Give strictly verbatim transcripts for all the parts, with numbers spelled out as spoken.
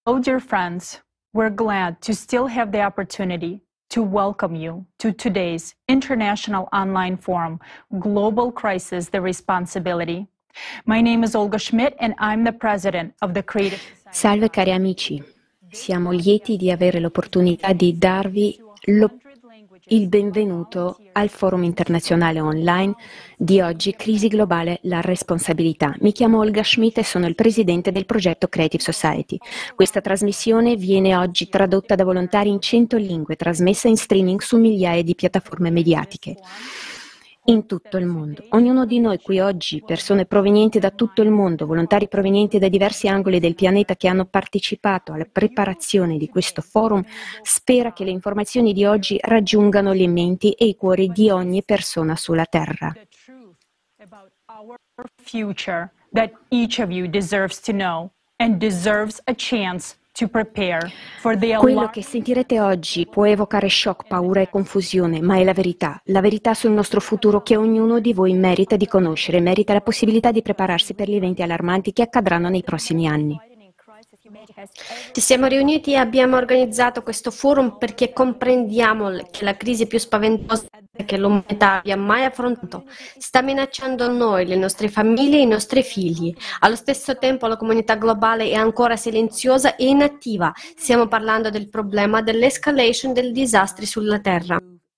Hello, dear friends. We're glad to still have the opportunity to welcome you to today's International Online Forum, Global Crisis, the Responsibility. My name is Olga Schmidt and I'm the president of the Creative Society. Salve cari amici, siamo lieti di avere l'opportunità di darvi lo- il benvenuto al Forum Internazionale Online di oggi, Crisi Globale, la responsabilità. Mi chiamo Olga Schmidt e sono il presidente del progetto Creative Society. Questa trasmissione viene oggi tradotta da volontari in cento lingue, trasmessa in streaming su migliaia di piattaforme mediatiche in tutto il mondo. Ognuno di noi qui oggi, persone provenienti da tutto il mondo, volontari provenienti da diversi angoli del pianeta che hanno partecipato alla preparazione di questo forum, spera che le informazioni di oggi raggiungano le menti e i cuori di ogni persona sulla Terra. Future that each of you deserves to know and deserves a chance to prepare for the Quello che sentirete oggi può evocare shock, paura e confusione, ma è la verità, la verità sul nostro futuro che ognuno di voi merita di conoscere, merita la possibilità di prepararsi per gli eventi allarmanti che accadranno nei prossimi anni. Ci siamo riuniti e abbiamo organizzato questo forum perché comprendiamo che la crisi più spaventosa che l'umanità abbia mai affrontato sta minacciando noi, le nostre famiglie e i nostri figli. Allo stesso tempo la comunità globale è ancora silenziosa e inattiva. Stiamo parlando del problema dell'escalation dei disastri sulla Terra.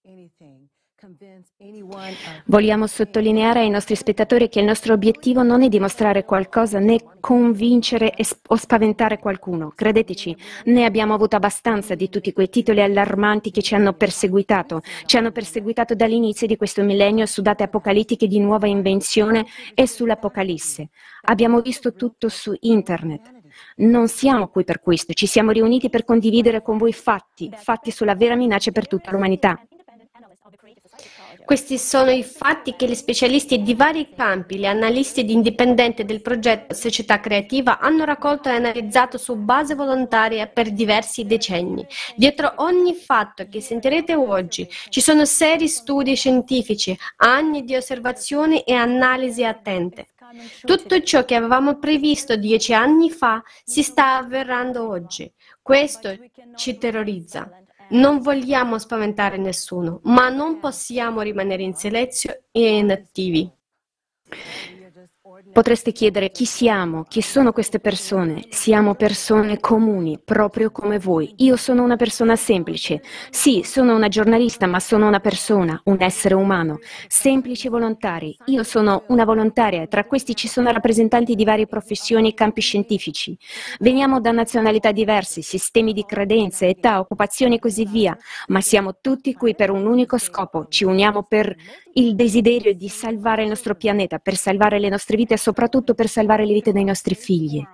Vogliamo sottolineare ai nostri spettatori che il nostro obiettivo non è dimostrare qualcosa né convincere o spaventare qualcuno. Credeteci, ne abbiamo avuto abbastanza di tutti quei titoli allarmanti che ci hanno perseguitato. Ci hanno perseguitato dall'inizio di questo millennio su date apocalittiche di nuova invenzione e sull'Apocalisse. Abbiamo visto tutto su Internet. Non siamo qui per questo, ci siamo riuniti per condividere con voi fatti, fatti sulla vera minaccia per tutta l'umanità. Questi sono i fatti che gli specialisti di vari campi, gli analisti indipendenti del progetto Società Creativa hanno raccolto e analizzato su base volontaria per diversi decenni. Dietro ogni fatto che sentirete oggi ci sono seri studi scientifici, anni di osservazioni e analisi attente. Tutto ciò che avevamo previsto dieci anni fa si sta avverando oggi. Questo ci terrorizza. Non vogliamo spaventare nessuno, ma non possiamo rimanere in silenzio e inattivi. Potreste chiedere chi siamo, chi sono queste persone? Siamo persone comuni, proprio come voi. Io sono una persona semplice. Sì, sono una giornalista, ma sono una persona, un essere umano. Semplici volontari. Io sono una volontaria e tra questi ci sono rappresentanti di varie professioni e campi scientifici. Veniamo da nazionalità diverse, sistemi di credenze, età, occupazioni e così via, ma siamo tutti qui per un unico scopo. Ci uniamo per il desiderio di salvare il nostro pianeta, per salvare le nostre vite e soprattutto per salvare le vite dei nostri figli.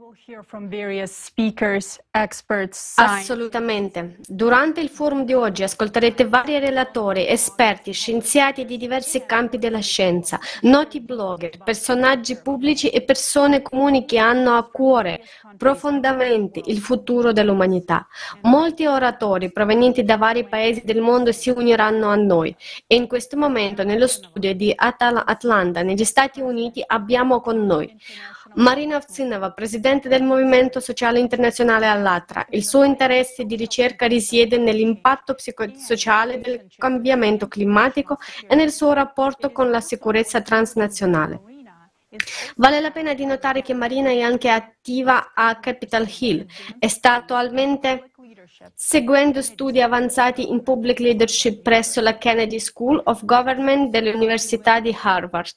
Assolutamente. Durante il forum di oggi ascolterete vari relatori, esperti, scienziati di diversi campi della scienza, noti blogger, personaggi pubblici e persone comuni che hanno a cuore profondamente il futuro dell'umanità. Molti oratori provenienti da vari paesi del mondo si uniranno a noi e in questo momento nello studio di Atal- Atlanta, negli Stati Uniti, abbiamo con noi Marina Ovtsinova, presidente del Movimento Sociale Internazionale Allatra. Il suo interesse di ricerca risiede nell'impatto psicosociale del cambiamento climatico e nel suo rapporto con la sicurezza transnazionale. Vale la pena di notare che Marina è anche attiva a Capitol Hill e sta attualmente seguendo studi avanzati in Public Leadership presso la Kennedy School of Government dell'Università di Harvard.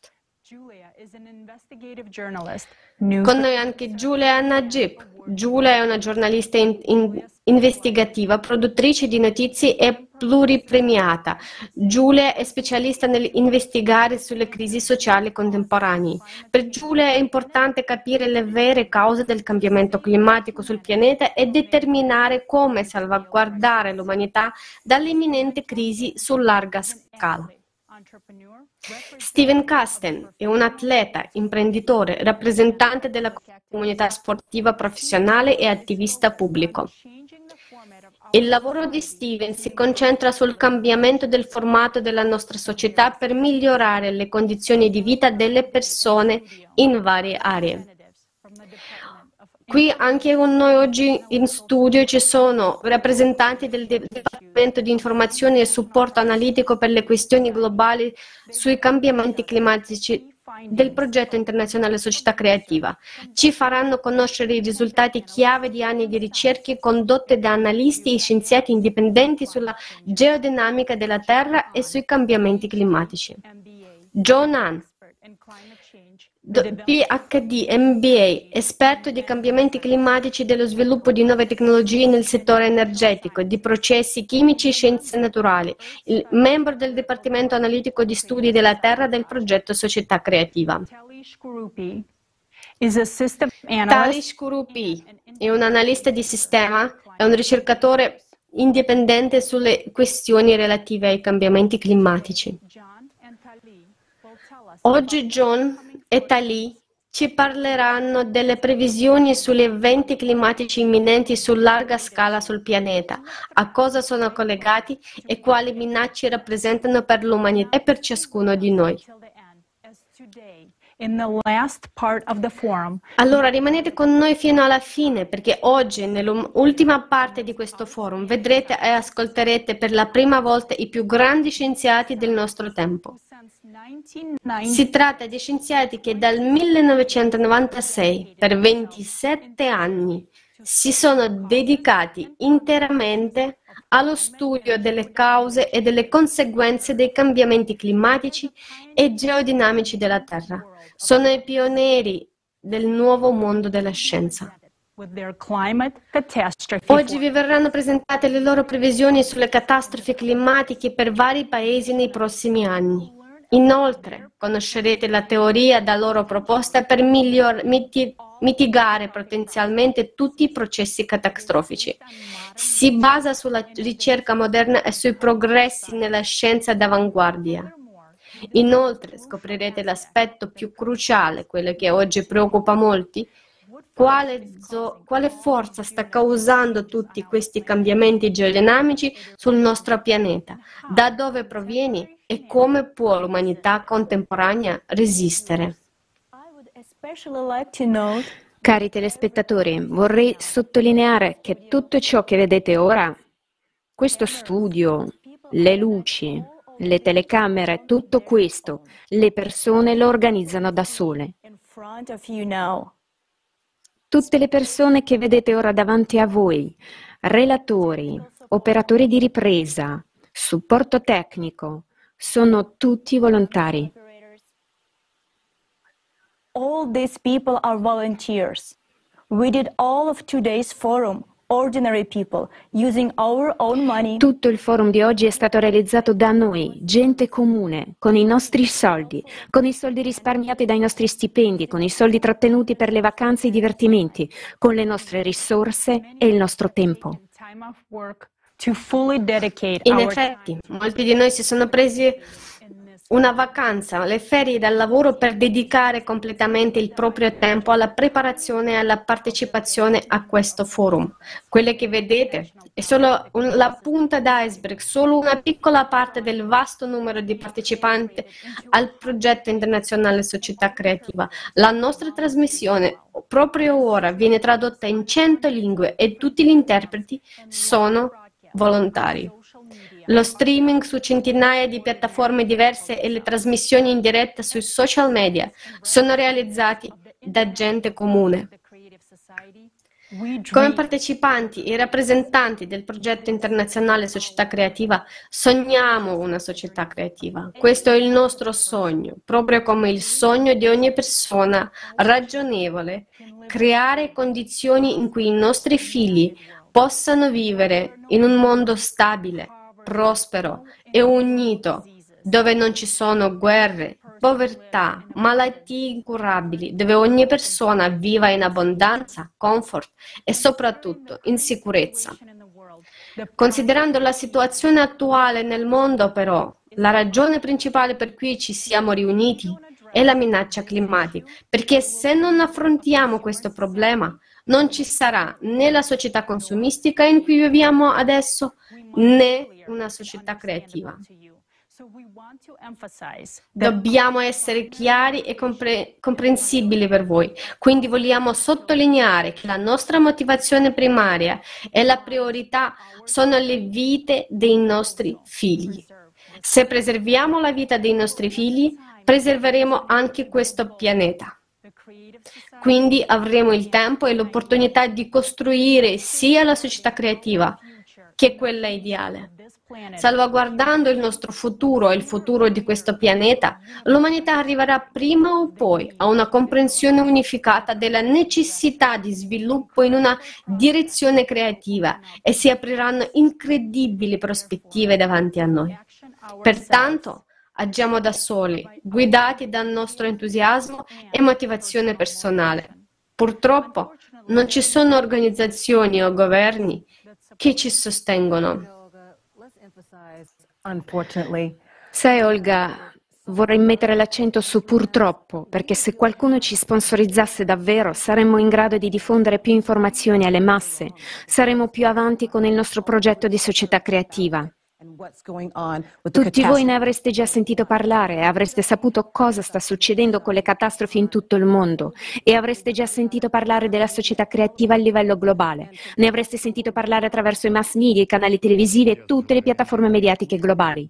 Con noi anche Giulia Najib. Giulia è una giornalista in, in, investigativa, produttrice di notizie e pluripremiata. Giulia è specialista nell'investigare sulle crisi sociali contemporanee. Per Giulia è importante capire le vere cause del cambiamento climatico sul pianeta e determinare come salvaguardare l'umanità dalle imminenti crisi su larga scala. Steven Casten è un atleta, imprenditore, rappresentante della comunità sportiva professionale e attivista pubblico. Il lavoro di Steven si concentra sul cambiamento del formato della nostra società per migliorare le condizioni di vita delle persone in varie aree. Qui anche con noi oggi in studio ci sono rappresentanti del Dipartimento di Informazione e Supporto Analitico per le questioni globali sui cambiamenti climatici del progetto internazionale Società Creativa. Ci faranno conoscere i risultati chiave di anni di ricerche condotte da analisti e scienziati indipendenti sulla geodinamica della Terra e sui cambiamenti climatici. John Hahn, P H D, M B A, esperto di cambiamenti climatici e dello sviluppo di nuove tecnologie nel settore energetico, di processi chimici e scienze naturali, il membro del Dipartimento Analitico di Studi della Terra del progetto Società Creativa. Talish Kurupi è un analista di sistema, è un ricercatore indipendente sulle questioni relative ai cambiamenti climatici. Oggi John e Tali ci parleranno delle previsioni sugli eventi climatici imminenti su larga scala sul pianeta, a cosa sono collegati e quali minacce rappresentano per l'umanità e per ciascuno di noi. Allora rimanete con noi fino alla fine, perché oggi, nell'ultima parte di questo forum, vedrete e ascolterete per la prima volta i più grandi scienziati del nostro tempo. Si tratta di scienziati che dal millenovecentonovantasei, per ventisette anni, si sono dedicati interamente allo studio delle cause e delle conseguenze dei cambiamenti climatici e geodinamici della Terra. Sono i pionieri del nuovo mondo della scienza. Oggi vi verranno presentate le loro previsioni sulle catastrofi climatiche per vari paesi nei prossimi anni. Inoltre, conoscerete la teoria da loro proposta per miglior, miti, mitigare potenzialmente tutti i processi catastrofici. Si basa sulla ricerca moderna e sui progressi nella scienza d'avanguardia. Inoltre, scoprirete l'aspetto più cruciale, quello che oggi preoccupa molti, quale, quale forza sta causando tutti questi cambiamenti geodinamici sul nostro pianeta, da dove proviene e come può l'umanità contemporanea resistere. Cari telespettatori, vorrei sottolineare che tutto ciò che vedete ora, questo studio, le luci, le telecamere, tutto questo, le persone lo organizzano da sole. Tutte le persone che vedete ora davanti a voi, relatori, operatori di ripresa, supporto tecnico, sono tutti volontari. All these people are volunteers. We did all of today's forum, ordinary people, using our own money. Tutto il forum di oggi è stato realizzato da noi, gente comune, con i nostri soldi, con i soldi risparmiati dai nostri stipendi, con i soldi trattenuti per le vacanze e i divertimenti, con le nostre risorse e il nostro tempo. In effetti, molti di noi si sono presi una vacanza, le ferie dal lavoro per dedicare completamente il proprio tempo alla preparazione e alla partecipazione a questo forum. Quelle che vedete è solo un, la punta d'iceberg, solo una piccola parte del vasto numero di partecipanti al progetto internazionale Società Creativa. La nostra trasmissione proprio ora viene tradotta in cento lingue e tutti gli interpreti sono volontari. Lo streaming su centinaia di piattaforme diverse e le trasmissioni in diretta sui social media sono realizzati da gente comune. Come partecipanti e rappresentanti del progetto internazionale Società Creativa, sogniamo una società creativa. Questo è il nostro sogno, proprio come il sogno di ogni persona ragionevole, creare condizioni in cui i nostri figli possano vivere in un mondo stabile, prospero e unito, dove non ci sono guerre, povertà, malattie incurabili, dove ogni persona viva in abbondanza, comfort e soprattutto in sicurezza. Considerando la situazione attuale nel mondo, però, la ragione principale per cui ci siamo riuniti è la minaccia climatica, perché se non affrontiamo questo problema, non ci sarà né la società consumistica in cui viviamo adesso, né una società creativa. Dobbiamo essere chiari e compre- comprensibili per voi. Quindi vogliamo sottolineare che la nostra motivazione primaria e la priorità sono le vite dei nostri figli. Se preserviamo la vita dei nostri figli, preserveremo anche questo pianeta. Quindi avremo il tempo e l'opportunità di costruire sia la società creativa che quella ideale. Salvaguardando il nostro futuro e il futuro di questo pianeta, l'umanità arriverà prima o poi a una comprensione unificata della necessità di sviluppo in una direzione creativa e si apriranno incredibili prospettive davanti a noi. Pertanto, agiamo da soli, guidati dal nostro entusiasmo e motivazione personale. Purtroppo, non ci sono organizzazioni o governi che ci sostengono. Sai, Olga, vorrei mettere l'accento su purtroppo, perché se qualcuno ci sponsorizzasse davvero, saremmo in grado di diffondere più informazioni alle masse, saremmo più avanti con il nostro progetto di società creativa. Tutti voi ne avreste già sentito parlare e avreste saputo cosa sta succedendo con le catastrofi in tutto il mondo e avreste già sentito parlare della società creativa a livello globale. Ne avreste sentito parlare attraverso i mass media, i canali televisivi e tutte le piattaforme mediatiche globali.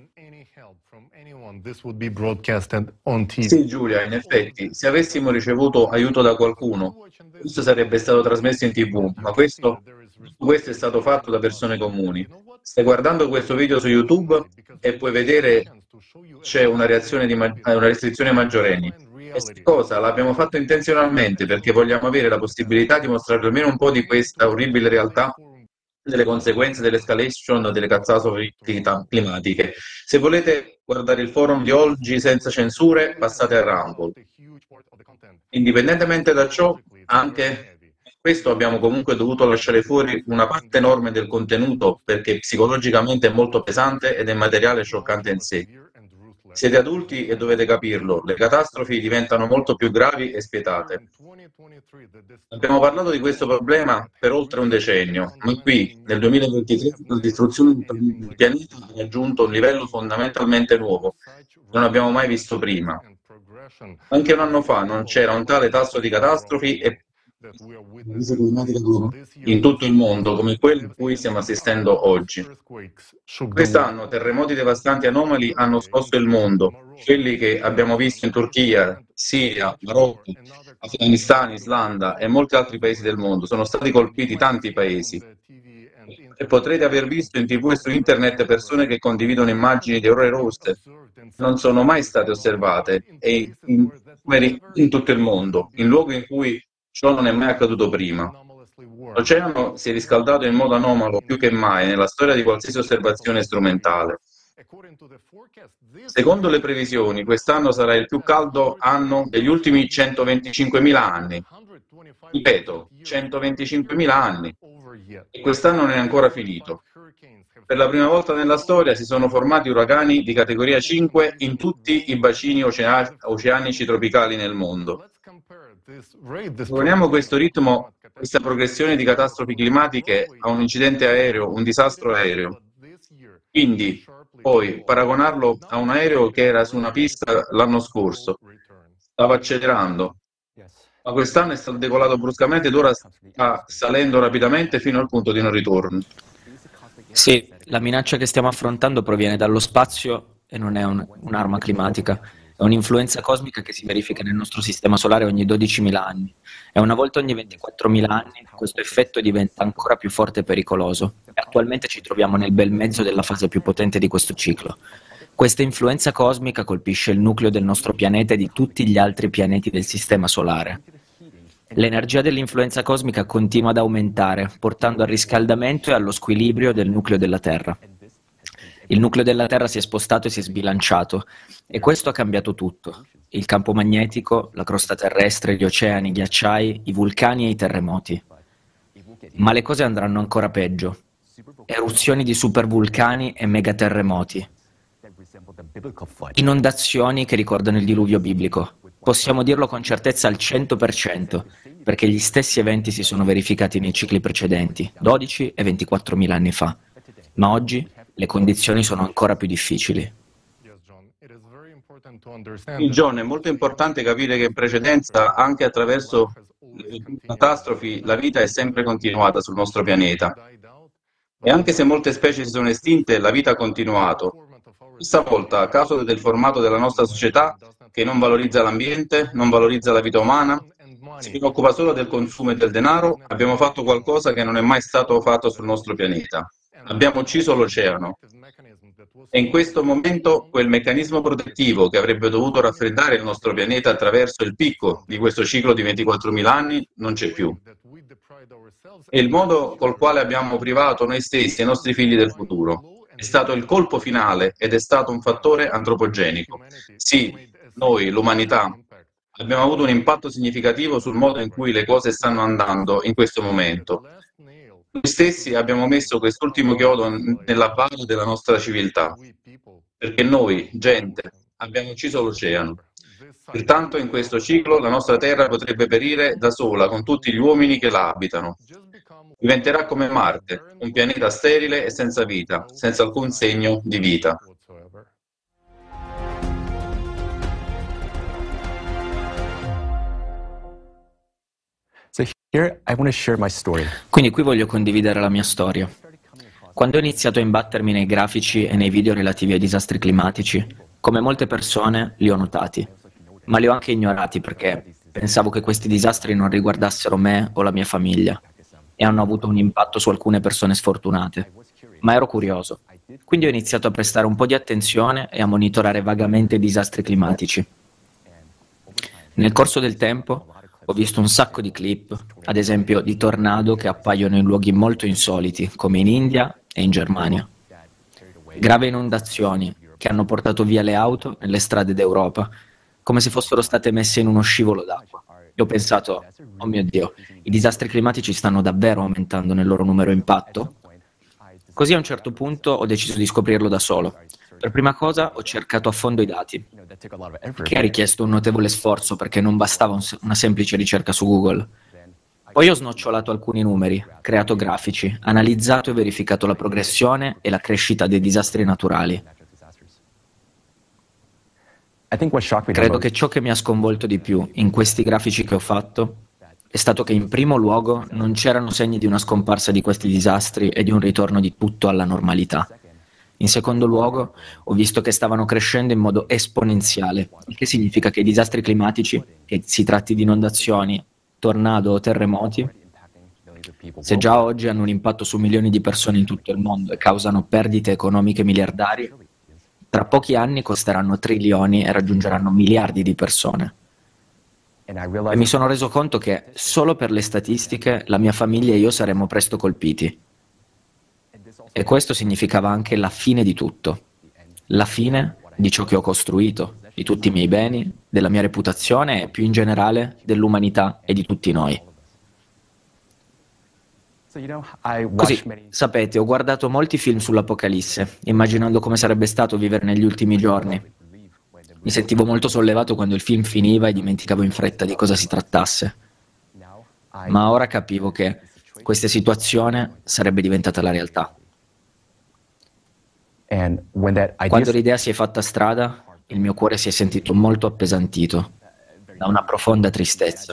Sì, Giulia, in effetti, se avessimo ricevuto aiuto da qualcuno, questo sarebbe stato trasmesso in tivù, ma questo, questo è stato fatto da persone comuni. Stai guardando questo video su YouTube e puoi vedere c'è una reazione di ma- una restrizione ai maggiorenni. Questa cosa l'abbiamo fatto intenzionalmente perché vogliamo avere la possibilità di mostrare almeno un po' di questa orribile realtà delle conseguenze dell'escalation delle catastrofi climatiche. Se volete guardare il forum di oggi senza censure, passate a Rumble. Indipendentemente da ciò, anche questo abbiamo comunque dovuto lasciare fuori una parte enorme del contenuto perché psicologicamente è molto pesante ed è materiale scioccante in sé. Siete adulti e dovete capirlo, le catastrofi diventano molto più gravi e spietate. Abbiamo parlato di questo problema per oltre un decennio, ma qui, nel duemilaventitré, la distruzione del pianeta ha raggiunto un livello fondamentalmente nuovo, che non abbiamo mai visto prima. Anche un anno fa non c'era un tale tasso di catastrofi e in tutto il mondo come quello a cui stiamo assistendo oggi. Quest'anno terremoti devastanti anomali hanno scosso il mondo, quelli che abbiamo visto in Turchia, Siria, Marocco, Afghanistan, Islanda e molti altri paesi del mondo. Sono stati colpiti tanti paesi. E potrete aver visto in tivù e su internet persone che condividono immagini di aurore rosse non sono mai state osservate e in, in tutto il mondo, in luoghi in cui ciò non è mai accaduto prima. L'oceano si è riscaldato in modo anomalo più che mai nella storia di qualsiasi osservazione strumentale. Secondo le previsioni, quest'anno sarà il più caldo anno degli ultimi centoventicinquemila anni. Ripeto, centoventicinquemila anni. E quest'anno non è ancora finito. Per la prima volta nella storia si sono formati uragani di categoria cinque in tutti i bacini oceani- oceanici tropicali nel mondo. Paragoniamo questo ritmo, questa progressione di catastrofi climatiche a un incidente aereo, un disastro aereo. Quindi, poi, paragonarlo a un aereo che era su una pista l'anno scorso, stava accelerando, ma quest'anno è stato decolato bruscamente ed ora sta salendo rapidamente fino al punto di non ritorno. Sì, la minaccia che stiamo affrontando proviene dallo spazio e non è un, un'arma climatica. È un'influenza cosmica che si verifica nel nostro sistema solare ogni dodicimila anni e una volta ogni ventiquattromila anni questo effetto diventa ancora più forte e pericoloso e attualmente ci troviamo nel bel mezzo della fase più potente di questo ciclo. Questa influenza cosmica colpisce il nucleo del nostro pianeta e di tutti gli altri pianeti del sistema solare. L'energia dell'influenza cosmica continua ad aumentare, portando al riscaldamento e allo squilibrio del nucleo della Terra. Il nucleo della Terra si è spostato e si è sbilanciato e questo ha cambiato tutto. Il campo magnetico, la crosta terrestre, gli oceani, i ghiacciai, i vulcani e i terremoti. Ma le cose andranno ancora peggio. Eruzioni di supervulcani e megaterremoti. Inondazioni che ricordano il diluvio biblico. Possiamo dirlo con certezza al cento per cento, perché gli stessi eventi si sono verificati nei cicli precedenti, dodici e ventiquattromila anni fa. Ma oggi le condizioni sono ancora più difficili. John, è molto importante capire che in precedenza, anche attraverso le catastrofi, la vita è sempre continuata sul nostro pianeta. E anche se molte specie si sono estinte, la vita ha continuato. Questa volta, a causa del formato della nostra società, che non valorizza l'ambiente, non valorizza la vita umana, si preoccupa solo del consumo e del denaro, abbiamo fatto qualcosa che non è mai stato fatto sul nostro pianeta. Abbiamo ucciso l'oceano. E in questo momento quel meccanismo protettivo che avrebbe dovuto raffreddare il nostro pianeta attraverso il picco di questo ciclo di ventiquattromila anni non c'è più. E il modo col quale abbiamo privato noi stessi e i nostri figli del futuro è stato il colpo finale ed è stato un fattore antropogenico. Sì, noi, l'umanità, abbiamo avuto un impatto significativo sul modo in cui le cose stanno andando in questo momento. Noi stessi abbiamo messo quest'ultimo chiodo nella base della nostra civiltà, perché noi, gente, abbiamo ucciso l'oceano. Pertanto in questo ciclo la nostra terra potrebbe perire da sola con tutti gli uomini che la abitano. Diventerà come Marte, un pianeta sterile e senza vita, senza alcun segno di vita. Quindi qui voglio condividere la mia storia. Quando ho iniziato a imbattermi nei grafici e nei video relativi ai disastri climatici, come molte persone li ho notati, ma li ho anche ignorati perché pensavo che questi disastri non riguardassero me o la mia famiglia e hanno avuto un impatto su alcune persone sfortunate. Ma ero curioso, quindi ho iniziato a prestare un po' di attenzione e a monitorare vagamente i disastri climatici. Nel corso del tempo ho visto un sacco di clip, ad esempio di tornado che appaiono in luoghi molto insoliti, come in India e in Germania. Gravi inondazioni che hanno portato via le auto nelle strade d'Europa, come se fossero state messe in uno scivolo d'acqua. E ho pensato, oh mio Dio, i disastri climatici stanno davvero aumentando nel loro numero e impatto? Così a un certo punto ho deciso di scoprirlo da solo. Per prima cosa ho cercato a fondo i dati, che ha richiesto un notevole sforzo perché non bastava un, una semplice ricerca su Google. Poi ho snocciolato alcuni numeri, creato grafici, analizzato e verificato la progressione e la crescita dei disastri naturali. Credo che ciò che mi ha sconvolto di più in questi grafici che ho fatto è stato che in primo luogo non c'erano segni di una scomparsa di questi disastri e di un ritorno di tutto alla normalità. In secondo luogo, ho visto che stavano crescendo in modo esponenziale, il che significa che i disastri climatici, che si tratti di inondazioni, tornado o terremoti, se già oggi hanno un impatto su milioni di persone in tutto il mondo e causano perdite economiche miliardarie, tra pochi anni costeranno trilioni e raggiungeranno miliardi di persone. E mi sono reso conto che solo per le statistiche la mia famiglia e io saremmo presto colpiti. E questo significava anche la fine di tutto, la fine di ciò che ho costruito, di tutti i miei beni, della mia reputazione e più in generale dell'umanità e di tutti noi. Così, sapete, ho guardato molti film sull'Apocalisse, immaginando come sarebbe stato vivere negli ultimi giorni. Mi sentivo molto sollevato quando il film finiva e dimenticavo in fretta di cosa si trattasse. Ma ora capivo che questa situazione sarebbe diventata la realtà. Quando l'idea si è fatta strada, il mio cuore si è sentito molto appesantito da una profonda tristezza.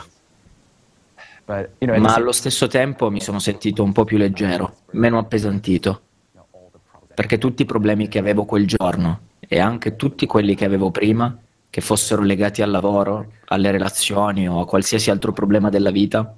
Ma allo stesso tempo mi sono sentito un po' più leggero, meno appesantito, perché tutti i problemi che avevo quel giorno e anche tutti quelli che avevo prima, che fossero legati al lavoro, alle relazioni o a qualsiasi altro problema della vita,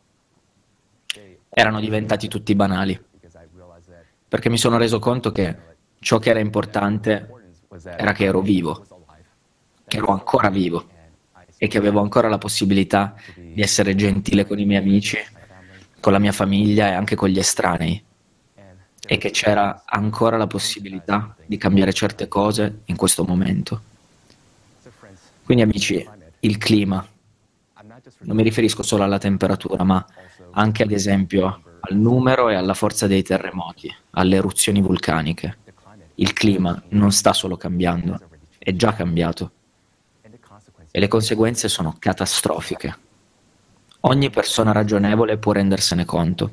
erano diventati tutti banali, perché mi sono reso conto che ciò che era importante era che ero vivo, che ero ancora vivo e che avevo ancora la possibilità di essere gentile con i miei amici, con la mia famiglia e anche con gli estranei, e che c'era ancora la possibilità di cambiare certe cose in questo momento. Quindi amici, il clima, non mi riferisco solo alla temperatura, ma anche ad esempio al numero e alla forza dei terremoti, alle eruzioni vulcaniche. Il clima non sta solo cambiando, è già cambiato. E le conseguenze sono catastrofiche. Ogni persona ragionevole può rendersene conto.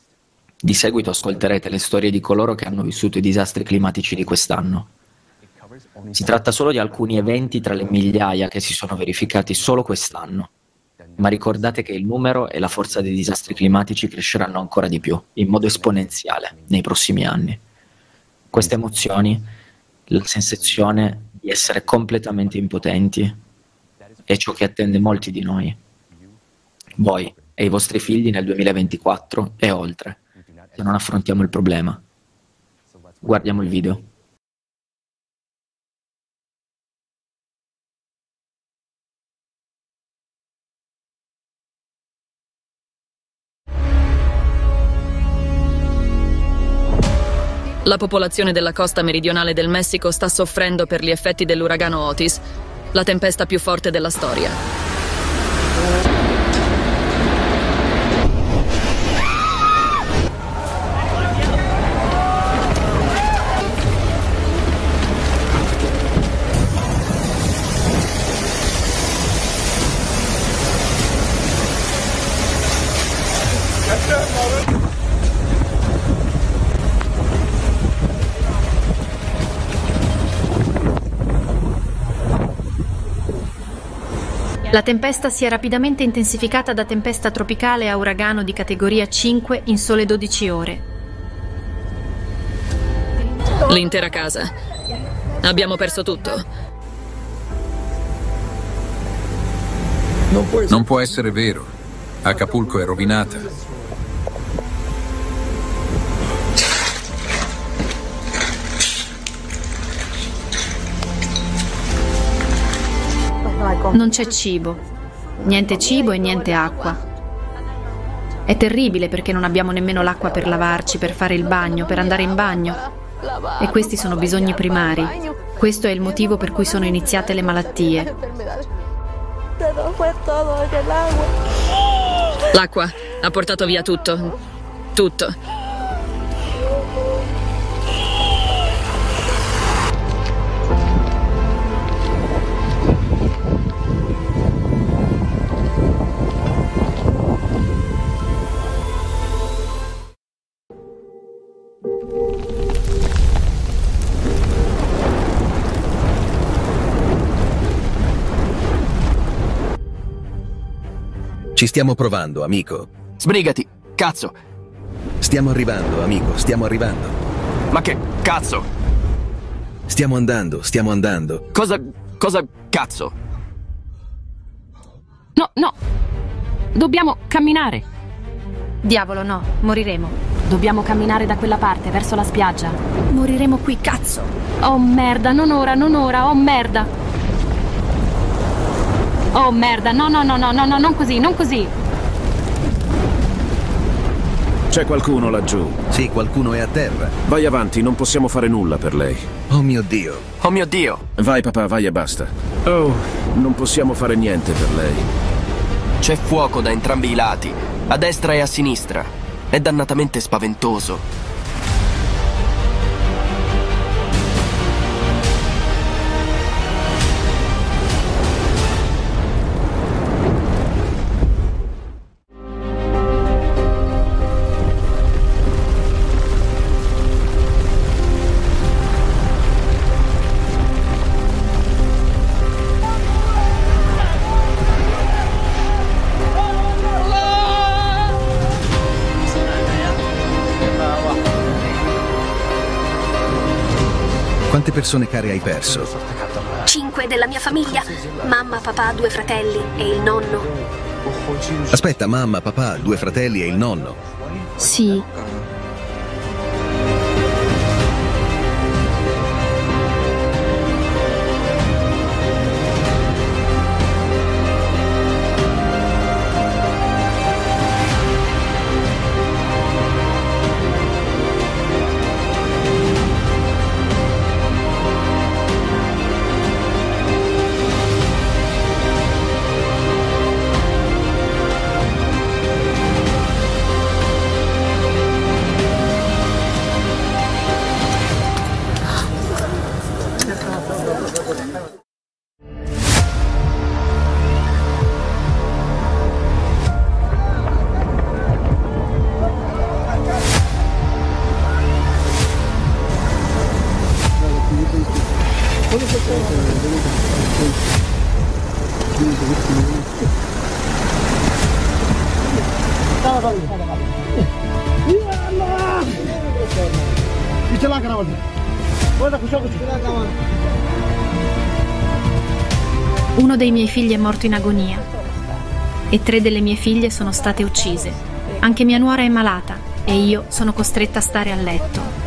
Di seguito ascolterete le storie di coloro che hanno vissuto i disastri climatici di quest'anno. Si tratta solo di alcuni eventi tra le migliaia che si sono verificati solo quest'anno. Ma ricordate che il numero e la forza dei disastri climatici cresceranno ancora di più, in modo esponenziale, nei prossimi anni. Queste emozioni, la sensazione di essere completamente impotenti, è ciò che attende molti di noi. Voi e i vostri figli nel duemilaventiquattro e oltre, se non affrontiamo il problema. Guardiamo il video. La popolazione della costa meridionale del Messico sta soffrendo per gli effetti dell'uragano Otis, la tempesta più forte della storia. La tempesta si è rapidamente intensificata da tempesta tropicale a uragano di categoria cinque in sole dodici ore. L'intera casa. Abbiamo perso tutto. Non può essere vero. Acapulco è rovinata. Non c'è cibo, niente cibo e niente acqua. È terribile perché non abbiamo nemmeno l'acqua per lavarci, per fare il bagno, per andare in bagno. E questi sono bisogni primari. Questo è il motivo per cui sono iniziate le malattie. L'acqua ha portato via tutto. Tutto. Ci stiamo provando, amico. Sbrigati, cazzo. Stiamo arrivando, amico, stiamo arrivando. Ma che cazzo? Stiamo andando, stiamo andando. Cosa... cosa cazzo? No, no. Dobbiamo camminare. Diavolo, no, moriremo. Dobbiamo camminare da quella parte, verso la spiaggia. Moriremo qui, cazzo. Oh merda, non ora, non ora, oh merda. Oh merda, no, no, no, no, no, no, non così, non così. C'è qualcuno laggiù? Sì, qualcuno è a terra. Vai avanti, non possiamo fare nulla per lei. Oh mio Dio. Oh mio Dio. Vai papà, vai e basta. Oh, non possiamo fare niente per lei. C'è fuoco da entrambi i lati, a destra e a sinistra. È dannatamente spaventoso. Quante persone care hai perso? Cinque della mia famiglia. Mamma, papà, due fratelli e il nonno. Aspetta, mamma, papà, due fratelli e il nonno. Sì. Uno dei miei figli è morto in agonia e tre delle mie figlie sono state uccise. Anche mia nuora è malata e io sono costretta a stare a letto.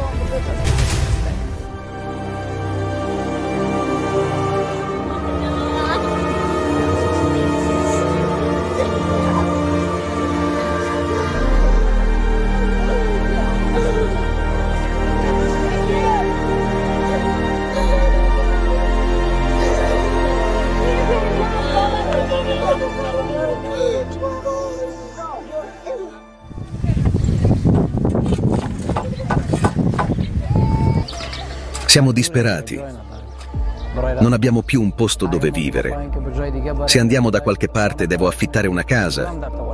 Siamo disperati. Non abbiamo più un posto dove vivere. Se andiamo da qualche parte devo affittare una casa.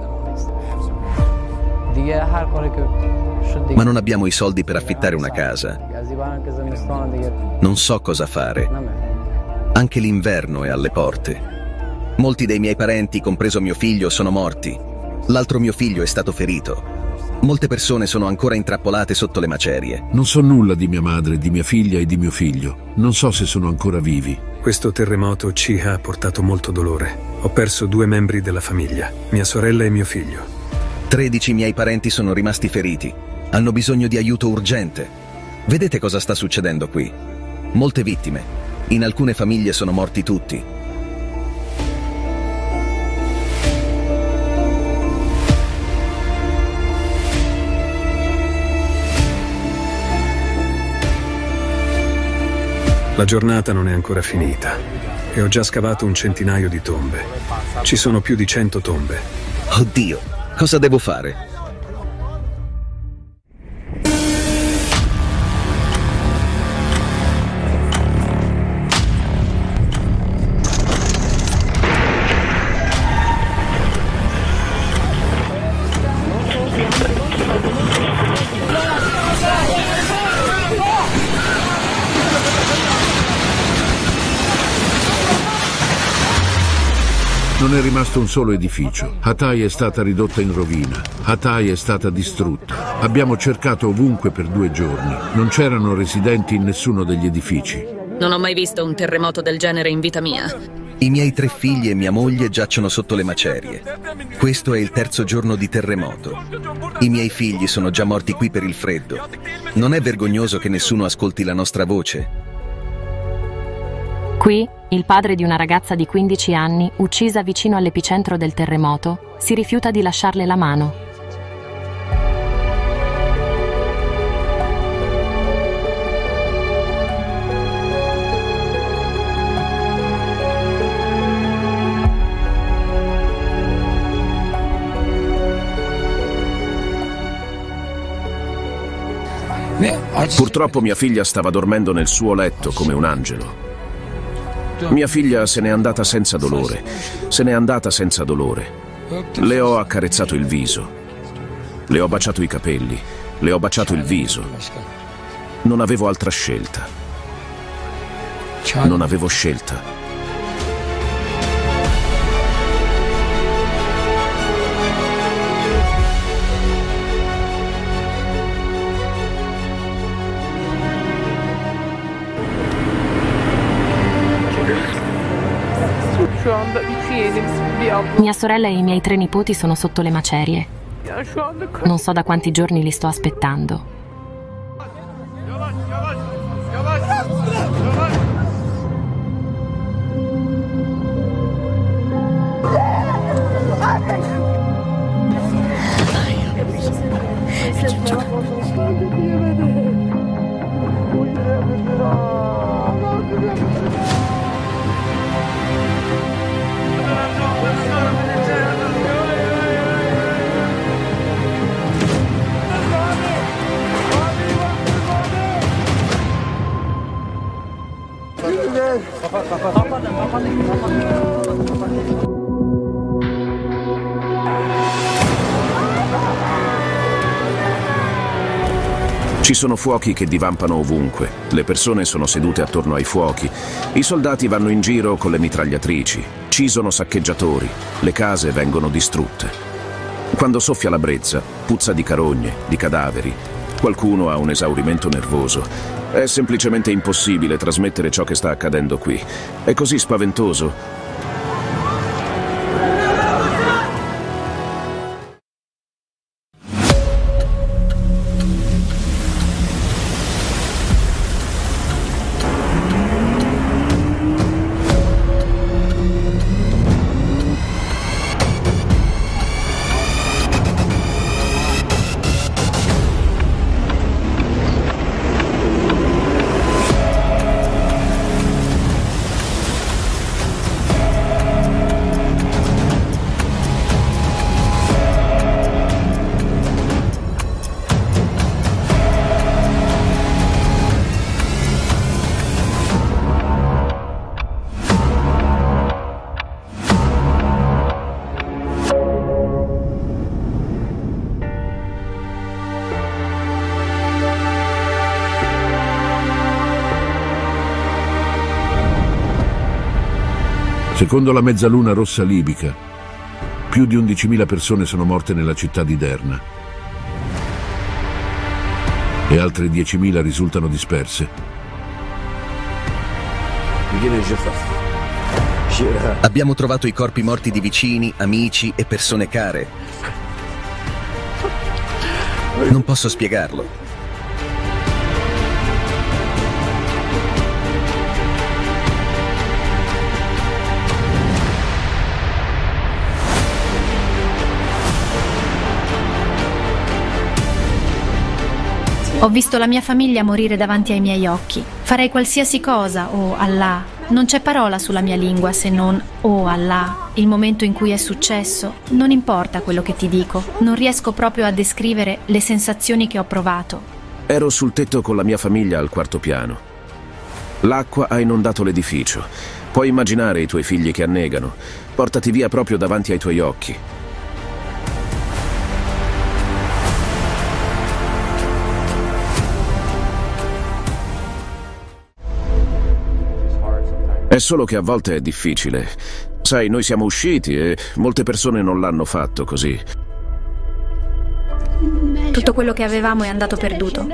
Ma non abbiamo i soldi per affittare una casa. Non so cosa fare. Anche l'inverno è alle porte. Molti dei miei parenti, compreso mio figlio, sono morti. L'altro mio figlio è stato ferito. Molte persone sono ancora intrappolate sotto le macerie. Non so nulla di mia madre, di mia figlia e di mio figlio. Non so se sono ancora vivi. Questo terremoto ci ha portato molto dolore. Ho perso due membri della famiglia, mia sorella e mio figlio. tredici miei parenti sono rimasti feriti. Hanno bisogno di aiuto urgente. Vedete cosa sta succedendo qui? Molte vittime. In alcune famiglie sono morti tutti. La giornata non è ancora finita e ho già scavato un centinaio di tombe. Ci sono più di cento tombe. Oddio, cosa devo fare? Non è rimasto un solo edificio. Hatay è stata ridotta in rovina. Hatay è stata distrutta. Abbiamo cercato ovunque per due giorni. Non c'erano residenti in nessuno degli edifici. Non ho mai visto un terremoto del genere in vita mia. I miei tre figli e mia moglie giacciono sotto le macerie. Questo è il terzo giorno di terremoto. I miei figli sono già morti qui per il freddo. Non è vergognoso che nessuno ascolti la nostra voce? Qui, il padre di una ragazza di quindici anni, uccisa vicino all'epicentro del terremoto, si rifiuta di lasciarle la mano. Purtroppo mia figlia stava dormendo nel suo letto come un angelo. Mia figlia se n'è andata senza dolore, se n'è andata senza dolore. Le ho accarezzato il viso, le ho baciato i capelli, le ho baciato il viso. Non avevo altra scelta. Non avevo scelta. Mia sorella e i miei tre nipoti sono sotto le macerie. Non so da quanti giorni li sto aspettando. Ci sono fuochi che divampano ovunque, le persone sono sedute attorno ai fuochi, i soldati vanno in giro con le mitragliatrici, ci sono saccheggiatori, le case vengono distrutte. Quando soffia la brezza, puzza di carogne, di cadaveri. Qualcuno ha un esaurimento nervoso. È semplicemente impossibile trasmettere ciò che sta accadendo qui. È così spaventoso. Secondo la Mezzaluna Rossa libica, più di undicimila persone sono morte nella città di Derna e altre diecimila risultano disperse. Abbiamo trovato i corpi morti di vicini, amici e persone care. Non posso spiegarlo. Ho visto la mia famiglia morire davanti ai miei occhi. Farei qualsiasi cosa, oh Allah. Non c'è parola sulla mia lingua se non oh Allah. Il momento in cui è successo, non importa quello che ti dico. Non riesco proprio a descrivere le sensazioni che ho provato. Ero sul tetto con la mia famiglia al quarto piano. L'acqua ha inondato l'edificio. Puoi immaginare i tuoi figli che annegano. Portati via proprio davanti ai tuoi occhi. È solo che a volte è difficile. Sai, noi siamo usciti e molte persone non l'hanno fatto così. Tutto quello che avevamo è andato perduto.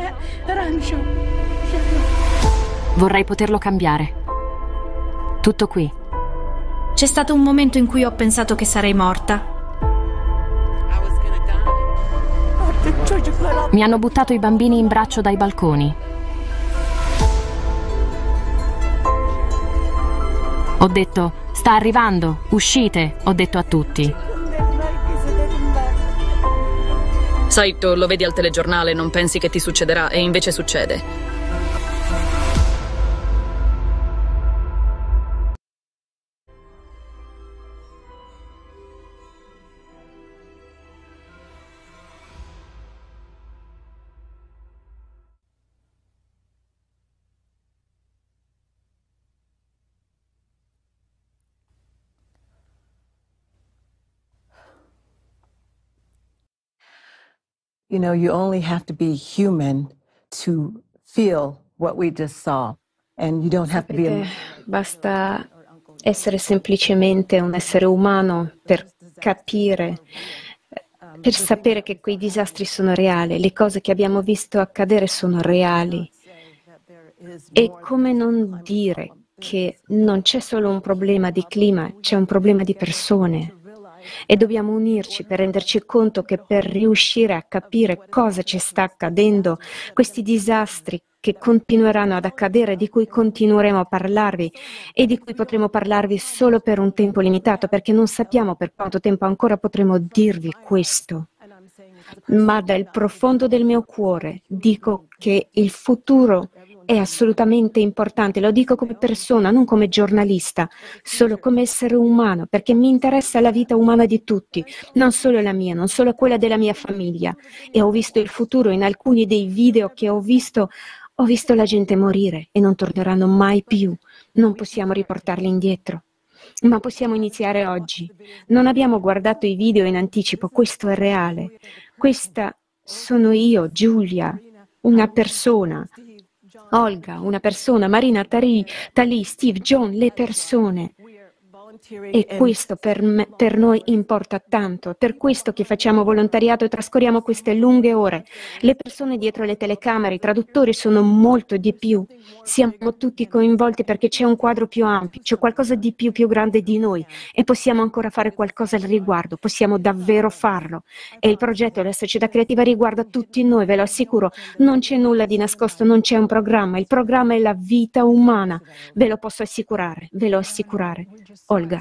Vorrei poterlo cambiare. Tutto qui. C'è stato un momento in cui ho pensato che sarei morta. Mi hanno buttato i bambini in braccio dai balconi. Ho detto, sta arrivando, uscite, ho detto a tutti. Sai, tu lo vedi al telegiornale, non pensi che ti succederà, e invece succede. You know, you only have to be human to feel what we just saw. And you don't have to be a... Basta essere semplicemente un essere umano per capire, per sapere che quei disastri sono reali, le cose che abbiamo visto accadere sono reali. E come non dire che non c'è solo un problema di clima, c'è un problema di persone. E dobbiamo unirci per renderci conto che per riuscire a capire cosa ci sta accadendo, questi disastri che continueranno ad accadere, di cui continueremo a parlarvi e di cui potremo parlarvi solo per un tempo limitato, perché non sappiamo per quanto tempo ancora potremo dirvi questo. Ma dal profondo del mio cuore dico che il futuro è assolutamente importante, lo dico come persona, non come giornalista, solo come essere umano, perché mi interessa la vita umana di tutti, non solo la mia, non solo quella della mia famiglia. E ho visto il futuro in alcuni dei video che ho visto, ho visto la gente morire e non torneranno mai più, non possiamo riportarli indietro. Ma possiamo iniziare oggi. Non abbiamo guardato i video in anticipo, questo è reale. Questa sono io, Giulia, una persona. Olga, una persona, Marina, Tari, Tali, Steve, John, le persone. E questo per, me, per noi importa tanto, per questo che facciamo volontariato e trascorriamo queste lunghe ore. Le persone dietro le telecamere, i traduttori sono molto di più. Siamo tutti coinvolti perché c'è un quadro più ampio, c'è qualcosa di più più grande di noi e possiamo ancora fare qualcosa al riguardo, possiamo davvero farlo. E il progetto della società creativa riguarda tutti noi, ve lo assicuro, non c'è nulla di nascosto, non c'è un programma, il programma è la vita umana, ve lo posso assicurare, ve lo assicurare. Olga.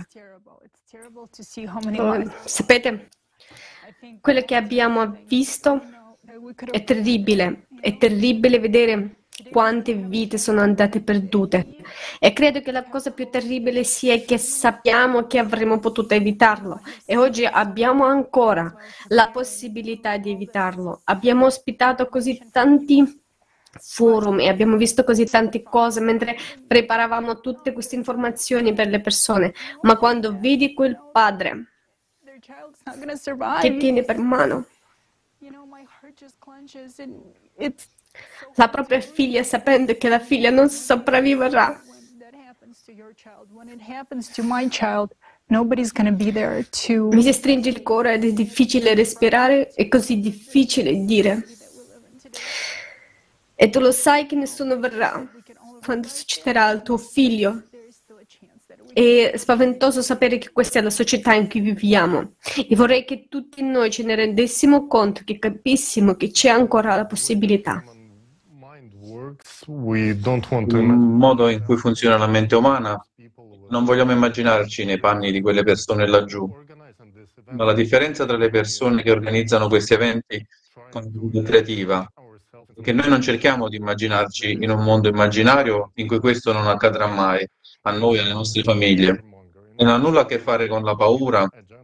Oh, sapete, quello che abbiamo visto è terribile, è terribile vedere quante vite sono andate perdute e credo che la cosa più terribile sia che sappiamo che avremmo potuto evitarlo e oggi abbiamo ancora la possibilità di evitarlo. Abbiamo ospitato così tanti forum e abbiamo visto così tante cose mentre preparavamo tutte queste informazioni per le persone, ma quando vedi quel padre che tiene per mano la propria figlia sapendo che la figlia non sopravviverà, mi si stringe il cuore ed è difficile respirare, è così difficile dire. E tu lo sai che nessuno verrà quando succederà al tuo figlio. È spaventoso sapere che questa è la società in cui viviamo. E vorrei che tutti noi ce ne rendessimo conto, che capissimo che c'è ancora la possibilità. Il modo in cui funziona la mente umana, non vogliamo immaginarci nei panni di quelle persone laggiù. Ma la differenza tra le persone che organizzano questi eventi con la vita creativa che noi non cerchiamo di immaginarci in un mondo immaginario in cui questo non accadrà mai, a noi e alle nostre famiglie. Non ha nulla a che fare con la paura,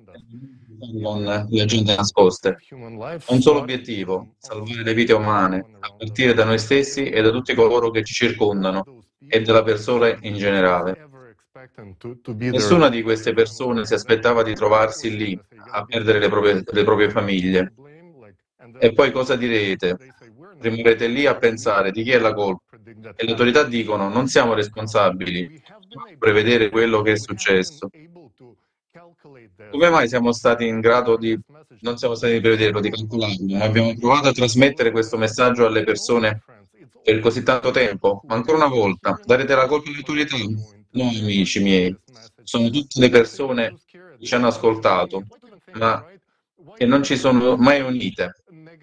con le agende nascoste. Ha un solo obiettivo, salvare le vite umane, a partire da noi stessi e da tutti coloro che ci circondano e della persona in generale. Nessuna di queste persone si aspettava di trovarsi lì, a perdere le proprie, le proprie famiglie. E poi cosa direte? Rimarrete lì a pensare di chi è la colpa e le autorità dicono non siamo responsabili, prevedere quello che è successo. Come mai siamo stati in grado di non siamo stati di prevederlo, di calcolarlo? Abbiamo provato a trasmettere questo messaggio alle persone per così tanto tempo, ma ancora una volta darete la colpa alle autorità? No, amici miei, sono tutte le persone che ci hanno ascoltato, ma che non ci sono mai unite.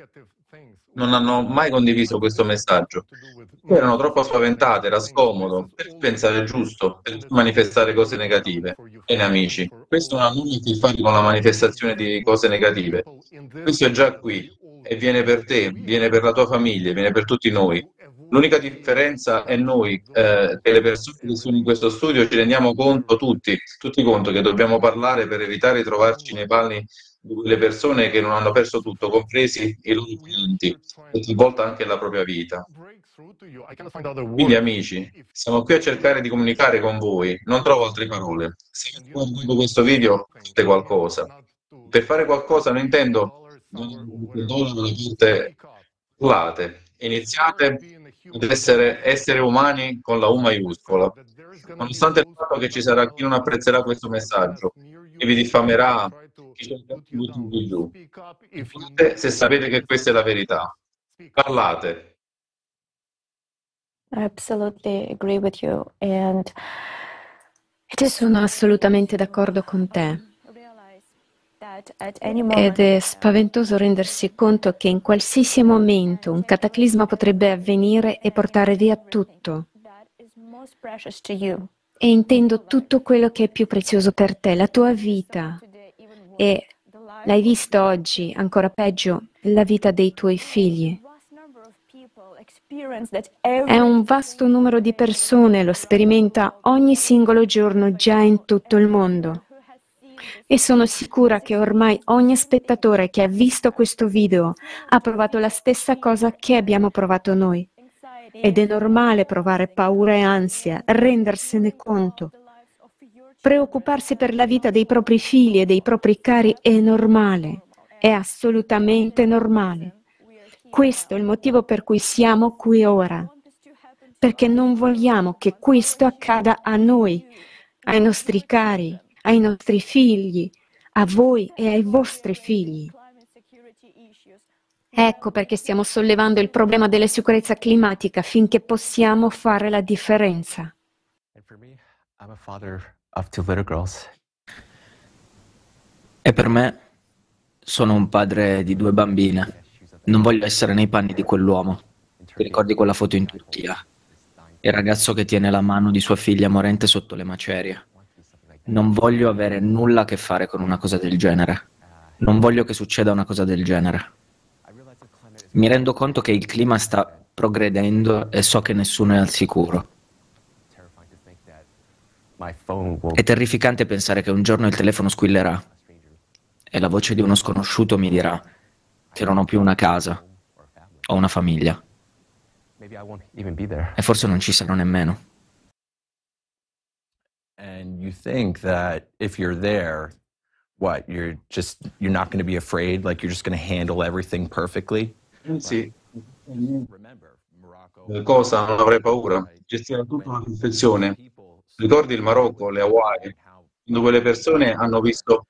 Non hanno mai condiviso questo messaggio. Erano troppo spaventate, era scomodo, per pensare giusto, per manifestare cose negative. Bene amici, questo non ha nulla a che fare con la manifestazione di cose negative. Questo è già qui e viene per te, viene per la tua famiglia, viene per tutti noi. L'unica differenza è noi, eh, che le persone che sono in questo studio ci rendiamo conto tutti, tutti conto che dobbiamo parlare per evitare di trovarci nei panni di quelle persone che non hanno perso tutto, compresi i loro clienti, e talvolta anche la propria vita. Quindi amici, siamo qui a cercare di comunicare con voi, non trovo altre parole. Se dopo questo video fate qualcosa. Per fare qualcosa non intendo dollaro da parte parlate, iniziate ad essere esseri umani con la U maiuscola. Nonostante il fatto che ci sarà chi non apprezzerà questo messaggio, chi vi diffamerà, chi cercherà di buttarvi giù. Parlate se sapete che questa è la verità. Parlate. I absolutely agree with you and sono assolutamente d'accordo con te. Ed è spaventoso rendersi conto che in qualsiasi momento un cataclisma potrebbe avvenire e portare via tutto. E intendo tutto quello che è più prezioso per te, la tua vita. E l'hai visto oggi, ancora peggio, la vita dei tuoi figli. È un vasto numero di persone, lo sperimenta ogni singolo giorno già in tutto il mondo. E sono sicura che ormai ogni spettatore che ha visto questo video ha provato la stessa cosa che abbiamo provato noi. Ed è normale provare paura e ansia, rendersene conto. Preoccuparsi per la vita dei propri figli e dei propri cari è normale, è assolutamente normale. Questo è il motivo per cui siamo qui ora, perché non vogliamo che questo accada a noi, ai nostri cari, ai nostri figli, a voi e ai vostri figli. Ecco perché stiamo sollevando il problema della sicurezza climatica finché possiamo fare la differenza. E per me sono un padre di due bambine. Non voglio essere nei panni di quell'uomo. Ti ricordi quella foto in Turchia? Il ragazzo che tiene la mano di sua figlia morente sotto le macerie. Non voglio avere nulla a che fare con una cosa del genere. Non voglio che succeda una cosa del genere. Mi rendo conto che il clima sta progredendo e so che nessuno è al sicuro. È terrificante pensare che un giorno il telefono squillerà e la voce di uno sconosciuto mi dirà che non ho più una casa o una famiglia. E forse non ci sarò nemmeno. And you think that if you're there, what, you're just, you're not going to be afraid, like you're just going to handle everything perfectly? Sì. Cosa? Non avrei paura. Gestirà tutto alla perfezione. Ricordi il Marocco, le Hawaii, quando quelle persone hanno visto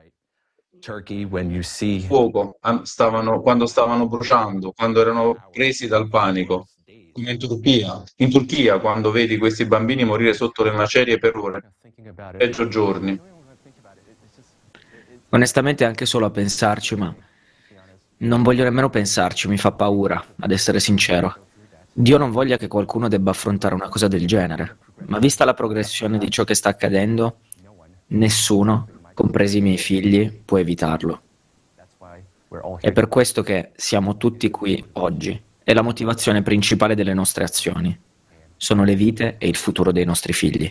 fuoco, stavano, quando stavano bruciando, quando erano presi dal panico. Come in Turchia. In Turchia, quando vedi questi bambini morire sotto le macerie per ore, peggio giorni. Onestamente anche solo a pensarci, ma non voglio nemmeno pensarci, mi fa paura, ad essere sincero. Dio non voglia che qualcuno debba affrontare una cosa del genere, ma vista la progressione di ciò che sta accadendo, nessuno, compresi i miei figli, può evitarlo. È per questo che siamo tutti qui oggi. È la motivazione principale delle nostre azioni. Sono le vite e il futuro dei nostri figli.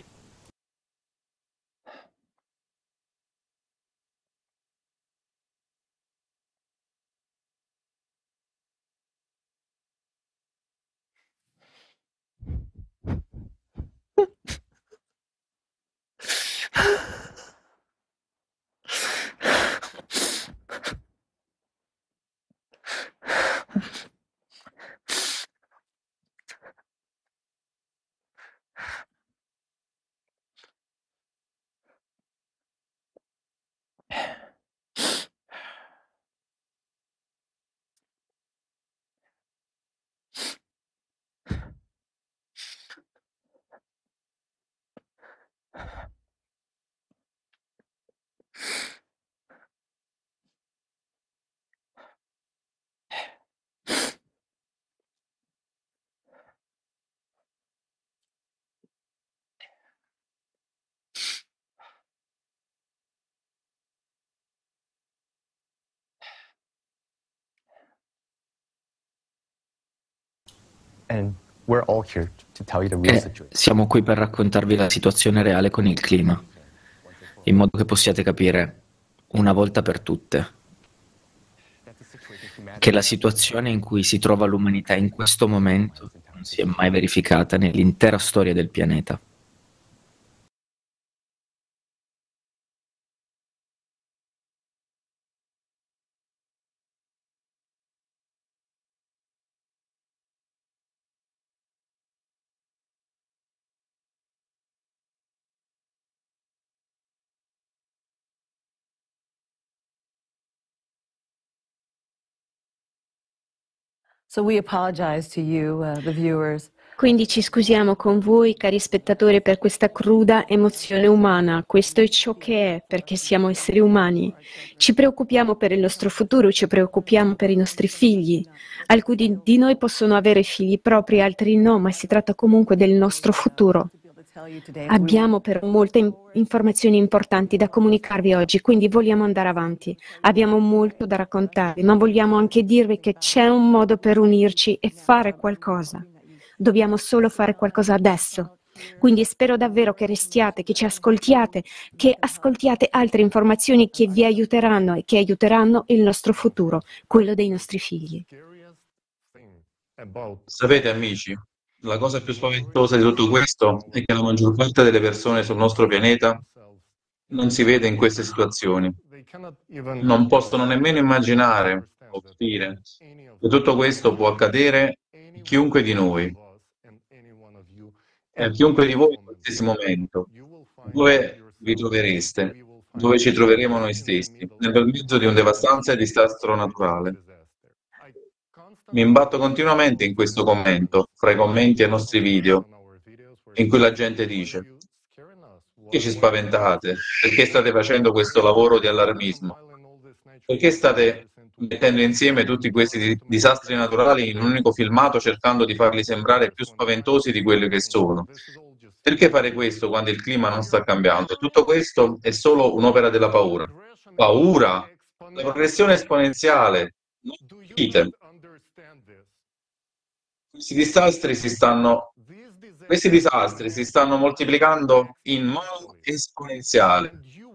And we're all here to tell you the real E situation. siamo qui per raccontarvi la situazione reale con il clima, in modo che possiate capire, una volta per tutte, che la situazione in cui si trova l'umanità in questo momento non si è mai verificata nell'intera storia del pianeta. So we apologize to you, uh, the viewers. Quindi ci scusiamo con voi, cari spettatori, per questa cruda emozione umana. Questo è ciò che è, perché siamo esseri umani. Ci preoccupiamo per il nostro futuro, ci preoccupiamo per i nostri figli. Alcuni di noi possono avere figli propri, altri no, ma si tratta comunque del nostro futuro. Abbiamo però molte in- informazioni importanti da comunicarvi oggi, quindi vogliamo andare avanti. Abbiamo molto da raccontarvi, ma vogliamo anche dirvi che c'è un modo per unirci e fare qualcosa. Dobbiamo solo fare qualcosa adesso. Quindi spero davvero che restiate, che ci ascoltiate, che ascoltiate altre informazioni che vi aiuteranno e che aiuteranno il nostro futuro, quello dei nostri figli. Sapete, amici, la cosa più spaventosa di tutto questo è che la maggior parte delle persone sul nostro pianeta non si vede in queste situazioni. Non possono nemmeno immaginare o capire che tutto questo può accadere a chiunque di noi e a chiunque di voi in qualsiasi momento. Dove vi trovereste, dove ci troveremo noi stessi, nel bel mezzo di un devastante disastro naturale. Mi imbatto continuamente in questo commento, fra i commenti ai nostri video, in cui la gente dice: perché ci spaventate? Perché state facendo questo lavoro di allarmismo? Perché state mettendo insieme tutti questi disastri naturali in un unico filmato cercando di farli sembrare più spaventosi di quelli che sono? Perché fare questo quando il clima non sta cambiando? Tutto questo è solo un'opera della paura. Paura? La progressione esponenziale. Non capite? Questi disastri si stanno, questi disastri si stanno moltiplicando in modo esponenziale.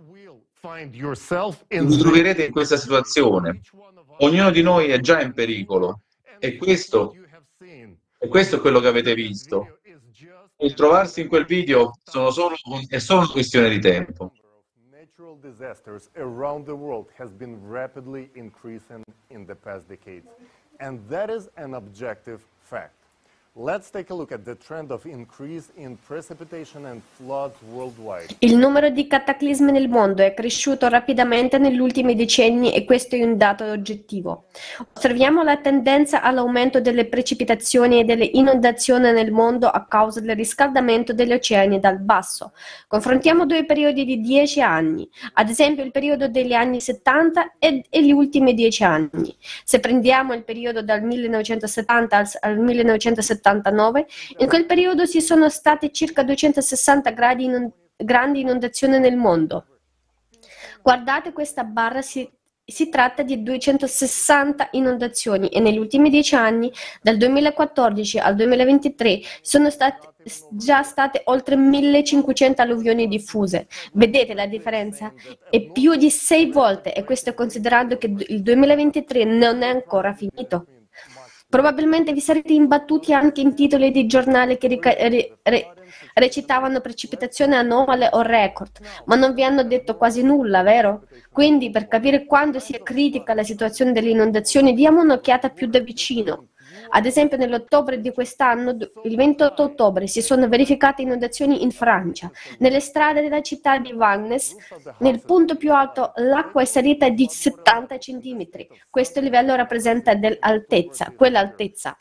Vi troverete in questa situazione. Ognuno di noi è già in pericolo e questo, e questo è quello che avete visto. Il trovarsi in quel video sono solo, è solo una questione di tempo. Natural disasters around the world has been rapidly increasing in the past decades, and that is an objective fact. Let's take a look at the trend of increase in precipitation and floods worldwide. Il numero di cataclismi nel mondo è cresciuto rapidamente negli ultimi decenni e questo è un dato oggettivo. Osserviamo la tendenza all'aumento delle precipitazioni e delle inondazioni nel mondo a causa del riscaldamento degli oceani dal basso. Confrontiamo due periodi di dieci anni, ad esempio il periodo degli anni settanta e, e gli ultimi dieci anni. Se prendiamo il periodo dal millenovecentosettanta al, al millenovecentosettantanove, in quel periodo ci sono state circa duecentosessanta gradi inond- grandi inondazioni nel mondo. Guardate questa barra, si, si tratta di duecentosessanta inondazioni e negli ultimi dieci anni, dal duemilaquattordici al duemilaventitré, sono state già state oltre millecinquecento alluvioni diffuse. Vedete la differenza? È più di sei volte e questo considerando che il duemilaventitré non è ancora finito. Probabilmente vi sarete imbattuti anche in titoli di giornale che rica- re- re- recitavano precipitazioni anomale o record, ma non vi hanno detto quasi nulla, vero? Quindi, per capire quanto sia critica la situazione delle inondazioni, diamo un'occhiata più da vicino. Ad esempio, nell'ottobre di quest'anno, il ventotto ottobre, si sono verificate inondazioni in Francia. Nelle strade della città di Vannes, nel punto più alto, l'acqua è salita di settanta centimetri. Questo livello rappresenta dell'altezza, quell'altezza.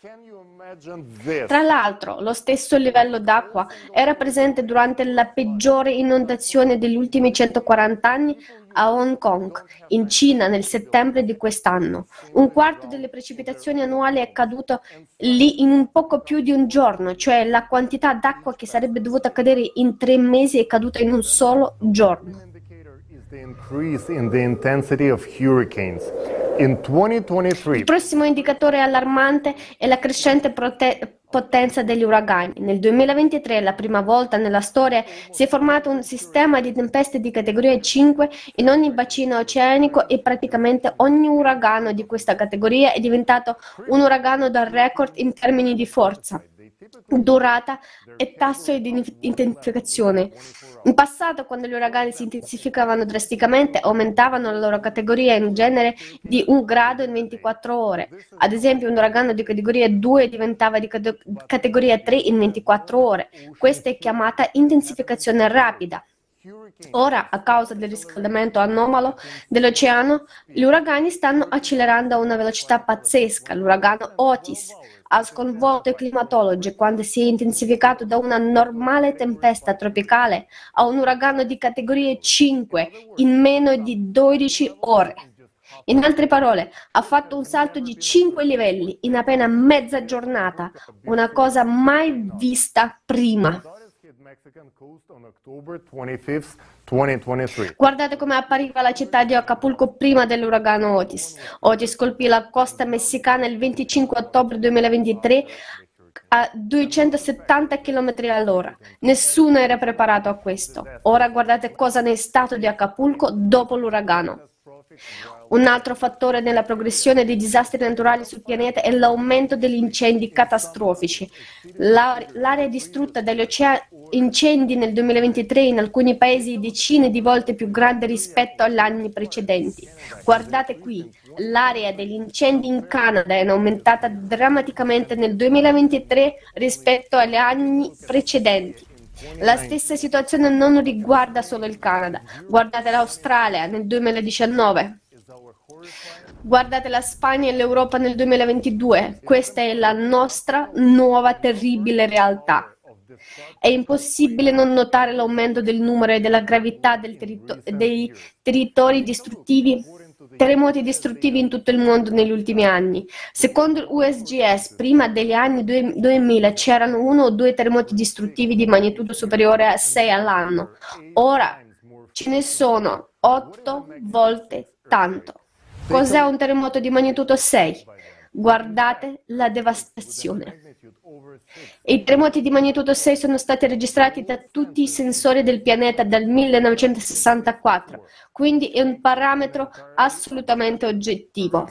Tra l'altro, lo stesso livello d'acqua era presente durante la peggiore inondazione degli ultimi centoquaranta anni a Hong Kong, in Cina, nel settembre di quest'anno. Un quarto delle precipitazioni annuali è caduto lì in un poco più di un giorno, cioè la quantità d'acqua che sarebbe dovuta cadere in tre mesi è caduta in un solo giorno. Il prossimo indicatore allarmante è la crescente prote- potenza degli uragani. Nel duemilaventitré, la prima volta nella storia, si è formato un sistema di tempeste di categoria cinque in ogni bacino oceanico e praticamente ogni uragano di questa categoria è diventato un uragano dal record in termini di forza, durata e tasso di intensificazione. In passato, quando gli uragani si intensificavano drasticamente, aumentavano la loro categoria in genere di un grado in ventiquattro ore. Ad esempio, un uragano di categoria due diventava di cate- categoria tre in ventiquattro ore. Questa è chiamata intensificazione rapida. Ora, a causa del riscaldamento anomalo dell'oceano, gli uragani stanno accelerando a una velocità pazzesca. L'uragano Otis ha sconvolto i climatologi quando si è intensificato da una normale tempesta tropicale a un uragano di categoria cinque in meno di dodici ore. In altre parole, ha fatto un salto di cinque livelli in appena mezza giornata, una cosa mai vista prima. Guardate come appariva la città di Acapulco prima dell'uragano Otis. Otis colpì la costa messicana il venticinque ottobre duemilaventitré a duecentosettanta chilometri all'ora. Nessuno era preparato a questo. Ora guardate cosa ne è stato di Acapulco dopo l'uragano. Un altro fattore nella progressione dei disastri naturali sul pianeta è l'aumento degli incendi catastrofici. La, l'area distrutta dagli oceani, incendi nel duemilaventitré in alcuni paesi decine di volte più grande rispetto agli anni precedenti. Guardate qui, l'area degli incendi in Canada è aumentata drammaticamente nel duemilaventitré rispetto agli anni precedenti. La stessa situazione non riguarda solo il Canada. Guardate l'Australia nel duemiladiciannove. Guardate la Spagna e l'Europa nel duemilaventidue. Questa è la nostra nuova terribile realtà. È impossibile non notare l'aumento del numero e della gravità del territo- dei territori distruttivi, terremoti distruttivi in tutto il mondo negli ultimi anni. Secondo il U S G S, prima degli anni duemila c'erano uno o due terremoti distruttivi di magnitudo superiore a sei all'anno. Ora ce ne sono otto volte tanto. Cos'è un terremoto di magnitudo sei? Guardate la devastazione. I terremoti di magnitudo sei sono stati registrati da tutti i sensori del pianeta dal millenovecentosessantaquattro, quindi è un parametro assolutamente oggettivo.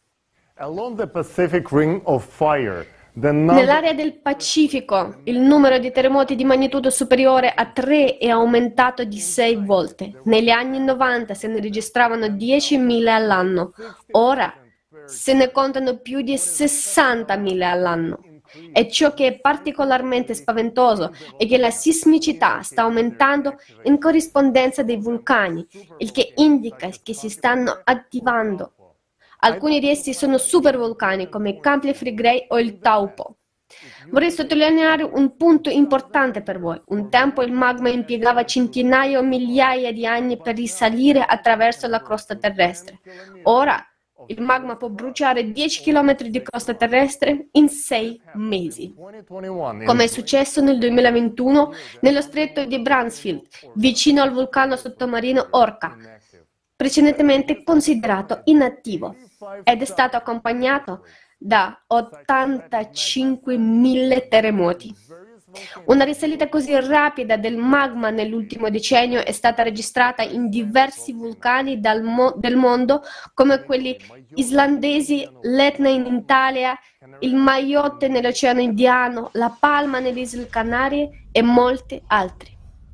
Nell'area del Pacifico il numero di terremoti di magnitudo superiore a tre è aumentato di sei volte. Negli anni novanta se ne registravano diecimila all'anno, ora se ne contano più di sessantamila all'anno. E ciò che è particolarmente spaventoso è che la sismicità sta aumentando in corrispondenza dei vulcani, il che indica che si stanno attivando. Alcuni di essi sono supervulcani come il Camp Flegrei o il Taupo. Vorrei sottolineare un punto importante per voi. Un tempo il magma impiegava centinaia o migliaia di anni per risalire attraverso la crosta terrestre. Ora il magma può bruciare dieci chilometri di crosta terrestre in sei mesi, come è successo nel duemilaventuno nello stretto di Bransfield, vicino al vulcano sottomarino Orca, precedentemente considerato inattivo, ed è stato accompagnato da ottantacinquemila terremoti. Una risalita così rapida del magma nell'ultimo decennio è stata registrata in diversi vulcani dal mo- del mondo, come quelli islandesi, l'Etna in Italia, il Mayotte nell'Oceano Indiano, la Palma nelle Isole Canarie e molti altri.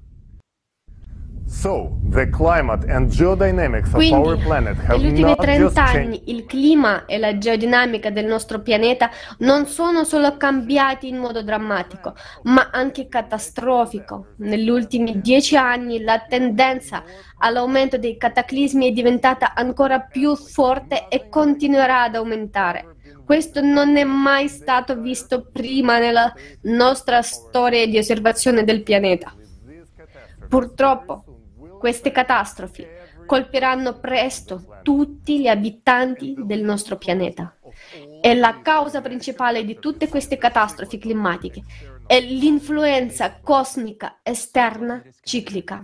Quindi, negli ultimi trenta anni il clima e la geodinamica del nostro pianeta non sono solo cambiati in modo drammatico, ma anche catastrofico. Negli ultimi dieci anni la tendenza all'aumento dei cataclismi è diventata ancora più forte e continuerà ad aumentare. Questo non è mai stato visto prima nella nostra storia di osservazione del pianeta. Purtroppo, queste catastrofi colpiranno presto tutti gli abitanti del nostro pianeta. E la causa principale di tutte queste catastrofi climatiche è l'influenza cosmica esterna ciclica.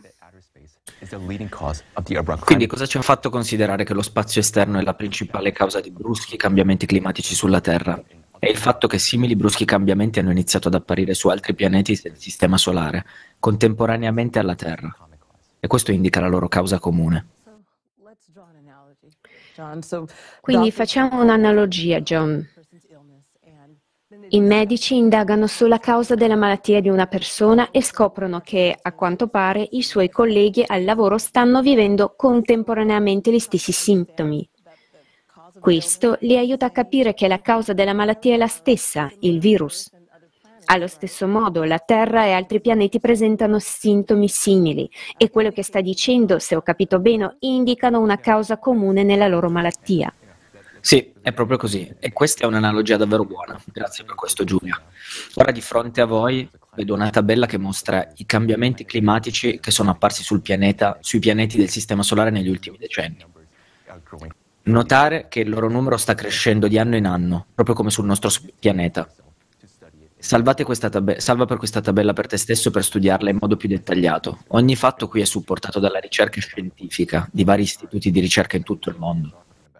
Quindi cosa ci ha fatto considerare che lo spazio esterno è la principale causa di bruschi cambiamenti climatici sulla Terra? È il fatto che simili bruschi cambiamenti hanno iniziato ad apparire su altri pianeti del Sistema Solare, contemporaneamente alla Terra. E questo indica la loro causa comune. Quindi facciamo un'analogia, John. I medici indagano sulla causa della malattia di una persona e scoprono che, a quanto pare, i suoi colleghi al lavoro stanno vivendo contemporaneamente gli stessi sintomi. Questo li aiuta a capire che la causa della malattia è la stessa, il virus. Allo stesso modo, la Terra e altri pianeti presentano sintomi simili e quello che sta dicendo, se ho capito bene, indicano una causa comune nella loro malattia. Sì, è proprio così. E questa è un'analogia davvero buona. Grazie per questo, Giulia. Ora di fronte a voi vedo una tabella che mostra i cambiamenti climatici che sono apparsi sul pianeta, sui pianeti del Sistema Solare negli ultimi decenni. Notare che il loro numero sta crescendo di anno in anno, proprio come sul nostro pianeta. Salvate questa tab- salva per questa tabella per te stesso per studiarla in modo più dettagliato. Ogni fatto qui è supportato dalla ricerca scientifica di vari istituti di ricerca in tutto il mondo.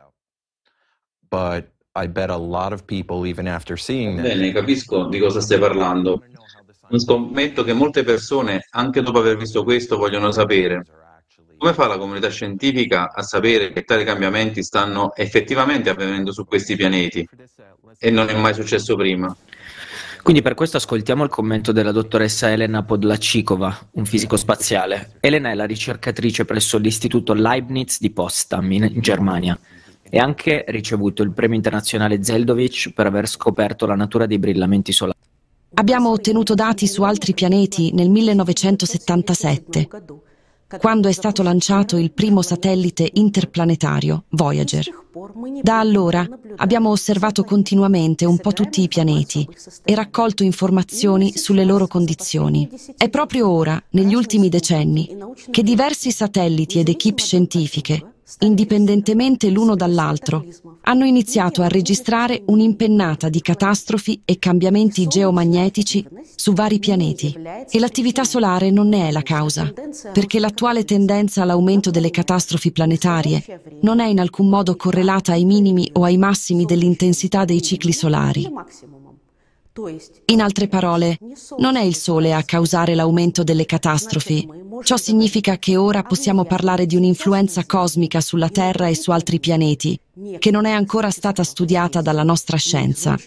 But I bet a lot of people, even after seeing that... Bene, capisco di cosa stai parlando. Scommetto che molte persone, anche dopo aver visto questo, vogliono sapere come fa la comunità scientifica a sapere che tali cambiamenti stanno effettivamente avvenendo su questi pianeti e non è mai successo prima. Quindi per questo ascoltiamo il commento della dottoressa Elena Podlacikova, un fisico spaziale. Elena è la ricercatrice presso l'istituto Leibniz di Potsdam, in, in Germania, e ha anche ricevuto il premio internazionale Zeldovich per aver scoperto la natura dei brillamenti solari. Abbiamo ottenuto dati su altri pianeti nel millenovecentosettantasette, quando è stato lanciato il primo satellite interplanetario, Voyager. Da allora abbiamo osservato continuamente un po' tutti i pianeti e raccolto informazioni sulle loro condizioni. È proprio ora, negli ultimi decenni, che diversi satelliti ed equip scientifiche, indipendentemente l'uno dall'altro, hanno iniziato a registrare un'impennata di catastrofi e cambiamenti geomagnetici su vari pianeti. E l'attività solare non ne è la causa, perché l'attuale tendenza all'aumento delle catastrofi planetarie non è in alcun modo correlata ai minimi o ai massimi dell'intensità dei cicli solari. In altre parole, non è il Sole a causare l'aumento delle catastrofi. Ciò significa che ora possiamo parlare di un'influenza cosmica sulla Terra e su altri pianeti, che non è ancora stata studiata dalla nostra scienza.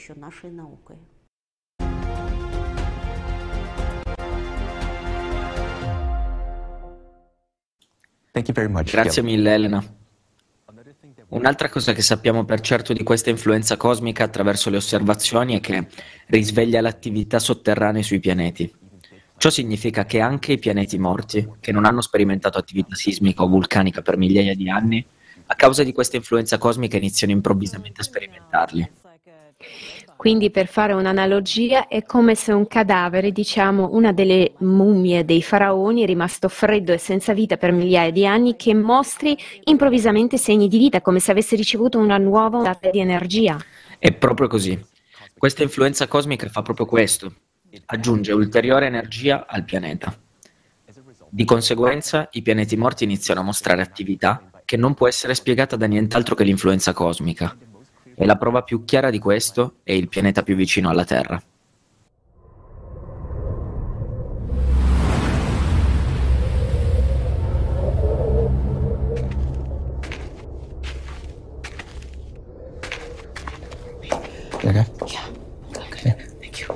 Grazie mille, Elena. Un'altra cosa che sappiamo per certo di questa influenza cosmica attraverso le osservazioni è che risveglia l'attività sotterranea sui pianeti. Ciò significa che anche i pianeti morti, che non hanno sperimentato attività sismica o vulcanica per migliaia di anni, a causa di questa influenza cosmica iniziano improvvisamente a sperimentarli. Quindi, per fare un'analogia, è come se un cadavere, diciamo una delle mummie dei faraoni, rimasto freddo e senza vita per migliaia di anni, che mostri improvvisamente segni di vita, come se avesse ricevuto una nuova ondata di energia. È proprio così. Questa influenza cosmica fa proprio questo, aggiunge ulteriore energia al pianeta. Di conseguenza, i pianeti morti iniziano a mostrare attività che non può essere spiegata da nient'altro che l'influenza cosmica. E la prova più chiara di questo è il pianeta più vicino alla Terra. Okay? Yeah. Okay. Thank you.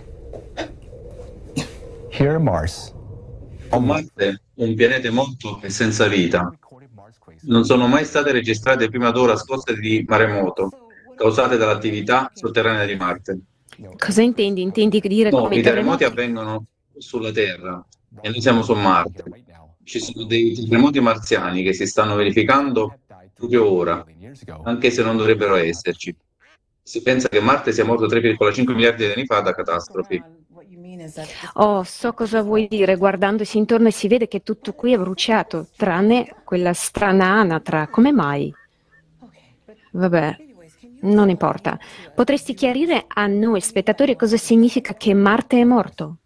Here Mars. On Marte, un pianeta morto e senza vita. Non sono mai state registrate prima d'ora scosse di maremoto causate dall'attività sotterranea di Marte. Cosa intendi? Intendi dire No, come i i terremoti terremoti? avvengono sulla Terra e noi siamo su Marte. Ci sono dei terremoti marziani che si stanno verificando proprio ora, anche se non dovrebbero esserci. Si pensa che Marte sia morto tre virgola cinque miliardi di anni fa da catastrofi. Oh, so cosa vuoi dire. Guardandosi intorno si vede che tutto qui è bruciato, tranne quella strana anatra. Come mai? Vabbè, non importa. Potresti chiarire a noi spettatori cosa significa che Marte è morto?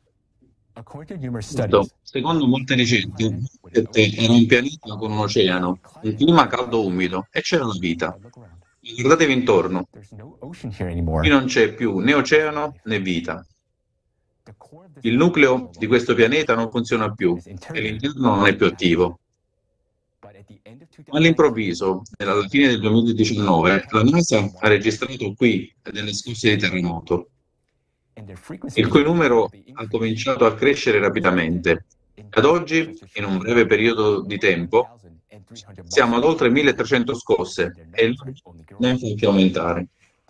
Secondo molte ricerche, Marte era un pianeta con un oceano, un clima caldo umido e c'era la vita. Guardatevi intorno. Qui non c'è più né oceano né vita. Il nucleo di questo pianeta non funziona più e l'interno non è più attivo. All'improvviso, alla fine del duemiladiciannove, la NASA ha registrato qui delle scosse di terremoto, il cui numero ha cominciato a crescere rapidamente. Ad oggi, in un breve periodo di tempo, siamo ad oltre milletrecento scosse e il numero non fa più aumentare.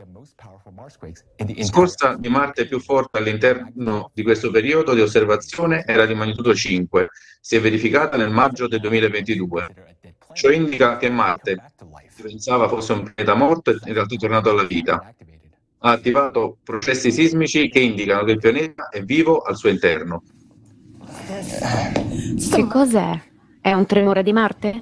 La scossa di Marte più forte all'interno di questo periodo di osservazione era di magnitudo cinque, si è verificata nel maggio del duemilaventidue. Ciò indica che Marte, si pensava fosse un pianeta morto, in realtà è tornato alla vita. Ha attivato processi sismici che indicano che il pianeta è vivo al suo interno. Che cos'è? È un tremore di Marte?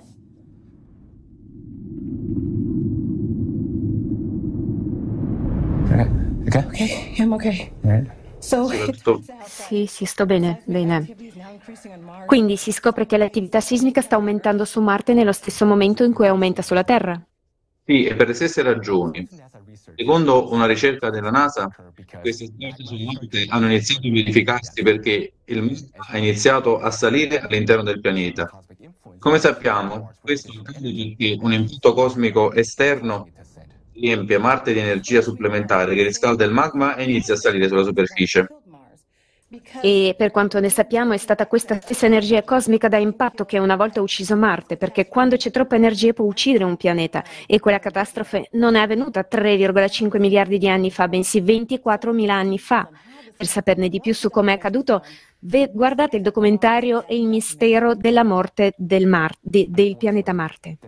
Okay? Okay, I'm okay. So Sì, sì, sto bene, bene. Quindi si scopre che l'attività sismica sta aumentando su Marte nello stesso momento in cui aumenta sulla Terra. Sì, e per le stesse ragioni. Secondo una ricerca della NASA, queste scosse su Marte hanno iniziato a verificarsi perché il magma ha iniziato a salire all'interno del pianeta. Come sappiamo, questo accade perché un impatto cosmico esterno riempie Marte di energia supplementare che riscalda il magma e inizia a salire sulla superficie. E per quanto ne sappiamo è stata questa stessa energia cosmica da impatto che una volta ha ucciso Marte, perché quando c'è troppa energia può uccidere un pianeta, e quella catastrofe non è avvenuta tre virgola cinque miliardi di anni fa, bensì ventiquattromila anni fa. Per saperne di più su come è accaduto, ve- guardate il documentario E il mistero della morte del, Mar- de- del pianeta Marte.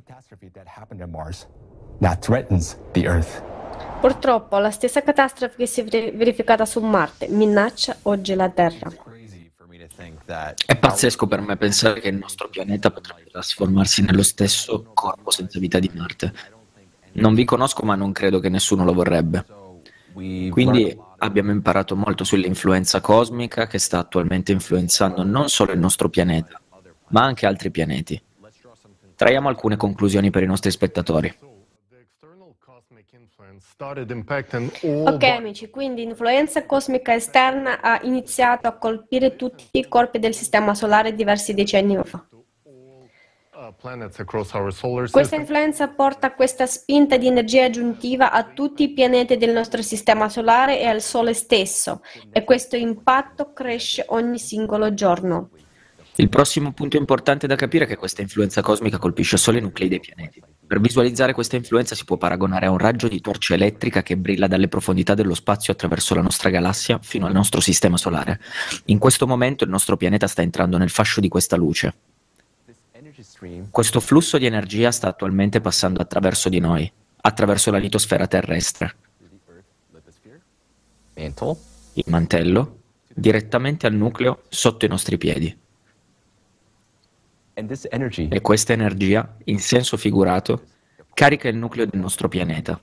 Purtroppo la stessa catastrofe che si è verificata su Marte minaccia oggi la Terra. È pazzesco per me pensare che il nostro pianeta potrebbe trasformarsi nello stesso corpo senza vita di Marte. Non vi conosco, ma non credo che nessuno lo vorrebbe. Quindi abbiamo imparato molto sull'influenza cosmica che sta attualmente influenzando non solo il nostro pianeta, ma anche altri pianeti. Traiamo alcune conclusioni per i nostri spettatori. Ok amici, quindi l'influenza cosmica esterna ha iniziato a colpire tutti i corpi del Sistema Solare diversi decenni fa. Questa influenza porta questa spinta di energia aggiuntiva a tutti i pianeti del nostro Sistema Solare e al Sole stesso, e questo impatto cresce ogni singolo giorno. Il prossimo punto importante da capire è che questa influenza cosmica colpisce solo i nuclei dei pianeti. Per visualizzare questa influenza si può paragonare a un raggio di torcia elettrica che brilla dalle profondità dello spazio attraverso la nostra galassia fino al nostro Sistema Solare. In questo momento il nostro pianeta sta entrando nel fascio di questa luce. Questo flusso di energia sta attualmente passando attraverso di noi, attraverso la litosfera terrestre, il mantello, direttamente al nucleo sotto i nostri piedi. E questa energia, in senso figurato, carica il nucleo del nostro pianeta.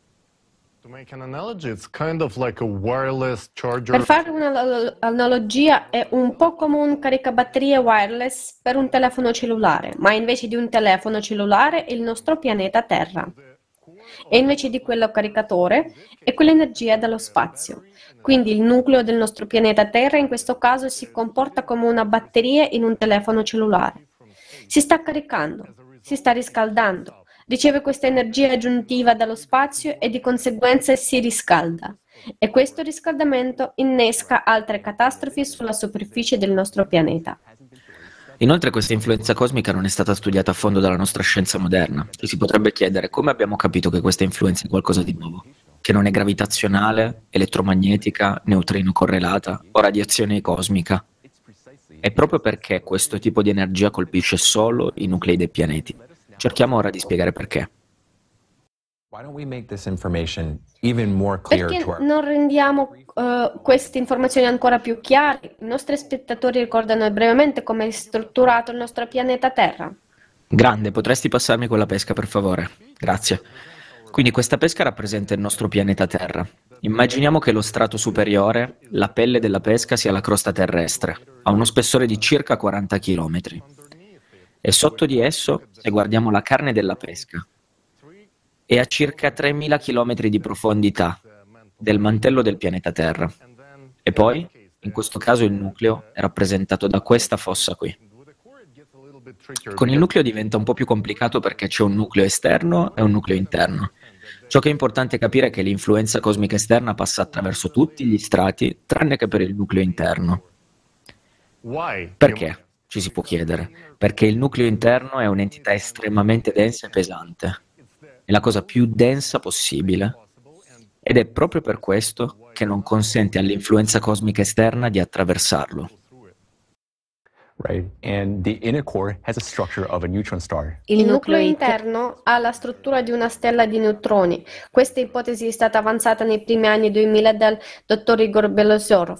Per fare un'analogia, è un po' come un caricabatterie wireless per un telefono cellulare, ma invece di un telefono cellulare è il nostro pianeta Terra. E invece di quello caricatore è quell'energia dallo spazio. Quindi il nucleo del nostro pianeta Terra in questo caso si comporta come una batteria in un telefono cellulare. Si sta caricando, si sta riscaldando, riceve questa energia aggiuntiva dallo spazio e di conseguenza si riscalda. E questo riscaldamento innesca altre catastrofi sulla superficie del nostro pianeta. Inoltre questa influenza cosmica non è stata studiata a fondo dalla nostra scienza moderna e si potrebbe chiedere come abbiamo capito che questa influenza è qualcosa di nuovo, che non è gravitazionale, elettromagnetica, neutrino correlata o radiazione cosmica. È proprio perché questo tipo di energia colpisce solo i nuclei dei pianeti. Cerchiamo ora di spiegare perché. Perché non rendiamo uh, queste informazioni ancora più chiare? I nostri spettatori ricordano brevemente come è strutturato il nostro pianeta Terra. Grande, potresti passarmi quella pesca per favore? Grazie. Quindi questa pesca rappresenta il nostro pianeta Terra. Immaginiamo che lo strato superiore, la pelle della pesca, sia la crosta terrestre, ha uno spessore di circa quaranta chilometri. E sotto di esso, se guardiamo la carne della pesca, è a circa tremila chilometri di profondità del mantello del pianeta Terra. E poi, in questo caso, il nucleo è rappresentato da questa fossa qui. Con il nucleo diventa un po' più complicato perché c'è un nucleo esterno e un nucleo interno. Ciò che è importante capire è che l'influenza cosmica esterna passa attraverso tutti gli strati, tranne che per il nucleo interno. Perché? Ci si può chiedere. Perché il nucleo interno è un'entità estremamente densa e pesante. È la cosa più densa possibile. Ed è proprio per questo che non consente all'influenza cosmica esterna di attraversarlo. Il nucleo interno ha la struttura di una stella di neutroni. Questa ipotesi è stata avanzata nei primi anni duemila dal dottor Igor Belousov.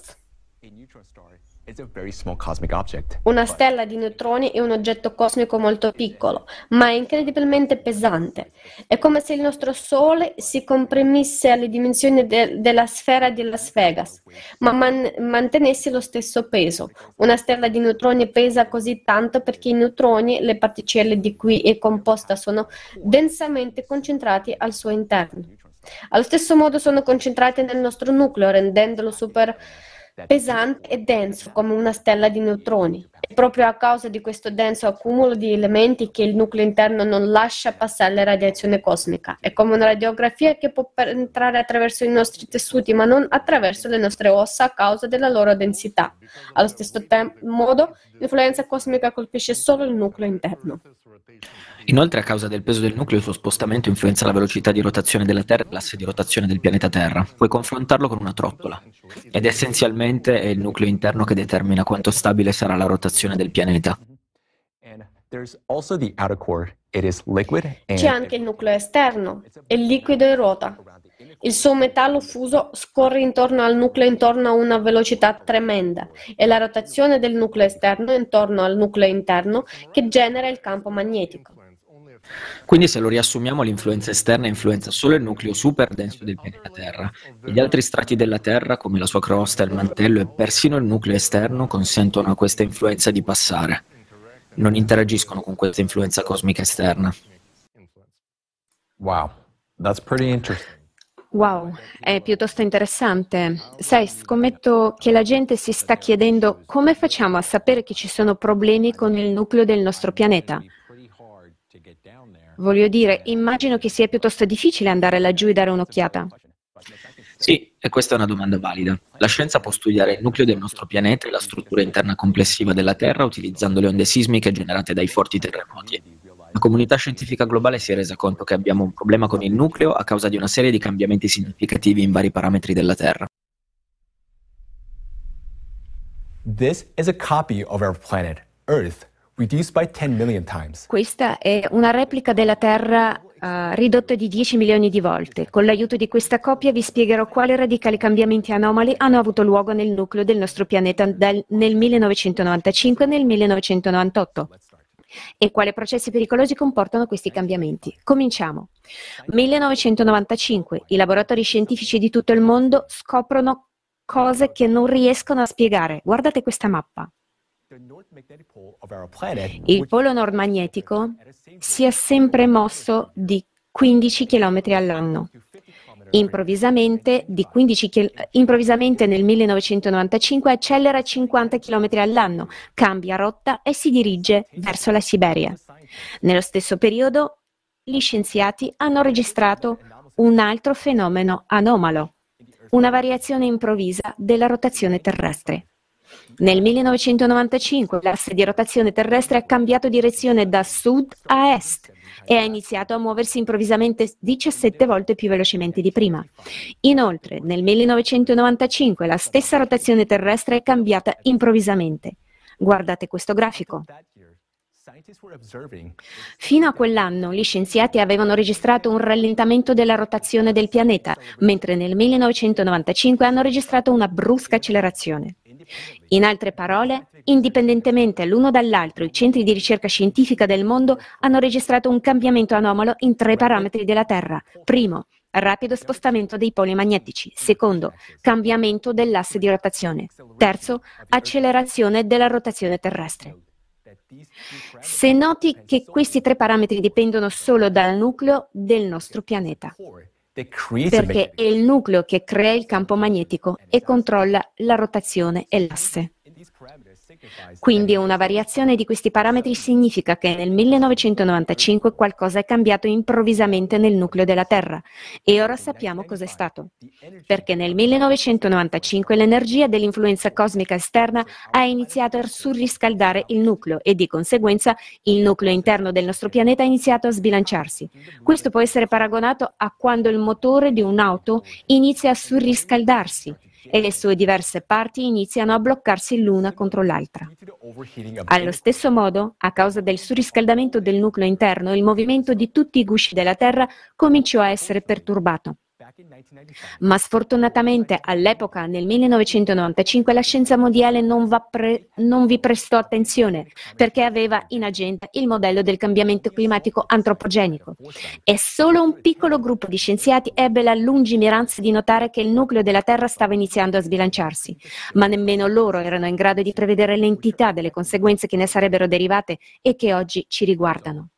Una stella di neutroni è un oggetto cosmico molto piccolo, ma è incredibilmente pesante. È come se il nostro Sole si comprimesse alle dimensioni de- della sfera di Las Vegas, ma man- mantenesse lo stesso peso. Una stella di neutroni pesa così tanto perché i neutroni, le particelle di cui è composta, sono densamente concentrati al suo interno. Allo stesso modo sono concentrati nel nostro nucleo, rendendolo super pesante e denso come una stella di neutroni. È proprio a causa di questo denso accumulo di elementi che il nucleo interno non lascia passare la radiazione cosmica. È come una radiografia che può entrare attraverso i nostri tessuti, ma non attraverso le nostre ossa a causa della loro densità. Allo stesso modo, l'influenza cosmica colpisce solo il nucleo interno. Inoltre, a causa del peso del nucleo, il suo spostamento influenza la velocità di rotazione della Terra e l'asse di rotazione del pianeta Terra. Puoi confrontarlo con una trottola. Ed essenzialmente è il nucleo interno che determina quanto stabile sarà la rotazione del pianeta. C'è anche il nucleo esterno, è liquido e ruota. Il suo metallo fuso scorre intorno al nucleo intorno a una velocità tremenda e la rotazione del nucleo esterno intorno al nucleo interno che genera il campo magnetico. Quindi, se lo riassumiamo, l'influenza esterna influenza solo il nucleo super denso del pianeta Terra e gli altri strati della Terra, come la sua crosta, il mantello e persino il nucleo esterno, consentono a questa influenza di passare. Non interagiscono con questa influenza cosmica esterna. Wow, that's pretty interesting. Wow, è piuttosto interessante. Sai, scommetto che la gente si sta chiedendo come facciamo a sapere che ci sono problemi con il nucleo del nostro pianeta. Voglio dire, immagino che sia piuttosto difficile andare laggiù e dare un'occhiata. Sì, e questa è una domanda valida. La scienza può studiare il nucleo del nostro pianeta e la struttura interna complessiva della Terra utilizzando le onde sismiche generate dai forti terremoti. La comunità scientifica globale si è resa conto che abbiamo un problema con il nucleo a causa di una serie di cambiamenti significativi in vari parametri della Terra. This is a copy of our planet, Earth, reduced by ten million times. Questa è una replica della Terra uh, ridotta di dieci milioni di volte. Con l'aiuto di questa copia vi spiegherò quali radicali cambiamenti anomali hanno avuto luogo nel nucleo del nostro pianeta dal, nel millenovecentonovantacinque e nel millenovecentonovantotto. E quali processi pericolosi comportano questi cambiamenti. Cominciamo. millenovecentonovantacinque. I laboratori scientifici di tutto il mondo scoprono cose che non riescono a spiegare. Guardate questa mappa. Il polo nord magnetico si è sempre mosso di quindici chilometri all'anno. Improvvisamente, di quindici chil- improvvisamente nel millenovecentonovantacinque accelera cinquanta chilometri all'anno, cambia rotta e si dirige verso la Siberia. Nello stesso periodo, gli scienziati hanno registrato un altro fenomeno anomalo, una variazione improvvisa della rotazione terrestre. Nel millenovecentonovantacinque l'asse di rotazione terrestre ha cambiato direzione da sud a est e ha iniziato a muoversi improvvisamente diciassette volte più velocemente di prima. Inoltre, nel millenovecentonovantacinque la stessa rotazione terrestre è cambiata improvvisamente. Guardate questo grafico. Fino a quell'anno gli scienziati avevano registrato un rallentamento della rotazione del pianeta, mentre nel millenovecentonovantacinque hanno registrato una brusca accelerazione. In altre parole, indipendentemente l'uno dall'altro, i centri di ricerca scientifica del mondo hanno registrato un cambiamento anomalo in tre parametri della Terra. Primo, rapido spostamento dei poli magnetici. Secondo, cambiamento dell'asse di rotazione. Terzo, accelerazione della rotazione terrestre. Se noti che questi tre parametri dipendono solo dal nucleo del nostro pianeta, perché è il nucleo che crea il campo magnetico e controlla la rotazione e l'asse. Quindi una variazione di questi parametri significa che nel millenovecentonovantacinque qualcosa è cambiato improvvisamente nel nucleo della Terra e ora sappiamo cos'è stato. Perché nel millenovecentonovantacinque l'energia dell'influenza cosmica esterna ha iniziato a surriscaldare il nucleo e di conseguenza il nucleo interno del nostro pianeta ha iniziato a sbilanciarsi. Questo può essere paragonato a quando il motore di un'auto inizia a surriscaldarsi e le sue diverse parti iniziano a bloccarsi l'una contro l'altra. Allo stesso modo, a causa del surriscaldamento del nucleo interno, il movimento di tutti i gusci della Terra cominciò a essere perturbato. Ma sfortunatamente all'epoca, nel millenovecentonovantacinque, la scienza mondiale non, va pre- non vi prestò attenzione perché aveva in agenda il modello del cambiamento climatico antropogenico. E solo un piccolo gruppo di scienziati ebbe la lungimiranza di notare che il nucleo della Terra stava iniziando a sbilanciarsi, ma nemmeno loro erano in grado di prevedere l'entità delle conseguenze che ne sarebbero derivate e che oggi ci riguardano.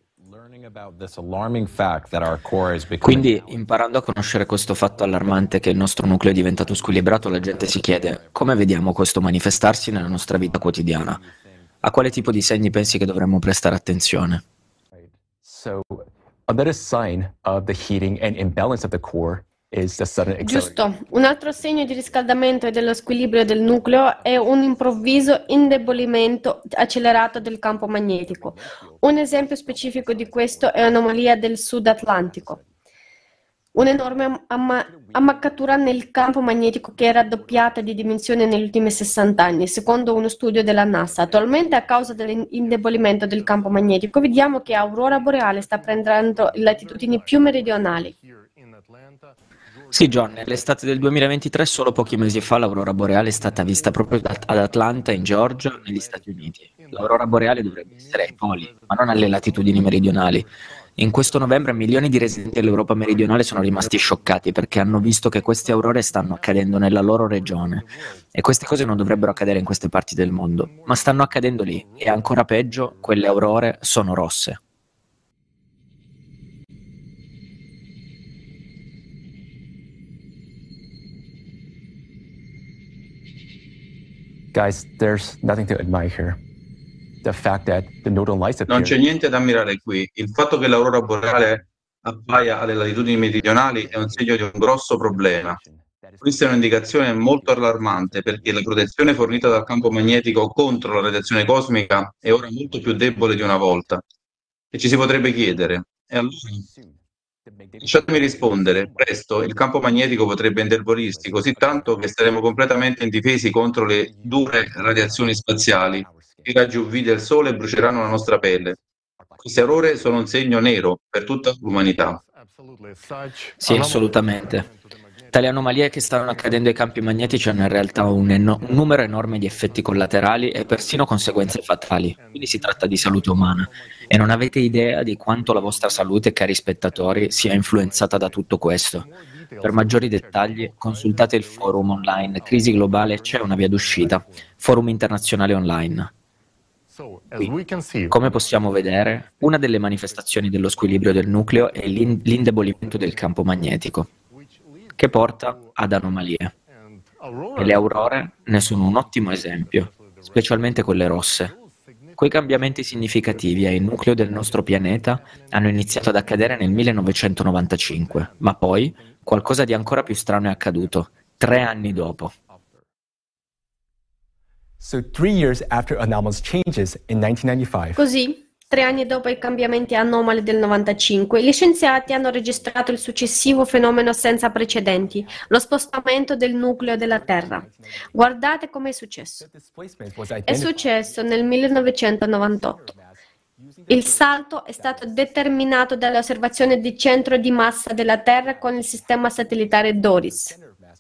Quindi, imparando a conoscere questo fatto allarmante che il nostro nucleo è diventato squilibrato, la gente si chiede come vediamo questo manifestarsi nella nostra vita quotidiana. A quale tipo di segni pensi che dovremmo prestare attenzione? So, another sign of the heating and imbalance of the core is the sudden acceleration. Giusto. Un altro segno di riscaldamento e dello squilibrio del nucleo è un improvviso indebolimento accelerato del campo magnetico. Un esempio specifico di questo è l'anomalia del Sud Atlantico. Un'enorme amma- ammaccatura nel campo magnetico che è raddoppiata di dimensione negli ultimi sessanta anni, secondo uno studio della NASA. Attualmente, a causa dell'indebolimento del campo magnetico, vediamo che Aurora Boreale sta prendendo le latitudini più meridionali. Sì, John, nell'estate del duemilaventitré, solo pochi mesi fa, l'aurora boreale è stata vista proprio ad Atlanta, in Georgia, negli Stati Uniti. L'aurora boreale dovrebbe essere ai poli, ma non alle latitudini meridionali. In questo novembre milioni di residenti dell'Europa meridionale sono rimasti scioccati perché hanno visto che queste aurore stanno accadendo nella loro regione. E queste cose non dovrebbero accadere in queste parti del mondo, ma stanno accadendo lì. E ancora peggio, quelle aurore sono rosse. Guys, there's nothing to admire here. The fact that the northern lights appear. Non c'è niente da ammirare qui. Il fatto che l'aurora boreale appaia alle latitudini meridionali è un segno di un grosso problema. Questa è un'indicazione molto allarmante perché la protezione fornita dal campo magnetico contro la radiazione cosmica è ora molto più debole di una volta. E ci si potrebbe chiedere, e allora, lasciatemi rispondere, presto il campo magnetico potrebbe indebolirsi così tanto che saremo completamente indifesi contro le dure radiazioni spaziali. I raggi U V del Sole bruceranno la nostra pelle. Queste aurore sono un segno nero per tutta l'umanità. Sì, assolutamente. Tali anomalie che stanno accadendo ai campi magnetici hanno in realtà un, eno- un numero enorme di effetti collaterali e persino conseguenze fatali. Quindi si tratta di salute umana. E non avete idea di quanto la vostra salute, cari spettatori, sia influenzata da tutto questo. Per maggiori dettagli, consultate il forum online Crisi Globale, c'è una via d'uscita, Forum Internazionale Online. Qui, come possiamo vedere, una delle manifestazioni dello squilibrio del nucleo è l'in- l'indebolimento del campo magnetico, che porta ad anomalie. E le aurore ne sono un ottimo esempio, specialmente quelle rosse. Quei cambiamenti significativi ai nucleo del nostro pianeta hanno iniziato ad accadere nel millenovecentonovantacinque, ma poi qualcosa di ancora più strano è accaduto, tre anni dopo. So three years after anomalous changes in nineteen ninety-five. Così, tre anni dopo i cambiamenti anomali del novantacinque, gli scienziati hanno registrato il successivo fenomeno senza precedenti, lo spostamento del nucleo della Terra. Guardate come è successo. È successo nel millenovecentonovantotto. Il salto è stato determinato dall'osservazione di centro di massa della Terra con il sistema satellitare DORIS.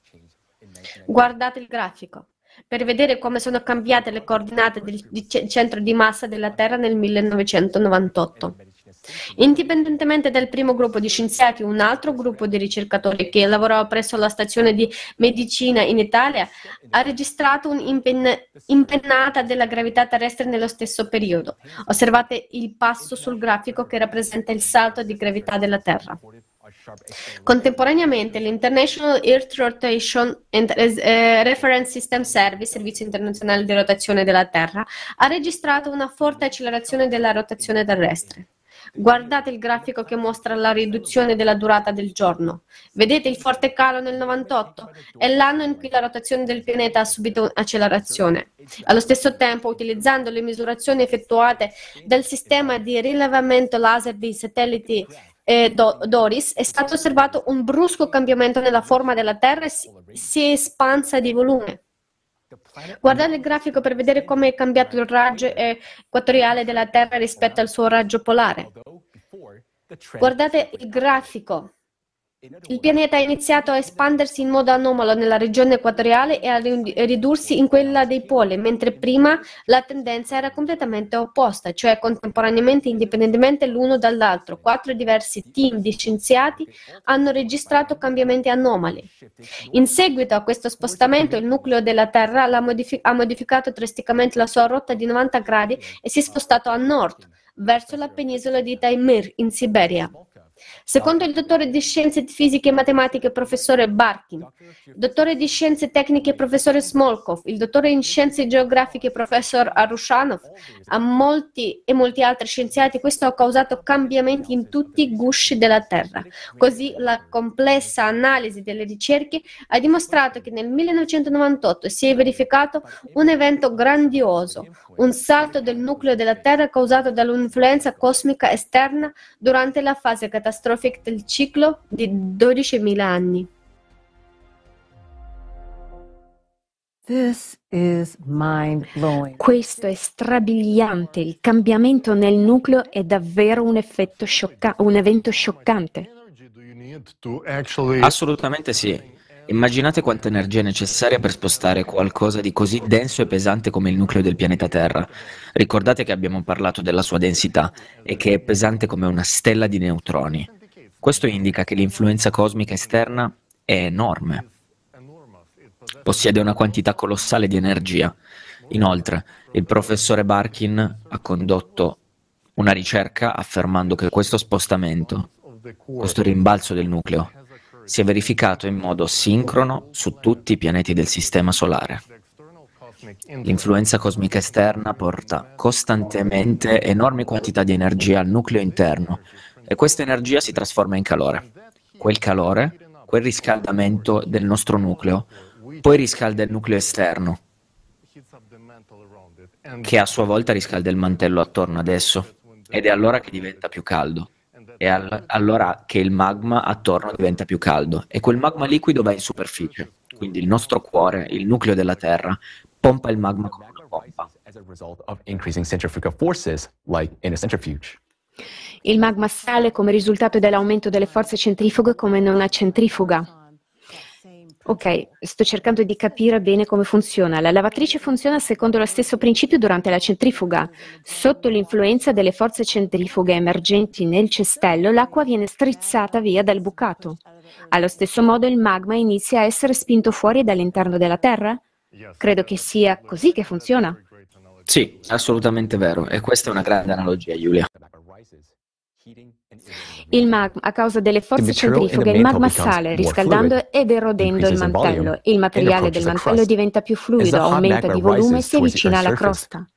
Guardate il grafico per vedere come sono cambiate le coordinate del di centro di massa della Terra nel millenovecentonovantotto. Indipendentemente dal primo gruppo di scienziati, un altro gruppo di ricercatori che lavorava presso la stazione di medicina in Italia ha registrato un'impennata della gravità terrestre nello stesso periodo. Osservate il passo sul grafico che rappresenta il salto di gravità della Terra. Contemporaneamente, l'International Earth Rotation and Reference System Service, Servizio internazionale di rotazione della Terra, ha registrato una forte accelerazione della rotazione terrestre. Guardate il grafico che mostra la riduzione della durata del giorno. Vedete il forte calo nel novantotto? È l'anno in cui la rotazione del pianeta ha subito un'accelerazione. Allo stesso tempo, utilizzando le misurazioni effettuate dal sistema di rilevamento laser dei satelliti Eh, Do- Doris, è stato osservato un brusco cambiamento nella forma della Terra e si, si è espansa di volume. Guardate il grafico per vedere come è cambiato il raggio equatoriale della Terra rispetto al suo raggio polare. Guardate il grafico. Il pianeta ha iniziato a espandersi in modo anomalo nella regione equatoriale e a ridursi in quella dei poli, mentre prima la tendenza era completamente opposta, cioè contemporaneamente, indipendentemente l'uno dall'altro. Quattro diversi team di scienziati hanno registrato cambiamenti anomali. In seguito a questo spostamento, il nucleo della Terra l'ha modifi- ha modificato drasticamente la sua rotta di novanta gradi e si è spostato a nord, verso la penisola di Taimyr, in Siberia. Secondo il dottore di scienze fisiche e matematiche professore Barkin, il dottore di scienze tecniche professore Smolkov, il dottore in scienze geografiche professor Arushanov, a molti e molti altri scienziati questo ha causato cambiamenti in tutti i gusci della Terra. Così la complessa analisi delle ricerche ha dimostrato che nel millenovecentonovantotto si è verificato un evento grandioso, un salto del nucleo della Terra causato dall'influenza cosmica esterna durante la fase catastrofica del ciclo di dodicimila anni. This is mind-blowing. Questo è strabiliante. Il cambiamento nel nucleo è davvero un, effetto sciocca- un evento scioccante. Assolutamente sì. Immaginate quanta energia è necessaria per spostare qualcosa di così denso e pesante come il nucleo del pianeta Terra. Ricordate che abbiamo parlato della sua densità e che è pesante come una stella di neutroni. Questo indica che l'influenza cosmica esterna è enorme. Possiede una quantità colossale di energia. Inoltre, il professore Barkin ha condotto una ricerca affermando che questo spostamento, questo rimbalzo del nucleo, si è verificato in modo sincrono su tutti i pianeti del Sistema Solare. L'influenza cosmica esterna porta costantemente enormi quantità di energia al nucleo interno e questa energia si trasforma in calore. Quel calore, quel riscaldamento del nostro nucleo, poi riscalda il nucleo esterno, che a sua volta riscalda il mantello attorno ad esso, ed è allora che diventa più caldo. È all- allora che il magma attorno diventa più caldo e quel magma liquido va in superficie. Quindi il nostro cuore, il nucleo della Terra, pompa il magma come una pompa. Il magma sale come risultato dell'aumento delle forze centrifughe come in una centrifuga. Ok, sto cercando di capire bene come funziona. La lavatrice funziona secondo lo stesso principio durante la centrifuga. Sotto l'influenza delle forze centrifughe emergenti nel cestello, l'acqua viene strizzata via dal bucato. Allo stesso modo il magma inizia a essere spinto fuori dall'interno della Terra? Credo che sia così che funziona. Sì, assolutamente vero. E questa è una grande analogia, Giulia. Il magma, a causa delle forze centrifughe, il magma sale, riscaldando ed erodendo il mantello. Il materiale del mantello diventa più fluido, aumenta di volume e si avvicina alla crosta.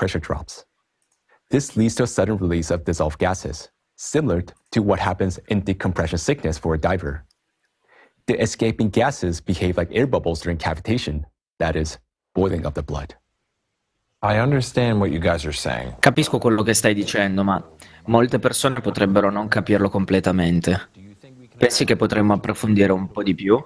This leads to a sudden release of dissolved gases, similar to what happens in decompression sickness for a diver. The escaping gases behave like air bubbles during cavitation, that is, boiling of the blood. I understand what you guys are saying. Capisco quello che stai dicendo, ma molte persone potrebbero non capirlo completamente. Pensi che potremmo approfondire un po' di più?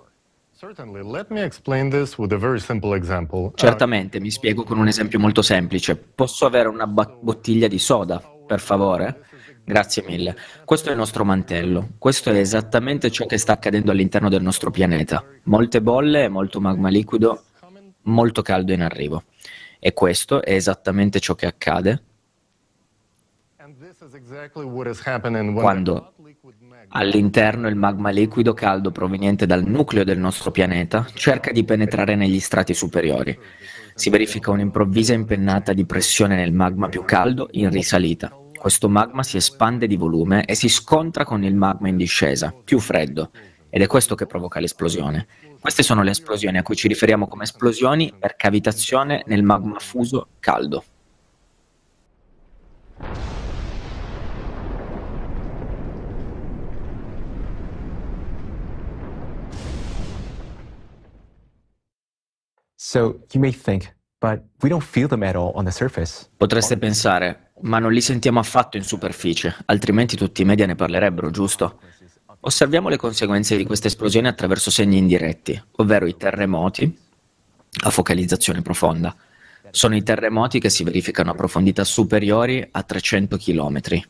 Certamente, mi spiego con un esempio molto semplice. Posso avere una bottiglia di soda, per favore? Grazie mille. Questo è il nostro mantello. Questo è esattamente ciò che sta accadendo all'interno del nostro pianeta. Molte bolle e molto magma liquido, molto caldo in arrivo. E questo è esattamente ciò che accade quando all'interno il magma liquido caldo proveniente dal nucleo del nostro pianeta cerca di penetrare negli strati superiori. Si verifica un'improvvisa impennata di pressione nel magma più caldo in risalita. Questo magma si espande di volume e si scontra con il magma in discesa, più freddo, ed è questo che provoca l'esplosione. Queste sono le esplosioni a cui ci riferiamo come esplosioni per cavitazione nel magma fuso caldo. So you may think, but we don't feel them at all on the surface. Potreste pensare, ma non li sentiamo affatto in superficie, altrimenti tutti i media ne parlerebbero, giusto? Osserviamo le conseguenze di queste esplosioni attraverso segni indiretti, ovvero i terremoti a focalizzazione profonda. Sono i terremoti che si verificano a profondità superiori a trecento chilometri.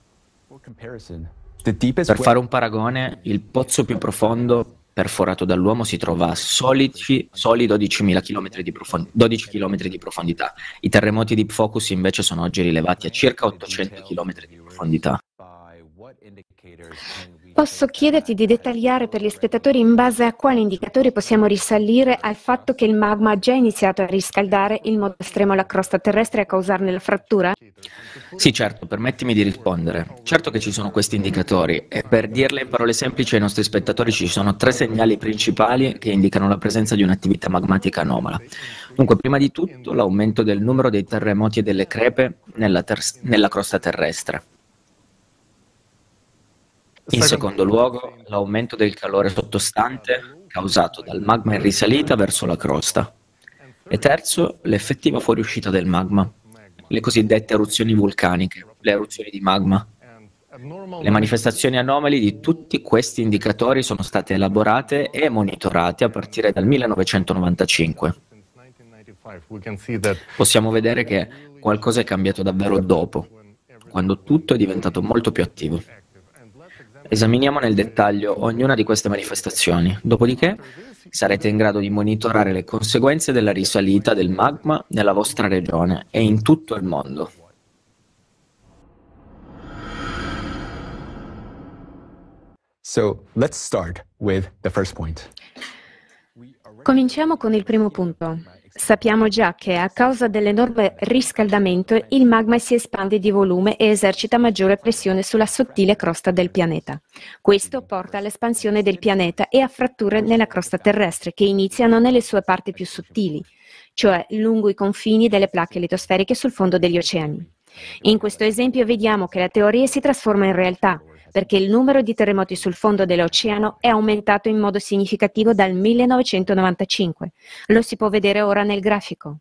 Per fare un paragone, il pozzo più profondo perforato dall'uomo si trova a soli, soli dodicimila chilometri di, profond- dodici chilometri di profondità. I terremoti Deep Focus invece sono oggi rilevati a circa ottocento chilometri di profondità. Posso chiederti di dettagliare per gli spettatori in base a quali indicatori possiamo risalire al fatto che il magma ha già iniziato a riscaldare in modo estremo la crosta terrestre e a causarne la frattura? Sì, certo, permettimi di rispondere. Certo che ci sono questi indicatori e per dirle in parole semplici ai nostri spettatori ci sono tre segnali principali che indicano la presenza di un'attività magmatica anomala. Dunque, prima di tutto, l'aumento del numero dei terremoti e delle crepe nella, ter- nella crosta terrestre. In secondo luogo, l'aumento del calore sottostante causato dal magma in risalita verso la crosta. E terzo, l'effettiva fuoriuscita del magma, le cosiddette eruzioni vulcaniche, le eruzioni di magma. Le manifestazioni anomali di tutti questi indicatori sono state elaborate e monitorate a partire dal millenovecentonovantacinque. Possiamo vedere che qualcosa è cambiato davvero dopo, quando tutto è diventato molto più attivo. Esaminiamo nel dettaglio ognuna di queste manifestazioni, dopodiché sarete in grado di monitorare le conseguenze della risalita del magma nella vostra regione e in tutto il mondo. So, let's start with the first point. Cominciamo con il primo punto. Sappiamo già che a causa dell'enorme riscaldamento il magma si espande di volume e esercita maggiore pressione sulla sottile crosta del pianeta. Questo porta all'espansione del pianeta e a fratture nella crosta terrestre che iniziano nelle sue parti più sottili, cioè lungo i confini delle placche litosferiche sul fondo degli oceani. In questo esempio vediamo che la teoria si trasforma in realtà, perché il numero di terremoti sul fondo dell'oceano è aumentato in modo significativo dal millenovecentonovantacinque. Lo si può vedere ora nel grafico.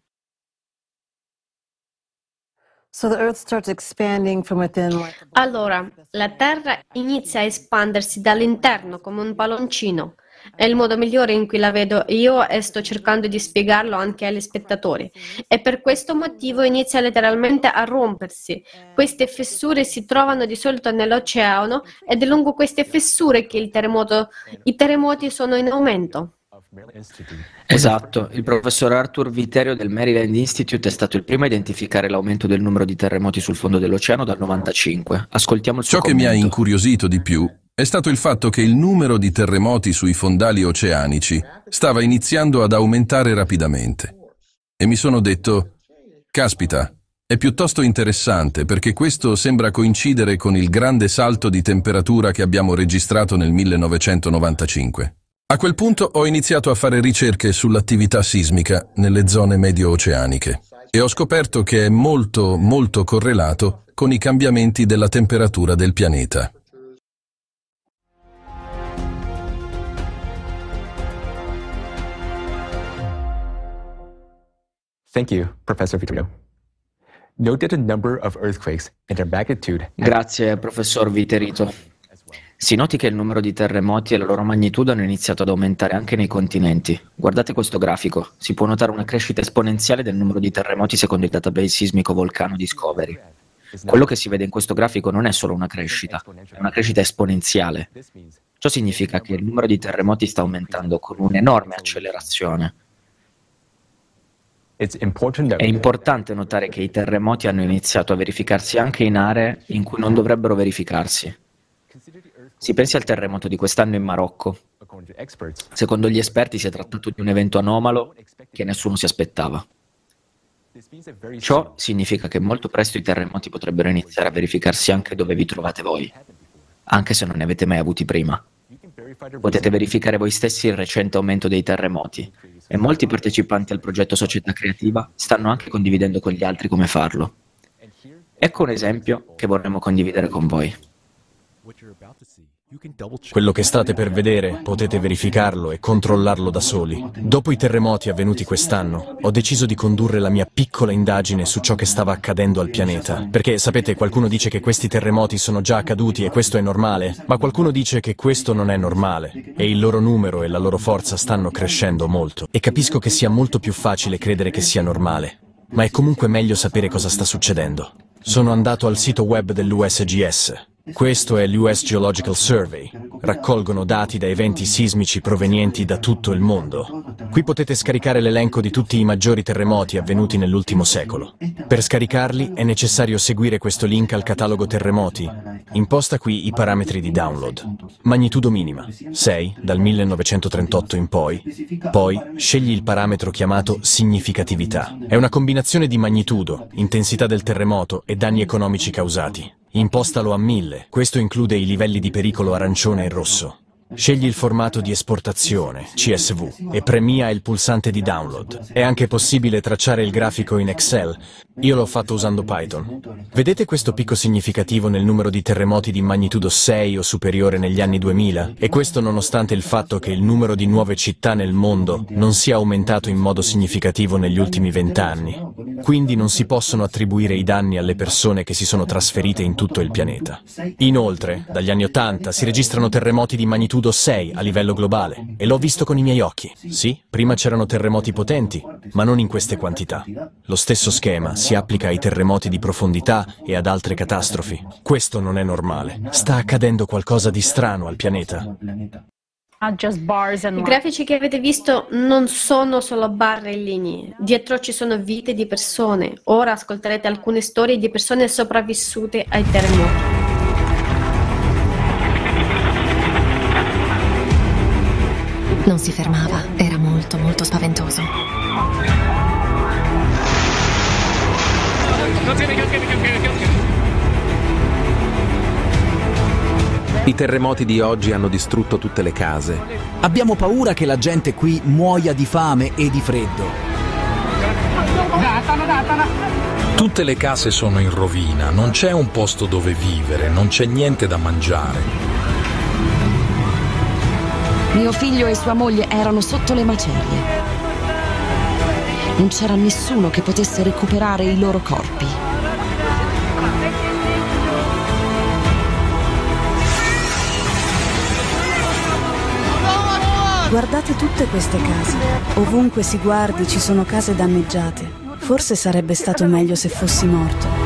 Allora, la Terra inizia a espandersi dall'interno come un palloncino. È il modo migliore in cui la vedo io e sto cercando di spiegarlo anche agli spettatori. E per questo motivo inizia letteralmente a rompersi. Queste fessure si trovano di solito nell'oceano ed è lungo queste fessure che il terremoto, i terremoti sono in aumento. Esatto, il professor Arthur Viterio del Maryland Institute è stato il primo a identificare l'aumento del numero di terremoti sul fondo dell'oceano dal novantacinque. Ascoltiamo il suo commento. Ciò che mi ha incuriosito di più è stato il fatto che il numero di terremoti sui fondali oceanici stava iniziando ad aumentare rapidamente. E mi sono detto, caspita, è piuttosto interessante perché questo sembra coincidere con il grande salto di temperatura che abbiamo registrato nel millenovecentonovantacinque. A quel punto ho iniziato a fare ricerche sull'attività sismica nelle zone medio-oceaniche e ho scoperto che è molto, molto correlato con i cambiamenti della temperatura del pianeta. Thank you, Professor Viterio. Note the number of earthquakes and their magnitude. Grazie, professor Viterito. Si noti che il numero di terremoti e la loro magnitudo hanno iniziato ad aumentare anche nei continenti. Guardate questo grafico. Si può notare una crescita esponenziale del numero di terremoti secondo il database sismico Volcano Discovery. Quello che si vede in questo grafico non è solo una crescita, è una crescita esponenziale. Ciò significa che il numero di terremoti sta aumentando con un'enorme accelerazione. È importante notare che i terremoti hanno iniziato a verificarsi anche in aree in cui non dovrebbero verificarsi. Si pensi al terremoto di quest'anno in Marocco. Secondo gli esperti si è trattato di un evento anomalo che nessuno si aspettava. Ciò significa che molto presto i terremoti potrebbero iniziare a verificarsi anche dove vi trovate voi, anche se non ne avete mai avuti prima. Potete verificare voi stessi il recente aumento dei terremoti e molti partecipanti al progetto Società Creativa stanno anche condividendo con gli altri come farlo. Ecco un esempio che vorremmo condividere con voi. Quello che state per vedere potete verificarlo e controllarlo da soli. Dopo i terremoti avvenuti quest'anno, ho deciso di condurre la mia piccola indagine su ciò che stava accadendo al pianeta. Perché, sapete, qualcuno dice che questi terremoti sono già accaduti e questo è normale, ma qualcuno dice che questo non è normale e il loro numero e la loro forza stanno crescendo molto. E capisco che sia molto più facile credere che sia normale, ma è comunque meglio sapere cosa sta succedendo. Sono andato al sito web dell'U S G S Questo è l'U S Geological Survey. Raccolgono dati da eventi sismici provenienti da tutto il mondo. Qui potete scaricare l'elenco di tutti i maggiori terremoti avvenuti nell'ultimo secolo. Per scaricarli è necessario seguire questo link al catalogo terremoti. Imposta qui i parametri di download. Magnitudo minima, sei, dal millenovecentotrentotto in poi. Poi scegli il parametro chiamato significatività. È una combinazione di magnitudo, intensità del terremoto e danni economici causati. Impostalo a mille. Questo include i livelli di pericolo arancione e rosso. Scegli il formato di esportazione, C S V, e premia il pulsante di download. È anche possibile tracciare il grafico in Excel. Io l'ho fatto usando Python. Vedete questo picco significativo nel numero di terremoti di magnitudo sei o superiore negli anni duemila? E questo nonostante il fatto che il numero di nuove città nel mondo non sia aumentato in modo significativo negli ultimi vent'anni. Quindi non si possono attribuire i danni alle persone che si sono trasferite in tutto il pianeta. Inoltre, dagli anni ottanta si registrano terremoti di magnitudo sei a livello globale, e l'ho visto con i miei occhi. Sì, prima c'erano terremoti potenti, ma non in queste quantità. Lo stesso schema si applica ai terremoti di profondità e ad altre catastrofi. Questo non è normale. Sta accadendo qualcosa di strano al pianeta. I grafici che avete visto non sono solo barre e linee, dietro ci sono vite di persone. Ora ascolterete alcune storie di persone sopravvissute ai terremoti. Non si fermava, era molto molto spaventoso. I terremoti di oggi hanno distrutto tutte le case. Abbiamo paura che la gente qui muoia di fame e di freddo. Tutte le case sono in rovina, non c'è un posto dove vivere, non c'è niente da mangiare. Mio figlio e sua moglie erano sotto le macerie. Non c'era nessuno che potesse recuperare i loro corpi. Guardate tutte queste case. Ovunque si guardi ci sono case danneggiate. Forse sarebbe stato meglio se fossi morto.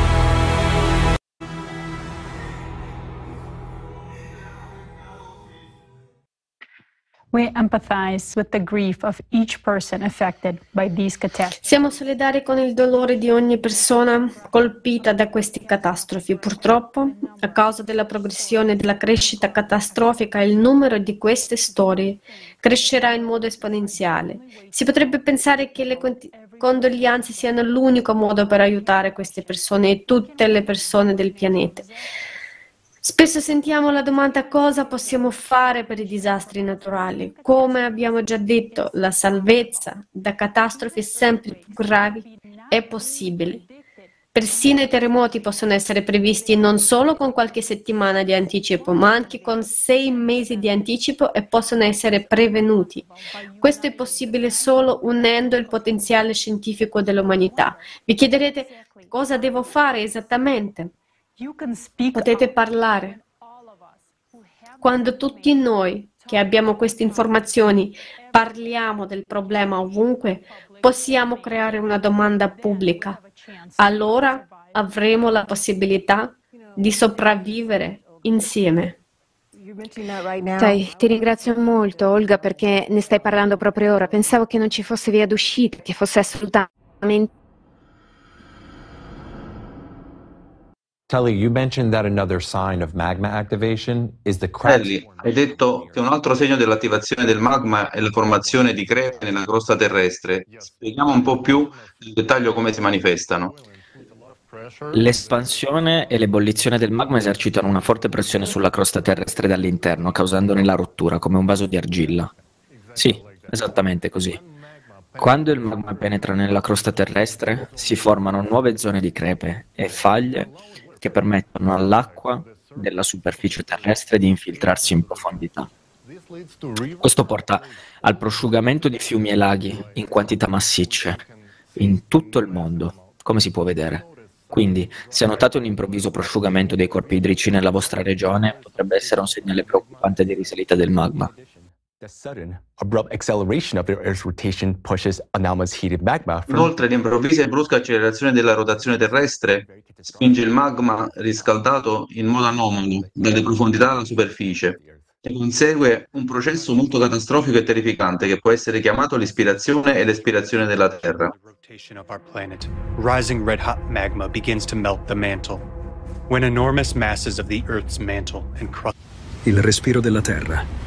We empathize with the grief of each person affected by these catastrophes. Siamo solidari con il dolore di ogni persona colpita da queste catastrofi. Purtroppo, a causa della progressione della crescita catastrofica, il numero di queste storie crescerà in modo esponenziale. Si potrebbe pensare che le condoglianze siano l'unico modo per aiutare queste persone e tutte le persone del pianeta. Spesso sentiamo la domanda: cosa possiamo fare per i disastri naturali? Come abbiamo già detto, la salvezza da catastrofi sempre più gravi è possibile. Persino i terremoti possono essere previsti non solo con qualche settimana di anticipo, ma anche con sei mesi di anticipo e possono essere prevenuti. Questo è possibile solo unendo il potenziale scientifico dell'umanità. Vi chiederete: cosa devo fare esattamente? Potete parlare. Quando tutti noi che abbiamo queste informazioni parliamo del problema ovunque, possiamo creare una domanda pubblica. Allora avremo la possibilità di sopravvivere insieme. Dai, ti ringrazio molto, Olga, perché ne stai parlando proprio ora. Pensavo che non ci fosse via d'uscita, che fosse assolutamente... Telly, you mentioned that another sign of magma activation is the Telly, hai detto che un altro segno dell'attivazione del magma è la formazione di crepe nella crosta terrestre. Spieghiamo un po' più nel dettaglio come si manifestano. L'espansione e l'ebollizione del magma esercitano una forte pressione sulla crosta terrestre dall'interno, causandone la rottura, come un vaso di argilla. Sì, esattamente così. Quando il magma penetra nella crosta terrestre, si formano nuove zone di crepe e faglie che permettono all'acqua della superficie terrestre di infiltrarsi in profondità. Questo porta al prosciugamento di fiumi e laghi in quantità massicce in tutto il mondo, come si può vedere. Quindi, se notate un improvviso prosciugamento dei corpi idrici nella vostra regione, potrebbe essere un segnale preoccupante di risalita del magma. Inoltre, l'improvvisa e brusca accelerazione della rotazione terrestre spinge il magma riscaldato in modo anomalo dalle profondità alla superficie. Ne consegue un processo molto catastrofico e terrificante che può essere chiamato l'ispirazione e l'espirazione della Terra. Rising red hot magma begins to melt the mantle. When enormous masses of the Earth's mantle and crust. Il respiro della Terra.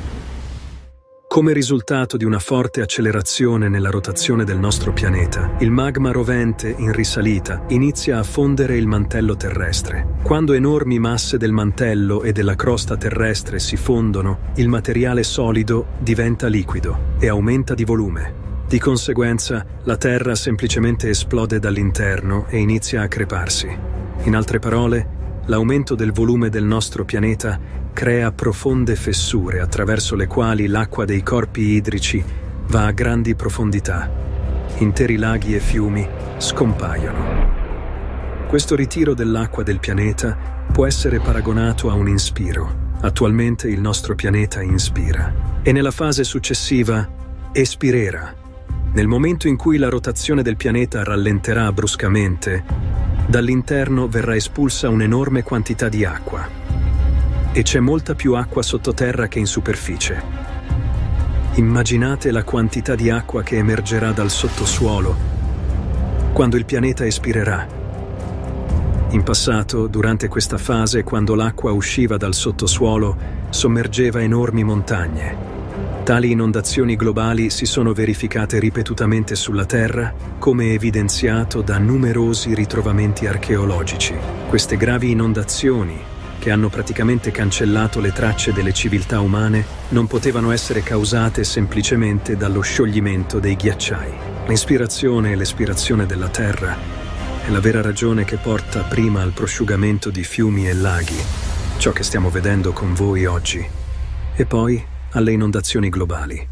Come risultato di una forte accelerazione nella rotazione del nostro pianeta, il magma rovente in risalita inizia a fondere il mantello terrestre. Quando enormi masse del mantello e della crosta terrestre si fondono, il materiale solido diventa liquido e aumenta di volume. Di conseguenza, la Terra semplicemente esplode dall'interno e inizia a creparsi. In altre parole, l'aumento del volume del nostro pianeta crea profonde fessure attraverso le quali l'acqua dei corpi idrici va a grandi profondità. Interi laghi e fiumi scompaiono. Questo ritiro dell'acqua del pianeta può essere paragonato a un inspiro. Attualmente il nostro pianeta inspira e nella fase successiva espirerà. Nel momento in cui la rotazione del pianeta rallenterà bruscamente, dall'interno verrà espulsa un'enorme quantità di acqua. E c'è molta più acqua sottoterra che in superficie. Immaginate la quantità di acqua che emergerà dal sottosuolo quando il pianeta espirerà. In passato, durante questa fase, quando l'acqua usciva dal sottosuolo, sommergeva enormi montagne. Tali inondazioni globali si sono verificate ripetutamente sulla Terra, come evidenziato da numerosi ritrovamenti archeologici. Queste gravi inondazioni, che hanno praticamente cancellato le tracce delle civiltà umane, non potevano essere causate semplicemente dallo scioglimento dei ghiacciai. L'inspirazione e l'espirazione della Terra è la vera ragione che porta prima al prosciugamento di fiumi e laghi, ciò che stiamo vedendo con voi oggi, e poi alle inondazioni globali.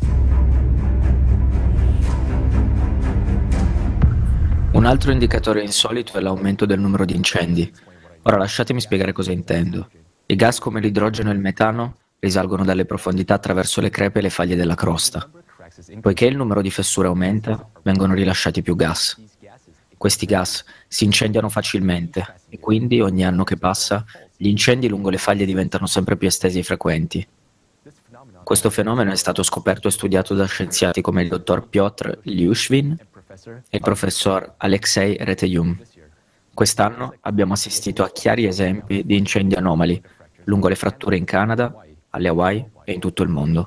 Un altro indicatore insolito è l'aumento del numero di incendi. Ora lasciatemi spiegare cosa intendo. I gas come l'idrogeno e il metano risalgono dalle profondità attraverso le crepe e le faglie della crosta. Poiché il numero di fessure aumenta, vengono rilasciati più gas. Questi gas si incendiano facilmente e quindi ogni anno che passa gli incendi lungo le faglie diventano sempre più estesi e frequenti. Questo fenomeno è stato scoperto e studiato da scienziati come il dottor Piotr Lyushvin e il professor Alexei Reteyum. Quest'anno abbiamo assistito a chiari esempi di incendi anomali lungo le fratture in Canada, alle Hawaii e in tutto il mondo.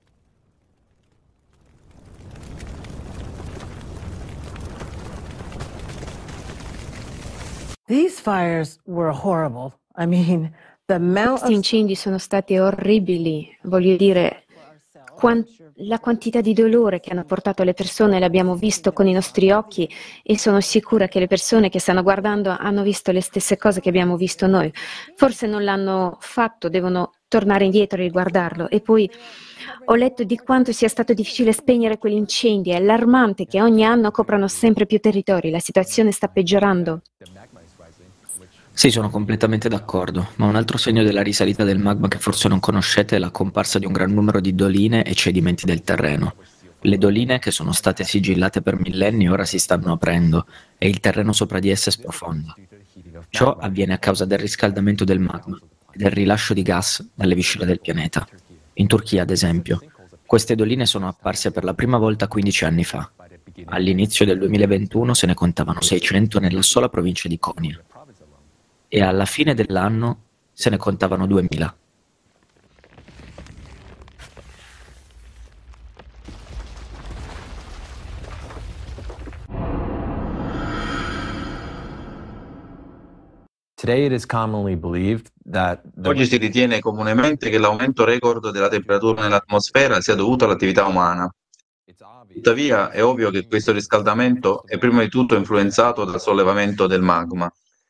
These fires were horrible. I mean, the amount Questi incendi sono stati orribili, voglio dire, quant- la quantità di dolore che hanno portato le persone l'abbiamo visto con i nostri occhi e sono sicura che le persone che stanno guardando hanno visto le stesse cose che abbiamo visto noi. Forse non l'hanno fatto, devono tornare indietro e riguardarlo. E poi ho letto di quanto sia stato difficile spegnere quegli incendi, è allarmante che ogni anno coprano sempre più territori, la situazione sta peggiorando. Sì, sono completamente d'accordo, ma un altro segno della risalita del magma che forse non conoscete è la comparsa di un gran numero di doline e cedimenti del terreno. Le doline, che sono state sigillate per millenni, ora si stanno aprendo e il terreno sopra di esse sprofonda. Ciò avviene a causa del riscaldamento del magma e del rilascio di gas dalle viscere del pianeta. In Turchia, ad esempio, queste doline sono apparse per la prima volta quindici anni fa. All'inizio del duemilaventuno se ne contavano seicento nella sola provincia di Konya. E alla fine dell'anno se ne contavano duemila. Oggi si ritiene comunemente che l'aumento record della temperatura nell'atmosfera sia dovuto all'attività umana. Tuttavia è ovvio che questo riscaldamento è prima di tutto influenzato dal sollevamento del magma.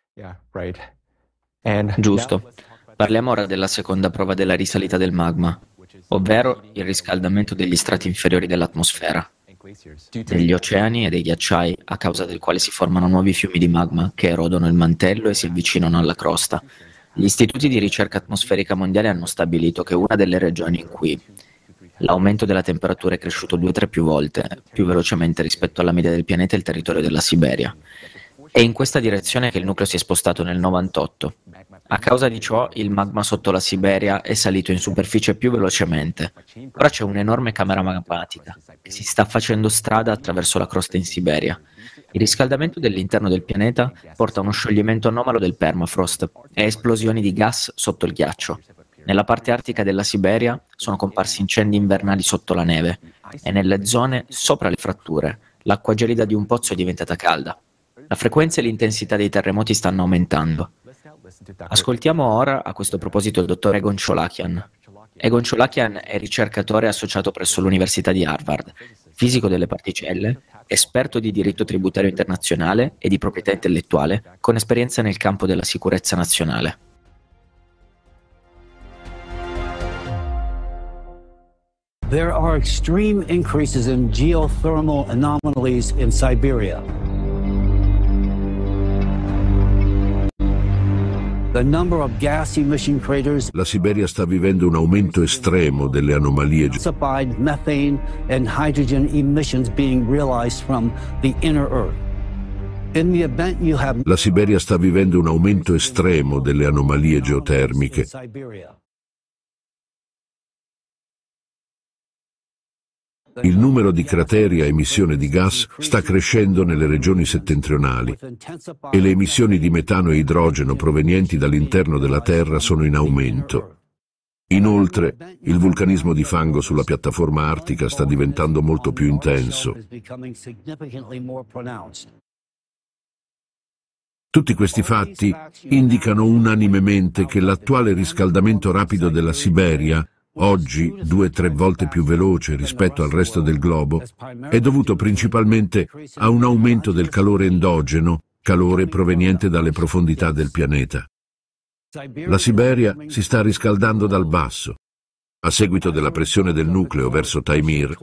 Giusto. Parliamo ora della seconda prova della risalita del magma, ovvero il riscaldamento degli strati inferiori dell'atmosfera, degli oceani e dei ghiacciai, a causa del quale si formano nuovi fiumi di magma che erodono il mantello e si avvicinano alla crosta. Gli istituti di ricerca atmosferica mondiali hanno stabilito che una delle regioni in cui L'aumento della temperatura è cresciuto due o tre più volte, più velocemente rispetto alla media del pianeta e il territorio della Siberia. È in questa direzione che il nucleo si è spostato nel novantotto. A causa di ciò, il magma sotto la Siberia è salito in superficie più velocemente. Ora c'è un'enorme camera magmatica che si sta facendo strada attraverso la crosta in Siberia. Il riscaldamento dell'interno del pianeta porta a uno scioglimento anomalo del permafrost e esplosioni di gas sotto il ghiaccio. Nella parte artica della Siberia sono comparsi incendi invernali sotto la neve e nelle zone sopra le fratture l'acqua gelida di un pozzo è diventata calda. La frequenza e l'intensità dei terremoti stanno aumentando. Ascoltiamo ora a questo proposito il dottor Egon Cholakian. Egon Cholakian è ricercatore associato presso l'Università di Harvard, fisico delle particelle, esperto di diritto tributario internazionale e di proprietà intellettuale, con esperienza nel campo della sicurezza nazionale. There are extreme increases in geothermal anomalies in Siberia. The number of gas emission craters, La Siberia sta vivendo un aumento estremo delle anomalie classified methane and hydrogen emissions being realized from the inner Earth. In the event you have La Siberia sta vivendo un aumento estremo delle anomalie geotermiche. Siberia. Il numero di crateri a emissione di gas sta crescendo nelle regioni settentrionali e le emissioni di metano e idrogeno provenienti dall'interno della Terra sono in aumento. Inoltre, il vulcanismo di fango sulla piattaforma artica sta diventando molto più intenso. Tutti questi fatti indicano unanimemente che l'attuale riscaldamento rapido della Siberia, oggi due o tre volte più veloce rispetto al resto del globo, è dovuto principalmente a un aumento del calore endogeno, calore proveniente dalle profondità del pianeta. La Siberia si sta riscaldando dal basso. A seguito della pressione del nucleo verso Taimyr,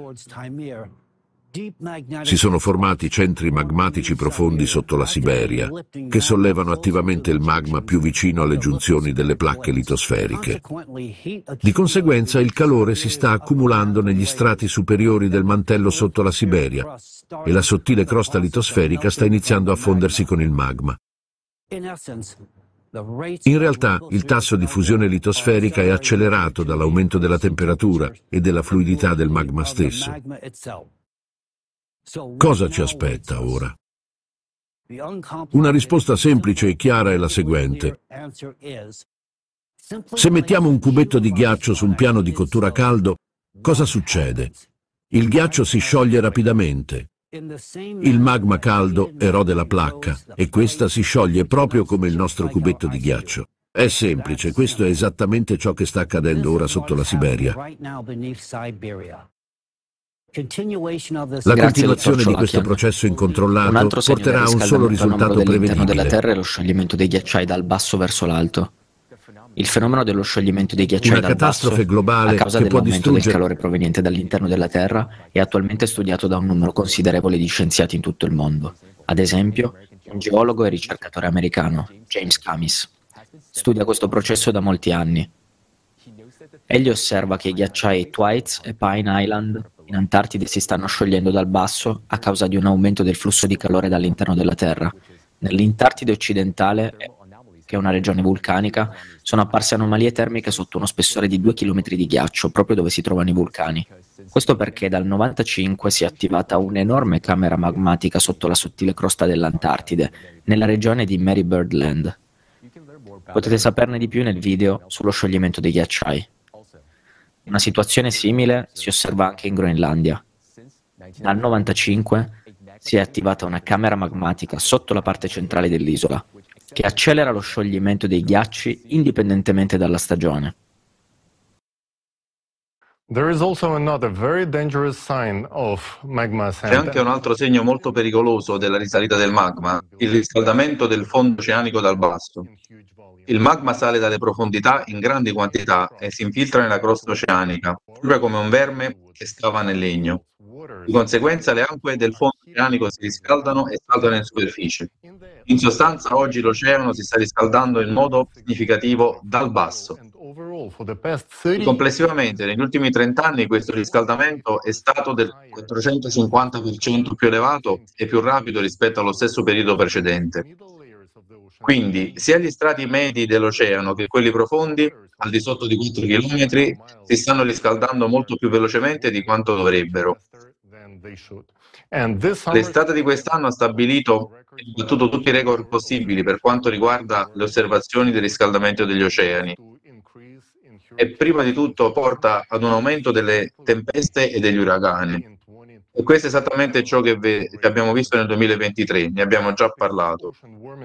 si sono formati centri magmatici profondi sotto la Siberia, che sollevano attivamente il magma più vicino alle giunzioni delle placche litosferiche. Di conseguenza, il calore si sta accumulando negli strati superiori del mantello sotto la Siberia e la sottile crosta litosferica sta iniziando a fondersi con il magma. In realtà, il tasso di fusione litosferica è accelerato dall'aumento della temperatura e della fluidità del magma stesso. Cosa ci aspetta ora? Una risposta semplice e chiara è la seguente. Se mettiamo un cubetto di ghiaccio su un piano di cottura caldo, cosa succede? Il ghiaccio si scioglie rapidamente. Il magma caldo erode la placca e questa si scioglie proprio come il nostro cubetto di ghiaccio. È semplice, questo è esattamente ciò che sta accadendo ora sotto la Siberia. La continuazione di questo processo incontrollato porterà a un solo risultato dell'interno della prevedibile. Terra è lo scioglimento dei ghiacciai dal basso verso l'alto. Il fenomeno dello scioglimento dei ghiacciai Una dal basso, catastrofe globale a causa che può dell'aumento del distruggere- calore proveniente dall'interno della Terra, è attualmente studiato da un numero considerevole di scienziati in tutto il mondo. Ad esempio, un geologo e ricercatore americano, James Camis, studia questo processo da molti anni. Egli osserva che i ghiacciai Thwaites e Pine Island in Antartide si stanno sciogliendo dal basso a causa di un aumento del flusso di calore dall'interno della Terra. Nell'Antartide occidentale, che è una regione vulcanica, sono apparse anomalie termiche sotto uno spessore di due chilometri di ghiaccio, proprio dove si trovano i vulcani. Questo perché dal novantacinque si è attivata un'enorme camera magmatica sotto la sottile crosta dell'Antartide, nella regione di Mary Bird Land. Potete saperne di più nel video sullo scioglimento dei ghiacciai. Una situazione simile si osserva anche in Groenlandia. Dal novantacinque si è attivata una camera magmatica sotto la parte centrale dell'isola, che accelera lo scioglimento dei ghiacci indipendentemente dalla stagione. There is also another very dangerous sign of magma C'è ascent. anche un altro segno molto pericoloso della risalita del magma, il riscaldamento del fondo oceanico dal basso. Il magma sale dalle profondità in grandi quantità e si infiltra nella crosta oceanica, proprio come un verme che scava nel legno. Di conseguenza le acque del fondo oceanico si riscaldano e saltano in superficie. In sostanza oggi l'oceano si sta riscaldando in modo significativo dal basso. Complessivamente, negli ultimi trenta anni questo riscaldamento è stato del quattrocentocinquanta per cento più elevato e più rapido rispetto allo stesso periodo precedente. Quindi, sia gli strati medi dell'oceano che quelli profondi, al di sotto di quattro chilometri, si stanno riscaldando molto più velocemente di quanto dovrebbero. L'estate di quest'anno ha stabilito e battuto tutti i record possibili per quanto riguarda le osservazioni del riscaldamento degli oceani e prima di tutto porta ad un aumento delle tempeste e degli uragani. E questo è esattamente ciò che, che abbiamo visto nel duemilaventitré, ne abbiamo già parlato.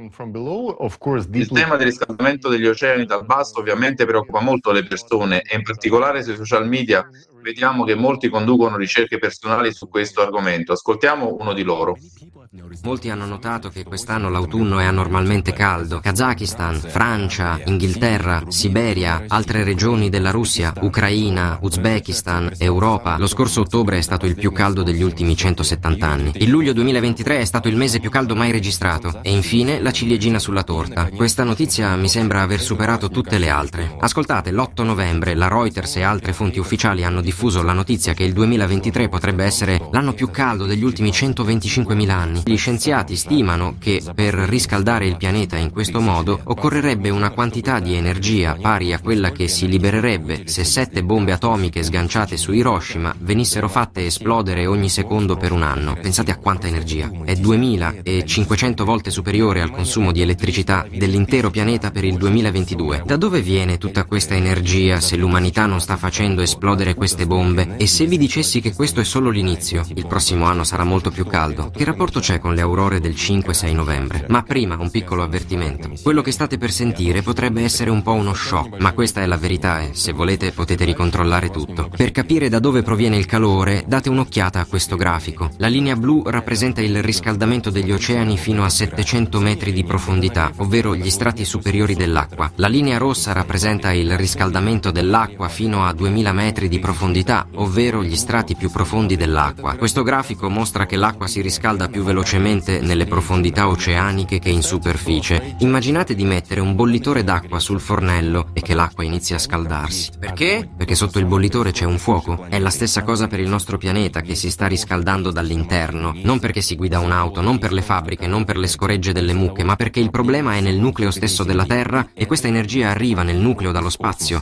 Il tema del riscaldamento degli oceani dal basso ovviamente preoccupa molto le persone e in particolare sui social media vediamo che molti conducono ricerche personali su questo argomento. Ascoltiamo uno di loro. Molti hanno notato che quest'anno l'autunno è anormalmente caldo. Kazakistan, Francia, Inghilterra, Siberia, altre regioni della Russia, Ucraina, Uzbekistan, Europa. Lo scorso ottobre è stato il più caldo degli ultimi centosettanta anni. Il luglio duemilaventitré è stato il mese più caldo mai registrato. E infine la ciliegina sulla torta. Questa notizia mi sembra aver superato tutte le altre. Ascoltate, l'otto novembre la Reuters e altre fonti ufficiali hanno diffuso la notizia che il duemilaventitré potrebbe essere l'anno più caldo degli ultimi centoventicinquemila anni. Gli scienziati stimano che per riscaldare il pianeta in questo modo occorrerebbe una quantità di energia pari a quella che si libererebbe se sette bombe atomiche sganciate su Hiroshima venissero fatte esplodere ogni secondo per un anno. Pensate a quanta energia. È duemilacinquecento volte superiore al consumo di elettricità dell'intero pianeta per il duemilaventidue. Da dove viene tutta questa energia se l'umanità non sta facendo esplodere queste bombe? E se vi dicessi che questo è solo l'inizio, il prossimo anno sarà molto più caldo, che rapporto c'è con le aurore del cinque sei novembre? Ma prima un piccolo avvertimento. Quello che state per sentire potrebbe essere un po' uno shock, ma questa è la verità e se volete potete ricontrollare tutto. Per capire da dove proviene il calore, date un'occhiata a questo grafico. La linea blu rappresenta il riscaldamento degli oceani fino a settecento metri di profondità, ovvero gli strati superiori dell'acqua. La linea rossa rappresenta il riscaldamento dell'acqua fino a duemila metri di profondità, ovvero gli strati più profondi dell'acqua. Questo grafico mostra che l'acqua si riscalda più velocemente nelle profondità oceaniche che in superficie. Immaginate di mettere un bollitore d'acqua sul fornello e che l'acqua inizi a scaldarsi. Perché? Perché sotto il bollitore c'è un fuoco. È la stessa cosa per il nostro pianeta che si sta riscaldando dall'interno. Non perché si guida un'auto, non per le fabbriche, non per le scoregge delle mucche, ma perché il problema è nel nucleo stesso della Terra e questa energia arriva nel nucleo dallo spazio.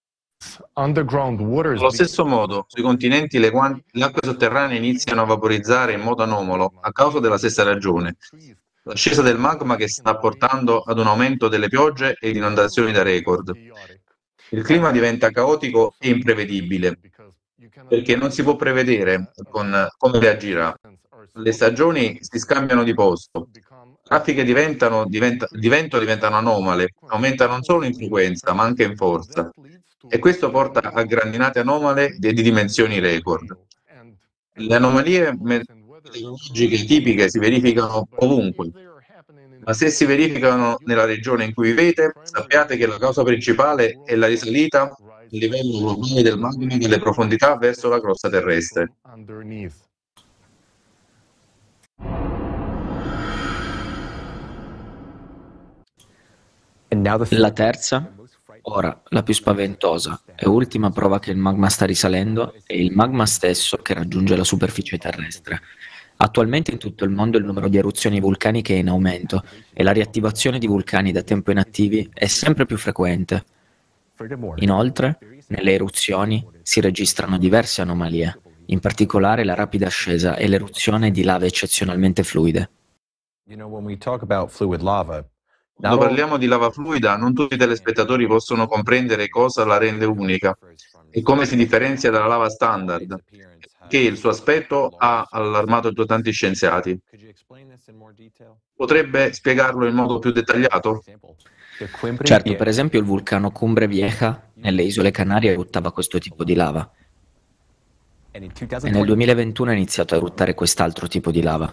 Allo stesso modo, sui continenti le, le acque sotterranee iniziano a vaporizzare in modo anomalo a causa della stessa ragione, l'ascesa del magma che sta portando ad un aumento delle piogge e di inondazioni da record. Il clima diventa caotico e imprevedibile, perché non si può prevedere con, come reagirà. Le stagioni si scambiano di posto, traffiche diventano, diventa, di vento diventano anomale, aumentano non solo in frequenza ma anche in forza. E questo porta a grandinate anomale di, di dimensioni record. Le anomalie meteorologiche tipiche si verificano ovunque, ma se si verificano nella regione in cui vivete, sappiate che la causa principale è la risalita a livello globale del magma delle profondità verso la crosta terrestre. La terza, ora la più spaventosa e ultima prova che il magma sta risalendo è il magma stesso che raggiunge la superficie terrestre. Attualmente in tutto il mondo il numero di eruzioni vulcaniche è in aumento e la riattivazione di vulcani da tempo inattivi è sempre più frequente. Inoltre, nelle eruzioni si registrano diverse anomalie, in particolare la rapida ascesa e l'eruzione di lave eccezionalmente fluide. Quando parliamo di lava fluida, non tutti i telespettatori possono comprendere cosa la rende unica e come si differenzia dalla lava standard, che il suo aspetto ha allarmato tanti scienziati. Potrebbe spiegarlo in modo più dettagliato? Certo, per esempio il vulcano Cumbre Vieja nelle isole Canarie eruttava questo tipo di lava e nel duemilaventuno è iniziato a eruttare quest'altro tipo di lava.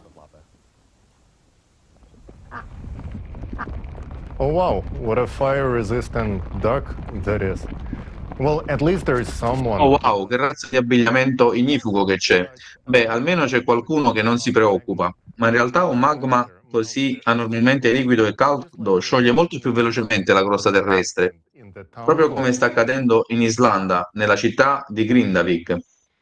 Oh wow, what a fire-resistant duck that is. Well, at least there is someone. Oh wow, che razza di abbigliamento ignifugo che c'è. Beh, almeno c'è qualcuno che non si preoccupa, ma in realtà un magma così anormalmente liquido e caldo scioglie molto più velocemente la crosta terrestre proprio come sta accadendo in Islanda, nella città di Grindavik.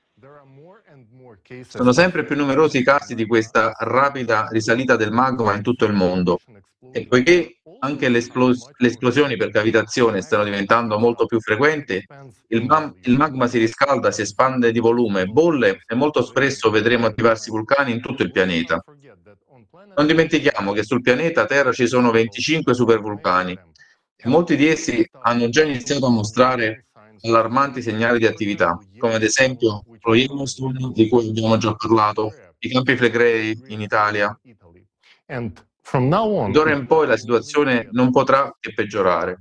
Sono sempre più numerosi i casi di questa rapida risalita del magma in tutto il mondo e poiché anche le, esplos- le esplosioni per cavitazione stanno diventando molto più frequenti, il, ma- il magma si riscalda, si espande di volume, bolle e molto spesso vedremo attivarsi vulcani in tutto il pianeta. Non dimentichiamo che sul pianeta Terra ci sono venticinque supervulcani e molti di essi hanno già iniziato a mostrare allarmanti segnali di attività, come ad esempio lo Yellowstone, di cui abbiamo già parlato, i Campi Flegrei in Italia. D'ora in poi la situazione non potrà che peggiorare.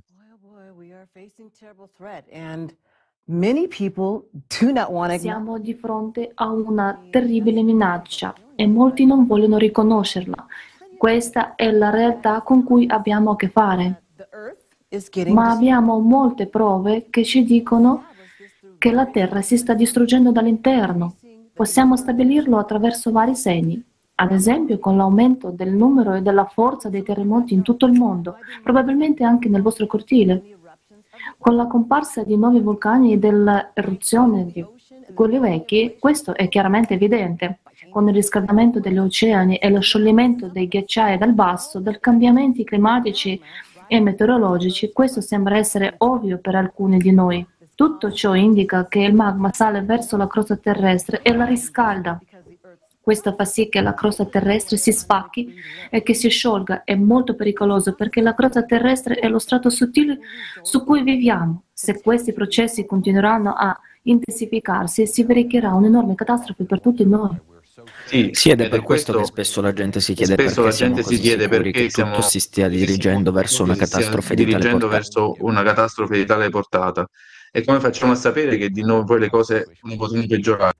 Siamo di fronte a una terribile minaccia e molti non vogliono riconoscerla. Questa è la realtà con cui abbiamo a che fare. Ma abbiamo molte prove che ci dicono che la Terra si sta distruggendo dall'interno. Possiamo stabilirlo attraverso vari segni, ad esempio con l'aumento del numero e della forza dei terremoti in tutto il mondo, probabilmente anche nel vostro cortile, con la comparsa di nuovi vulcani e dell'eruzione di quelli vecchi. Questo è chiaramente evidente. Con il riscaldamento degli oceani e lo scioglimento dei ghiacciai dal basso, dai cambiamenti climatici e meteorologici, questo sembra essere ovvio per alcuni di noi. Tutto ciò indica che il magma sale verso la crosta terrestre e la riscalda. Questo fa sì che la crosta terrestre si spacchi e che si sciolga. È molto pericoloso perché la crosta terrestre è lo strato sottile su cui viviamo. Se questi processi continueranno a intensificarsi, si verificherà un'enorme catastrofe per tutti noi. Sì, sì, ed è per questo che spesso la gente si chiede spesso perché la gente siamo si chiede sicuri perché che siamo tutto si stia dirigendo verso una catastrofe di tale dirigendo portata. verso una catastrofe di tale portata. E come facciamo a sapere che di nuovo poi le cose non possono peggiorare?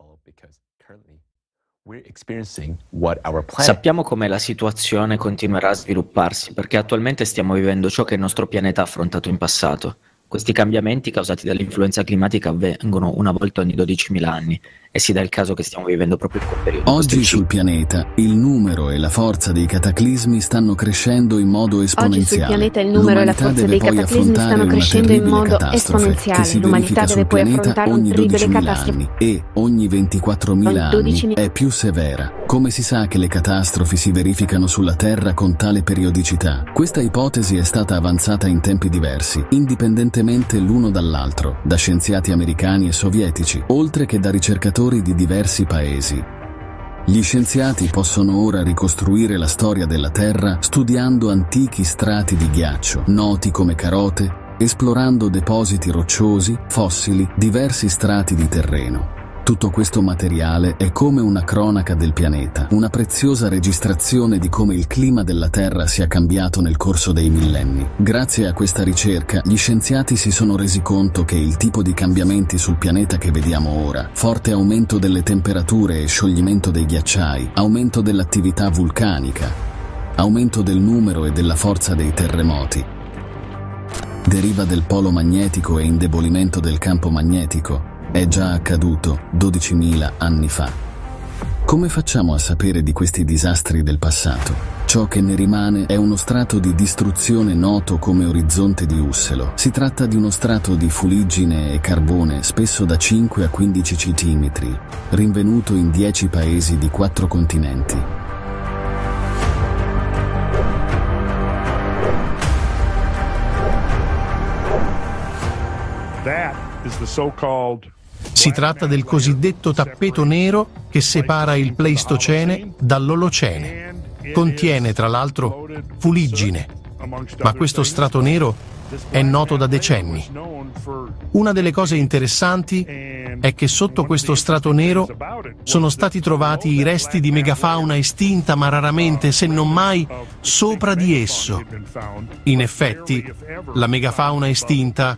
Sappiamo come la situazione continuerà a svilupparsi perché attualmente stiamo vivendo ciò che il nostro pianeta ha affrontato in passato. Questi cambiamenti causati dall'influenza climatica avvengono una volta ogni dodicimila anni e si dà il caso che stiamo vivendo proprio in quel periodo. Oggi sul pianeta il numero e la forza dei cataclismi stanno crescendo in modo esponenziale. Oggi sul pianeta il numero e la forza dei cataclismi stanno crescendo in modo esponenziale. L'umanità deve poi affrontare una terribile catastrofe e ogni ventiquattromila anni è più severa. Come si sa che le catastrofi si verificano sulla Terra con tale periodicità? Questa ipotesi è stata avanzata in tempi diversi, indipendentemente l'uno dall'altro, da scienziati americani e sovietici, oltre che da ricercatori di diversi paesi. Gli scienziati possono ora ricostruire la storia della Terra studiando antichi strati di ghiaccio, noti come carote, esplorando depositi rocciosi, fossili, diversi strati di terreno. Tutto questo materiale è come una cronaca del pianeta, una preziosa registrazione di come il clima della Terra sia cambiato nel corso dei millenni. Grazie a questa ricerca, gli scienziati si sono resi conto che il tipo di cambiamenti sul pianeta che vediamo ora, forte aumento delle temperature e scioglimento dei ghiacciai, aumento dell'attività vulcanica, aumento del numero e della forza dei terremoti, deriva del polo magnetico e indebolimento del campo magnetico, è già accaduto dodicimila anni fa. Come facciamo a sapere di questi disastri del passato? Ciò che ne rimane è uno strato di distruzione noto come orizzonte di Usselo. Si tratta di uno strato di fuliggine e carbone spesso da cinque a quindici centimetri, rinvenuto in dieci paesi di quattro continenti. That is the so-called Si tratta del cosiddetto tappeto nero che separa il Pleistocene dall'Olocene. Contiene, tra l'altro, fuliggine, ma questo strato nero è noto da decenni. Una delle cose interessanti è che sotto questo strato nero sono stati trovati i resti di megafauna estinta, ma raramente, se non mai, sopra di esso. In effetti, la megafauna estinta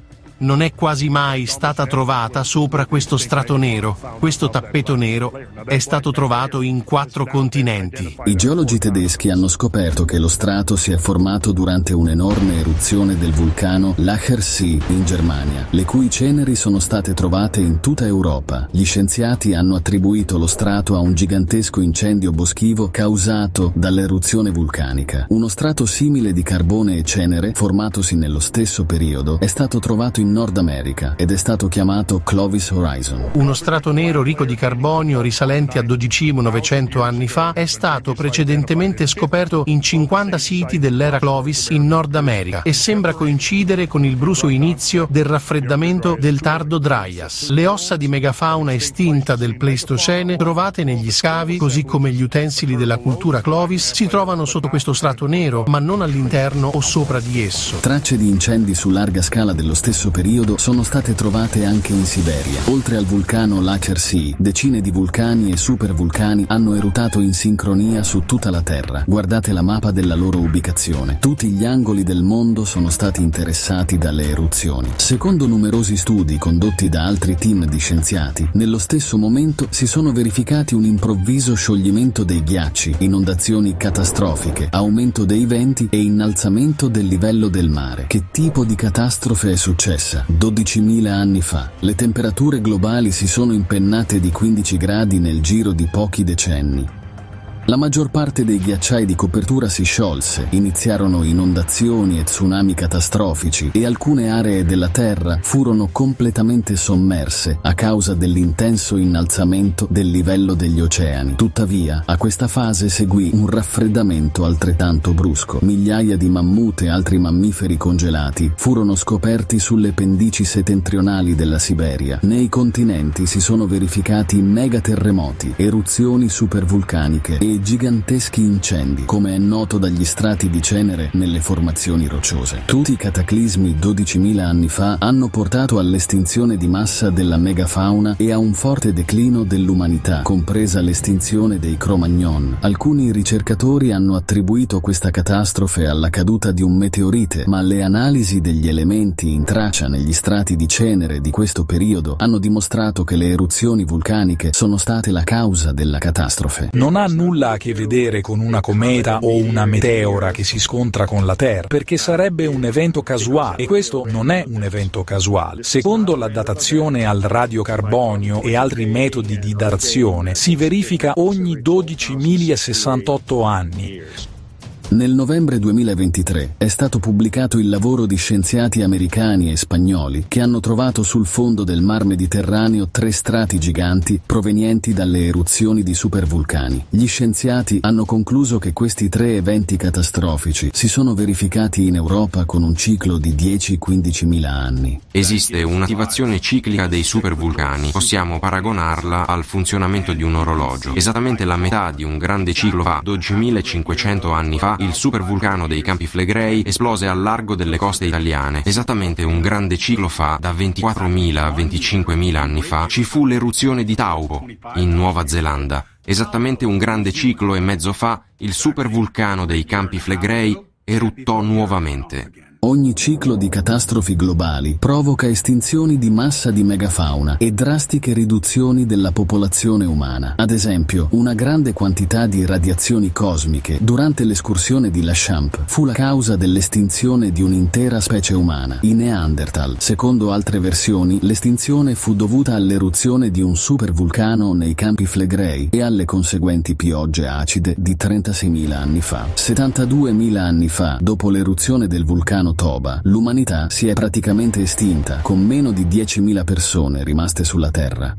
non è quasi mai stata trovata sopra questo strato nero. Questo tappeto nero è stato trovato in quattro continenti. I geologi tedeschi hanno scoperto che lo strato si è formato durante un'enorme eruzione del vulcano Lacher See in Germania, le cui ceneri sono state trovate in tutta Europa. Gli scienziati hanno attribuito lo strato a un gigantesco incendio boschivo causato dall'eruzione vulcanica. Uno strato simile di carbone e cenere, formatosi nello stesso periodo, è stato trovato in Nord America ed è stato chiamato Clovis Horizon. Uno strato nero ricco di carbonio risalente a dodicimilanovecento anni fa è stato precedentemente scoperto in cinquanta siti dell'era Clovis in Nord America e sembra coincidere con il brusco inizio del raffreddamento del tardo Dryas. Le ossa di megafauna estinta del Pleistocene trovate negli scavi, così come gli utensili della cultura Clovis, si trovano sotto questo strato nero, ma non all'interno o sopra di esso. Tracce di incendi su larga scala dello stesso periodo sono state trovate anche in Siberia. Oltre al vulcano Lacher See, decine di vulcani e supervulcani hanno erutato in sincronia su tutta la Terra. Guardate la mappa della loro ubicazione. Tutti gli angoli del mondo sono stati interessati dalle eruzioni. Secondo numerosi studi condotti da altri team di scienziati, nello stesso momento si sono verificati un improvviso scioglimento dei ghiacci, inondazioni catastrofiche, aumento dei venti e innalzamento del livello del mare. Che tipo di catastrofe è successa? dodicimila anni fa. Le temperature globali si sono impennate di quindici gradi nel giro di pochi decenni. La maggior parte dei ghiacciai di copertura si sciolse, iniziarono inondazioni e tsunami catastrofici e alcune aree della Terra furono completamente sommerse a causa dell'intenso innalzamento del livello degli oceani. Tuttavia, a questa fase seguì un raffreddamento altrettanto brusco. Migliaia di mammut e altri mammiferi congelati furono scoperti sulle pendici settentrionali della Siberia. Nei continenti si sono verificati megaterremoti, eruzioni supervulcaniche e giganteschi incendi, come è noto dagli strati di cenere nelle formazioni rocciose. Tutti i cataclismi dodicimila anni fa hanno portato all'estinzione di massa della megafauna e a un forte declino dell'umanità, compresa l'estinzione dei Cro-Magnon. Alcuni ricercatori hanno attribuito questa catastrofe alla caduta di un meteorite, ma le analisi degli elementi in traccia negli strati di cenere di questo periodo hanno dimostrato che le eruzioni vulcaniche sono state la causa della catastrofe. Non ha nulla a che vedere con una cometa o una meteora che si scontra con la Terra, perché sarebbe un evento casuale, e questo non è un evento casuale. Secondo la datazione al radiocarbonio e altri metodi di datazione, si verifica ogni dodicimilasessantotto anni. Nel novembre duemilaventitré è stato pubblicato il lavoro di scienziati americani e spagnoli che hanno trovato sul fondo del Mar Mediterraneo tre strati giganti provenienti dalle eruzioni di supervulcani. Gli scienziati hanno concluso che questi tre eventi catastrofici si sono verificati in Europa con un ciclo di dieci quindicimila anni. Esiste un'attivazione ciclica dei supervulcani. Possiamo paragonarla al funzionamento di un orologio. Esattamente la metà di un grande ciclo fa, dodicimilacinquecento anni fa, il supervulcano dei Campi Flegrei esplose al largo delle coste italiane. Esattamente un grande ciclo fa, da ventiquattromila a venticinquemila anni fa, ci fu l'eruzione di Taupo, in Nuova Zelanda. Esattamente un grande ciclo e mezzo fa, il supervulcano dei Campi Flegrei eruttò nuovamente. Ogni ciclo di catastrofi globali provoca estinzioni di massa di megafauna e drastiche riduzioni della popolazione umana. Ad esempio, una grande quantità di radiazioni cosmiche durante l'escursione di La Champ fu la causa dell'estinzione di un'intera specie umana, i Neanderthal. Secondo altre versioni, l'estinzione fu dovuta all'eruzione di un supervulcano nei Campi Flegrei e alle conseguenti piogge acide di trentaseimila anni fa. settantaduemila anni fa, dopo l'eruzione del vulcano Toba, l'umanità si è praticamente estinta, con meno di diecimila persone rimaste sulla Terra.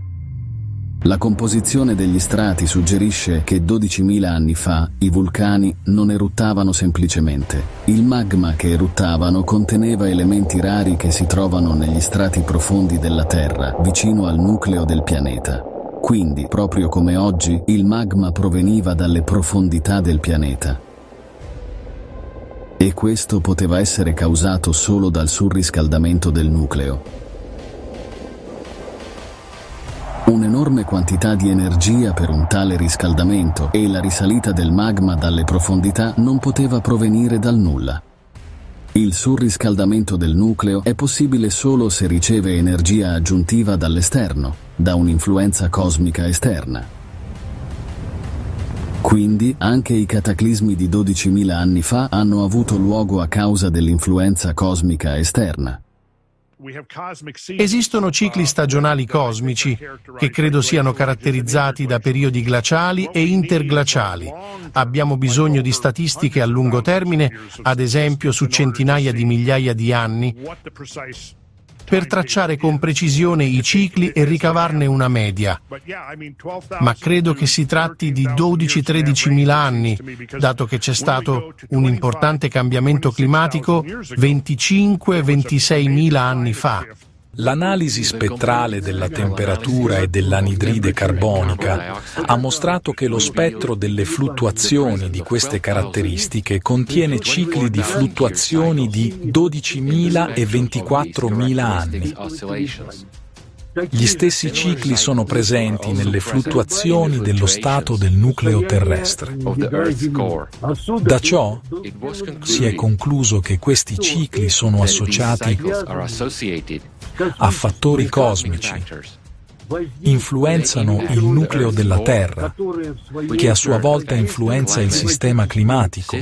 La composizione degli strati suggerisce che dodicimila anni fa i vulcani non eruttavano semplicemente. Il magma che eruttavano conteneva elementi rari che si trovano negli strati profondi della Terra, vicino al nucleo del pianeta. Quindi, proprio come oggi, il magma proveniva dalle profondità del pianeta. E questo poteva essere causato solo dal surriscaldamento del nucleo. Un'enorme quantità di energia per un tale riscaldamento e la risalita del magma dalle profondità non poteva provenire dal nulla. Il surriscaldamento del nucleo è possibile solo se riceve energia aggiuntiva dall'esterno, da un'influenza cosmica esterna. Quindi anche i cataclismi di dodicimila anni fa hanno avuto luogo a causa dell'influenza cosmica esterna. Esistono cicli stagionali cosmici che credo siano caratterizzati da periodi glaciali e interglaciali. Abbiamo bisogno di statistiche a lungo termine, ad esempio su centinaia di migliaia di anni, per tracciare con precisione i cicli e ricavarne una media. Ma credo che si tratti di dodici tredicimila anni, dato che c'è stato un importante cambiamento climatico venticinque ventiseimila anni fa. L'analisi spettrale della temperatura e dell'anidride carbonica ha mostrato che lo spettro delle fluttuazioni di queste caratteristiche contiene cicli di fluttuazioni di dodicimila e ventiquattromila anni. Gli stessi cicli sono presenti nelle fluttuazioni dello stato del nucleo terrestre. Da ciò si è concluso che questi cicli sono associati a fattori cosmici, influenzano il nucleo della Terra, che a sua volta influenza il sistema climatico,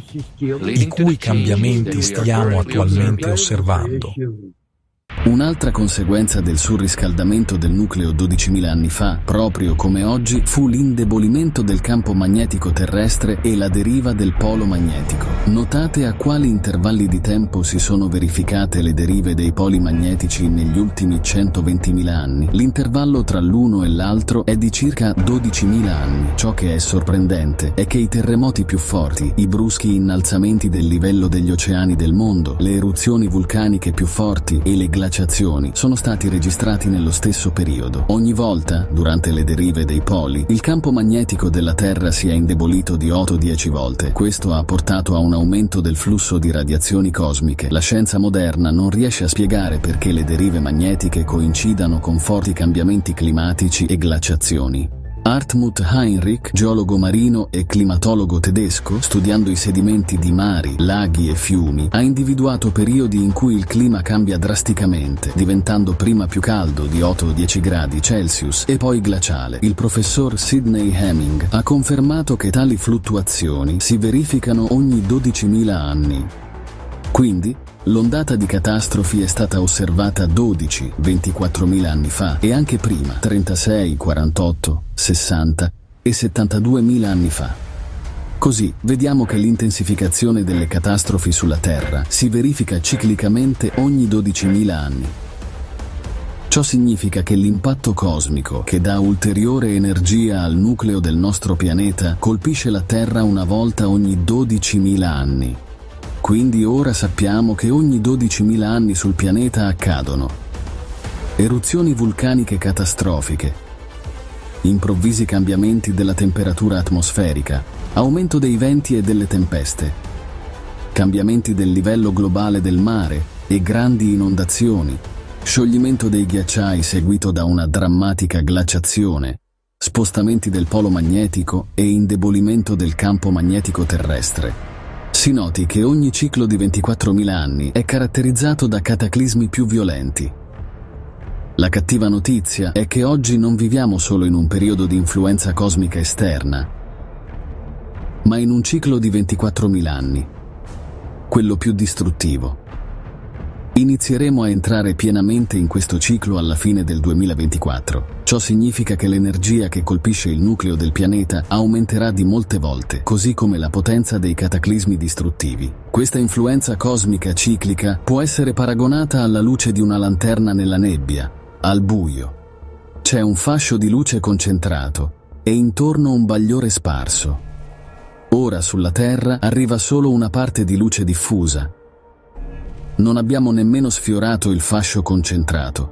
i cui cambiamenti stiamo attualmente osservando. Un'altra conseguenza del surriscaldamento del nucleo dodicimila anni fa, proprio come oggi, fu l'indebolimento del campo magnetico terrestre e la deriva del polo magnetico. Notate a quali intervalli di tempo si sono verificate le derive dei poli magnetici negli ultimi centoventimila anni. L'intervallo tra l'uno e l'altro è di circa dodicimila anni. Ciò che è sorprendente è che i terremoti più forti, i bruschi innalzamenti del livello degli oceani del mondo, le eruzioni vulcaniche più forti e le glaciazioni sono stati registrati nello stesso periodo. Ogni volta, durante le derive dei poli, il campo magnetico della Terra si è indebolito di otto dieci volte. Questo ha portato a un aumento del flusso di radiazioni cosmiche. La scienza moderna non riesce a spiegare perché le derive magnetiche coincidano con forti cambiamenti climatici e glaciazioni. Hartmut Heinrich, geologo marino e climatologo tedesco, studiando i sedimenti di mari, laghi e fiumi, ha individuato periodi in cui il clima cambia drasticamente, diventando prima più caldo di otto dieci gradi Celsius e poi glaciale. Il professor Sidney Hemming ha confermato che tali fluttuazioni si verificano ogni dodicimila anni. Quindi, l'ondata di catastrofi è stata osservata dodici ventiquattromila anni fa e anche prima, trentasei, quarantotto, sessanta e settantaduemila anni fa. Così vediamo che l'intensificazione delle catastrofi sulla Terra si verifica ciclicamente ogni dodicimila anni. Ciò significa che l'impatto cosmico, che dà ulteriore energia al nucleo del nostro pianeta, colpisce la Terra una volta ogni dodicimila anni. Quindi ora sappiamo che ogni dodicimila anni sul pianeta accadono eruzioni vulcaniche catastrofiche, improvvisi cambiamenti della temperatura atmosferica, aumento dei venti e delle tempeste, cambiamenti del livello globale del mare e grandi inondazioni, scioglimento dei ghiacciai seguito da una drammatica glaciazione, spostamenti del polo magnetico e indebolimento del campo magnetico terrestre. Si noti che ogni ciclo di ventiquattromila anni è caratterizzato da cataclismi più violenti. La cattiva notizia è che oggi non viviamo solo in un periodo di influenza cosmica esterna, ma in un ciclo di ventiquattromila anni, quello più distruttivo. Inizieremo a entrare pienamente in questo ciclo alla fine del duemilaventiquattro. Ciò significa che l'energia che colpisce il nucleo del pianeta aumenterà di molte volte, così come la potenza dei cataclismi distruttivi. Questa influenza cosmica ciclica può essere paragonata alla luce di una lanterna nella nebbia, al buio. C'è un fascio di luce concentrato e intorno un bagliore sparso. Ora sulla Terra arriva solo una parte di luce diffusa. Non abbiamo nemmeno sfiorato il fascio concentrato.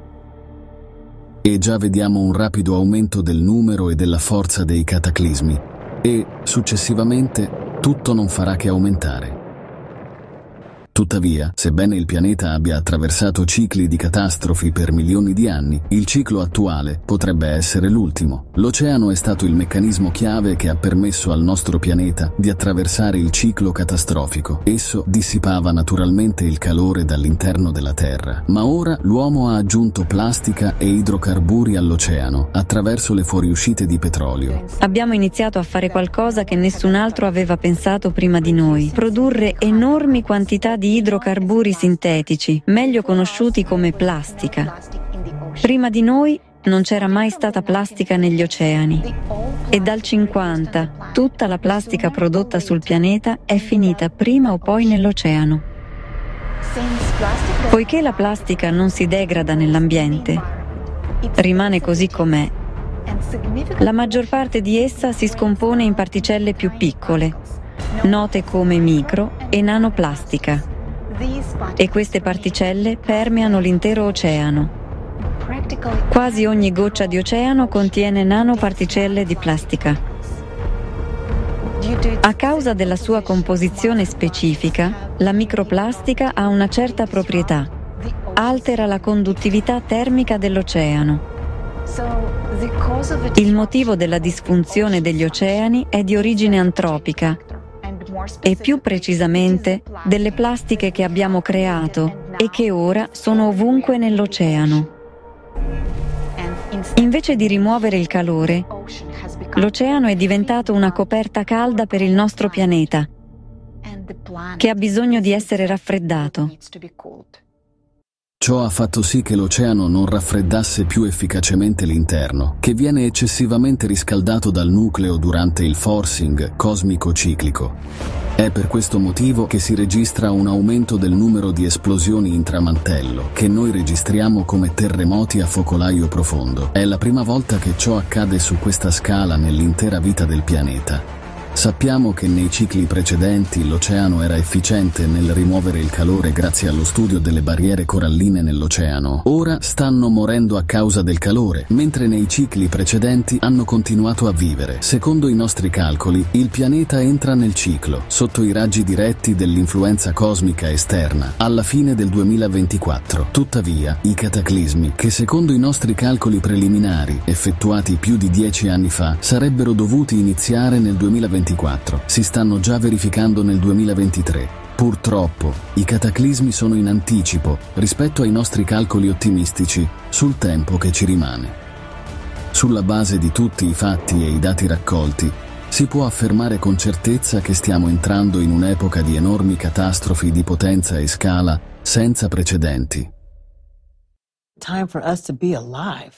E già vediamo un rapido aumento del numero e della forza dei cataclismi. E, successivamente, tutto non farà che aumentare. Tuttavia, sebbene il pianeta abbia attraversato cicli di catastrofi per milioni di anni, il ciclo attuale potrebbe essere l'ultimo. L'oceano è stato il meccanismo chiave che ha permesso al nostro pianeta di attraversare il ciclo catastrofico. Esso dissipava naturalmente il calore dall'interno della Terra, ma ora l'uomo ha aggiunto plastica e idrocarburi all'oceano attraverso le fuoriuscite di petrolio. Abbiamo iniziato a fare qualcosa che nessun altro aveva pensato prima di noi: produrre enormi quantità di di idrocarburi sintetici, meglio conosciuti come plastica. Prima di noi non c'era mai stata plastica negli oceani e dal cinquanta tutta la plastica prodotta sul pianeta è finita prima o poi nell'oceano. Poiché la plastica non si degrada nell'ambiente, rimane così com'è. La maggior parte di essa si scompone in particelle più piccole, note come micro e nanoplastica. E queste particelle permeano l'intero oceano. Quasi ogni goccia di oceano contiene nanoparticelle di plastica. A causa della sua composizione specifica, la microplastica ha una certa proprietà: altera la conduttività termica dell'oceano. Il motivo della disfunzione degli oceani è di origine antropica, e più precisamente delle plastiche che abbiamo creato e che ora sono ovunque nell'oceano. Invece di rimuovere il calore, l'oceano è diventato una coperta calda per il nostro pianeta, che ha bisogno di essere raffreddato. Ciò ha fatto sì che l'oceano non raffreddasse più efficacemente l'interno, che viene eccessivamente riscaldato dal nucleo durante il forcing cosmico ciclico. È per questo motivo che si registra un aumento del numero di esplosioni intramantello, che noi registriamo come terremoti a focolaio profondo. È la prima volta che ciò accade su questa scala nell'intera vita del pianeta. Sappiamo che nei cicli precedenti l'oceano era efficiente nel rimuovere il calore grazie allo studio delle barriere coralline nell'oceano. Ora stanno morendo a causa del calore, mentre nei cicli precedenti hanno continuato a vivere. Secondo i nostri calcoli, il pianeta entra nel ciclo, sotto i raggi diretti dell'influenza cosmica esterna, alla fine del duemilaventiquattro. Tuttavia, i cataclismi, che secondo i nostri calcoli preliminari, effettuati più di dieci anni fa, sarebbero dovuti iniziare nel duemilaventiquattro, si stanno già verificando nel duemilaventitré. Purtroppo, i cataclismi sono in anticipo rispetto ai nostri calcoli ottimistici sul tempo che ci rimane. Sulla base di tutti i fatti e i dati raccolti, si può affermare con certezza che stiamo entrando in un'epoca di enormi catastrofi di potenza e scala senza precedenti. Time for us to be alive.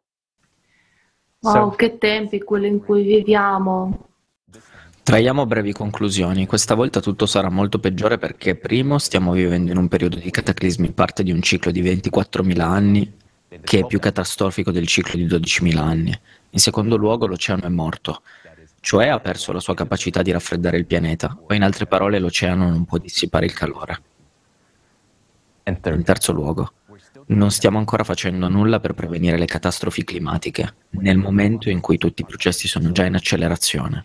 Wow, che tempi quelli in cui viviamo. Traiamo brevi conclusioni. Questa volta tutto sarà molto peggiore perché, primo, stiamo vivendo in un periodo di cataclismi parte di un ciclo di ventiquattromila anni che è più catastrofico del ciclo di dodicimila anni. In secondo luogo, l'oceano è morto, cioè ha perso la sua capacità di raffreddare il pianeta, o in altre parole l'oceano non può dissipare il calore. In terzo luogo, non stiamo ancora facendo nulla per prevenire le catastrofi climatiche, nel momento in cui tutti i processi sono già in accelerazione.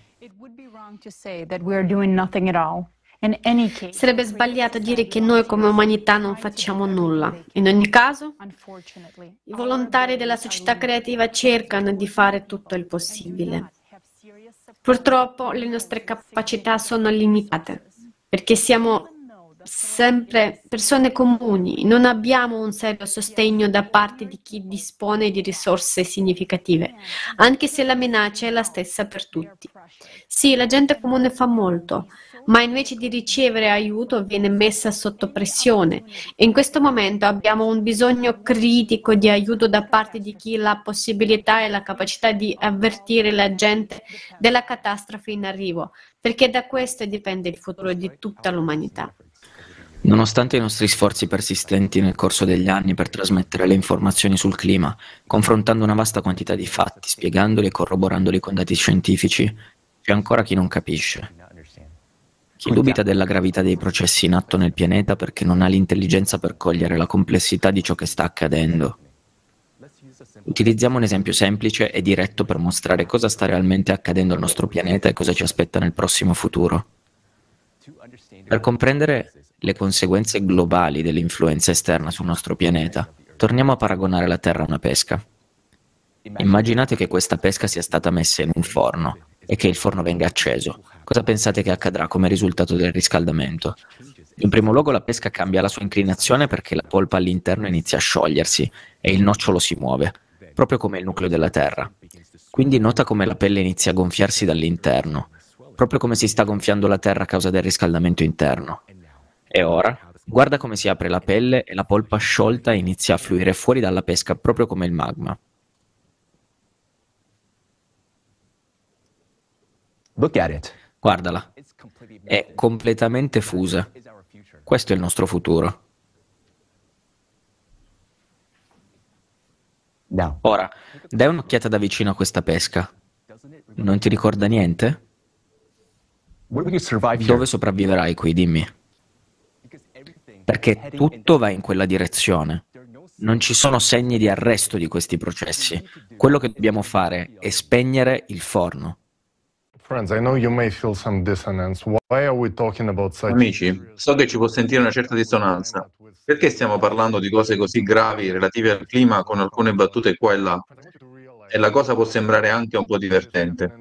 Sarebbe sbagliato dire che noi come umanità non facciamo nulla. In ogni caso, i volontari della società creativa cercano di fare tutto il possibile. Purtroppo le nostre capacità sono limitate, perché siamo sempre persone comuni, non abbiamo un serio sostegno da parte di chi dispone di risorse significative, anche se la minaccia è la stessa per tutti. Sì, la gente comune fa molto, ma invece di ricevere aiuto viene messa sotto pressione e in questo momento abbiamo un bisogno critico di aiuto da parte di chi ha la possibilità e la capacità di avvertire la gente della catastrofe in arrivo, perché da questo dipende il futuro di tutta l'umanità. Nonostante i nostri sforzi persistenti nel corso degli anni per trasmettere le informazioni sul clima, confrontando una vasta quantità di fatti, spiegandoli e corroborandoli con dati scientifici, c'è ancora chi non capisce. Chi dubita della gravità dei processi in atto nel pianeta perché non ha l'intelligenza per cogliere la complessità di ciò che sta accadendo. Utilizziamo un esempio semplice e diretto per mostrare cosa sta realmente accadendo al nostro pianeta e cosa ci aspetta nel prossimo futuro. Per comprendere le conseguenze globali dell'influenza esterna sul nostro pianeta, torniamo a paragonare la Terra a una pesca. Immaginate che questa pesca sia stata messa in un forno e che il forno venga acceso. Cosa pensate che accadrà come risultato del riscaldamento? In primo luogo la pesca cambia la sua inclinazione perché la polpa all'interno inizia a sciogliersi e il nocciolo si muove, proprio come il nucleo della Terra. Quindi nota come la pelle inizia a gonfiarsi dall'interno, proprio come si sta gonfiando la Terra a causa del riscaldamento interno. E ora, guarda come si apre la pelle e la polpa sciolta inizia a fluire fuori dalla pesca proprio come il magma. Look at it. Guardala, è completamente fusa. Questo è il nostro futuro. No. Ora, dai un'occhiata da vicino a questa pesca. Non ti ricorda niente? Dove sopravviverai qui, dimmi? Perché tutto va in quella direzione. Non ci sono segni di arresto di questi processi. Quello che dobbiamo fare è spegnere il forno. Amici, so che ci può sentire una certa dissonanza. Perché stiamo parlando di cose così gravi relative al clima con alcune battute qua e là? E la cosa può sembrare anche un po' divertente.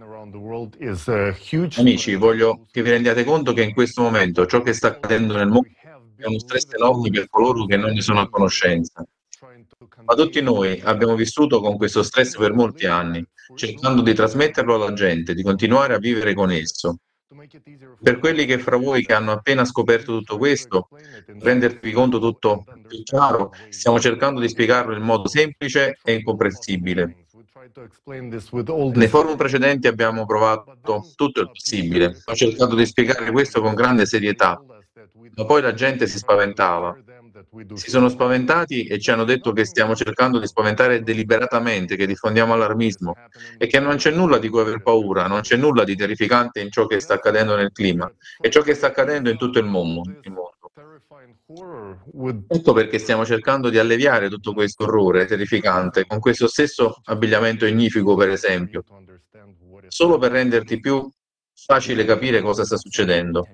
Amici, voglio che vi rendiate conto che in questo momento ciò che sta accadendo nel mondo è uno stress enorme per coloro che non ne sono a conoscenza. Ma tutti noi abbiamo vissuto con questo stress per molti anni, cercando di trasmetterlo alla gente, di continuare a vivere con esso. Per quelli che fra voi che hanno appena scoperto tutto questo, rendervi conto tutto più chiaro, stiamo cercando di spiegarlo in modo semplice e incomprensibile. Nei forum precedenti abbiamo provato tutto il possibile, ho cercato di spiegare questo con grande serietà, ma poi la gente si spaventava. Si sono spaventati e ci hanno detto che stiamo cercando di spaventare deliberatamente, che diffondiamo allarmismo e che non c'è nulla di cui aver paura, non c'è nulla di terrificante in ciò che sta accadendo nel clima e ciò che sta accadendo in tutto il mondo. Il mondo. Ecco perché stiamo cercando di alleviare tutto questo orrore terrificante con questo stesso abbigliamento ignifico, per esempio, solo per renderti più facile capire cosa sta succedendo.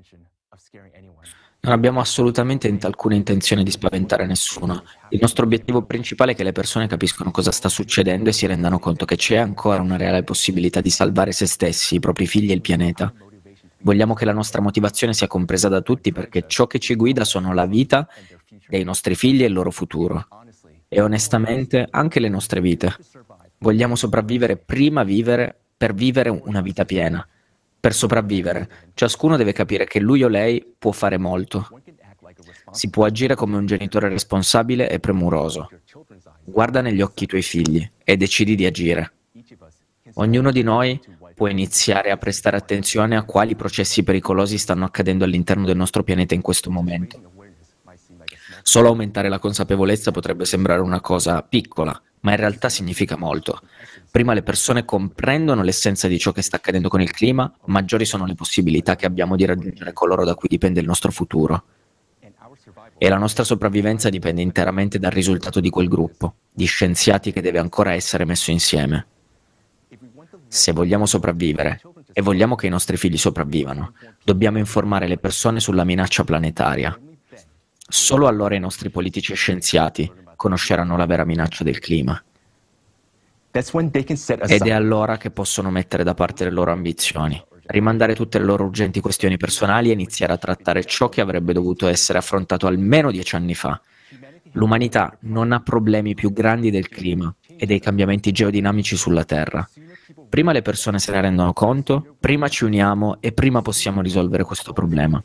Non abbiamo assolutamente alcuna intenzione di spaventare nessuno. Il nostro obiettivo principale è che le persone capiscano cosa sta succedendo e si rendano conto che c'è ancora una reale possibilità di salvare se stessi, i propri figli e il pianeta. Vogliamo che la nostra motivazione sia compresa da tutti perché ciò che ci guida sono la vita dei nostri figli e il loro futuro. E onestamente anche le nostre vite. Vogliamo sopravvivere prima vivere per vivere una vita piena. Per sopravvivere, ciascuno deve capire che lui o lei può fare molto. Si può agire come un genitore responsabile e premuroso. Guarda negli occhi i tuoi figli e decidi di agire. Ognuno di noi può iniziare a prestare attenzione a quali processi pericolosi stanno accadendo all'interno del nostro pianeta in questo momento. Solo aumentare la consapevolezza potrebbe sembrare una cosa piccola, ma in realtà significa molto. Prima le persone comprendono l'essenza di ciò che sta accadendo con il clima, maggiori sono le possibilità che abbiamo di raggiungere coloro da cui dipende il nostro futuro. E la nostra sopravvivenza dipende interamente dal risultato di quel gruppo, di scienziati che deve ancora essere messo insieme. Se vogliamo sopravvivere, e vogliamo che i nostri figli sopravvivano, dobbiamo informare le persone sulla minaccia planetaria. Solo allora i nostri politici e scienziati conosceranno la vera minaccia del clima. Ed è allora che possono mettere da parte le loro ambizioni, rimandare tutte le loro urgenti questioni personali e iniziare a trattare ciò che avrebbe dovuto essere affrontato almeno dieci anni fa. L'umanità non ha problemi più grandi del clima e dei cambiamenti geodinamici sulla Terra. Prima le persone se ne rendono conto, prima ci uniamo e prima possiamo risolvere questo problema.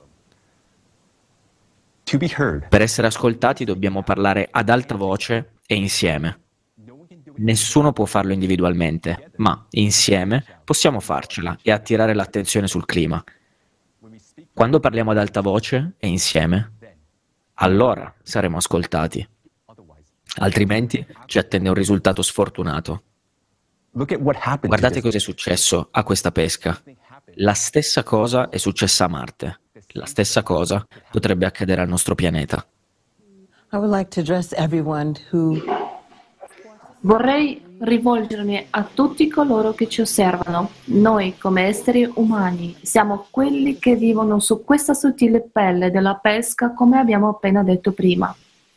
Per essere ascoltati dobbiamo parlare ad alta voce e insieme. Nessuno può farlo individualmente, ma insieme possiamo farcela e attirare l'attenzione sul clima. Quando parliamo ad alta voce e insieme, allora saremo ascoltati. Altrimenti ci attende un risultato sfortunato. Guardate cosa è successo a questa pesca. La stessa cosa è successa a Marte. La stessa cosa potrebbe accadere al nostro pianeta. Vorrei rivolgermi a tutti coloro che ci osservano. Noi, come esseri umani, siamo quelli che vivono su questa sottile pelle della pesca, come abbiamo appena detto prima.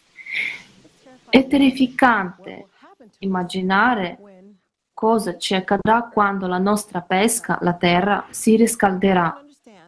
È terrificante immaginare cosa ci accadrà quando la nostra pesca, la terra, si riscalderà.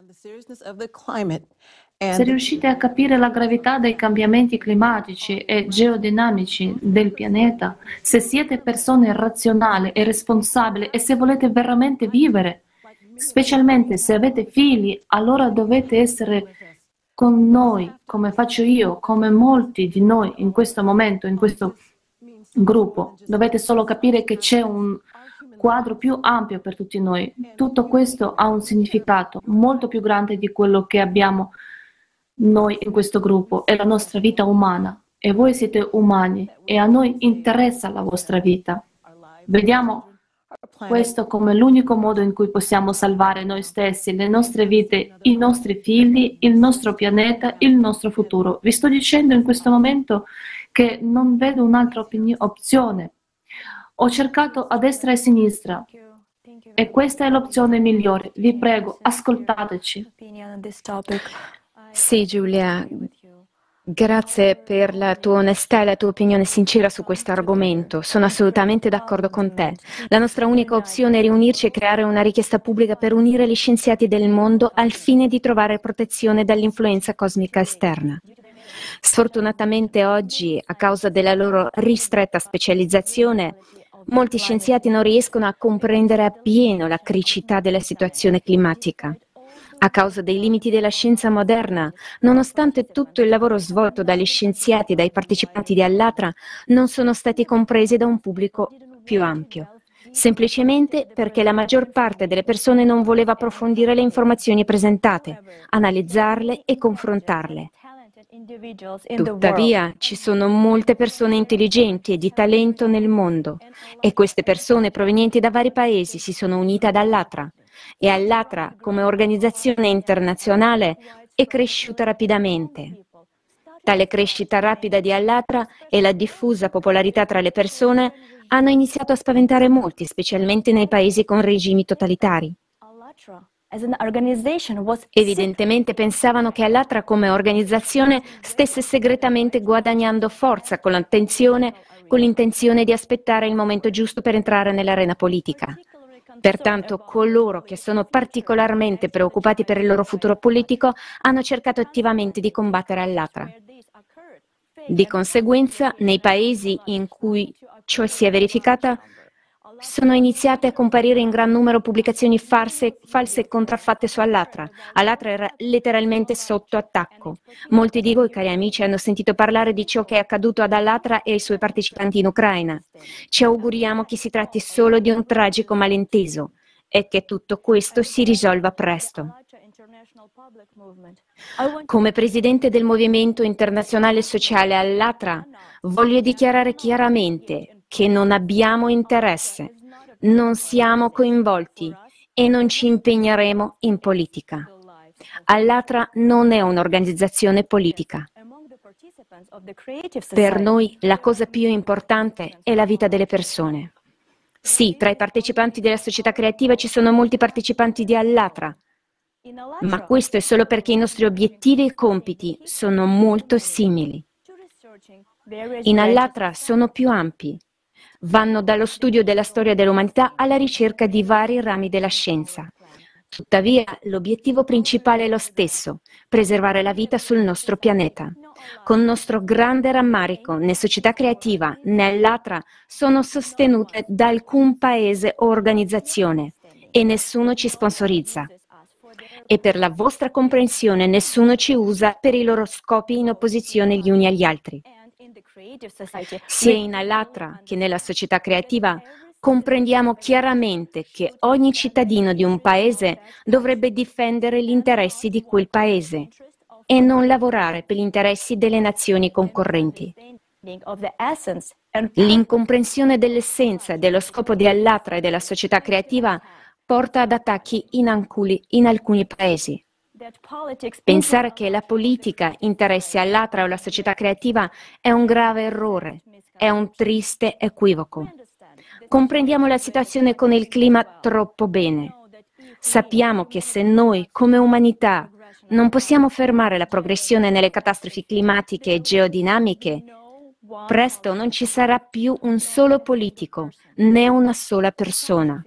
Se riuscite a capire la gravità dei cambiamenti climatici e geodinamici del pianeta, se siete persone razionali e responsabili e se volete veramente vivere, specialmente se avete figli, allora dovete essere con noi, come faccio io, come molti di noi in questo momento, in questo gruppo. Dovete solo capire che c'è un quadro più ampio per tutti noi. Tutto questo ha un significato molto più grande di quello che abbiamo noi in questo gruppo. È la nostra vita umana e voi siete umani e a noi interessa la vostra vita. Vediamo questo come l'unico modo in cui possiamo salvare noi stessi, le nostre vite, i nostri figli, il nostro pianeta, il nostro futuro. Vi sto dicendo in questo momento che non vedo un'altra opini- opzione. Ho cercato a destra e a sinistra e questa è l'opzione migliore. Vi prego, ascoltateci. Sì, Giulia, grazie per la tua onestà e la tua opinione sincera su questo argomento. Sono assolutamente d'accordo con te. La nostra unica opzione è riunirci e creare una richiesta pubblica per unire gli scienziati del mondo al fine di trovare protezione dall'influenza cosmica esterna. Sfortunatamente oggi, a causa della loro ristretta specializzazione, molti scienziati non riescono a comprendere appieno la criticità della situazione climatica. A causa dei limiti della scienza moderna, nonostante tutto il lavoro svolto dagli scienziati e dai partecipanti di Allatra, non sono stati compresi da un pubblico più ampio, semplicemente perché la maggior parte delle persone non voleva approfondire le informazioni presentate, analizzarle e confrontarle. Tuttavia, ci sono molte persone intelligenti e di talento nel mondo e queste persone provenienti da vari paesi si sono unite ad Allatra. E Allatra, come organizzazione internazionale, è cresciuta rapidamente. Tale crescita rapida di Allatra e la diffusa popolarità tra le persone hanno iniziato a spaventare molti, specialmente nei paesi con regimi totalitari. Evidentemente pensavano che Allatra come organizzazione stesse segretamente guadagnando forza con l'intenzione, con l'intenzione di aspettare il momento giusto per entrare nell'arena politica. Pertanto coloro che sono particolarmente preoccupati per il loro futuro politico hanno cercato attivamente di combattere Allatra. Di conseguenza, nei paesi in cui ciò si è verificata, sono iniziate a comparire in gran numero pubblicazioni false, false e contraffatte su Allatra. Allatra era letteralmente sotto attacco. Molti di voi, cari amici, hanno sentito parlare di ciò che è accaduto ad Allatra e ai suoi partecipanti in Ucraina. Ci auguriamo che si tratti solo di un tragico malinteso e che tutto questo si risolva presto. Come presidente del Movimento Internazionale Sociale Allatra, voglio dichiarare chiaramente che non abbiamo interesse, non siamo coinvolti e non ci impegneremo in politica. Allatra non è un'organizzazione politica. Per noi la cosa più importante è la vita delle persone. Sì, tra i partecipanti della società creativa ci sono molti partecipanti di Allatra, ma questo è solo perché i nostri obiettivi e compiti sono molto simili. In Allatra sono più ampi. Vanno dallo studio della storia dell'umanità alla ricerca di vari rami della scienza. Tuttavia, l'obiettivo principale è lo stesso, preservare la vita sul nostro pianeta. Con nostro grande rammarico, né società creativa né Allatra sono sostenute da alcun paese o organizzazione e nessuno ci sponsorizza. E per la vostra comprensione, nessuno ci usa per i loro scopi in opposizione gli uni agli altri. Sia in Allatra che nella società creativa comprendiamo chiaramente che ogni cittadino di un paese dovrebbe difendere gli interessi di quel paese e non lavorare per gli interessi delle nazioni concorrenti. L'incomprensione dell'essenza e dello scopo di Allatra e della società creativa porta ad attacchi in alcuni, in alcuni paesi. Pensare che la politica interessi Allatra o la società creativa è un grave errore, è un triste equivoco. Comprendiamo la situazione con il clima troppo bene. Sappiamo che se noi, come umanità, non possiamo fermare la progressione nelle catastrofi climatiche e geodinamiche, presto non ci sarà più un solo politico, né una sola persona.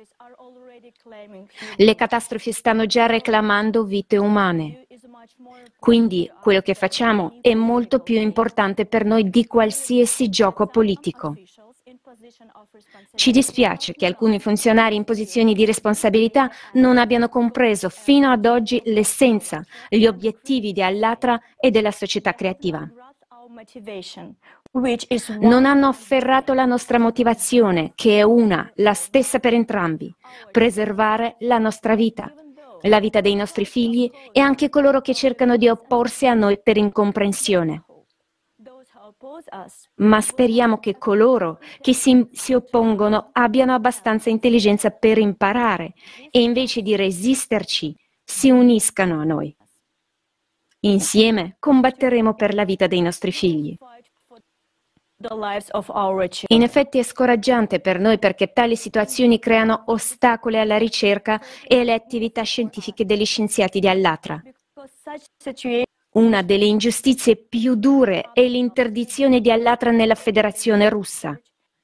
Le catastrofi stanno già reclamando vite umane. Quindi quello che facciamo è molto più importante per noi di qualsiasi gioco politico. Ci dispiace che alcuni funzionari in posizioni di responsabilità non abbiano compreso fino ad oggi l'essenza, gli obiettivi di Allatra e della società creativa. Non hanno afferrato la nostra motivazione, che è una, la stessa per entrambi: preservare la nostra vita, la vita dei nostri figli e anche coloro che cercano di opporsi a noi per incomprensione. Ma speriamo che coloro che si, si oppongono abbiano abbastanza intelligenza per imparare e invece di resisterci si uniscano a noi. Insieme combatteremo per la vita dei nostri figli. In effetti è scoraggiante per noi perché tali situazioni creano ostacoli alla ricerca e alle attività scientifiche degli scienziati di Allatra. Una delle ingiustizie più dure è l'interdizione di Allatra nella Federazione Russa.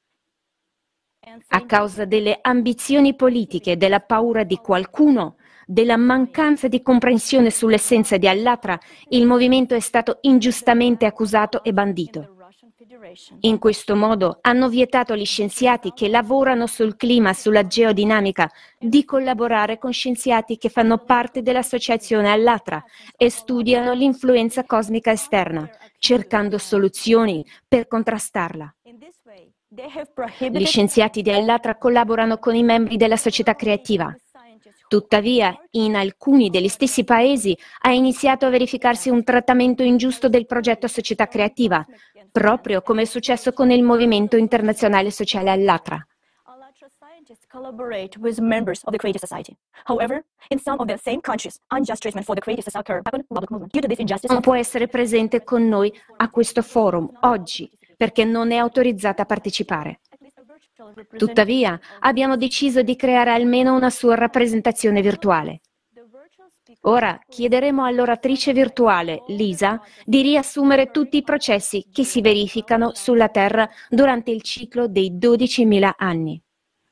A causa delle ambizioni politiche e della paura di qualcuno, della mancanza di comprensione sull'essenza di Allatra, il movimento è stato ingiustamente accusato e bandito. In questo modo hanno vietato agli scienziati che lavorano sul clima e sulla geodinamica di collaborare con scienziati che fanno parte dell'associazione Allatra e studiano l'influenza cosmica esterna, cercando soluzioni per contrastarla. Gli scienziati di Allatra collaborano con i membri della società creativa. Tuttavia, in alcuni degli stessi paesi ha iniziato a verificarsi un trattamento ingiusto del progetto Società Creativa, proprio come è successo con il Movimento Internazionale Sociale Allatra. Collaborate with members of the Creative Society. However, in some of the same countries, unjust treatment for the Creative Society occur in the public movement. Due to this injustice, non può essere presente con noi a questo forum oggi perché non è autorizzata a partecipare. Tuttavia, abbiamo deciso di creare almeno una sua rappresentazione virtuale. Ora chiederemo all'oratrice virtuale, Lisa, di riassumere tutti i processi che si verificano sulla Terra durante il ciclo dei dodicimila anni.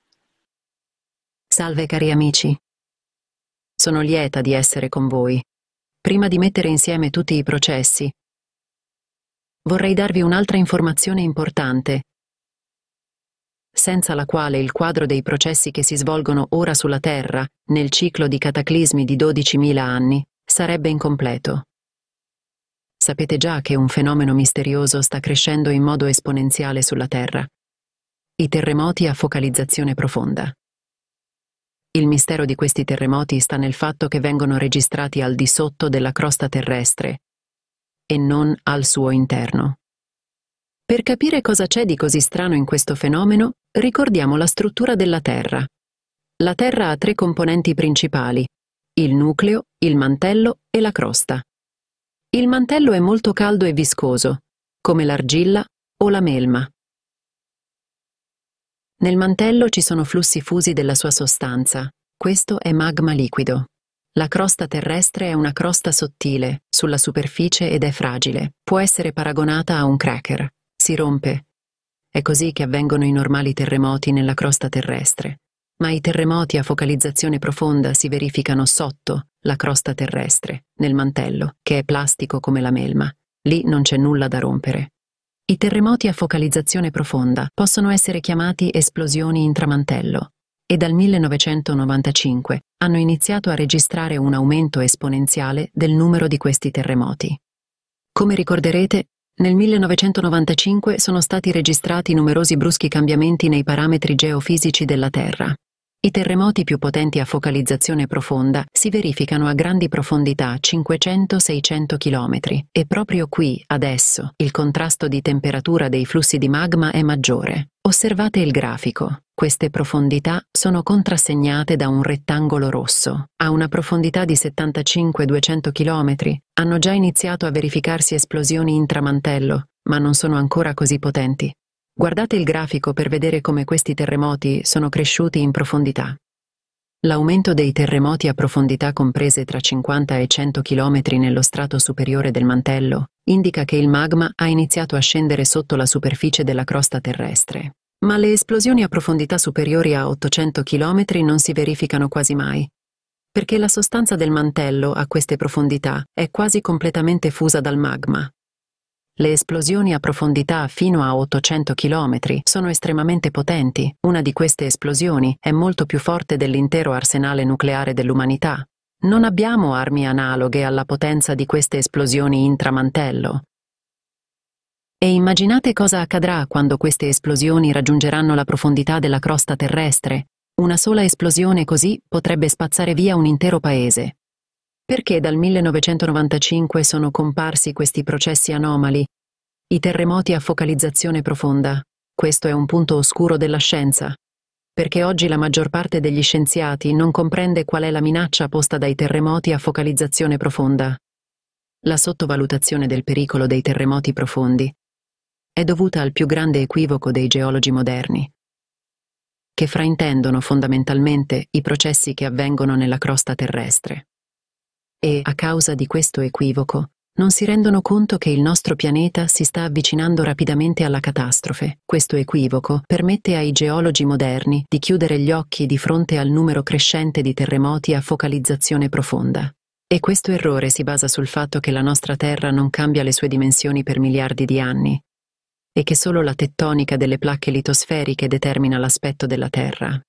Salve cari amici. Sono lieta di essere con voi. Prima di mettere insieme tutti i processi, vorrei darvi un'altra informazione importante, senza la quale il quadro dei processi che si svolgono ora sulla Terra, nel ciclo di cataclismi di dodicimila anni, sarebbe incompleto. Sapete già che un fenomeno misterioso sta crescendo in modo esponenziale sulla Terra: i terremoti a focalizzazione profonda. Il mistero di questi terremoti sta nel fatto che vengono registrati al di sotto della crosta terrestre e non al suo interno. Per capire cosa c'è di così strano in questo fenomeno, ricordiamo la struttura della Terra. La Terra ha tre componenti principali: il nucleo, il mantello e la crosta. Il mantello è molto caldo e viscoso, come l'argilla o la melma. Nel mantello ci sono flussi fusi della sua sostanza. Questo è magma liquido. La crosta terrestre è una crosta sottile, sulla superficie ed è fragile. Può essere paragonata a un cracker. Si rompe. È così che avvengono i normali terremoti nella crosta terrestre. Ma i terremoti a focalizzazione profonda si verificano sotto la crosta terrestre, nel mantello, che è plastico come la melma. Lì non c'è nulla da rompere. I terremoti a focalizzazione profonda possono essere chiamati esplosioni intramantello e dal millenovecentonovantacinque hanno iniziato a registrare un aumento esponenziale del numero di questi terremoti. Come ricorderete, nel millenovecentonovantacinque sono stati registrati numerosi bruschi cambiamenti nei parametri geofisici della Terra. I terremoti più potenti a focalizzazione profonda si verificano a grandi profondità, cinquecento seicento chilometri, e proprio qui, adesso, il contrasto di temperatura dei flussi di magma è maggiore. Osservate il grafico. Queste profondità sono contrassegnate da un rettangolo rosso. A una profondità di settantacinque duecento chilometri hanno già iniziato a verificarsi esplosioni intramantello, ma non sono ancora così potenti. Guardate il grafico per vedere come questi terremoti sono cresciuti in profondità. L'aumento dei terremoti a profondità comprese tra cinquanta e cento chilometri nello strato superiore del mantello indica che il magma ha iniziato a scendere sotto la superficie della crosta terrestre. Ma le esplosioni a profondità superiori a ottocento chilometri non si verificano quasi mai, perché la sostanza del mantello a queste profondità è quasi completamente fusa dal magma. Le esplosioni a profondità fino a ottocento chilometri sono estremamente potenti. Una di queste esplosioni è molto più forte dell'intero arsenale nucleare dell'umanità. Non abbiamo armi analoghe alla potenza di queste esplosioni intramantello. E immaginate cosa accadrà quando queste esplosioni raggiungeranno la profondità della crosta terrestre. Una sola esplosione così potrebbe spazzare via un intero paese. Perché dal millenovecentonovantacinque sono comparsi questi processi anomali, i terremoti a focalizzazione profonda? Questo è un punto oscuro della scienza, perché oggi la maggior parte degli scienziati non comprende qual è la minaccia posta dai terremoti a focalizzazione profonda. La sottovalutazione del pericolo dei terremoti profondi è dovuta al più grande equivoco dei geologi moderni, che fraintendono fondamentalmente i processi che avvengono nella crosta terrestre. E, a causa di questo equivoco, non si rendono conto che il nostro pianeta si sta avvicinando rapidamente alla catastrofe. Questo equivoco permette ai geologi moderni di chiudere gli occhi di fronte al numero crescente di terremoti a focalizzazione profonda. E questo errore si basa sul fatto che la nostra Terra non cambia le sue dimensioni per miliardi di anni, e che solo la tettonica delle placche litosferiche determina l'aspetto della Terra.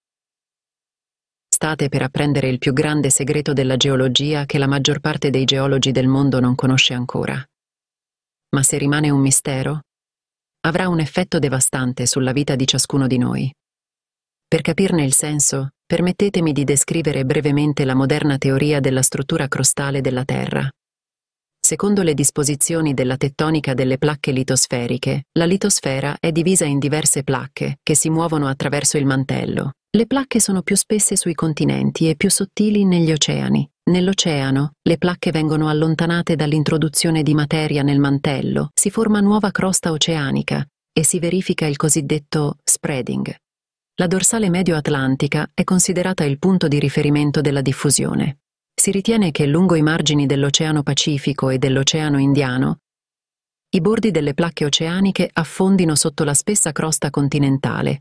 State per apprendere il più grande segreto della geologia che la maggior parte dei geologi del mondo non conosce ancora. Ma se rimane un mistero, avrà un effetto devastante sulla vita di ciascuno di noi. Per capirne il senso, permettetemi di descrivere brevemente la moderna teoria della struttura crostale della Terra. Secondo le disposizioni della tettonica delle placche litosferiche, la litosfera è divisa in diverse placche che si muovono attraverso il mantello. Le placche sono più spesse sui continenti e più sottili negli oceani. Nell'oceano, le placche vengono allontanate dall'introduzione di materia nel mantello, si forma nuova crosta oceanica e si verifica il cosiddetto spreading. La dorsale medio-atlantica è considerata il punto di riferimento della diffusione. Si ritiene che lungo i margini dell'Oceano Pacifico e dell'Oceano Indiano, i bordi delle placche oceaniche affondino sotto la spessa crosta continentale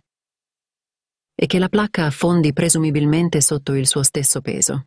e che la placca affondi presumibilmente sotto il suo stesso peso.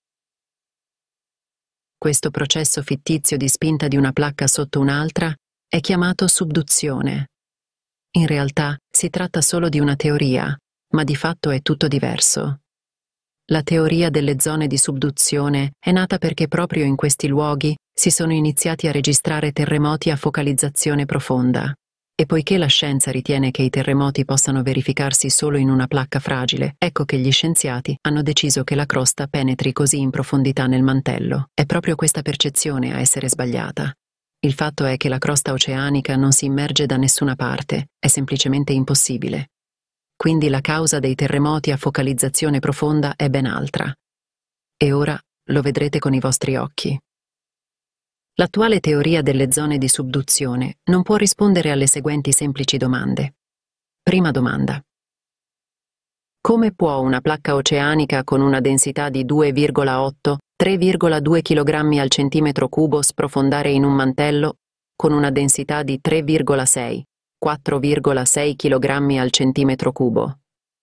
Questo processo fittizio di spinta di una placca sotto un'altra è chiamato subduzione. In realtà si tratta solo di una teoria, ma di fatto è tutto diverso. La teoria delle zone di subduzione è nata perché proprio in questi luoghi si sono iniziati a registrare terremoti a focalizzazione profonda. E poiché la scienza ritiene che i terremoti possano verificarsi solo in una placca fragile, ecco che gli scienziati hanno deciso che la crosta penetri così in profondità nel mantello. È proprio questa percezione a essere sbagliata. Il fatto è che la crosta oceanica non si immerge da nessuna parte, è semplicemente impossibile. Quindi la causa dei terremoti a focalizzazione profonda è ben altra. E ora lo vedrete con i vostri occhi. L'attuale teoria delle zone di subduzione non può rispondere alle seguenti semplici domande. Prima domanda. Come può una placca oceanica con una densità di due virgola otto - tre virgola due chilogrammi al centimetro cubo sprofondare in un mantello con una densità di tre virgola sei - quattro virgola sei chilogrammi al centimetro cubo?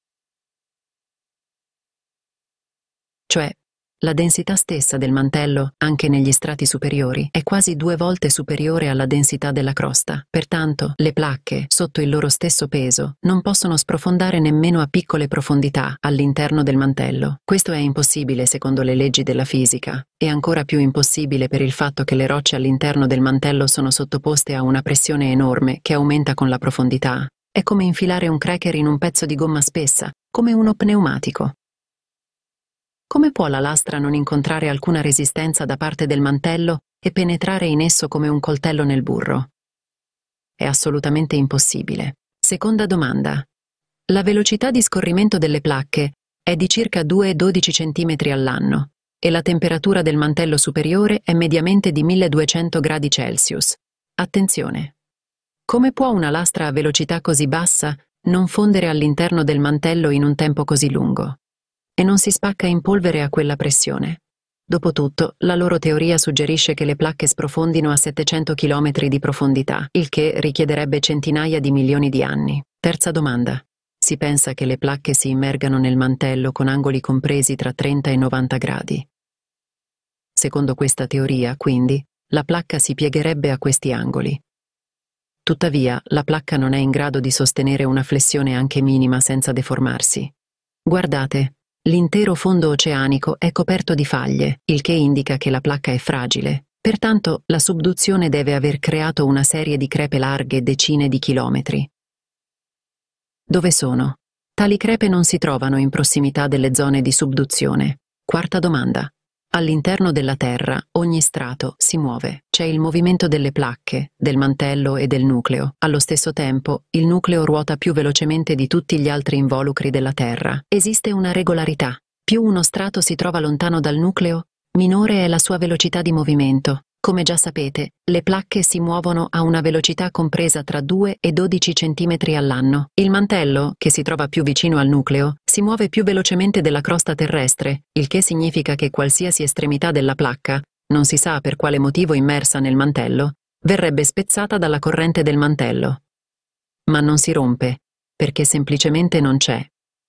Cioè, la densità stessa del mantello, anche negli strati superiori, è quasi due volte superiore alla densità della crosta. Pertanto, le placche, sotto il loro stesso peso, non possono sprofondare nemmeno a piccole profondità all'interno del mantello. Questo è impossibile secondo le leggi della fisica, e ancora più impossibile per il fatto che le rocce all'interno del mantello sono sottoposte a una pressione enorme che aumenta con la profondità. È come infilare un cracker in un pezzo di gomma spessa, come uno pneumatico. Come può la lastra non incontrare alcuna resistenza da parte del mantello e penetrare in esso come un coltello nel burro? È assolutamente impossibile. Seconda domanda. La velocità di scorrimento delle placche è di circa due virgola dodici centimetri all'anno e la temperatura del mantello superiore è mediamente di milleduecento gradi Celsius. Attenzione! Come può una lastra a velocità così bassa non fondere all'interno del mantello in un tempo così lungo? E non si spacca in polvere a quella pressione? Dopotutto, la loro teoria suggerisce che le placche sprofondino a settecento chilometri di profondità, il che richiederebbe centinaia di milioni di anni. Terza domanda. Si pensa che le placche si immergano nel mantello con angoli compresi tra trenta e novanta gradi. Secondo questa teoria, quindi, la placca si piegherebbe a questi angoli. Tuttavia, la placca non è in grado di sostenere una flessione anche minima senza deformarsi. Guardate, l'intero fondo oceanico è coperto di faglie, il che indica che la placca è fragile. Pertanto, la subduzione deve aver creato una serie di crepe larghe decine di chilometri. Dove sono? Tali crepe non si trovano in prossimità delle zone di subduzione. Quarta domanda. All'interno della Terra, ogni strato si muove. C'è il movimento delle placche, del mantello e del nucleo. Allo stesso tempo, il nucleo ruota più velocemente di tutti gli altri involucri della Terra. Esiste una regolarità. Più uno strato si trova lontano dal nucleo, minore è la sua velocità di movimento. Come già sapete, le placche si muovono a una velocità compresa tra due e dodici centimetri all'anno. Il mantello, che si trova più vicino al nucleo, si muove più velocemente della crosta terrestre, il che significa che qualsiasi estremità della placca, non si sa per quale motivo immersa nel mantello, verrebbe spezzata dalla corrente del mantello. Ma non si rompe, perché semplicemente non c'è.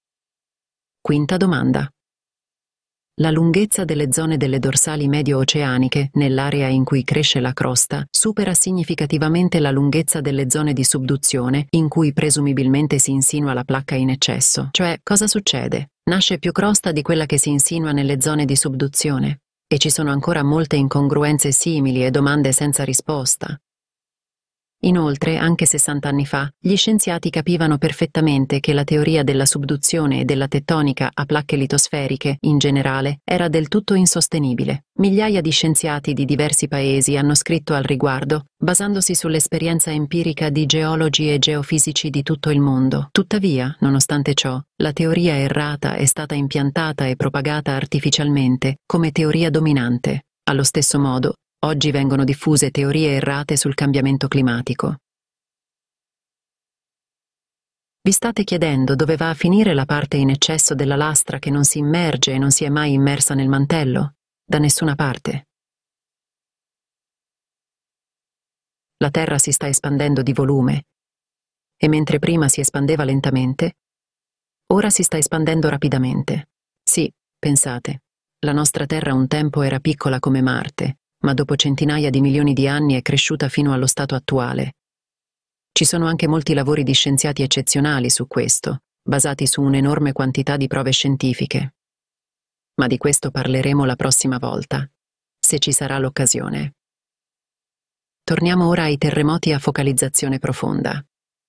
Quinta domanda. La lunghezza delle zone delle dorsali medio-oceaniche, nell'area in cui cresce la crosta, supera significativamente la lunghezza delle zone di subduzione in cui presumibilmente si insinua la placca in eccesso. Cioè, cosa succede? Nasce più crosta di quella che si insinua nelle zone di subduzione. E ci sono ancora molte incongruenze simili e domande senza risposta. Inoltre, anche sessanta anni fa, gli scienziati capivano perfettamente che la teoria della subduzione e della tettonica a placche litosferiche, in generale, era del tutto insostenibile. Migliaia di scienziati di diversi paesi hanno scritto al riguardo, basandosi sull'esperienza empirica di geologi e geofisici di tutto il mondo. Tuttavia, nonostante ciò, la teoria errata è stata impiantata e propagata artificialmente come teoria dominante. Allo stesso modo, oggi vengono diffuse teorie errate sul cambiamento climatico. Vi state chiedendo dove va a finire la parte in eccesso della lastra che non si immerge e non si è mai immersa nel mantello? Da nessuna parte. La Terra si sta espandendo di volume, e mentre prima si espandeva lentamente, ora si sta espandendo rapidamente. Sì, pensate, la nostra Terra un tempo era piccola come Marte, ma dopo centinaia di milioni di anni è cresciuta fino allo stato attuale. Ci sono anche molti lavori di scienziati eccezionali su questo, basati su un'enorme quantità di prove scientifiche. Ma di questo parleremo la prossima volta, se ci sarà l'occasione. Torniamo ora ai terremoti a focalizzazione profonda.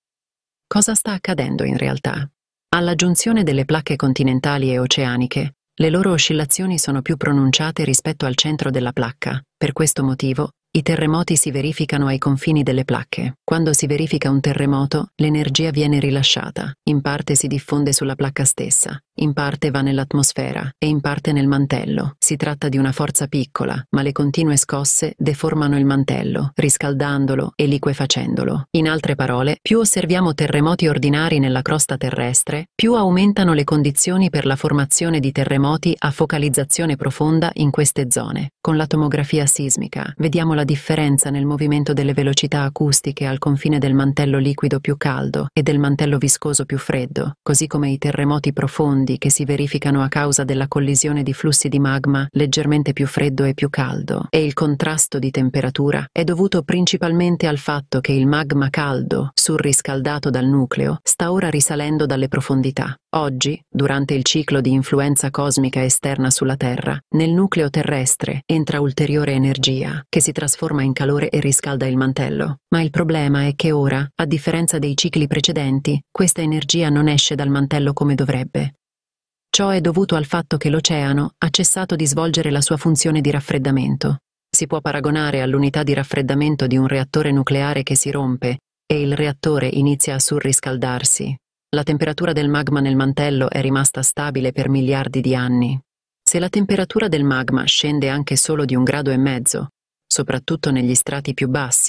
Cosa sta accadendo in realtà? Alla giunzione delle placche continentali e oceaniche, le loro oscillazioni sono più pronunciate rispetto al centro della placca. Per questo motivo, i terremoti si verificano ai confini delle placche. Quando si verifica un terremoto, l'energia viene rilasciata. In parte si diffonde sulla placca stessa, in parte va nell'atmosfera e in parte nel mantello. Si tratta di una forza piccola, ma le continue scosse deformano il mantello, riscaldandolo e liquefacendolo. In altre parole, più osserviamo terremoti ordinari nella crosta terrestre, più aumentano le condizioni per la formazione di terremoti a focalizzazione profonda in queste zone. Con la tomografia sismica, vediamo la differenza nel movimento delle velocità acustiche al confine del mantello liquido più caldo e del mantello viscoso più freddo, così come i terremoti profondi che si verificano a causa della collisione di flussi di magma leggermente più freddo e più caldo. E il contrasto di temperatura è dovuto principalmente al fatto che il magma caldo, surriscaldato dal nucleo, sta ora risalendo dalle profondità. Oggi, durante il ciclo di influenza cosmica esterna sulla Terra, nel nucleo terrestre entra ulteriore energia, che si trasforma in calore e riscalda il mantello. Ma il problema è che ora, a differenza dei cicli precedenti, questa energia non esce dal mantello come dovrebbe. Ciò è dovuto al fatto che l'oceano ha cessato di svolgere la sua funzione di raffreddamento. Si può paragonare all'unità di raffreddamento di un reattore nucleare che si rompe e il reattore inizia a surriscaldarsi. La temperatura del magma nel mantello è rimasta stabile per miliardi di anni. Se la temperatura del magma scende anche solo di un grado e mezzo, soprattutto negli strati più bassi,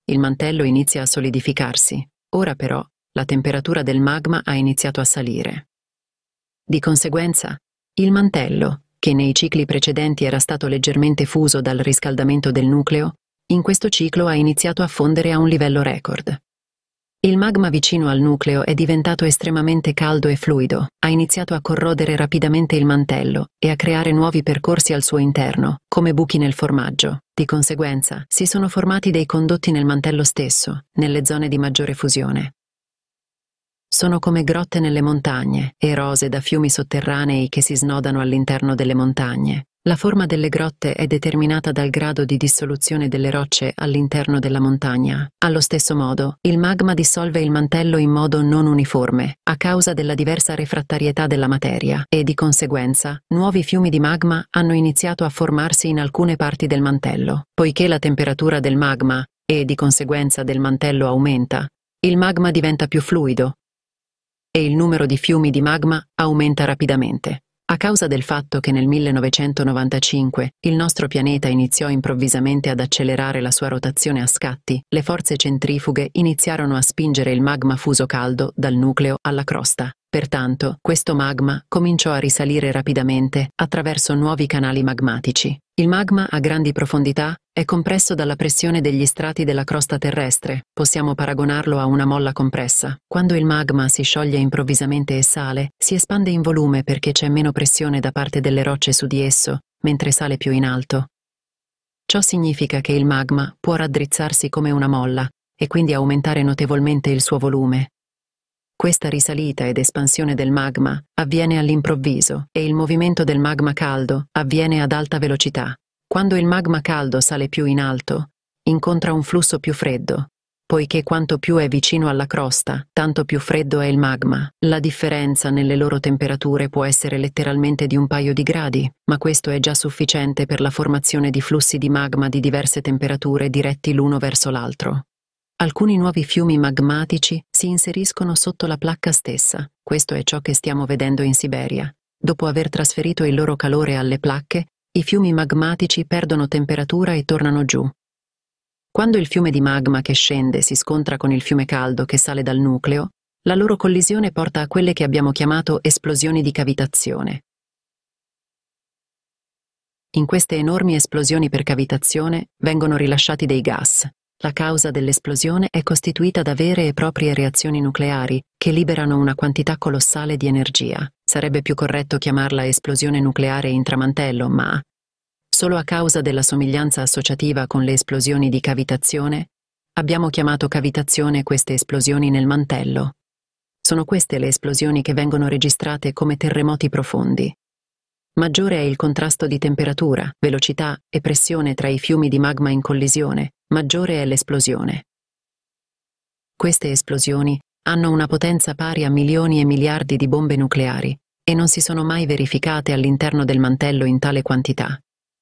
il mantello inizia a solidificarsi. Ora però la temperatura del magma ha iniziato a salire. Di conseguenza, il mantello, che nei cicli precedenti era stato leggermente fuso dal riscaldamento del nucleo, in questo ciclo ha iniziato a fondere a un livello record. Il magma vicino al nucleo è diventato estremamente caldo e fluido, ha iniziato a corrodere rapidamente il mantello e a creare nuovi percorsi al suo interno, come buchi nel formaggio. Di conseguenza, si sono formati dei condotti nel mantello stesso, nelle zone di maggiore fusione. Sono come grotte nelle montagne, erose da fiumi sotterranei che si snodano all'interno delle montagne. La forma delle grotte è determinata dal grado di dissoluzione delle rocce all'interno della montagna. Allo stesso modo, il magma dissolve il mantello in modo non uniforme, a causa della diversa refrattarietà della materia, e di conseguenza, nuovi fiumi di magma hanno iniziato a formarsi in alcune parti del mantello. Poiché la temperatura del magma, e di conseguenza del mantello aumenta, il magma diventa più fluido, e il numero di fiumi di magma aumenta rapidamente. A causa del fatto che nel millenovecentonovantacinque il nostro pianeta iniziò improvvisamente ad accelerare la sua rotazione a scatti, le forze centrifughe iniziarono a spingere il magma fuso caldo dal nucleo alla crosta. Pertanto, questo magma cominciò a risalire rapidamente attraverso nuovi canali magmatici. Il magma a grandi profondità è compresso dalla pressione degli strati della crosta terrestre. Possiamo paragonarlo a una molla compressa. Quando il magma si scioglie improvvisamente e sale, si espande in volume perché c'è meno pressione da parte delle rocce su di esso, mentre sale più in alto. Ciò significa che il magma può raddrizzarsi come una molla e quindi aumentare notevolmente il suo volume. Questa risalita ed espansione del magma avviene all'improvviso e il movimento del magma caldo avviene ad alta velocità. Quando il magma caldo sale più in alto, incontra un flusso più freddo, poiché quanto più è vicino alla crosta, tanto più freddo è il magma. La differenza nelle loro temperature può essere letteralmente di un paio di gradi, ma questo è già sufficiente per la formazione di flussi di magma di diverse temperature diretti l'uno verso l'altro. Alcuni nuovi fiumi magmatici si inseriscono sotto la placca stessa. Questo è ciò che stiamo vedendo in Siberia. Dopo aver trasferito il loro calore alle placche, i fiumi magmatici perdono temperatura e tornano giù. Quando il fiume di magma che scende si scontra con il fiume caldo che sale dal nucleo, la loro collisione porta a quelle che abbiamo chiamato esplosioni di cavitazione. In queste enormi esplosioni per cavitazione vengono rilasciati dei gas. La causa dell'esplosione è costituita da vere e proprie reazioni nucleari che liberano una quantità colossale di energia. Sarebbe più corretto chiamarla esplosione nucleare intramantello, ma solo a causa della somiglianza associativa con le esplosioni di cavitazione abbiamo chiamato cavitazione queste esplosioni nel mantello. Sono queste le esplosioni che vengono registrate come terremoti profondi. Maggiore è il contrasto di temperatura, velocità e pressione tra i fiumi di magma in collisione, maggiore è l'esplosione. Queste esplosioni hanno una potenza pari a milioni e miliardi di bombe nucleari e non si sono mai verificate all'interno del mantello in tale quantità.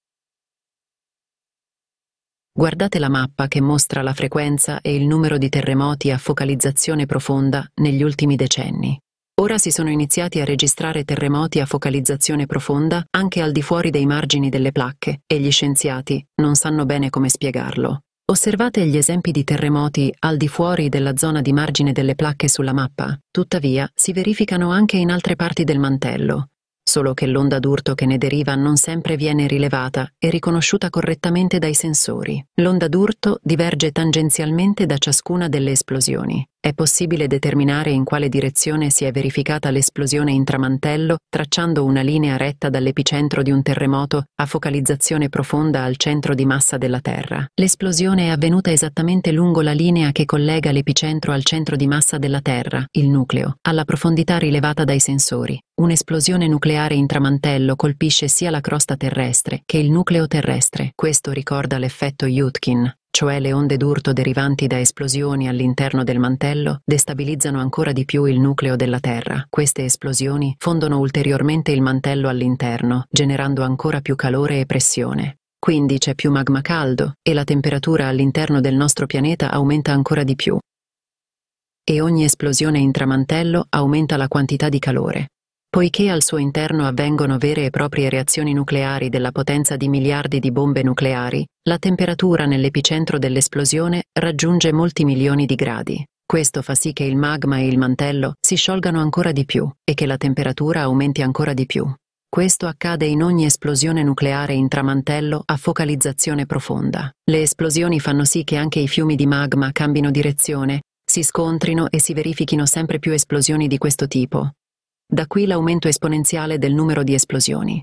Guardate la mappa che mostra la frequenza e il numero di terremoti a focalizzazione profonda negli ultimi decenni. Ora si sono iniziati a registrare terremoti a focalizzazione profonda anche al di fuori dei margini delle placche e gli scienziati non sanno bene come spiegarlo. Osservate gli esempi di terremoti al di fuori della zona di margine delle placche sulla mappa, tuttavia si verificano anche in altre parti del mantello, solo che l'onda d'urto che ne deriva non sempre viene rilevata e riconosciuta correttamente dai sensori. L'onda d'urto diverge tangenzialmente da ciascuna delle esplosioni. È possibile determinare in quale direzione si è verificata l'esplosione intramantello tracciando una linea retta dall'epicentro di un terremoto a focalizzazione profonda al centro di massa della Terra. L'esplosione è avvenuta esattamente lungo la linea che collega l'epicentro al centro di massa della Terra, il nucleo, alla profondità rilevata dai sensori. Un'esplosione nucleare intramantello colpisce sia la crosta terrestre che il nucleo terrestre. Questo ricorda l'effetto Yudkin, cioè le onde d'urto derivanti da esplosioni all'interno del mantello, destabilizzano ancora di più il nucleo della Terra. Queste esplosioni fondono ulteriormente il mantello all'interno, generando ancora più calore e pressione. Quindi c'è più magma caldo, e la temperatura all'interno del nostro pianeta aumenta ancora di più. E ogni esplosione intramantello aumenta la quantità di calore. Poiché al suo interno avvengono vere e proprie reazioni nucleari della potenza di miliardi di bombe nucleari, la temperatura nell'epicentro dell'esplosione raggiunge molti milioni di gradi. Questo fa sì che il magma e il mantello si sciolgano ancora di più e che la temperatura aumenti ancora di più. Questo accade in ogni esplosione nucleare intramantello a focalizzazione profonda. Le esplosioni fanno sì che anche i fiumi di magma cambino direzione, si scontrino e si verifichino sempre più esplosioni di questo tipo. Da qui l'aumento esponenziale del numero di esplosioni.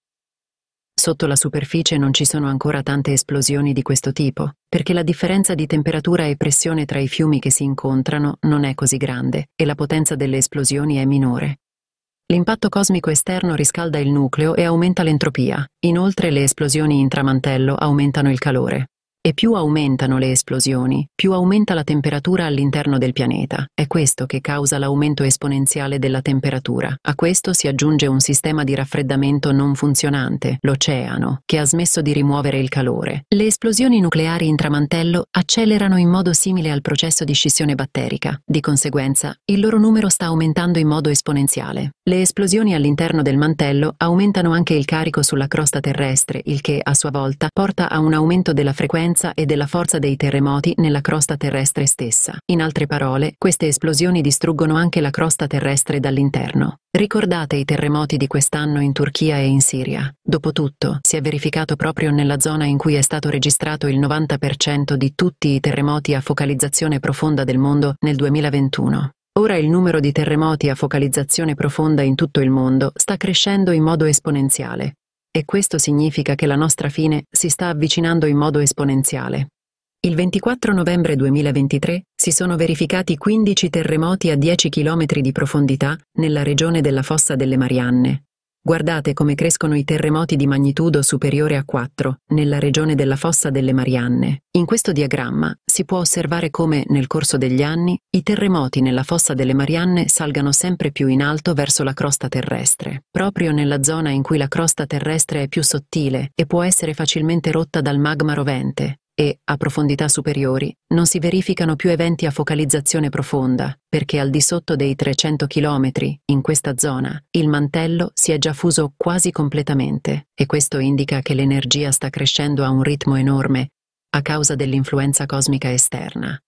Sotto la superficie non ci sono ancora tante esplosioni di questo tipo, perché la differenza di temperatura e pressione tra i fiumi che si incontrano non è così grande e la potenza delle esplosioni è minore. L'impatto cosmico esterno riscalda il nucleo e aumenta l'entropia. Inoltre le esplosioni intramantello aumentano il calore. E più aumentano le esplosioni, più aumenta la temperatura all'interno del pianeta. È questo che causa l'aumento esponenziale della temperatura. A questo si aggiunge un sistema di raffreddamento non funzionante, l'oceano, che ha smesso di rimuovere il calore. Le esplosioni nucleari intramantello accelerano in modo simile al processo di scissione batterica. Di conseguenza, il loro numero sta aumentando in modo esponenziale. Le esplosioni all'interno del mantello aumentano anche il carico sulla crosta terrestre, il che, a sua volta, porta a un aumento della frequenza e della forza dei terremoti nella crosta terrestre stessa. In altre parole, queste esplosioni distruggono anche la crosta terrestre dall'interno. Ricordate i terremoti di quest'anno in Turchia e in Siria. Dopotutto, si è verificato proprio nella zona in cui è stato registrato il novanta per cento di tutti i terremoti a focalizzazione profonda del mondo nel duemilaventuno. Ora il numero di terremoti a focalizzazione profonda in tutto il mondo sta crescendo in modo esponenziale. E questo significa che la nostra fine si sta avvicinando in modo esponenziale. Il ventiquattro novembre duemilaventitré si sono verificati quindici terremoti a dieci chilometri di profondità nella regione della Fossa delle Marianne. Guardate come crescono i terremoti di magnitudo superiore a quattro nella regione della Fossa delle Marianne. In questo diagramma si può osservare come, nel corso degli anni, i terremoti nella Fossa delle Marianne salgano sempre più in alto verso la crosta terrestre, proprio nella zona in cui la crosta terrestre è più sottile e può essere facilmente rotta dal magma rovente. E, a profondità superiori, non si verificano più eventi a focalizzazione profonda, perché al di sotto dei trecento chilometri, in questa zona, il mantello si è già fuso quasi completamente, e questo indica che l'energia sta crescendo a un ritmo enorme a causa dell'influenza cosmica esterna.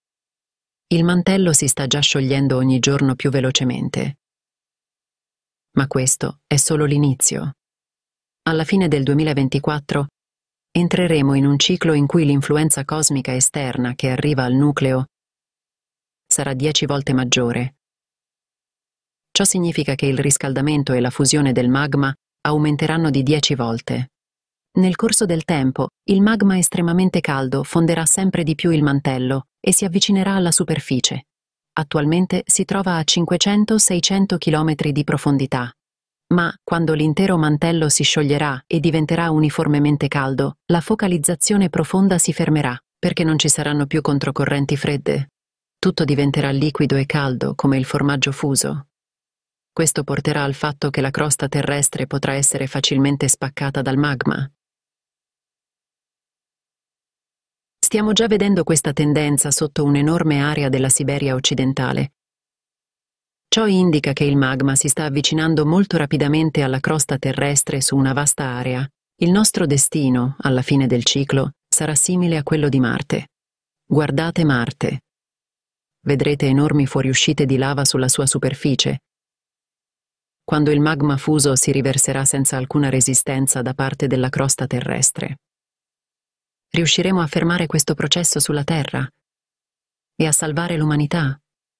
Il mantello si sta già sciogliendo ogni giorno più velocemente. Ma questo è solo l'inizio. Alla fine del duemilaventiquattro, entreremo in un ciclo in cui l'influenza cosmica esterna che arriva al nucleo sarà dieci volte maggiore. Ciò significa che il riscaldamento e la fusione del magma aumenteranno di dieci volte. Nel corso del tempo, il magma estremamente caldo fonderà sempre di più il mantello e si avvicinerà alla superficie. Attualmente si trova a cinquecento seicento chilometri di profondità. Ma, quando l'intero mantello si scioglierà e diventerà uniformemente caldo, la focalizzazione profonda si fermerà, perché non ci saranno più controcorrenti fredde. Tutto diventerà liquido e caldo, come il formaggio fuso. Questo porterà al fatto che la crosta terrestre potrà essere facilmente spaccata dal magma. Stiamo già vedendo questa tendenza sotto un'enorme area della Siberia occidentale. Ciò indica che il magma si sta avvicinando molto rapidamente alla crosta terrestre su una vasta area. Il nostro destino, alla fine del ciclo, sarà simile a quello di Marte. Guardate Marte. Vedrete enormi fuoriuscite di lava sulla sua superficie. Quando il magma fuso si riverserà senza alcuna resistenza da parte della crosta terrestre. Riusciremo a fermare questo processo sulla Terra e a salvare l'umanità.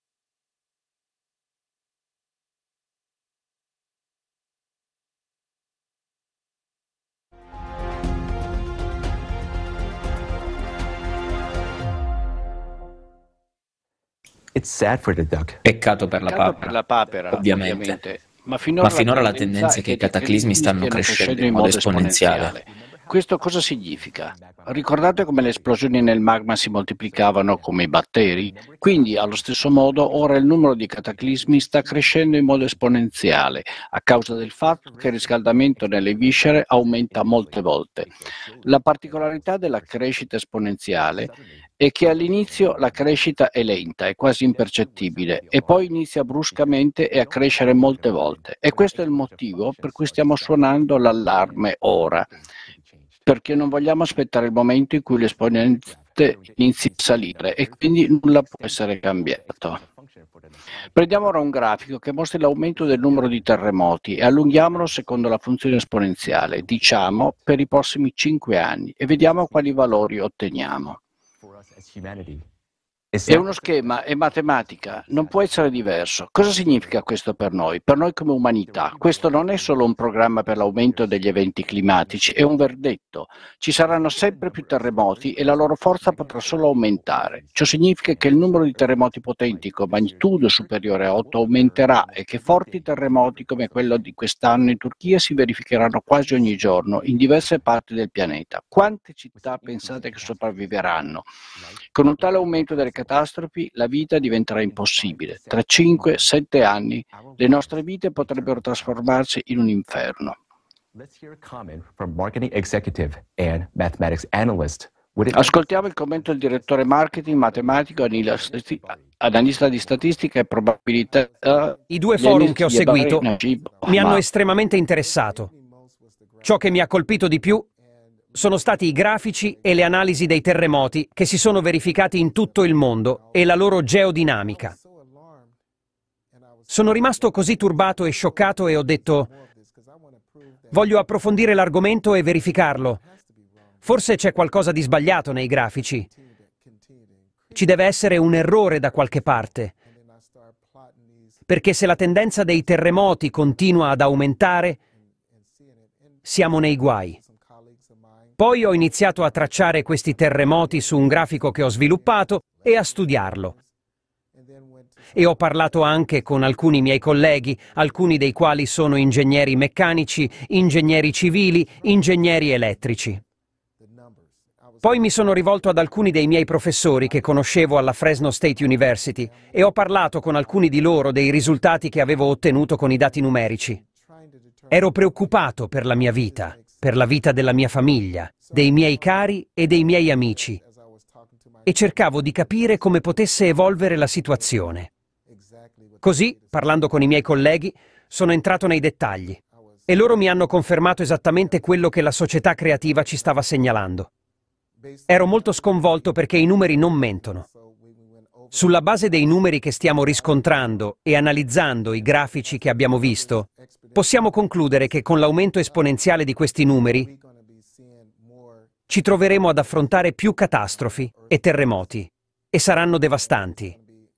Peccato per la Peccato papera, per la papera, ovviamente. ovviamente. Ma finora, Ma finora la la tendenza è che i cataclismi stanno crescendo in modo esponenziale. Questo cosa significa? Ricordate come le esplosioni nel magma si moltiplicavano come i batteri? Quindi, allo stesso modo, ora il numero di cataclismi sta crescendo in modo esponenziale, a causa del fatto che il riscaldamento nelle viscere aumenta molte volte. La particolarità della crescita esponenziale è che all'inizio la crescita è lenta, è quasi impercettibile, e poi inizia bruscamente e a crescere molte volte. E questo è il motivo per cui stiamo suonando l'allarme ora, perché non vogliamo aspettare il momento in cui l'esponente inizi a salire e quindi nulla può essere cambiato. Prendiamo ora un grafico che mostra l'aumento del numero di terremoti e allunghiamolo secondo la funzione esponenziale, diciamo per i prossimi cinque anni, e vediamo quali valori otteniamo. È uno schema, è matematica, non può essere diverso. Cosa significa questo per noi? Per noi come umanità, questo non è solo un programma per l'aumento degli eventi climatici, è un verdetto. Ci saranno sempre più terremoti e la loro forza potrà solo aumentare. Ciò significa che il numero di terremoti potenti con magnitudo superiore a otto aumenterà e che forti terremoti come quello di quest'anno in Turchia si verificheranno quasi ogni giorno in diverse parti del pianeta. Quante città pensate che sopravviveranno? Con un tale aumento delle catastrofi la vita diventerà impossibile. Tra cinque sette anni le nostre vite potrebbero trasformarsi in un inferno. Ascoltiamo il commento del direttore marketing, matematico, analista di statistica e probabilità. I due forum che ho seguito mi hanno estremamente interessato. Ciò che mi ha colpito di più sono stati i grafici e le analisi dei terremoti che si sono verificati in tutto il mondo e la loro geodinamica. Sono rimasto così turbato e scioccato e ho detto: voglio approfondire l'argomento e verificarlo. Forse c'è qualcosa di sbagliato nei grafici. Ci deve essere un errore da qualche parte. Perché se la tendenza dei terremoti continua ad aumentare, siamo nei guai. Poi ho iniziato a tracciare questi terremoti su un grafico che ho sviluppato e a studiarlo. E ho parlato anche con alcuni miei colleghi, alcuni dei quali sono ingegneri meccanici, ingegneri civili, ingegneri elettrici. Poi mi sono rivolto ad alcuni dei miei professori che conoscevo alla Fresno State University e ho parlato con alcuni di loro dei risultati che avevo ottenuto con i dati numerici. Ero preoccupato per la mia vita, per la vita della mia famiglia, dei miei cari e dei miei amici, e cercavo di capire come potesse evolvere la situazione. Così, parlando con i miei colleghi, sono entrato nei dettagli e loro mi hanno confermato esattamente quello che la società creativa ci stava segnalando. Ero molto sconvolto perché i numeri non mentono. Sulla base dei numeri che stiamo riscontrando e analizzando i grafici che abbiamo visto, possiamo concludere che con l'aumento esponenziale di questi numeri ci troveremo ad affrontare più catastrofi e terremoti, e saranno devastanti.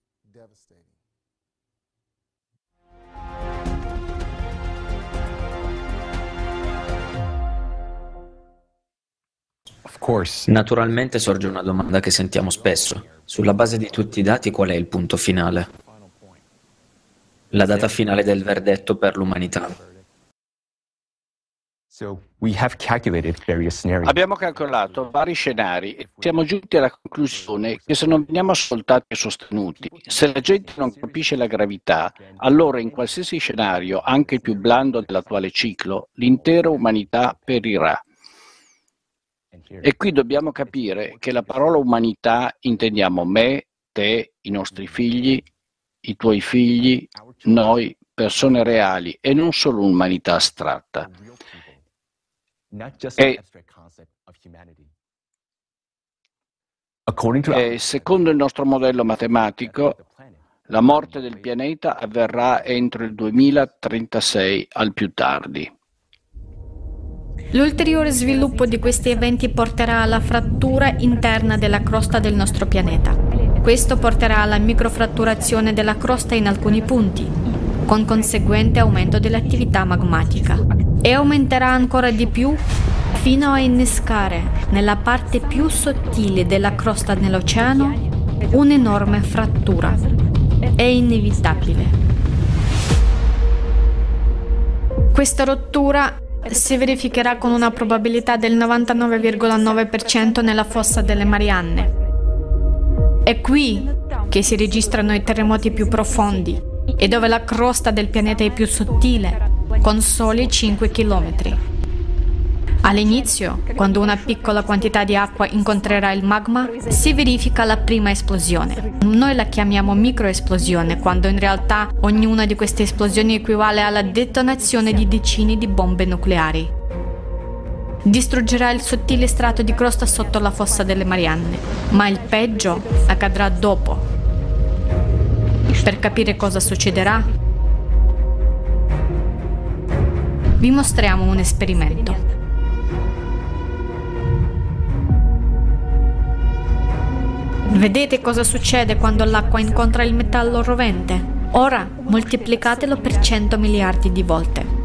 Naturalmente sorge una domanda che sentiamo spesso. Sulla base di tutti i dati, qual è il punto finale? La data finale del verdetto per l'umanità. Abbiamo calcolato vari scenari e siamo giunti alla conclusione che se non veniamo ascoltati e sostenuti, se la gente non capisce la gravità, allora in qualsiasi scenario, anche il più blando dell'attuale ciclo, l'intera umanità perirà. E qui dobbiamo capire che la parola umanità intendiamo me, te, i nostri figli, i tuoi figli, noi, persone reali e non solo un'umanità astratta. E, e secondo il nostro modello matematico, la morte del pianeta avverrà entro il duemilatrentasei al più tardi. L'ulteriore sviluppo di questi eventi porterà alla frattura interna della crosta del nostro pianeta. Questo porterà alla microfratturazione della crosta in alcuni punti, con conseguente aumento dell'attività magmatica. E aumenterà ancora di più fino a innescare nella parte più sottile della crosta nell'oceano un'enorme frattura. È inevitabile. Questa rottura si verificherà con una probabilità del novantanove virgola nove per cento nella fossa delle Marianne. È qui che si registrano i terremoti più profondi e dove la crosta del pianeta è più sottile, con soli cinque chilometri. All'inizio, quando una piccola quantità di acqua incontrerà il magma, si verifica la prima esplosione. Noi la chiamiamo microesplosione, quando in realtà ognuna di queste esplosioni equivale alla detonazione di decine di bombe nucleari. Distruggerà il sottile strato di crosta sotto la fossa delle Marianne, ma il peggio accadrà dopo. Per capire cosa succederà, vi mostriamo un esperimento. Vedete cosa succede quando l'acqua incontra il metallo rovente? Ora moltiplicatelo per cento miliardi di volte.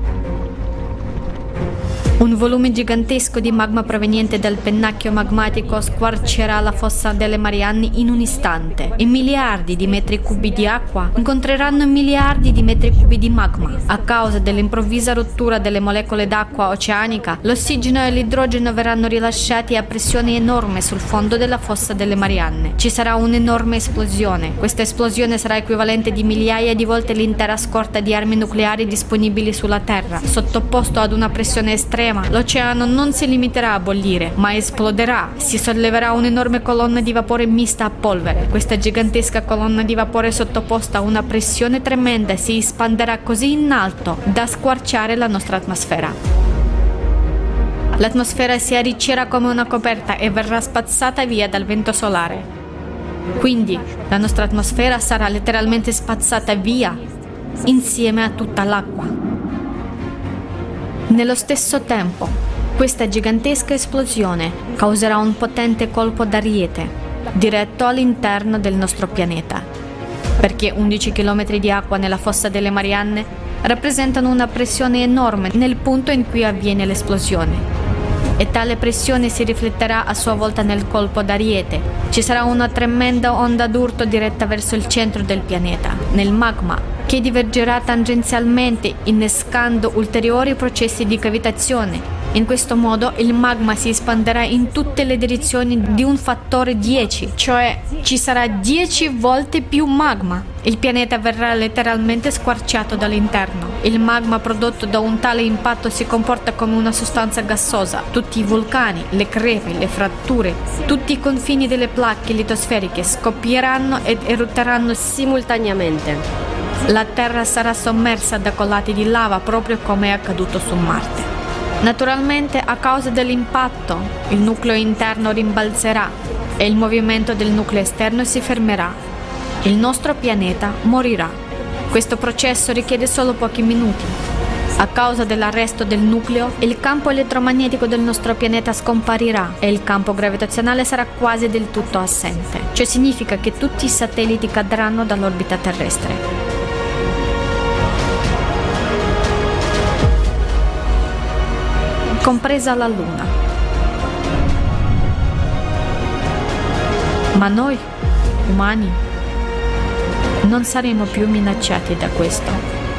Un volume gigantesco di magma proveniente dal pennacchio magmatico squarcerà la fossa delle Marianne in un istante e miliardi di metri cubi di acqua incontreranno miliardi di metri cubi di magma. A causa dell'improvvisa rottura delle molecole d'acqua oceanica, l'ossigeno e l'idrogeno verranno rilasciati a pressione enorme sul fondo della fossa delle Marianne. Ci sarà un'enorme esplosione. Questa esplosione sarà equivalente di migliaia di volte l'intera scorta di armi nucleari disponibili sulla Terra. Sottoposto ad una pressione estrema, l'oceano non si limiterà a bollire, ma esploderà. Si solleverà un'enorme colonna di vapore mista a polvere. Questa gigantesca colonna di vapore sottoposta a una pressione tremenda si espanderà così in alto da squarciare la nostra atmosfera. L'atmosfera si arricchirà come una coperta e verrà spazzata via dal vento solare. Quindi la nostra atmosfera sarà letteralmente spazzata via insieme a tutta l'acqua. Nello stesso tempo, questa gigantesca esplosione causerà un potente colpo d'ariete diretto all'interno del nostro pianeta, perché undici chilometri di acqua nella fossa delle Marianne rappresentano una pressione enorme nel punto in cui avviene l'esplosione. E tale pressione si rifletterà a sua volta nel colpo d'ariete. Ci sarà una tremenda onda d'urto diretta verso il centro del pianeta, nel magma, che divergerà tangenzialmente innescando ulteriori processi di cavitazione. In questo modo il magma si espanderà in tutte le direzioni di un fattore dieci, cioè ci sarà dieci volte più magma. Il pianeta verrà letteralmente squarciato dall'interno. Il magma prodotto da un tale impatto si comporta come una sostanza gassosa. Tutti i vulcani, le crepe, le fratture, tutti i confini delle placche litosferiche scoppieranno ed erutteranno simultaneamente. La Terra sarà sommersa da colate di lava proprio come è accaduto su Marte. Naturalmente, a causa dell'impatto, il nucleo interno rimbalzerà e il movimento del nucleo esterno si fermerà. Il nostro pianeta morirà. Questo processo richiede solo pochi minuti. A causa dell'arresto del nucleo, il campo elettromagnetico del nostro pianeta scomparirà e il campo gravitazionale sarà quasi del tutto assente. Ciò significa che tutti i satelliti cadranno dall'orbita terrestre. Compresa la Luna. Ma noi, umani, non saremo più minacciati da questo,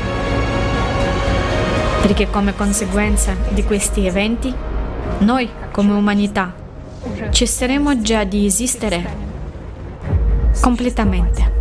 perché come conseguenza di questi eventi, noi, come umanità, cesseremo già di esistere completamente.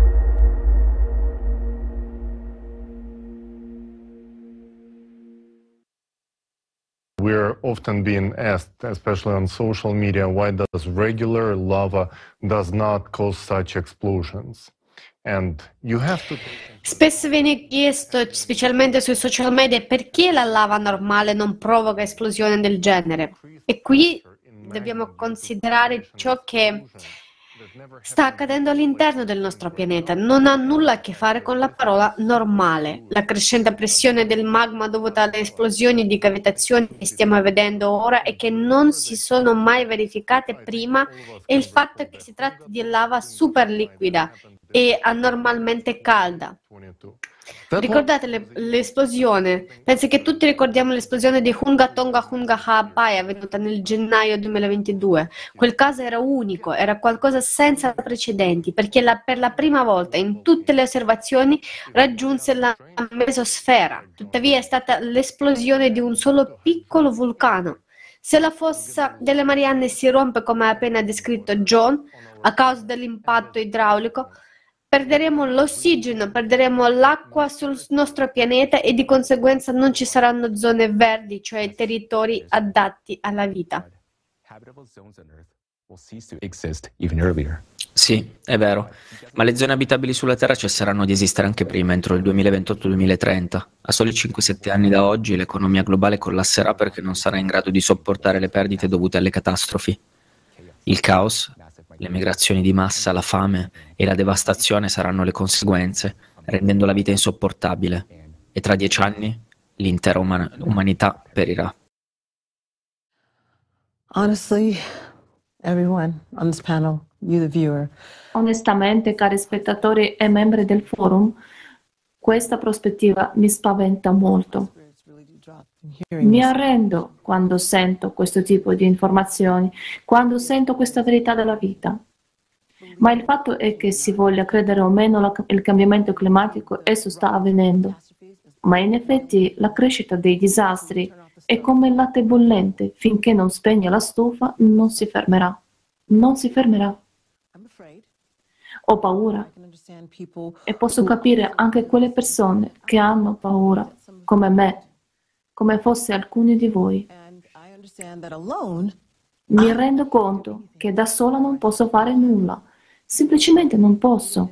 We're often being asked, especially on social media, why does regular lava does not cause such explosions? And you have to... Spesso viene chiesto, specialmente sui social media, perché la lava normale non provoca esplosioni del genere. E qui dobbiamo considerare ciò che sta accadendo all'interno del nostro pianeta. Non ha nulla a che fare con la parola normale. La crescente pressione del magma dovuta alle esplosioni di cavitazione che stiamo vedendo ora e che non si sono mai verificate prima e il fatto che si tratti di lava super liquida e anormalmente calda. Ricordate le, l'esplosione? Penso che tutti ricordiamo l'esplosione di Hunga Tonga Hunga Ha'apai avvenuta nel gennaio duemilaventidue. Quel caso era unico, era qualcosa senza precedenti, perché la, per la prima volta in tutte le osservazioni raggiunse la mesosfera. Tuttavia è stata l'esplosione di un solo piccolo vulcano. Se la fossa delle Marianne si rompe, come ha appena descritto John, a causa dell'impatto idraulico, perderemo l'ossigeno, perderemo l'acqua sul nostro pianeta e di conseguenza non ci saranno zone verdi, cioè territori adatti alla vita. Sì, è vero, ma le zone abitabili sulla Terra cesseranno di esistere anche prima, entro il duemilaventotto duemilatrenta. A soli cinque sette anni da oggi l'economia globale collasserà perché non sarà in grado di sopportare le perdite dovute alle catastrofi. Il caos, le migrazioni di massa, la fame e la devastazione saranno le conseguenze, rendendo la vita insopportabile. E tra dieci anni l'intera umana- umanità perirà. Honestly, everyone on this panel, you the viewer. Onestamente, cari spettatori e membri del forum, questa prospettiva mi spaventa molto. Mi arrendo quando sento questo tipo di informazioni, quando sento questa verità della vita. Ma il fatto è che si voglia credere o meno la, il cambiamento climatico, esso sta avvenendo. Ma in effetti la crescita dei disastri è come il latte bollente, finché non spegne la stufa non si fermerà. Non si fermerà. Ho paura e posso capire anche quelle persone che hanno paura, come me, come fosse alcuni di voi. Mi rendo conto che da sola non posso fare nulla, semplicemente non posso.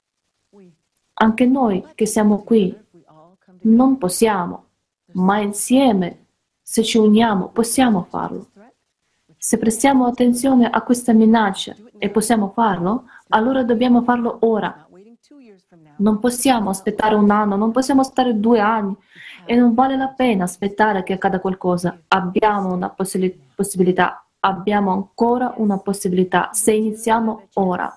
Anche noi che siamo qui non possiamo, ma insieme, se ci uniamo, possiamo farlo. Se prestiamo attenzione a questa minaccia e possiamo farlo, allora dobbiamo farlo ora. Non possiamo aspettare un anno, non possiamo aspettare due anni e non vale la pena aspettare che accada qualcosa. Abbiamo una possi- possibilità, abbiamo ancora una possibilità se iniziamo ora.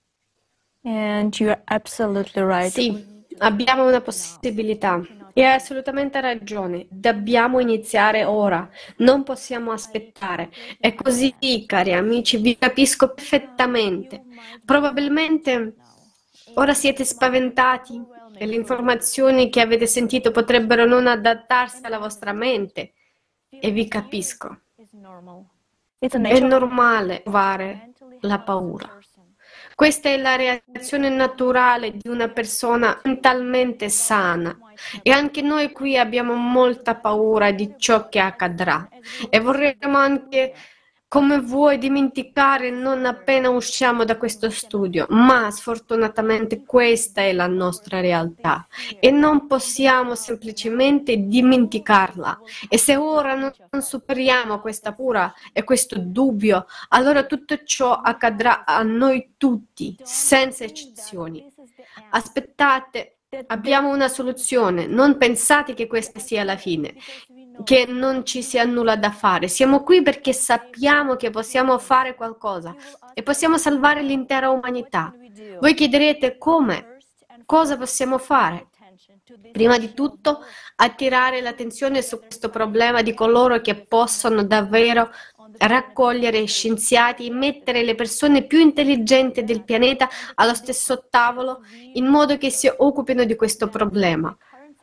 And you're absolutely right. Sì, abbiamo una possibilità. E hai assolutamente ragione, dobbiamo iniziare ora, non possiamo aspettare. È così, cari amici, vi capisco perfettamente. Probabilmente ora siete spaventati e le informazioni che avete sentito potrebbero non adattarsi alla vostra mente. E vi capisco. È normale provare la paura. Questa è la reazione naturale di una persona mentalmente sana e anche noi qui abbiamo molta paura di ciò che accadrà e vorremmo anche, come voi, dimenticare non appena usciamo da questo studio, ma sfortunatamente questa è la nostra realtà e non possiamo semplicemente dimenticarla. E se ora non superiamo questa paura e questo dubbio, allora tutto ciò accadrà a noi tutti, senza eccezioni. Aspettate, abbiamo una soluzione, non pensate che questa sia la fine, che non ci sia nulla da fare. Siamo qui perché sappiamo che possiamo fare qualcosa e possiamo salvare l'intera umanità. Voi chiederete come? Cosa possiamo fare? Prima di tutto, attirare l'attenzione su questo problema di coloro che possono davvero raccogliere scienziati e mettere le persone più intelligenti del pianeta allo stesso tavolo in modo che si occupino di questo problema.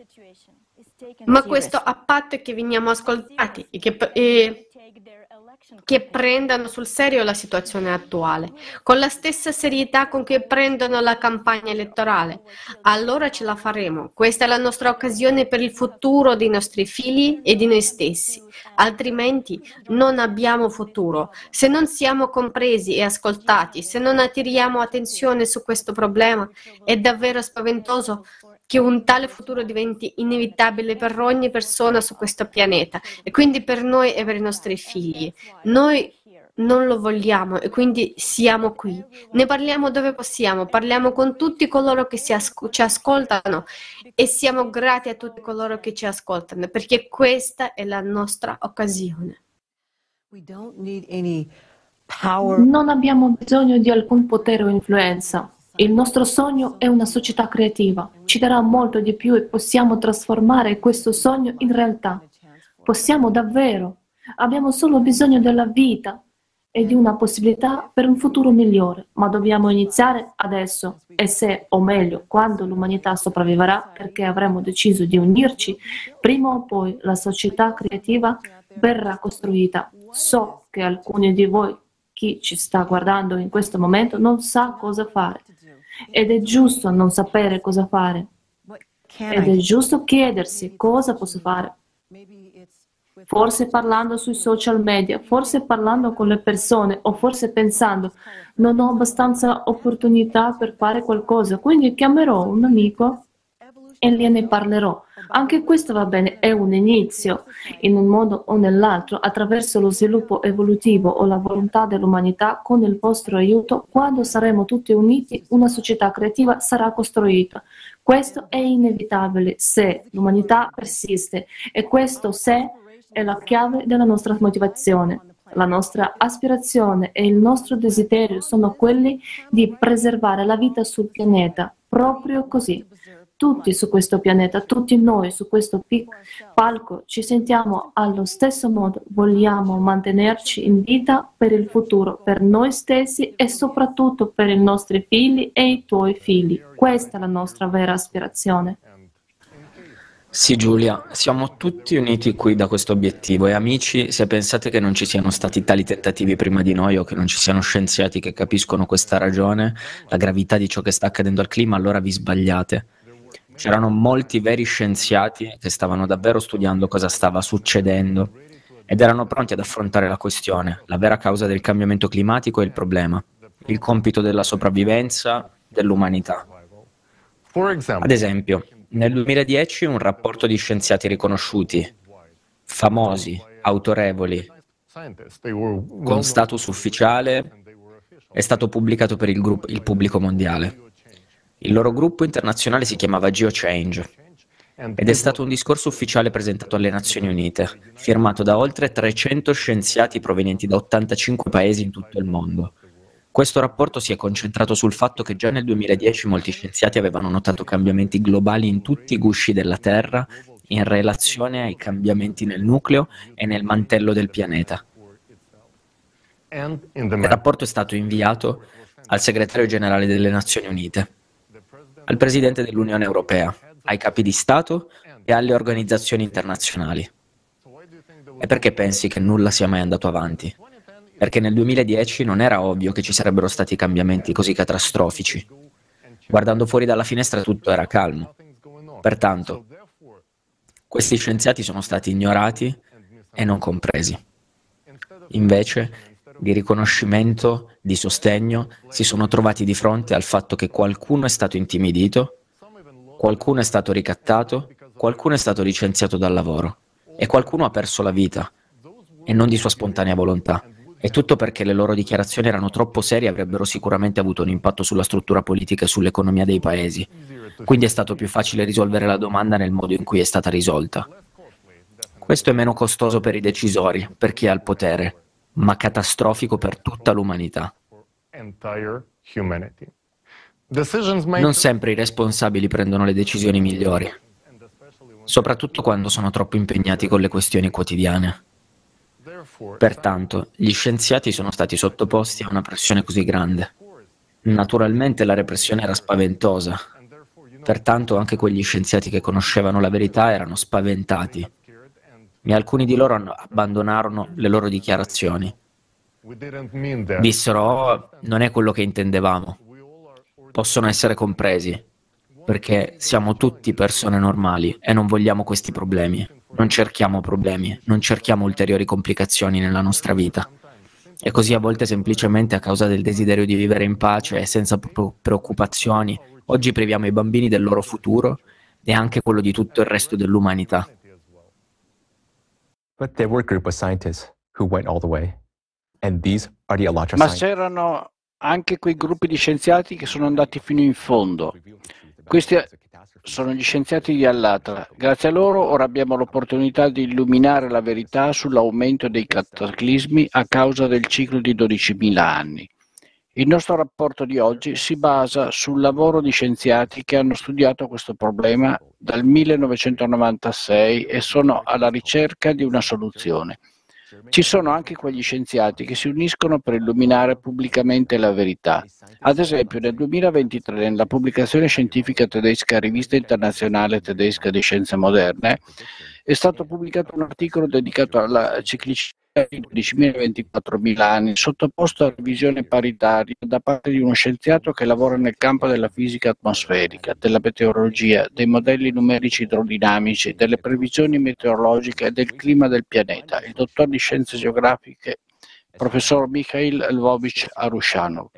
Ma questo a patto che veniamo ascoltati e che, e, che prendano sul serio la situazione attuale, con la stessa serietà con cui prendono la campagna elettorale. Allora ce la faremo. Questa è la nostra occasione per il futuro dei nostri figli e di noi stessi. Altrimenti non abbiamo futuro. Se non siamo compresi e ascoltati, se non attiriamo attenzione su questo problema, è davvero spaventoso che un tale futuro diventi inevitabile per ogni persona su questo pianeta e quindi per noi e per i nostri figli. Noi non lo vogliamo e quindi siamo qui. Ne parliamo dove possiamo, parliamo con tutti coloro che si asco- ci ascoltano e siamo grati a tutti coloro che ci ascoltano perché questa è la nostra occasione. Non abbiamo bisogno di alcun potere o influenza. Il nostro sogno è una società creativa. Ci darà molto di più e possiamo trasformare questo sogno in realtà. Possiamo davvero. Abbiamo solo bisogno della vita e di una possibilità per un futuro migliore, ma dobbiamo iniziare adesso e se, o meglio, quando l'umanità sopravviverà perché avremo deciso di unirci, prima o poi la società creativa verrà costruita. So che alcuni di voi, chi ci sta guardando in questo momento, non sa cosa fare. ed è giusto non sapere cosa fare. Ed è giusto chiedersi cosa posso fare. Forse parlando sui social media, forse parlando con le persone o forse pensando non ho abbastanza opportunità per fare qualcosa, quindi chiamerò un amico e gliene parlerò. Anche questo va bene, è un inizio, in un modo o nell'altro, attraverso lo sviluppo evolutivo o la volontà dell'umanità, con il vostro aiuto, quando saremo tutti uniti, una società creativa sarà costruita. Questo è inevitabile se l'umanità persiste e questo se è la chiave della nostra motivazione. La nostra aspirazione e il nostro desiderio sono quelli di preservare la vita sul pianeta, proprio così. Tutti su questo pianeta, tutti noi su questo pic- palco ci sentiamo allo stesso modo, vogliamo mantenerci in vita per il futuro, per noi stessi e soprattutto per i nostri figli e i tuoi figli. Questa è la nostra vera aspirazione. Sì, Giulia, siamo tutti uniti qui da questo obiettivo e amici, se pensate che non ci siano stati tali tentativi prima di noi o che non ci siano scienziati che capiscono questa ragione, la gravità di ciò che sta accadendo al clima, allora vi sbagliate. C'erano molti veri scienziati che stavano davvero studiando cosa stava succedendo ed erano pronti ad affrontare la questione, la vera causa del cambiamento climatico e il problema, il compito della sopravvivenza dell'umanità. Ad esempio, nel duemiladieci un rapporto di scienziati riconosciuti, famosi, autorevoli, con status ufficiale, è stato pubblicato per il, gruppo, il pubblico mondiale. Il loro gruppo internazionale si chiamava GeoChange ed è stato un discorso ufficiale presentato alle Nazioni Unite, firmato da oltre trecento scienziati provenienti da ottantacinque paesi in tutto il mondo. Questo rapporto si è concentrato sul fatto che già nel duemiladieci molti scienziati avevano notato cambiamenti globali in tutti i gusci della Terra in relazione ai cambiamenti nel nucleo e nel mantello del pianeta. Il rapporto è stato inviato al segretario generale delle Nazioni Unite, al Presidente dell'Unione Europea, ai capi di Stato e alle organizzazioni internazionali. E perché pensi che nulla sia mai andato avanti? Perché nel duemiladieci non era ovvio che ci sarebbero stati cambiamenti così catastrofici. Guardando fuori dalla finestra tutto era calmo. Pertanto, questi scienziati sono stati ignorati e non compresi. Invece, di riconoscimento, di sostegno, si sono trovati di fronte al fatto che qualcuno è stato intimidito, qualcuno è stato ricattato, qualcuno è stato licenziato dal lavoro e qualcuno ha perso la vita, e non di sua spontanea volontà. E tutto perché le loro dichiarazioni erano troppo serie e avrebbero sicuramente avuto un impatto sulla struttura politica e sull'economia dei paesi. Quindi è stato più facile risolvere la domanda nel modo in cui è stata risolta. Questo è meno costoso per i decisori, per chi ha il potere, ma catastrofico per tutta l'umanità. Non sempre i responsabili prendono le decisioni migliori, soprattutto quando sono troppo impegnati con le questioni quotidiane. Pertanto, gli scienziati sono stati sottoposti a una pressione così grande. Naturalmente la repressione era spaventosa, pertanto anche quegli scienziati che conoscevano la verità erano spaventati. E alcuni di loro abbandonarono le loro dichiarazioni. Dissero, oh, non è quello che intendevamo. Possono essere compresi, perché siamo tutti persone normali e non vogliamo questi problemi. Non cerchiamo problemi, non cerchiamo ulteriori complicazioni nella nostra vita. E così a volte semplicemente a causa del desiderio di vivere in pace e senza preoccupazioni, oggi priviamo i bambini del loro futuro e anche quello di tutto il resto dell'umanità. But there were a group of scientists who went all the way. And these are the Alatra Ma scientists. c'erano anche quei gruppi di scienziati che sono andati fino in fondo. Questi sono gli scienziati di Allatra. Grazie a loro ora abbiamo l'opportunità di illuminare la verità sull'aumento dei cataclismi a causa del ciclo di dodicimila anni. Il nostro rapporto di oggi si basa sul lavoro di scienziati che hanno studiato questo problema dal millenovecentonovantasei e sono alla ricerca di una soluzione. Ci sono anche quegli scienziati che si uniscono per illuminare pubblicamente la verità. Ad esempio, nel duemilaventitré, nella pubblicazione scientifica tedesca Rivista Internazionale Tedesca di Scienze Moderne, è stato pubblicato un articolo dedicato alla ciclicità dodicimila e ventiquattromila anni, sottoposto a revisione paritaria da parte di uno scienziato che lavora nel campo della fisica atmosferica, della meteorologia, dei modelli numerici idrodinamici, delle previsioni meteorologiche e del clima del pianeta, il dottor di scienze geografiche, professor Mikhail Lvovich Arushanov.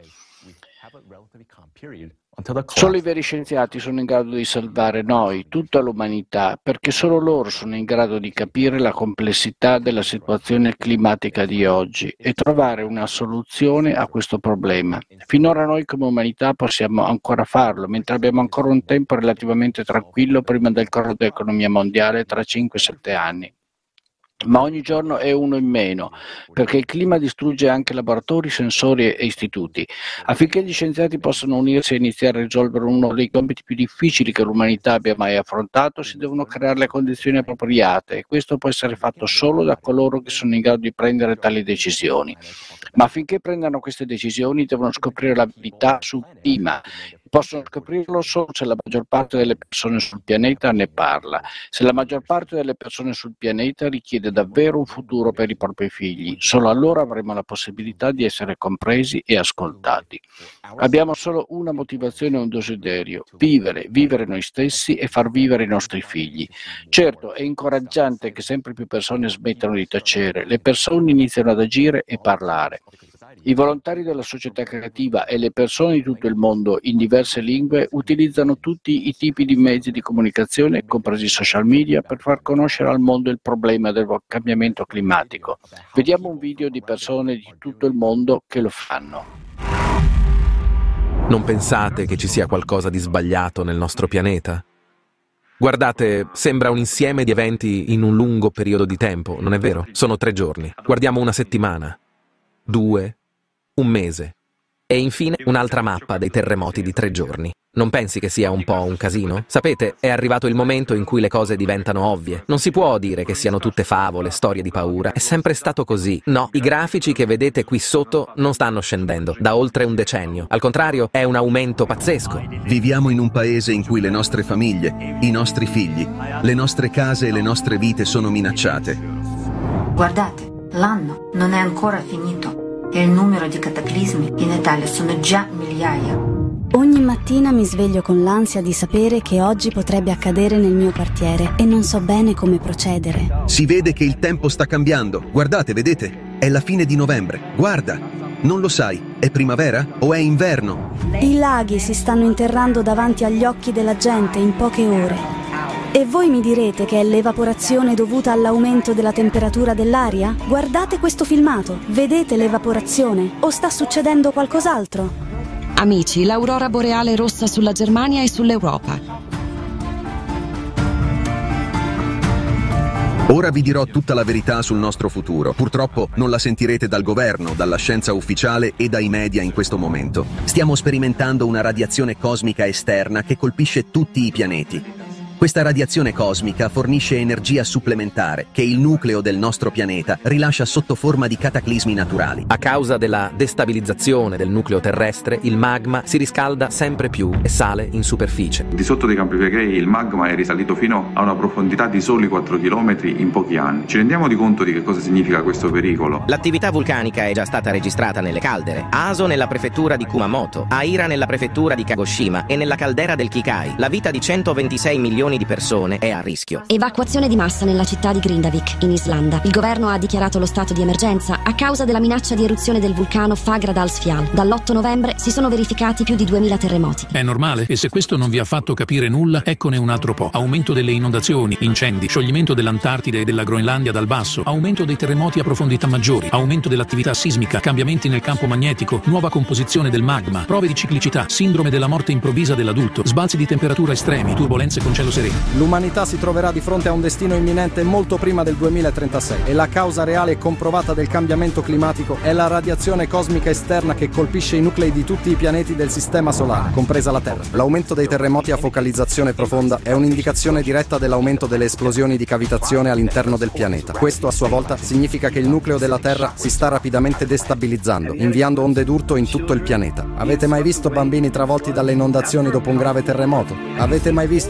Solo i veri scienziati sono in grado di salvare noi, tutta l'umanità, perché solo loro sono in grado di capire la complessità della situazione climatica di oggi e trovare una soluzione a questo problema. Finora noi come umanità possiamo ancora farlo, mentre abbiamo ancora un tempo relativamente tranquillo prima del crollo dell'economia mondiale tra cinque sette anni. Ma ogni giorno è uno in meno, perché il clima distrugge anche laboratori, sensori e istituti. Affinché gli scienziati possano unirsi e iniziare a risolvere uno dei compiti più difficili che l'umanità abbia mai affrontato, si devono creare le condizioni appropriate, e questo può essere fatto solo da coloro che sono in grado di prendere tali decisioni. Ma affinché prendano queste decisioni devono scoprire la verità sul clima. Possono scoprirlo solo se la maggior parte delle persone sul pianeta ne parla, se la maggior parte delle persone sul pianeta richiede davvero un futuro per i propri figli. Solo allora avremo la possibilità di essere compresi e ascoltati. Abbiamo solo una motivazione e un desiderio: vivere, vivere noi stessi e far vivere i nostri figli. Certo, è incoraggiante che sempre più persone smettano di tacere, le persone iniziano ad agire e parlare. I volontari della società creativa e le persone di tutto il mondo in diverse lingue utilizzano tutti i tipi di mezzi di comunicazione, compresi i social media, per far conoscere al mondo il problema del cambiamento climatico. Vediamo un video di persone di tutto il mondo che lo fanno. Non pensate che ci sia qualcosa di sbagliato nel nostro pianeta? Guardate, sembra un insieme di eventi in un lungo periodo di tempo, non è vero? Sono tre giorni. Guardiamo una settimana, due, un mese e infine un'altra mappa dei terremoti di tre giorni. Non pensi che sia un po' un casino? Sapete, è arrivato il momento in cui le cose diventano ovvie. Non si può dire che siano tutte favole, storie di paura. È sempre stato così. No, i grafici che vedete qui sotto non stanno scendendo da oltre un decennio. Al contrario, è un aumento pazzesco. Viviamo in un paese in cui le nostre famiglie, i nostri figli, le nostre case e le nostre vite sono minacciate. Guardate, l'anno non è ancora finito. E il numero di cataclismi in Italia sono già migliaia. Ogni mattina mi sveglio con l'ansia di sapere che oggi potrebbe accadere nel mio quartiere e non so bene come procedere. Si vede che il tempo sta cambiando. Guardate, vedete? È la fine di novembre. Guarda! Non lo sai, è primavera o è inverno? I laghi si stanno interrando davanti agli occhi della gente in poche ore. E voi mi direte che è l'evaporazione dovuta all'aumento della temperatura dell'aria? Guardate questo filmato, vedete l'evaporazione? O sta succedendo qualcos'altro? Amici, l'aurora boreale rossa sulla Germania e sull'Europa. Ora vi dirò tutta la verità sul nostro futuro. Purtroppo non la sentirete dal governo, dalla scienza ufficiale e dai media in questo momento. Stiamo sperimentando una radiazione cosmica esterna che colpisce tutti i pianeti. Questa radiazione cosmica fornisce energia supplementare che il nucleo del nostro pianeta rilascia sotto forma di cataclismi naturali. A causa della destabilizzazione del nucleo terrestre, il magma si riscalda sempre più e sale in superficie. Di sotto dei Campi Flegrei il magma è risalito fino a una profondità di soli quattro chilometri in pochi anni. Ci rendiamo di conto di che cosa significa questo pericolo? L'attività vulcanica è già stata registrata nelle caldere, Aso nella prefettura di Kumamoto, Aira nella prefettura di Kagoshima e nella caldera del Kikai. La vita di centoventisei milioni di persone è a rischio. Evacuazione di massa nella città di Grindavik, in Islanda. Il governo ha dichiarato lo stato di emergenza a causa della minaccia di eruzione del vulcano Fagradalsfjall. Dall'otto novembre si sono verificati più di duemila terremoti. È normale, e se questo non vi ha fatto capire nulla, eccone un altro po'. Aumento delle inondazioni, incendi, scioglimento dell'Antartide e della Groenlandia dal basso, aumento dei terremoti a profondità maggiori, aumento dell'attività sismica, cambiamenti nel campo magnetico, nuova composizione del magma, prove di ciclicità, sindrome della morte improvvisa dell'adulto, sbalzi di temperatura estremi, turbolenze con cielo sereno. L'umanità si troverà di fronte a un destino imminente molto prima del duemilatrentasei e la causa reale e comprovata del cambiamento climatico è la radiazione cosmica esterna che colpisce i nuclei di tutti i pianeti del sistema solare, compresa la Terra. L'aumento dei terremoti a focalizzazione profonda è un'indicazione diretta dell'aumento delle esplosioni di cavitazione all'interno del pianeta. Questo a sua volta significa che il nucleo della Terra si sta rapidamente destabilizzando, inviando onde d'urto in tutto il pianeta. Avete mai visto bambini travolti dalle inondazioni dopo un grave terremoto? Avete mai visto intere famiglie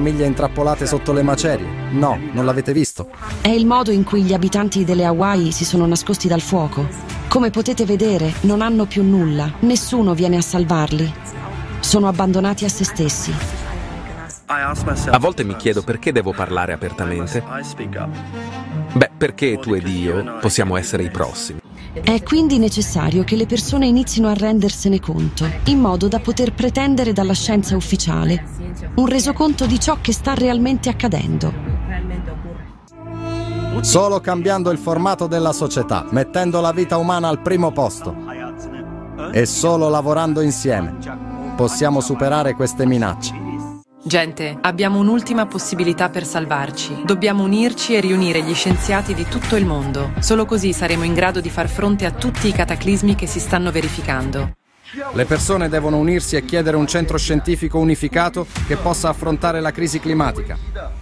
famiglie intrappolate sotto le macerie. No, non l'avete visto. È il modo in cui gli abitanti delle Hawaii si sono nascosti dal fuoco. Come potete vedere, non hanno più nulla. Nessuno viene a salvarli. Sono abbandonati a se stessi. A volte mi chiedo perché devo parlare apertamente. Beh, perché tu ed io possiamo essere i prossimi. È quindi necessario che le persone inizino a rendersene conto, in modo da poter pretendere dalla scienza ufficiale un resoconto di ciò che sta realmente accadendo. Solo cambiando il formato della società, mettendo la vita umana al primo posto e solo lavorando insieme possiamo superare queste minacce. Gente, abbiamo un'ultima possibilità per salvarci. Dobbiamo unirci e riunire gli scienziati di tutto il mondo. Solo così saremo in grado di far fronte a tutti i cataclismi che si stanno verificando. Le persone devono unirsi e chiedere un centro scientifico unificato che possa affrontare la crisi climatica.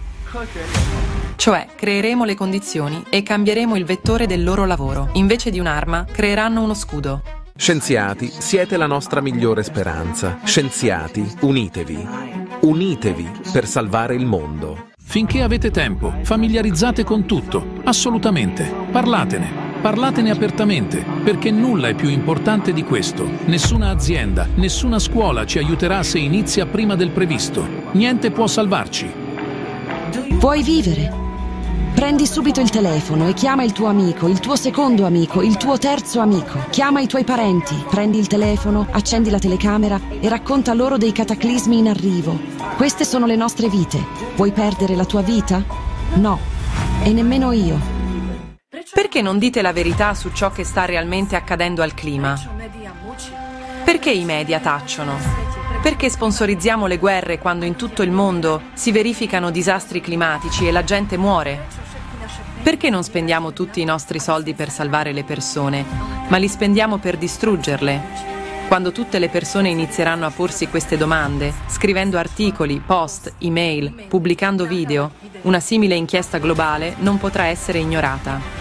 Cioè, creeremo le condizioni e cambieremo il vettore del loro lavoro. Invece di un'arma, creeranno uno scudo. Scienziati, siete la nostra migliore speranza. Scienziati, unitevi. Unitevi per salvare il mondo. Finché avete tempo, familiarizzate con tutto, assolutamente. Parlatene. Parlatene apertamente, perché nulla è più importante di questo. Nessuna azienda, nessuna scuola ci aiuterà se inizia prima del previsto. Niente può salvarci. Vuoi vivere? Prendi subito il telefono e chiama il tuo amico, il tuo secondo amico, il tuo terzo amico. Chiama i tuoi parenti, prendi il telefono, accendi la telecamera e racconta loro dei cataclismi in arrivo. Queste sono le nostre vite. Vuoi perdere la tua vita? No, e nemmeno io. Perché non dite la verità su ciò che sta realmente accadendo al clima? Perché i media tacciono? Perché sponsorizziamo le guerre quando in tutto il mondo si verificano disastri climatici e la gente muore? Perché non spendiamo tutti i nostri soldi per salvare le persone, ma li spendiamo per distruggerle? Quando tutte le persone inizieranno a porsi queste domande, scrivendo articoli, post, email, pubblicando video, una simile inchiesta globale non potrà essere ignorata.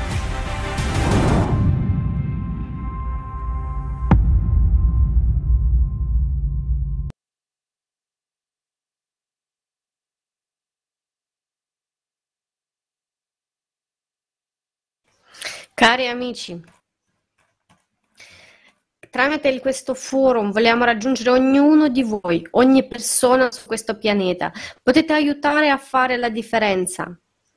Cari amici, tramite questo forum vogliamo raggiungere ognuno di voi, ogni persona su questo pianeta. Potete aiutare a fare la differenza.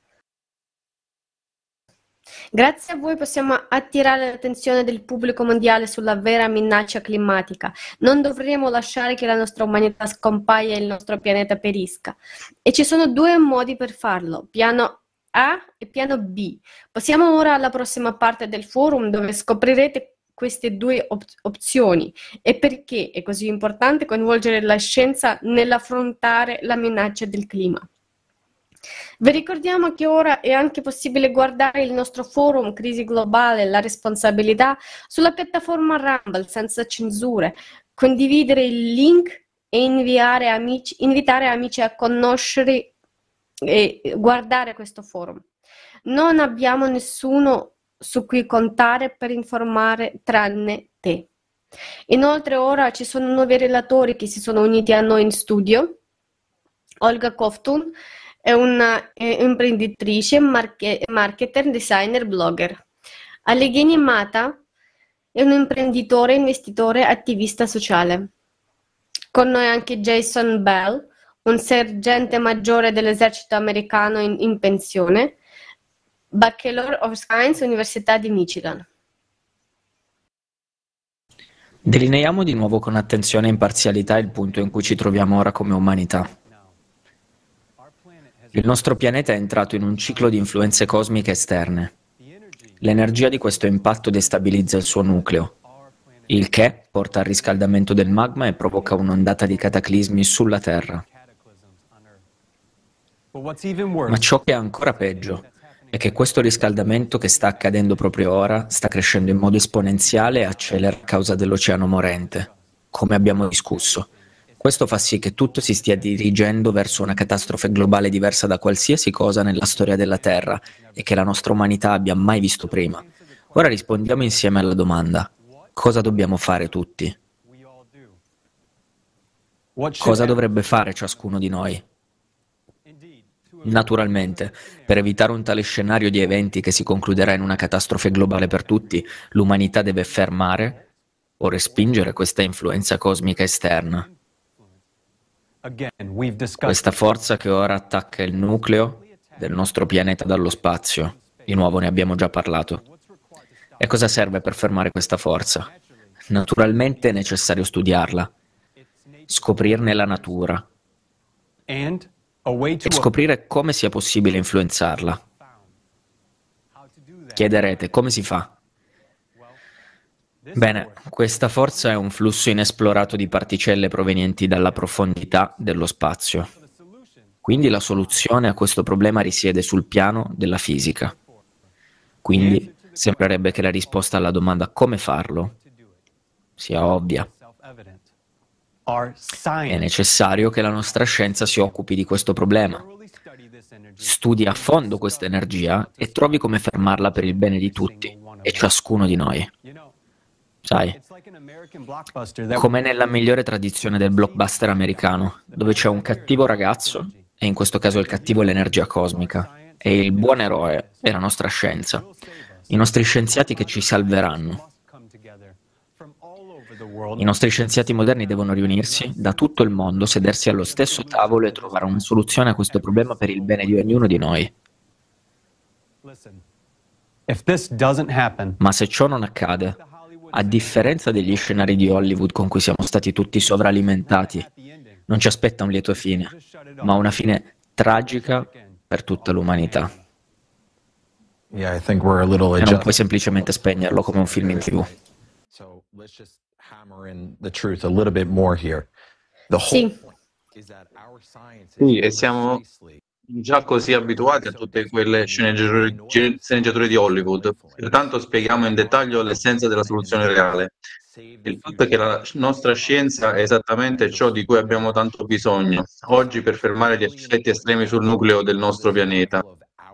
Grazie a voi possiamo attirare l'attenzione del pubblico mondiale sulla vera minaccia climatica. Non dovremo lasciare che la nostra umanità scompaia e il nostro pianeta perisca. E ci sono due modi per farlo, piano A e piano B. Passiamo ora alla prossima parte del forum dove scoprirete queste due op- opzioni e perché è così importante coinvolgere la scienza nell'affrontare la minaccia del clima. Vi ricordiamo che ora è anche possibile guardare il nostro forum Crisi Globale, la responsabilità, sulla piattaforma Rumble senza censure, condividere il link e inviare amici, invitare amici a conoscere e guardare questo forum. Non abbiamo nessuno su cui contare per informare tranne te. Inoltre ora ci sono nuovi relatori che si sono uniti a noi in studio. Olga Kovtun è una è imprenditrice, marche, marketer, designer, blogger. Allegheni Mata è un imprenditore, investitore, attivista sociale. Con noi anche Jason Bell, un sergente maggiore dell'esercito americano in, in pensione, Bachelor of Science, Università di Michigan. Delineiamo di nuovo con attenzione e imparzialità il punto in cui ci troviamo ora come umanità. Il nostro pianeta è entrato in un ciclo di influenze cosmiche esterne. L'energia di questo impatto destabilizza il suo nucleo, il che porta al riscaldamento del magma e provoca un'ondata di cataclismi sulla Terra. Ma ciò che è ancora peggio è che questo riscaldamento che sta accadendo proprio ora sta crescendo in modo esponenziale e accelera a causa dell'oceano morente, come abbiamo discusso. Questo fa sì che tutto si stia dirigendo verso una catastrofe globale diversa da qualsiasi cosa nella storia della Terra e che la nostra umanità abbia mai visto prima. Ora rispondiamo insieme alla domanda: cosa dobbiamo fare tutti? Cosa dovrebbe fare ciascuno di noi? Naturalmente, per evitare un tale scenario di eventi che si concluderà in una catastrofe globale per tutti, l'umanità deve fermare o respingere questa influenza cosmica esterna. Questa forza che ora attacca il nucleo del nostro pianeta dallo spazio. Di nuovo ne abbiamo già parlato. E cosa serve per fermare questa forza? Naturalmente è necessario studiarla, scoprirne la natura e scoprire come sia possibile influenzarla. Chiederete, come si fa? Bene, questa forza è un flusso inesplorato di particelle provenienti dalla profondità dello spazio. Quindi la soluzione a questo problema risiede sul piano della fisica. Quindi sembrerebbe che la risposta alla domanda come farlo sia ovvia. È necessario che la nostra scienza si occupi di questo problema. Studi a fondo questa energia e trovi come fermarla per il bene di tutti e ciascuno di noi. Sai, come nella migliore tradizione del blockbuster americano, dove c'è un cattivo ragazzo, e in questo caso il cattivo è l'energia cosmica, e il buon eroe è la nostra scienza, i nostri scienziati che ci salveranno. I nostri scienziati moderni devono riunirsi da tutto il mondo, sedersi allo stesso tavolo e trovare una soluzione a questo problema per il bene di ognuno di noi. Ma se ciò non accade, a differenza degli scenari di Hollywood con cui siamo stati tutti sovralimentati, non ci aspetta un lieto fine, ma una fine tragica per tutta l'umanità. Yeah, I think we're a little E non puoi semplicemente spegnerlo come un film in tv. So let's just hammer in the truth a little bit more here. The whole Sì. point is that our science Sì, e siamo già così abituati a tutte quelle sceneggiature, ge- sceneggiature di Hollywood. Pertanto spieghiamo in dettaglio l'essenza della soluzione reale. Il fatto è che la nostra scienza è esattamente ciò di cui abbiamo tanto bisogno oggi per fermare gli effetti estremi sul nucleo del nostro pianeta.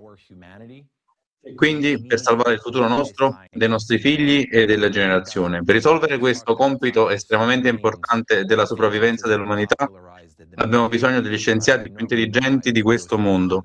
E quindi per salvare il futuro nostro, dei nostri figli e della generazione. Per risolvere questo compito estremamente importante della sopravvivenza dell'umanità, abbiamo bisogno degli scienziati più intelligenti di questo mondo.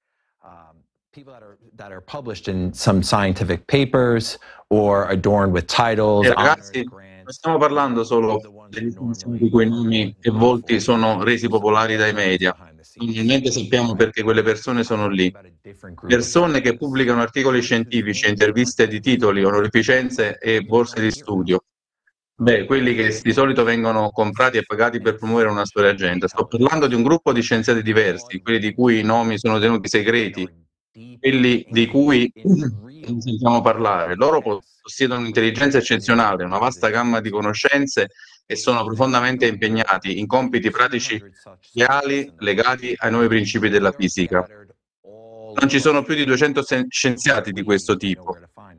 that are published in some scientific papers or adorned with titles. E ragazzi, non stiamo parlando solo degli scienziati di cui nomi e volti sono resi popolari dai media. Normalmente sappiamo perché quelle persone sono lì. Persone che pubblicano articoli scientifici, interviste di titoli, onorificenze e borse di studio. Beh, quelli che di solito vengono comprati e pagati per promuovere una storia agenda. Sto parlando di un gruppo di scienziati diversi, quelli di cui i nomi sono tenuti segreti, quelli di cui non sentiamo parlare. Loro possiedono un'intelligenza eccezionale, una vasta gamma di conoscenze e sono profondamente impegnati in compiti pratici reali legati ai nuovi principi della fisica. Non ci sono più di duecento scienziati di questo tipo.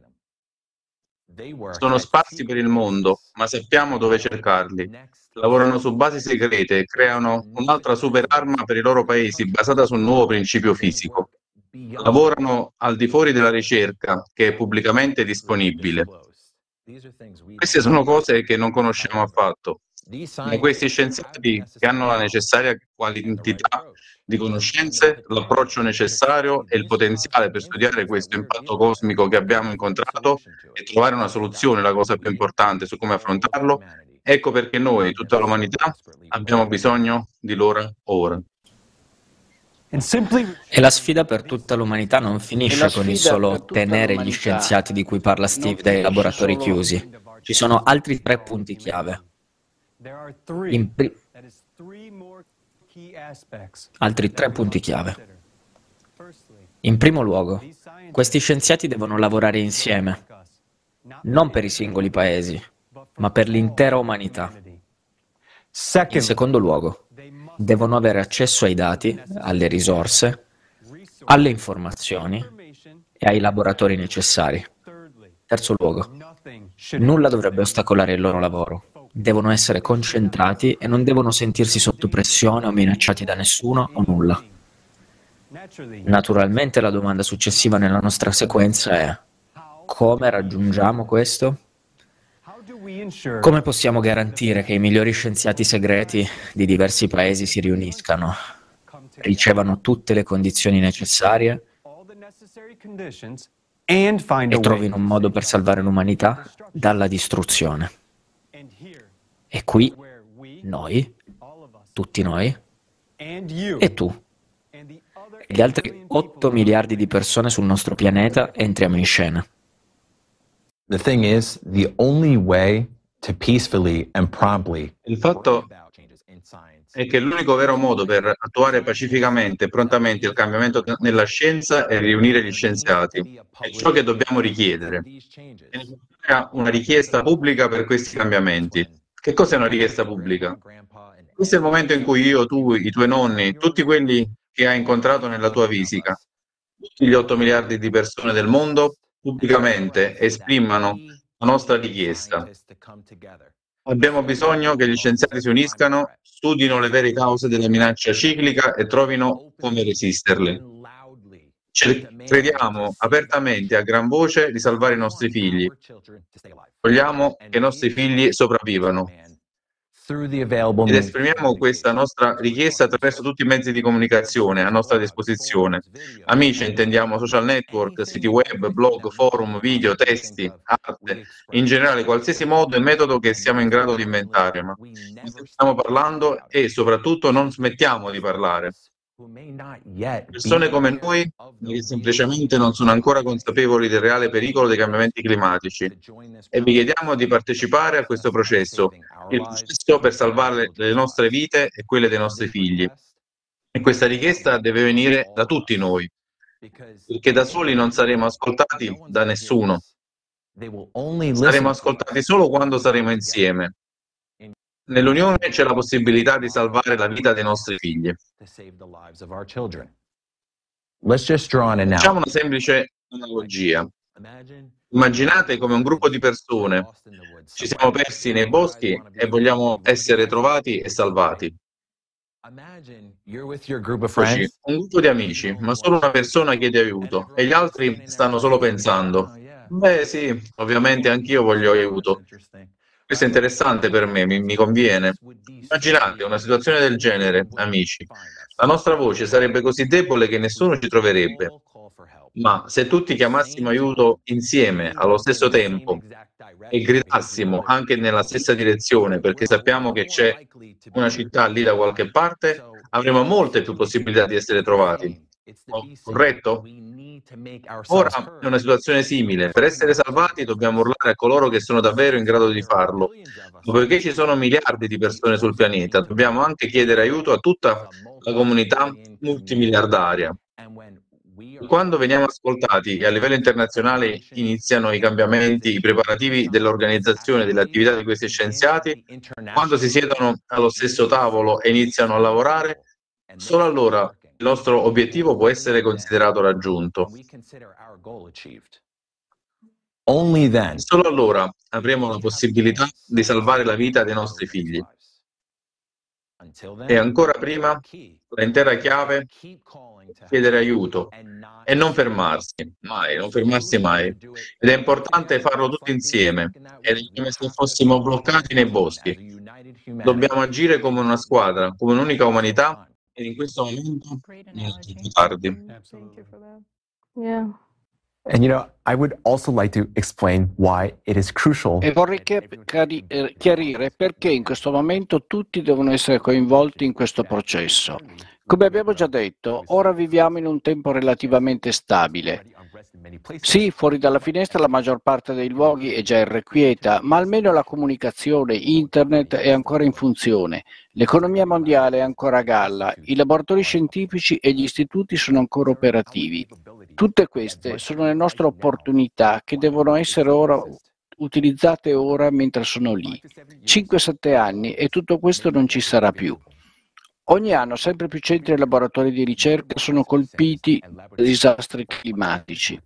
Sono sparsi per il mondo, ma sappiamo dove cercarli. Lavorano su basi segrete e creano un'altra super arma per i loro paesi basata sul nuovo principio fisico. Lavorano al di fuori della ricerca, che è pubblicamente disponibile. Queste sono cose che non conosciamo affatto. Ma questi scienziati che hanno la necessaria quantità di conoscenze, l'approccio necessario e il potenziale per studiare questo impatto cosmico che abbiamo incontrato e trovare una soluzione, la cosa più importante su come affrontarlo, ecco perché noi, tutta l'umanità, abbiamo bisogno di loro ora. E la sfida per tutta l'umanità non finisce con il solo ottenere gli scienziati di cui parla Steve dai laboratori chiusi. Ci sono altri tre punti chiave. In pri- altri tre punti chiave. In primo luogo, questi scienziati devono lavorare insieme, non per i singoli paesi, ma per l'intera umanità. In secondo luogo, devono avere accesso ai dati, alle risorse, alle informazioni e ai laboratori necessari. Terzo luogo, nulla dovrebbe ostacolare il loro lavoro. Devono essere concentrati e non devono sentirsi sotto pressione o minacciati da nessuno o nulla. Naturalmente la domanda successiva nella nostra sequenza è: come raggiungiamo questo? Come possiamo garantire che i migliori scienziati segreti di diversi paesi si riuniscano? ricevano tutte le condizioni necessarie e trovino un modo per salvare l'umanità dalla distruzione. E qui noi, tutti noi, e tu, e gli altri otto miliardi di persone sul nostro pianeta entriamo in scena. The thing is, the only way to peacefully and promptly Il fatto è che l'unico vero modo per attuare pacificamente e prontamente il cambiamento nella scienza è riunire gli scienziati. È ciò che dobbiamo richiedere. È una richiesta pubblica per questi cambiamenti. Che cos'è una richiesta pubblica? Questo è il momento in cui io, tu, i tuoi nonni, tutti quelli che hai incontrato nella tua visita, tutti gli otto miliardi di persone del mondo, pubblicamente esprimano la nostra richiesta. Abbiamo bisogno che gli scienziati si uniscano, studino le vere cause della minaccia ciclica e trovino come resisterle. Crediamo apertamente a gran voce di salvare i nostri figli. Vogliamo che i nostri figli sopravvivano. Ed esprimiamo questa nostra richiesta attraverso tutti i mezzi di comunicazione a nostra disposizione. Amici, intendiamo social network, siti web, blog, forum, video, testi, arte, in generale qualsiasi modo e metodo che siamo in grado di inventare. Ma stiamo parlando e soprattutto non smettiamo di parlare. Persone come noi che semplicemente non sono ancora consapevoli del reale pericolo dei cambiamenti climatici e vi chiediamo di partecipare a questo processo, il processo per salvare le nostre vite e quelle dei nostri figli. E questa richiesta deve venire da tutti noi, perché da soli non saremo ascoltati da nessuno. Saremo ascoltati solo quando saremo insieme. Nell'unione c'è la possibilità di salvare la vita dei nostri figli. Facciamo una semplice analogia. Immaginate come un gruppo di persone ci siamo persi nei boschi e vogliamo essere trovati e salvati. Oggi, un gruppo di amici, ma solo una persona chiede aiuto e gli altri stanno solo pensando: beh sì, ovviamente anch'io voglio aiuto. Questo è interessante per me, mi, mi conviene. Immaginate una situazione del genere, amici. La nostra voce sarebbe così debole che nessuno ci troverebbe. Ma se tutti chiamassimo aiuto insieme, allo stesso tempo, e gridassimo anche nella stessa direzione, perché sappiamo che c'è una città lì da qualche parte, avremo molte più possibilità di essere trovati. Oh, corretto? Ora è una situazione simile. Per essere salvati dobbiamo urlare a coloro che sono davvero in grado di farlo. Ma poiché ci sono miliardi di persone sul pianeta, dobbiamo anche chiedere aiuto a tutta la comunità multimiliardaria. Quando veniamo ascoltati e a livello internazionale iniziano i cambiamenti, i preparativi dell'organizzazione delle attività di questi scienziati, quando si siedono allo stesso tavolo e iniziano a lavorare, solo allora il nostro obiettivo può essere considerato raggiunto. Solo allora avremo la possibilità di salvare la vita dei nostri figli. E ancora prima, l'intera chiave è chiedere aiuto e non fermarsi, mai, non fermarsi mai. Ed è importante farlo tutti insieme, è come se fossimo bloccati nei boschi. Dobbiamo agire come una squadra, come un'unica umanità, e in questo momento non è troppo tardi. Yeah. And you know, I would also like to explain why it is crucial. E vorrei chiarire perché in questo momento tutti devono essere coinvolti in questo processo. Come abbiamo già detto, ora viviamo in un tempo relativamente stabile. Sì, fuori dalla finestra la maggior parte dei luoghi è già irrequieta, ma almeno la comunicazione, internet è ancora in funzione, l'economia mondiale è ancora a galla, i laboratori scientifici e gli istituti sono ancora operativi. Tutte queste sono le nostre opportunità che devono essere ora utilizzate ora mentre sono lì. cinque sette anni e tutto questo non ci sarà più. Ogni anno sempre più centri e laboratori di ricerca sono colpiti da disastri climatici.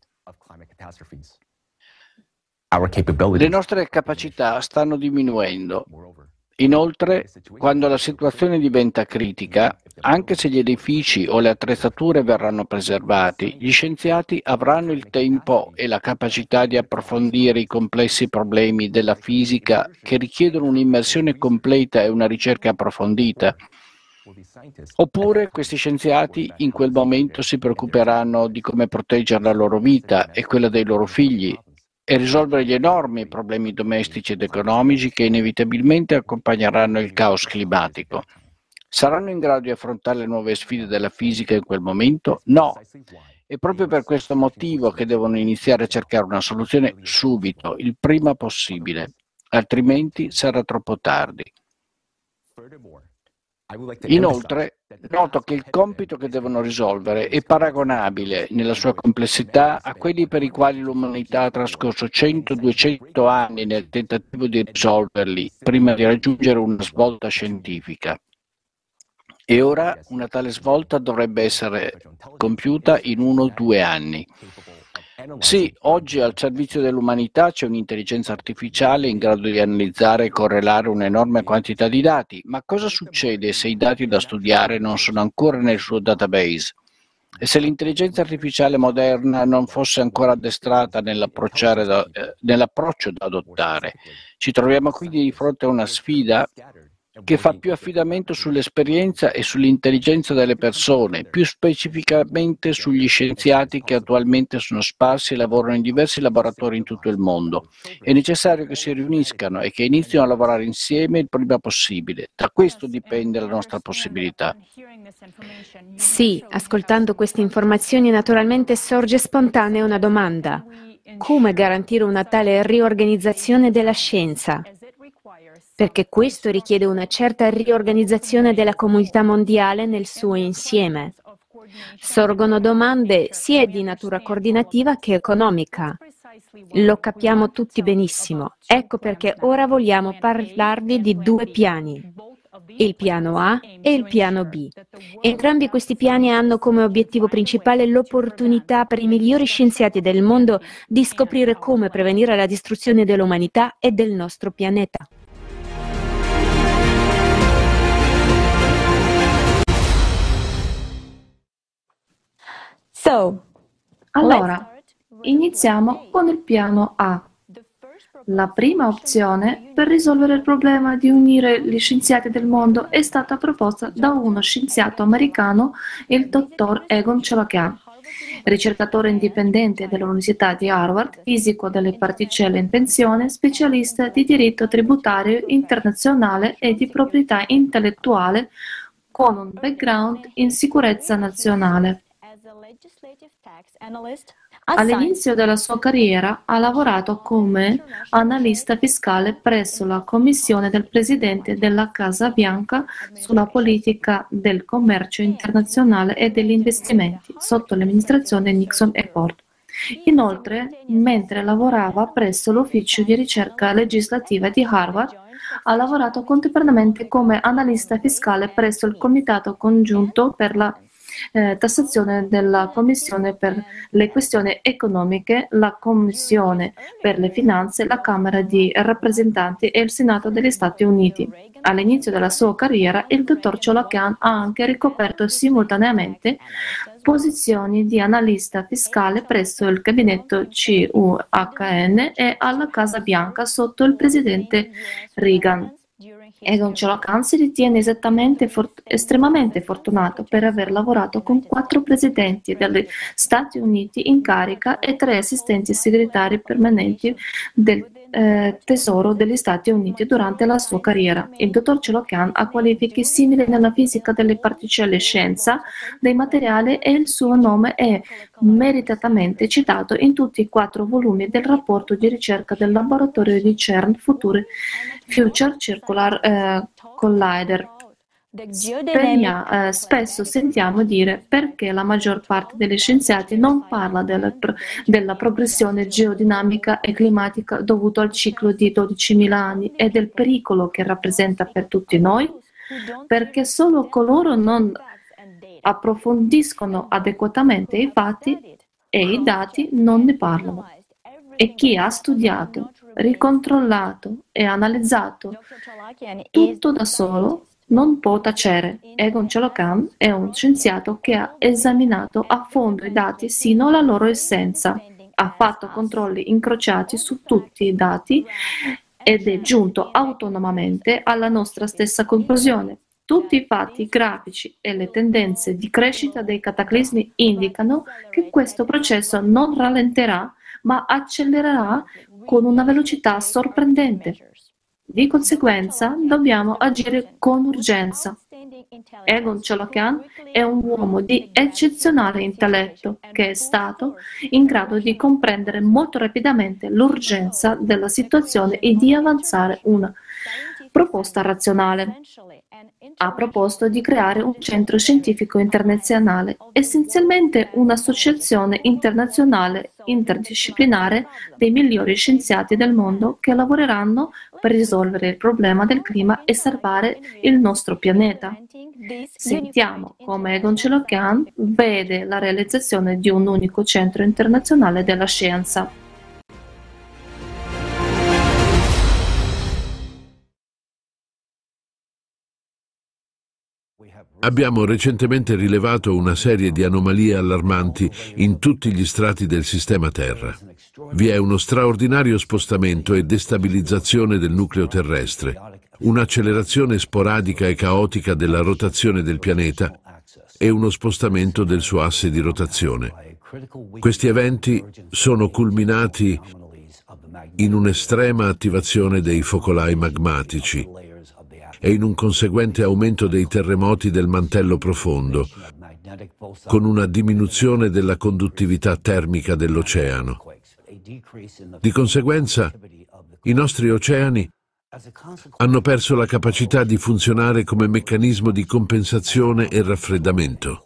Le nostre capacità stanno diminuendo. Inoltre, quando la situazione diventa critica, anche se gli edifici o le attrezzature verranno preservati, gli scienziati avranno il tempo e la capacità di approfondire i complessi problemi della fisica che richiedono un'immersione completa e una ricerca approfondita. Oppure questi scienziati in quel momento si preoccuperanno di come proteggere la loro vita e quella dei loro figli e risolvere gli enormi problemi domestici ed economici che inevitabilmente accompagneranno il caos climatico. Saranno in grado di affrontare le nuove sfide della fisica in quel momento? No. È proprio per questo motivo che devono iniziare a cercare una soluzione subito, il prima possibile, altrimenti sarà troppo tardi. Inoltre, noto che il compito che devono risolvere è paragonabile nella sua complessità a quelli per i quali l'umanità ha trascorso cento duecento anni nel tentativo di risolverli prima di raggiungere una svolta scientifica. E ora una tale svolta dovrebbe essere compiuta in uno o due anni. Sì, oggi al servizio dell'umanità c'è un'intelligenza artificiale in grado di analizzare e correlare un'enorme quantità di dati, ma cosa succede se i dati da studiare non sono ancora nel suo database? E se l'intelligenza artificiale moderna non fosse ancora addestrata nell'approcciare da, eh, nell'approccio da adottare? Ci troviamo quindi di fronte a una sfida che fa più affidamento sull'esperienza e sull'intelligenza delle persone, più specificamente sugli scienziati che attualmente sono sparsi e lavorano in diversi laboratori in tutto il mondo. È necessario che si riuniscano e che inizino a lavorare insieme il prima possibile. Da questo dipende la nostra possibilità. Sì, ascoltando queste informazioni naturalmente sorge spontanea una domanda. Come garantire una tale riorganizzazione della scienza? Perché questo richiede una certa riorganizzazione della comunità mondiale nel suo insieme. Sorgono domande sia di natura coordinativa che economica. Lo capiamo tutti benissimo. Ecco perché ora vogliamo parlarvi di due piani, il piano A e il piano B. Entrambi questi piani hanno come obiettivo principale l'opportunità per i migliori scienziati del mondo di scoprire come prevenire la distruzione dell'umanità e del nostro pianeta. Allora, iniziamo con il piano A. La prima opzione per risolvere il problema di unire gli scienziati del mondo è stata proposta da uno scienziato americano, il dottor Egon Cholakyan, ricercatore indipendente dell'Università di Harvard, fisico delle particelle in tensione, specialista di diritto tributario internazionale e di proprietà intellettuale con un background in sicurezza nazionale. All'inizio della sua carriera ha lavorato come analista fiscale presso la Commissione del Presidente della Casa Bianca sulla politica del commercio internazionale e degli investimenti sotto l'amministrazione Nixon e Ford. Inoltre, mentre lavorava presso l'Ufficio di ricerca legislativa di Harvard, ha lavorato contemporaneamente come analista fiscale presso il Comitato Congiunto per la Eh, tassazione della Commissione per le questioni economiche, la Commissione per le finanze, la Camera di rappresentanti e il Senato degli Stati Uniti. All'inizio della sua carriera, il dottor Cholakyan ha anche ricoperto simultaneamente posizioni di analista fiscale presso il gabinetto C U H N e alla Casa Bianca sotto il presidente Reagan. Egon Cholakyan si ritiene esattamente fort- estremamente fortunato per aver lavorato con quattro presidenti degli Stati Uniti in carica e tre assistenti segretari permanenti del eh, Tesoro degli Stati Uniti durante la sua carriera. Il dottor Cholakyan ha qualifiche simili nella fisica delle particelle, scienza dei materiali e il suo nome è meritatamente citato in tutti i quattro volumi del rapporto di ricerca del laboratorio di CERN Future, Future Circular eh, Collider. Spegna, eh, spesso sentiamo dire perché la maggior parte degli scienziati non parla della, pro- della progressione geodinamica e climatica dovuta al ciclo di dodicimila anni e del pericolo che rappresenta per tutti noi, perché solo coloro non approfondiscono adeguatamente i fatti e i dati non ne parlano. E chi ha studiato, ricontrollato e analizzato tutto da solo non può tacere. Egon Cholakyan è un scienziato che ha esaminato a fondo i dati sino alla loro essenza, ha fatto controlli incrociati su tutti i dati ed è giunto autonomamente alla nostra stessa conclusione. Tutti i fatti grafici e le tendenze di crescita dei cataclismi indicano che questo processo non rallenterà, ma accelererà con una velocità sorprendente. Di conseguenza, dobbiamo agire con urgenza. Egon Cholokan è un uomo di eccezionale intelletto che è stato in grado di comprendere molto rapidamente l'urgenza della situazione e di avanzare una proposta razionale. Ha proposto di creare un centro scientifico internazionale, essenzialmente un'associazione internazionale interdisciplinare dei migliori scienziati del mondo che lavoreranno per risolvere il problema del clima e salvare il nostro pianeta. Sentiamo come Egon Cholokan vede la realizzazione di un unico centro internazionale della scienza. Abbiamo recentemente rilevato una serie di anomalie allarmanti in tutti gli strati del sistema Terra. Vi è uno straordinario spostamento e destabilizzazione del nucleo terrestre, un'accelerazione sporadica e caotica della rotazione del pianeta e uno spostamento del suo asse di rotazione. Questi eventi sono culminati in un'estrema attivazione dei focolai magmatici e in un conseguente aumento dei terremoti del mantello profondo, con una diminuzione della conduttività termica dell'oceano. Di conseguenza, i nostri oceani hanno perso la capacità di funzionare come meccanismo di compensazione e raffreddamento.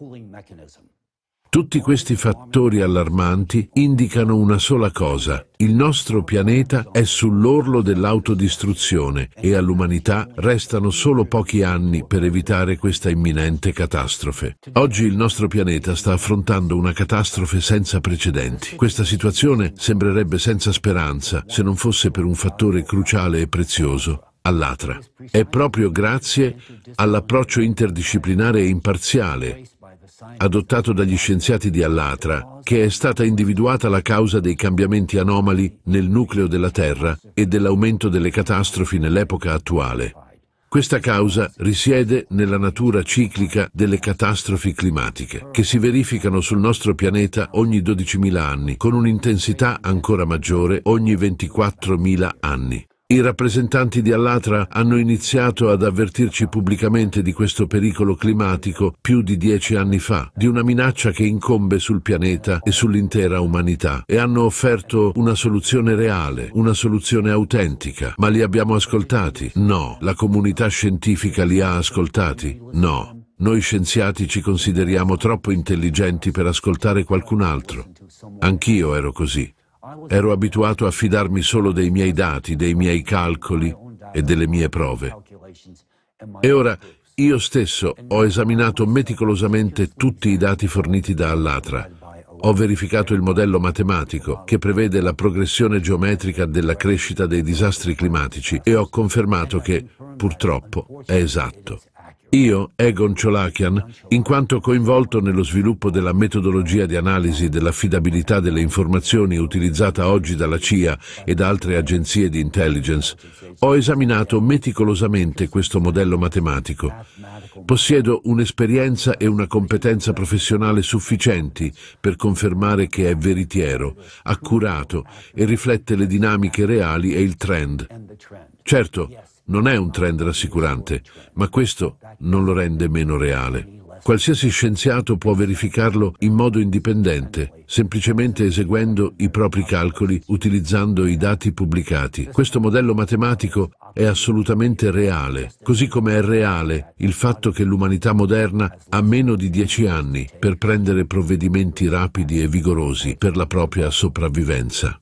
Tutti questi fattori allarmanti indicano una sola cosa: il nostro pianeta è sull'orlo dell'autodistruzione e all'umanità restano solo pochi anni per evitare questa imminente catastrofe. Oggi il nostro pianeta sta affrontando una catastrofe senza precedenti. Questa situazione sembrerebbe senza speranza se non fosse per un fattore cruciale e prezioso: Allatra. È proprio grazie all'approccio interdisciplinare e imparziale adottato dagli scienziati di Allatra che è stata individuata la causa dei cambiamenti anomali nel nucleo della Terra e dell'aumento delle catastrofi nell'epoca attuale. Questa causa risiede nella natura ciclica delle catastrofi climatiche, che si verificano sul nostro pianeta ogni dodicimila anni, con un'intensità ancora maggiore ogni ventiquattromila anni. I rappresentanti di Allatra hanno iniziato ad avvertirci pubblicamente di questo pericolo climatico più di dieci anni fa, di una minaccia che incombe sul pianeta e sull'intera umanità, e hanno offerto una soluzione reale, una soluzione autentica. Ma li abbiamo ascoltati? No. La comunità scientifica li ha ascoltati? No. Noi scienziati ci consideriamo troppo intelligenti per ascoltare qualcun altro. Anch'io ero così. Ero abituato a fidarmi solo dei miei dati, dei miei calcoli e delle mie prove. E ora io stesso ho esaminato meticolosamente tutti i dati forniti da Allatra. Ho verificato il modello matematico che prevede la progressione geometrica della crescita dei disastri climatici e ho confermato che, purtroppo, è esatto. Io, Egon Cholokan, in quanto coinvolto nello sviluppo della metodologia di analisi dell'affidabilità delle informazioni utilizzata oggi dalla C I A e da altre agenzie di intelligence, ho esaminato meticolosamente questo modello matematico. Possiedo un'esperienza e una competenza professionale sufficienti per confermare che è veritiero, accurato e riflette le dinamiche reali e il trend. Certo, non è un trend rassicurante, ma questo non lo rende meno reale. Qualsiasi scienziato può verificarlo in modo indipendente, semplicemente eseguendo i propri calcoli utilizzando i dati pubblicati. Questo modello matematico è assolutamente reale, così come è reale il fatto che l'umanità moderna ha meno di dieci anni per prendere provvedimenti rapidi e vigorosi per la propria sopravvivenza.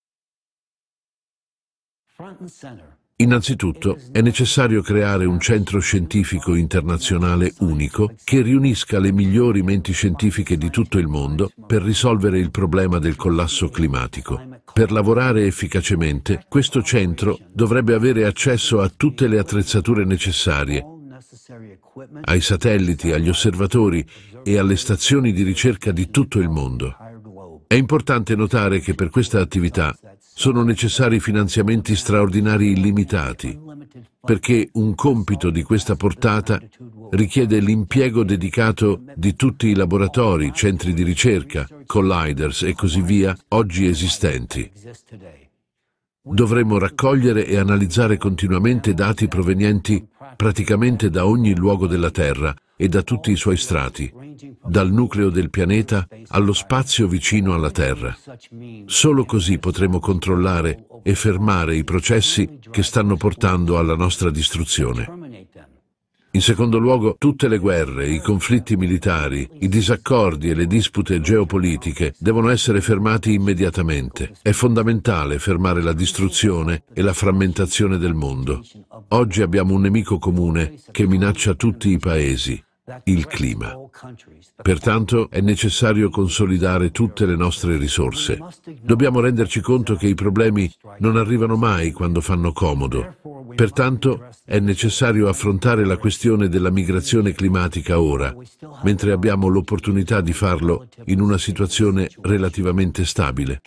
Innanzitutto, è necessario creare un centro scientifico internazionale unico che riunisca le migliori menti scientifiche di tutto il mondo per risolvere il problema del collasso climatico. Per lavorare efficacemente, questo centro dovrebbe avere accesso a tutte le attrezzature necessarie, ai satelliti, agli osservatori e alle stazioni di ricerca di tutto il mondo. È importante notare che per questa attività sono necessari finanziamenti straordinari illimitati, perché un compito di questa portata richiede l'impiego dedicato di tutti i laboratori, centri di ricerca, colliders e così via, oggi esistenti. Dovremo raccogliere e analizzare continuamente dati provenienti praticamente da ogni luogo della Terra e da tutti i suoi strati, dal nucleo del pianeta allo spazio vicino alla Terra. Solo così potremo controllare e fermare i processi che stanno portando alla nostra distruzione. In secondo luogo, tutte le guerre, i conflitti militari, i disaccordi e le dispute geopolitiche devono essere fermati immediatamente. È fondamentale fermare la distruzione e la frammentazione del mondo. Oggi abbiamo un nemico comune che minaccia tutti i paesi: il clima. Pertanto è necessario consolidare tutte le nostre risorse. Dobbiamo renderci conto che i problemi non arrivano mai quando fanno comodo. Pertanto è necessario affrontare la questione della migrazione climatica ora, mentre abbiamo l'opportunità di farlo in una situazione relativamente stabile.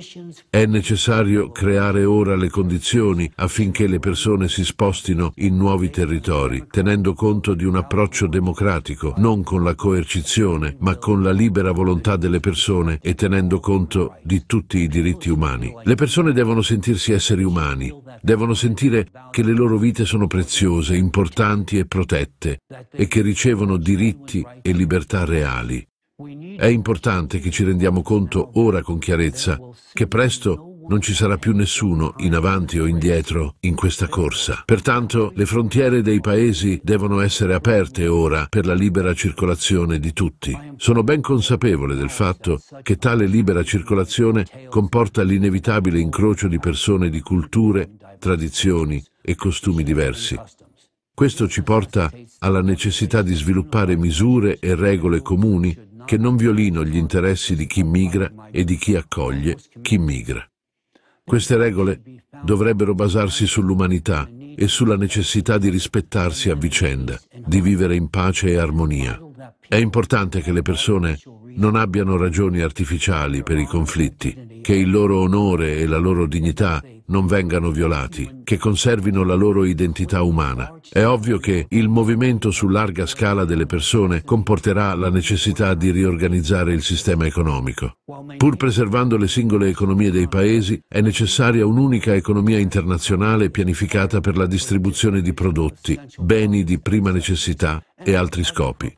È necessario creare ora le condizioni affinché le persone si spostino in nuovi territori, tenendo conto di un approccio democratico, non con la coercizione, ma con la libera volontà delle persone e tenendo conto di tutti i diritti umani. Le persone devono sentirsi esseri umani, devono sentire che le loro vite sono preziose, importanti e protette e che ricevono diritti e libertà reali. È importante che ci rendiamo conto ora con chiarezza che presto non ci sarà più nessuno in avanti o indietro in questa corsa. Pertanto le frontiere dei paesi devono essere aperte ora per la libera circolazione di tutti. Sono ben consapevole del fatto che tale libera circolazione comporta l'inevitabile incrocio di persone di culture, tradizioni e costumi diversi. Questo ci porta alla necessità di sviluppare misure e regole comuni che non violino gli interessi di chi migra e di chi accoglie chi migra. Queste regole dovrebbero basarsi sull'umanità e sulla necessità di rispettarsi a vicenda, di vivere in pace e armonia. È importante che le persone non abbiano ragioni artificiali per i conflitti, che il loro onore e la loro dignità non vengano violati, che conservino la loro identità umana. È ovvio che il movimento su larga scala delle persone comporterà la necessità di riorganizzare il sistema economico. Pur preservando le singole economie dei paesi, è necessaria un'unica economia internazionale pianificata per la distribuzione di prodotti, beni di prima necessità e altri scopi.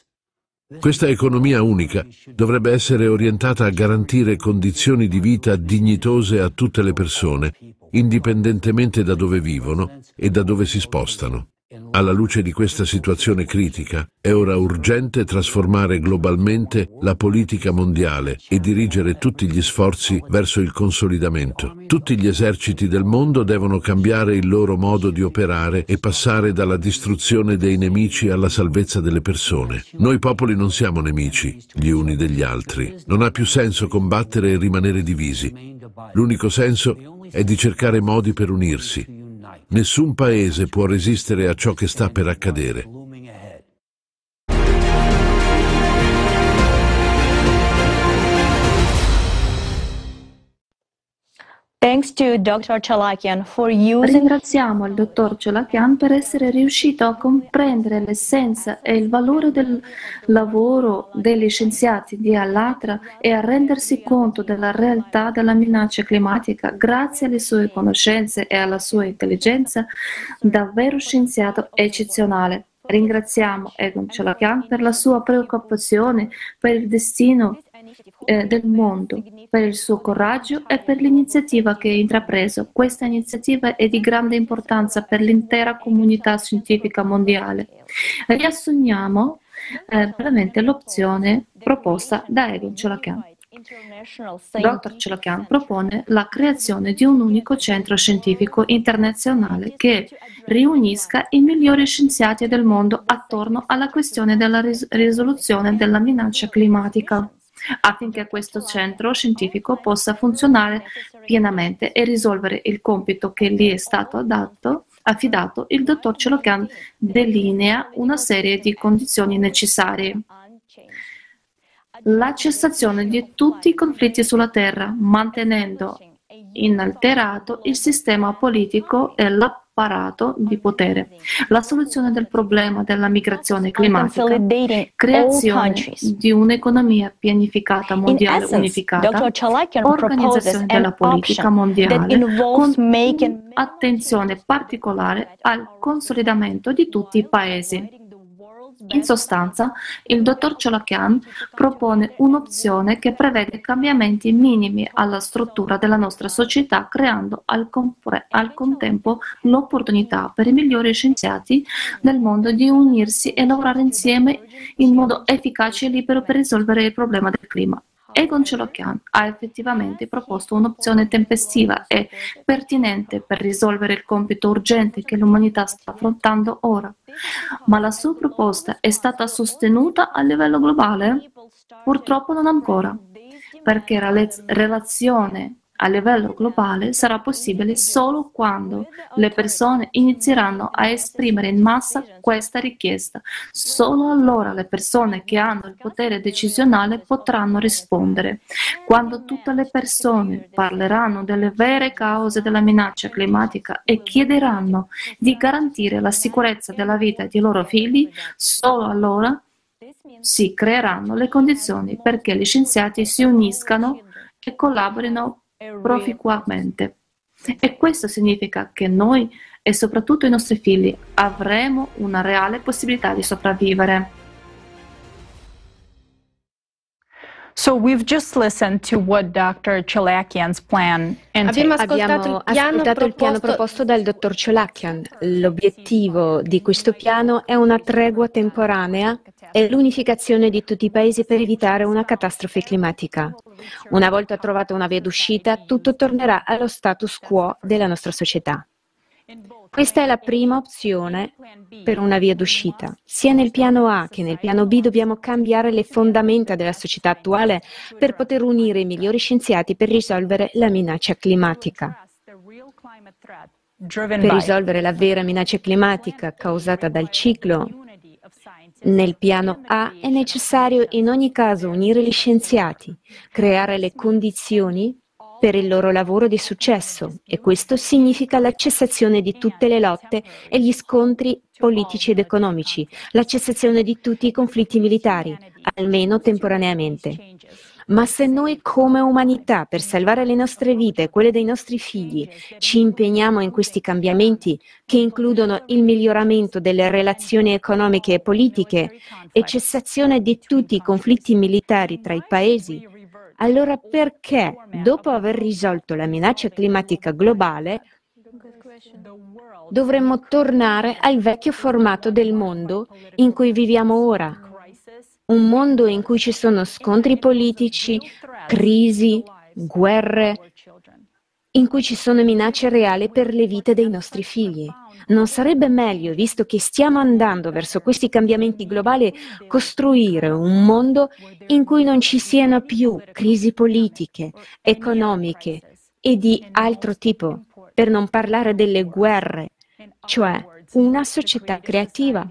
Questa economia unica dovrebbe essere orientata a garantire condizioni di vita dignitose a tutte le persone, indipendentemente da dove vivono e da dove si spostano. Alla luce di questa situazione critica, è ora urgente trasformare globalmente la politica mondiale e dirigere tutti gli sforzi verso il consolidamento. Tutti gli eserciti del mondo devono cambiare il loro modo di operare e passare dalla distruzione dei nemici alla salvezza delle persone. Noi popoli non siamo nemici gli uni degli altri. Non ha più senso combattere e rimanere divisi. L'unico senso è di cercare modi per unirsi. Nessun paese può resistere a ciò che sta per accadere. Thanks to doctor Chalakian for using... Ringraziamo il dottor Chalakian per essere riuscito a comprendere l'essenza e il valore del lavoro degli scienziati di Allatra e a rendersi conto della realtà della minaccia climatica. Grazie alle sue conoscenze e alla sua intelligenza, davvero scienziato eccezionale. Ringraziamo Egon Chalakian per la sua preoccupazione per il destino eh, del mondo, per il suo coraggio e per l'iniziativa che ha intrapreso. Questa iniziativa è di grande importanza per l'intera comunità scientifica mondiale. Riassumiamo eh, veramente l'opzione proposta da Egon Chalakian. dottor Chalakian propone la creazione di un unico centro scientifico internazionale che riunisca i migliori scienziati del mondo attorno alla questione della ris- risoluzione della minaccia climatica, affinché questo centro scientifico possa funzionare pienamente e risolvere il compito che gli è stato dato, affidato. Il dottor Chalakian delinea una serie di condizioni necessarie. La cessazione di tutti i conflitti sulla Terra, mantenendo inalterato il sistema politico e la apparato di potere. La soluzione del problema della migrazione climatica, creazione di un'economia pianificata mondiale unificata, organizzazione della politica mondiale con attenzione particolare al consolidamento di tutti i paesi. In sostanza, il dottor Cholakian propone un'opzione che prevede cambiamenti minimi alla struttura della nostra società, creando al, compre- al contempo l'opportunità per i migliori scienziati del mondo di unirsi e lavorare insieme in modo efficace e libero per risolvere il problema del clima. Egon Cholakian ha effettivamente proposto un'opzione tempestiva e pertinente per risolvere il compito urgente che l'umanità sta affrontando ora. Ma la sua proposta è stata sostenuta a livello globale? Purtroppo non ancora, perché la relazione a livello globale sarà possibile solo quando le persone inizieranno a esprimere in massa questa richiesta. Solo allora le persone che hanno il potere decisionale potranno rispondere. Quando tutte le persone parleranno delle vere cause della minaccia climatica e chiederanno di garantire la sicurezza della vita dei loro figli, solo allora si creeranno le condizioni perché gli scienziati si uniscano e collaborino proficuamente. E questo significa che noi e soprattutto i nostri figli avremo una reale possibilità di sopravvivere. So we've just listened to what doctor Cholakian's plan Abbiamo ascoltato, il piano, ascoltato il piano proposto dal dottor Cholakian. L'obiettivo di questo piano è una tregua temporanea e l'unificazione di tutti i paesi per evitare una catastrofe climatica. Una volta trovata una via d'uscita, tutto tornerà allo status quo della nostra società. Questa è la prima opzione per una via d'uscita. Sia nel piano A che nel piano B dobbiamo cambiare le fondamenta della società attuale per poter unire i migliori scienziati per risolvere la minaccia climatica. Per risolvere la vera minaccia climatica causata dal ciclo, nel piano A è necessario in ogni caso unire gli scienziati, creare le condizioni per il loro lavoro di successo, e questo significa la cessazione di tutte le lotte e gli scontri politici ed economici, la cessazione di tutti i conflitti militari, almeno temporaneamente. Ma se noi come umanità, per salvare le nostre vite e quelle dei nostri figli, ci impegniamo in questi cambiamenti che includono il miglioramento delle relazioni economiche e politiche e cessazione di tutti i conflitti militari tra i paesi, allora perché, dopo aver risolto la minaccia climatica globale, dovremmo tornare al vecchio formato del mondo in cui viviamo ora? Un mondo in cui ci sono scontri politici, crisi, guerre, in cui ci sono minacce reali per le vite dei nostri figli. Non sarebbe meglio, visto che stiamo andando verso questi cambiamenti globali, costruire un mondo in cui non ci siano più crisi politiche, economiche e di altro tipo, per non parlare delle guerre, cioè una società creativa?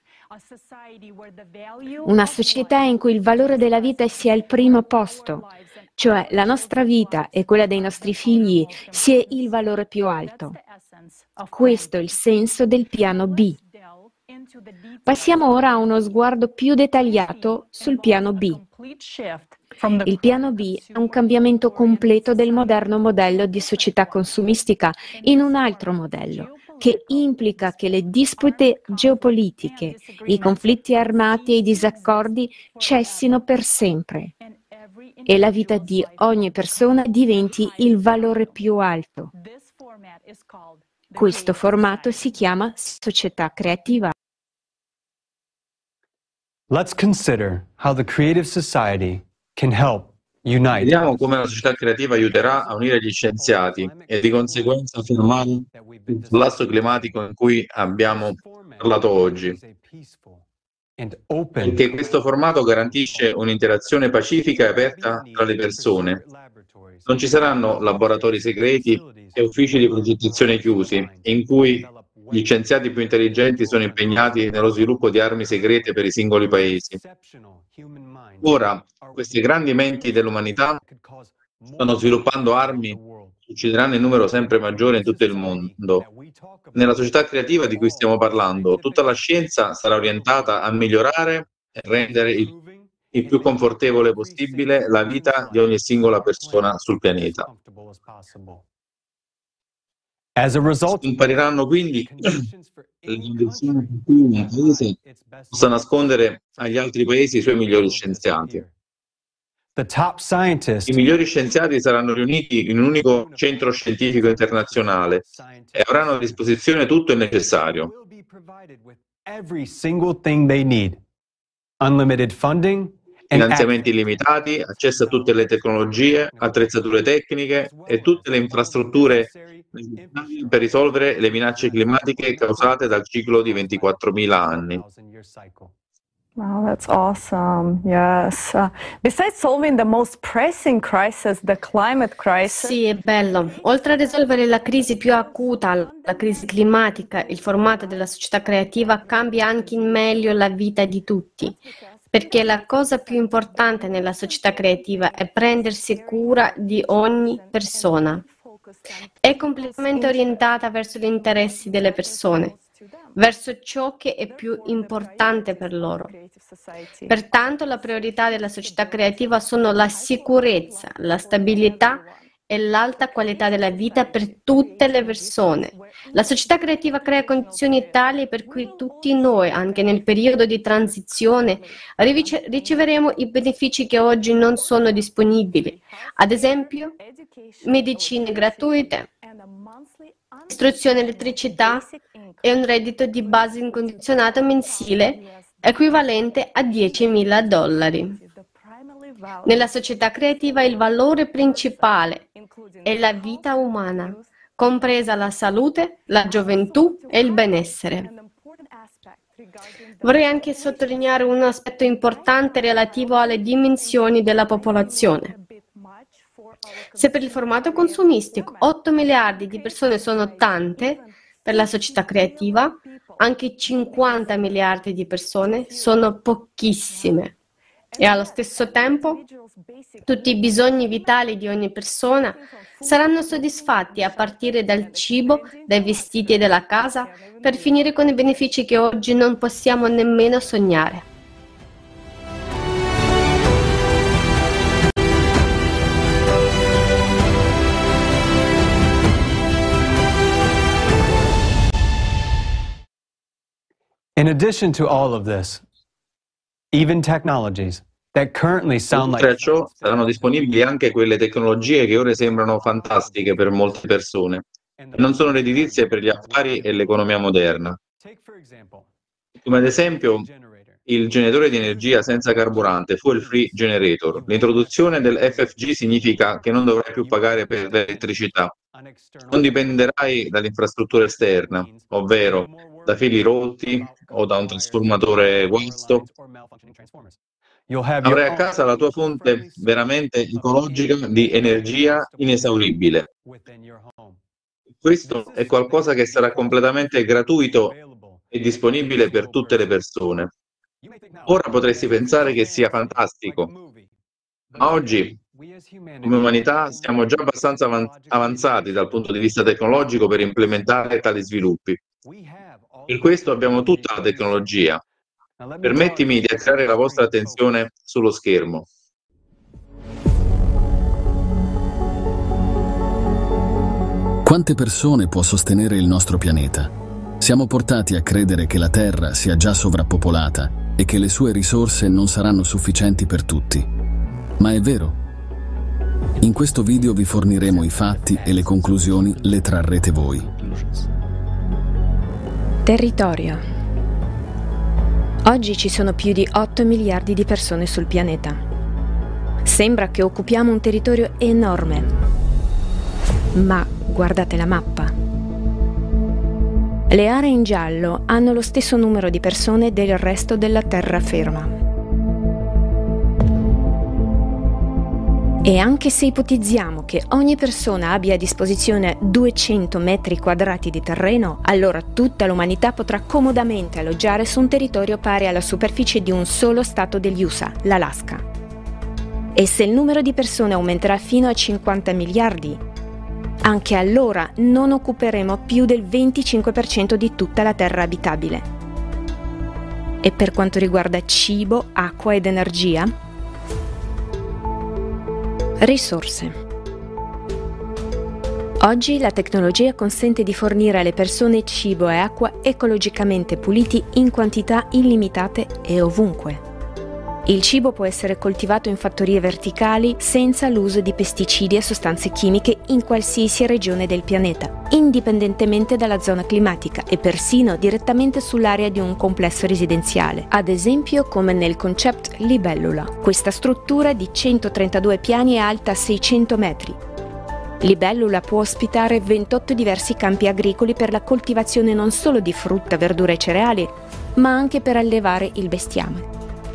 Una società in cui il valore della vita sia al primo posto, cioè la nostra vita e quella dei nostri figli sia il valore più alto. Questo è il senso del piano B. Passiamo ora a uno sguardo più dettagliato sul piano B. Il piano B è un cambiamento completo del moderno modello di società consumistica in un altro modello, che implica che le dispute geopolitiche, i conflitti armati e i disaccordi cessino per sempre e la vita di ogni persona diventi il valore più alto. Questo formato si chiama società creativa. Let's consider how the creative society can help unite. Vediamo come la società creativa aiuterà a unire gli scienziati e di conseguenza fermare il collasso climatico in cui abbiamo parlato oggi. Perché questo formato garantisce un'interazione pacifica e aperta tra le persone. Non ci saranno laboratori segreti e uffici di progettazione chiusi, in cui gli scienziati più intelligenti sono impegnati nello sviluppo di armi segrete per i singoli paesi. Ora, queste grandi menti dell'umanità stanno sviluppando armi uccideranno in numero sempre maggiore in tutto il mondo. Nella società creativa di cui stiamo parlando, tutta la scienza sarà orientata a migliorare e rendere il, il più confortevole possibile la vita di ogni singola persona sul pianeta. Compariranno quindi le condizioni per cui un paese possa nascondere agli altri paesi i suoi migliori scienziati. I migliori scienziati saranno riuniti in un unico centro scientifico internazionale e avranno a disposizione tutto il necessario. Finanziamenti illimitati, accesso a tutte le tecnologie, attrezzature tecniche e tutte le infrastrutture per risolvere le minacce climatiche causate dal ciclo di ventiquattromila anni. Wow, that's awesome. Yes. Uh, besides solving the most pressing crisis, the climate crisis. Sì, è bello. Oltre a risolvere la crisi più acuta, la crisi climatica, il formato della società creativa cambia anche in meglio la vita di tutti. Perché la cosa più importante nella società creativa è prendersi cura di ogni persona. È completamente orientata verso gli interessi delle persone, verso ciò che è più importante per loro. Pertanto la priorità della società creativa sono la sicurezza, la stabilità e l'alta qualità della vita per tutte le persone. La società creativa crea condizioni tali per cui tutti noi, anche nel periodo di transizione, riceveremo i benefici che oggi non sono disponibili. Ad esempio, medicine gratuite, istruzione, elettricità e un reddito di base incondizionato mensile equivalente a diecimila dollari. Nella società creativa il valore principale è la vita umana, compresa la salute, la gioventù e il benessere. Vorrei anche sottolineare un aspetto importante relativo alle dimensioni della popolazione. Se per il formato consumistico otto miliardi di persone sono tante, per la società creativa anche cinquanta miliardi di persone sono pochissime. E allo stesso tempo tutti i bisogni vitali di ogni persona saranno soddisfatti a partire dal cibo, dai vestiti e dalla casa, per finire con i benefici che oggi non possiamo nemmeno sognare. In addition to all of this, even technologies that currently sound like... Oltre a ciò, saranno disponibili anche quelle tecnologie che ora sembrano fantastiche per molte persone, e non sono redditizie per gli affari e l'economia moderna. Come ad esempio il generatore di energia senza carburante, Fuel Free Generator. L'introduzione del F F G significa che non dovrai più pagare per l'elettricità. Non dipenderai dall'infrastruttura esterna, ovvero da fili rotti o da un trasformatore guasto. Avrai a casa la tua fonte veramente ecologica di energia inesauribile. Questo è qualcosa che sarà completamente gratuito e disponibile per tutte le persone. Ora potresti pensare che sia fantastico, ma oggi come umanità siamo già abbastanza avanzati dal punto di vista tecnologico per implementare tali sviluppi. Per questo abbiamo tutta la tecnologia. Permettimi di attirare la vostra attenzione sullo schermo. Quante persone può sostenere il nostro pianeta? Siamo portati a credere che la Terra sia già sovrappopolata e che le sue risorse non saranno sufficienti per tutti. Ma è vero? In questo video vi forniremo i fatti e le conclusioni le trarrete voi. Territorio. Oggi ci sono più di otto miliardi di persone sul pianeta. Sembra che occupiamo un territorio enorme. Ma guardate la mappa. Le aree in giallo hanno lo stesso numero di persone del resto della terraferma. E anche se ipotizziamo che ogni persona abbia a disposizione duecento metri quadrati di terreno, allora tutta l'umanità potrà comodamente alloggiare su un territorio pari alla superficie di un solo stato degli U S A, l'Alaska. E se il numero di persone aumenterà fino a cinquanta miliardi, Anche allora non occuperemo più del venticinque per cento di tutta la terra abitabile. E per quanto riguarda cibo, acqua ed energia? Risorse. Oggi la tecnologia consente di fornire alle persone cibo e acqua ecologicamente puliti in quantità illimitate e ovunque. Il cibo può essere coltivato in fattorie verticali senza l'uso di pesticidi e sostanze chimiche in qualsiasi regione del pianeta, indipendentemente dalla zona climatica e persino direttamente sull'area di un complesso residenziale, ad esempio come nel concept Libellula. Questa struttura di centotrentadue piani è alta seicento metri. Libellula può ospitare ventotto diversi campi agricoli per la coltivazione non solo di frutta, verdura e cereali, ma anche per allevare il bestiame.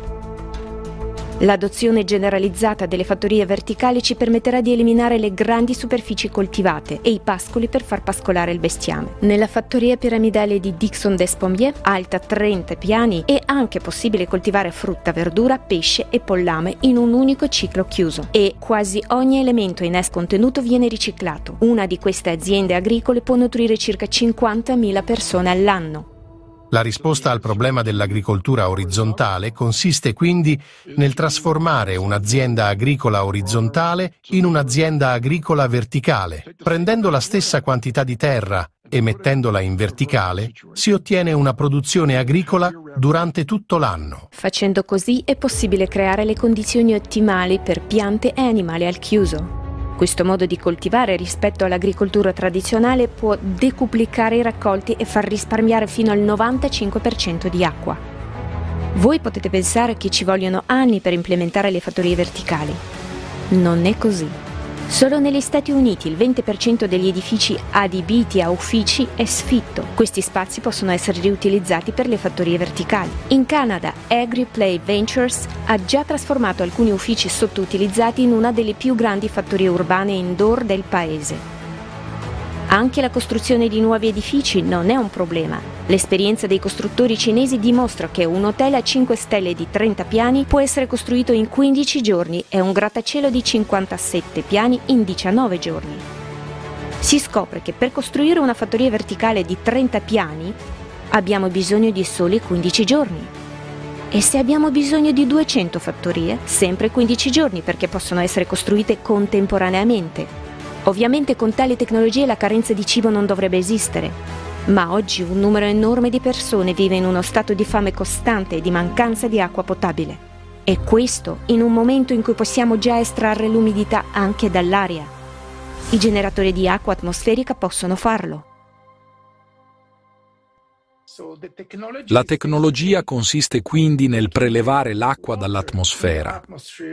L'adozione generalizzata delle fattorie verticali ci permetterà di eliminare le grandi superfici coltivate e i pascoli per far pascolare il bestiame. Nella fattoria piramidale di Dixon-des-Pommiers, alta trenta piani, è anche possibile coltivare frutta, verdura, pesce e pollame in un unico ciclo chiuso. E quasi ogni elemento in essa contenuto viene riciclato. Una di queste aziende agricole può nutrire circa cinquantamila persone all'anno. La risposta al problema dell'agricoltura orizzontale consiste quindi nel trasformare un'azienda agricola orizzontale in un'azienda agricola verticale. Prendendo la stessa quantità di terra e mettendola in verticale, si ottiene una produzione agricola durante tutto l'anno. Facendo così è possibile creare le condizioni ottimali per piante e animali al chiuso. Questo modo di coltivare rispetto all'agricoltura tradizionale può decuplicare i raccolti e far risparmiare fino al novantacinque per cento di acqua. Voi potete pensare che ci vogliono anni per implementare le fattorie verticali. Non è così. Solo negli Stati Uniti il venti per cento degli edifici adibiti a uffici è sfitto. Questi spazi possono essere riutilizzati per le fattorie verticali. In Canada, AgriPlay Ventures ha già trasformato alcuni uffici sottoutilizzati in una delle più grandi fattorie urbane indoor del paese. Anche la costruzione di nuovi edifici non è un problema. L'esperienza dei costruttori cinesi dimostra che un hotel a cinque stelle di trenta piani può essere costruito in quindici giorni e un grattacielo di cinquantasette piani in diciannove giorni. Si scopre che per costruire una fattoria verticale di trenta piani abbiamo bisogno di soli quindici giorni. E se abbiamo bisogno di duecento fattorie, sempre quindici giorni perché possono essere costruite contemporaneamente. Ovviamente con tali tecnologie la carenza di cibo non dovrebbe esistere, ma oggi un numero enorme di persone vive in uno stato di fame costante e di mancanza di acqua potabile. E questo in un momento in cui possiamo già estrarre l'umidità anche dall'aria. I generatori di acqua atmosferica possono farlo. La tecnologia consiste quindi nel prelevare l'acqua dall'atmosfera.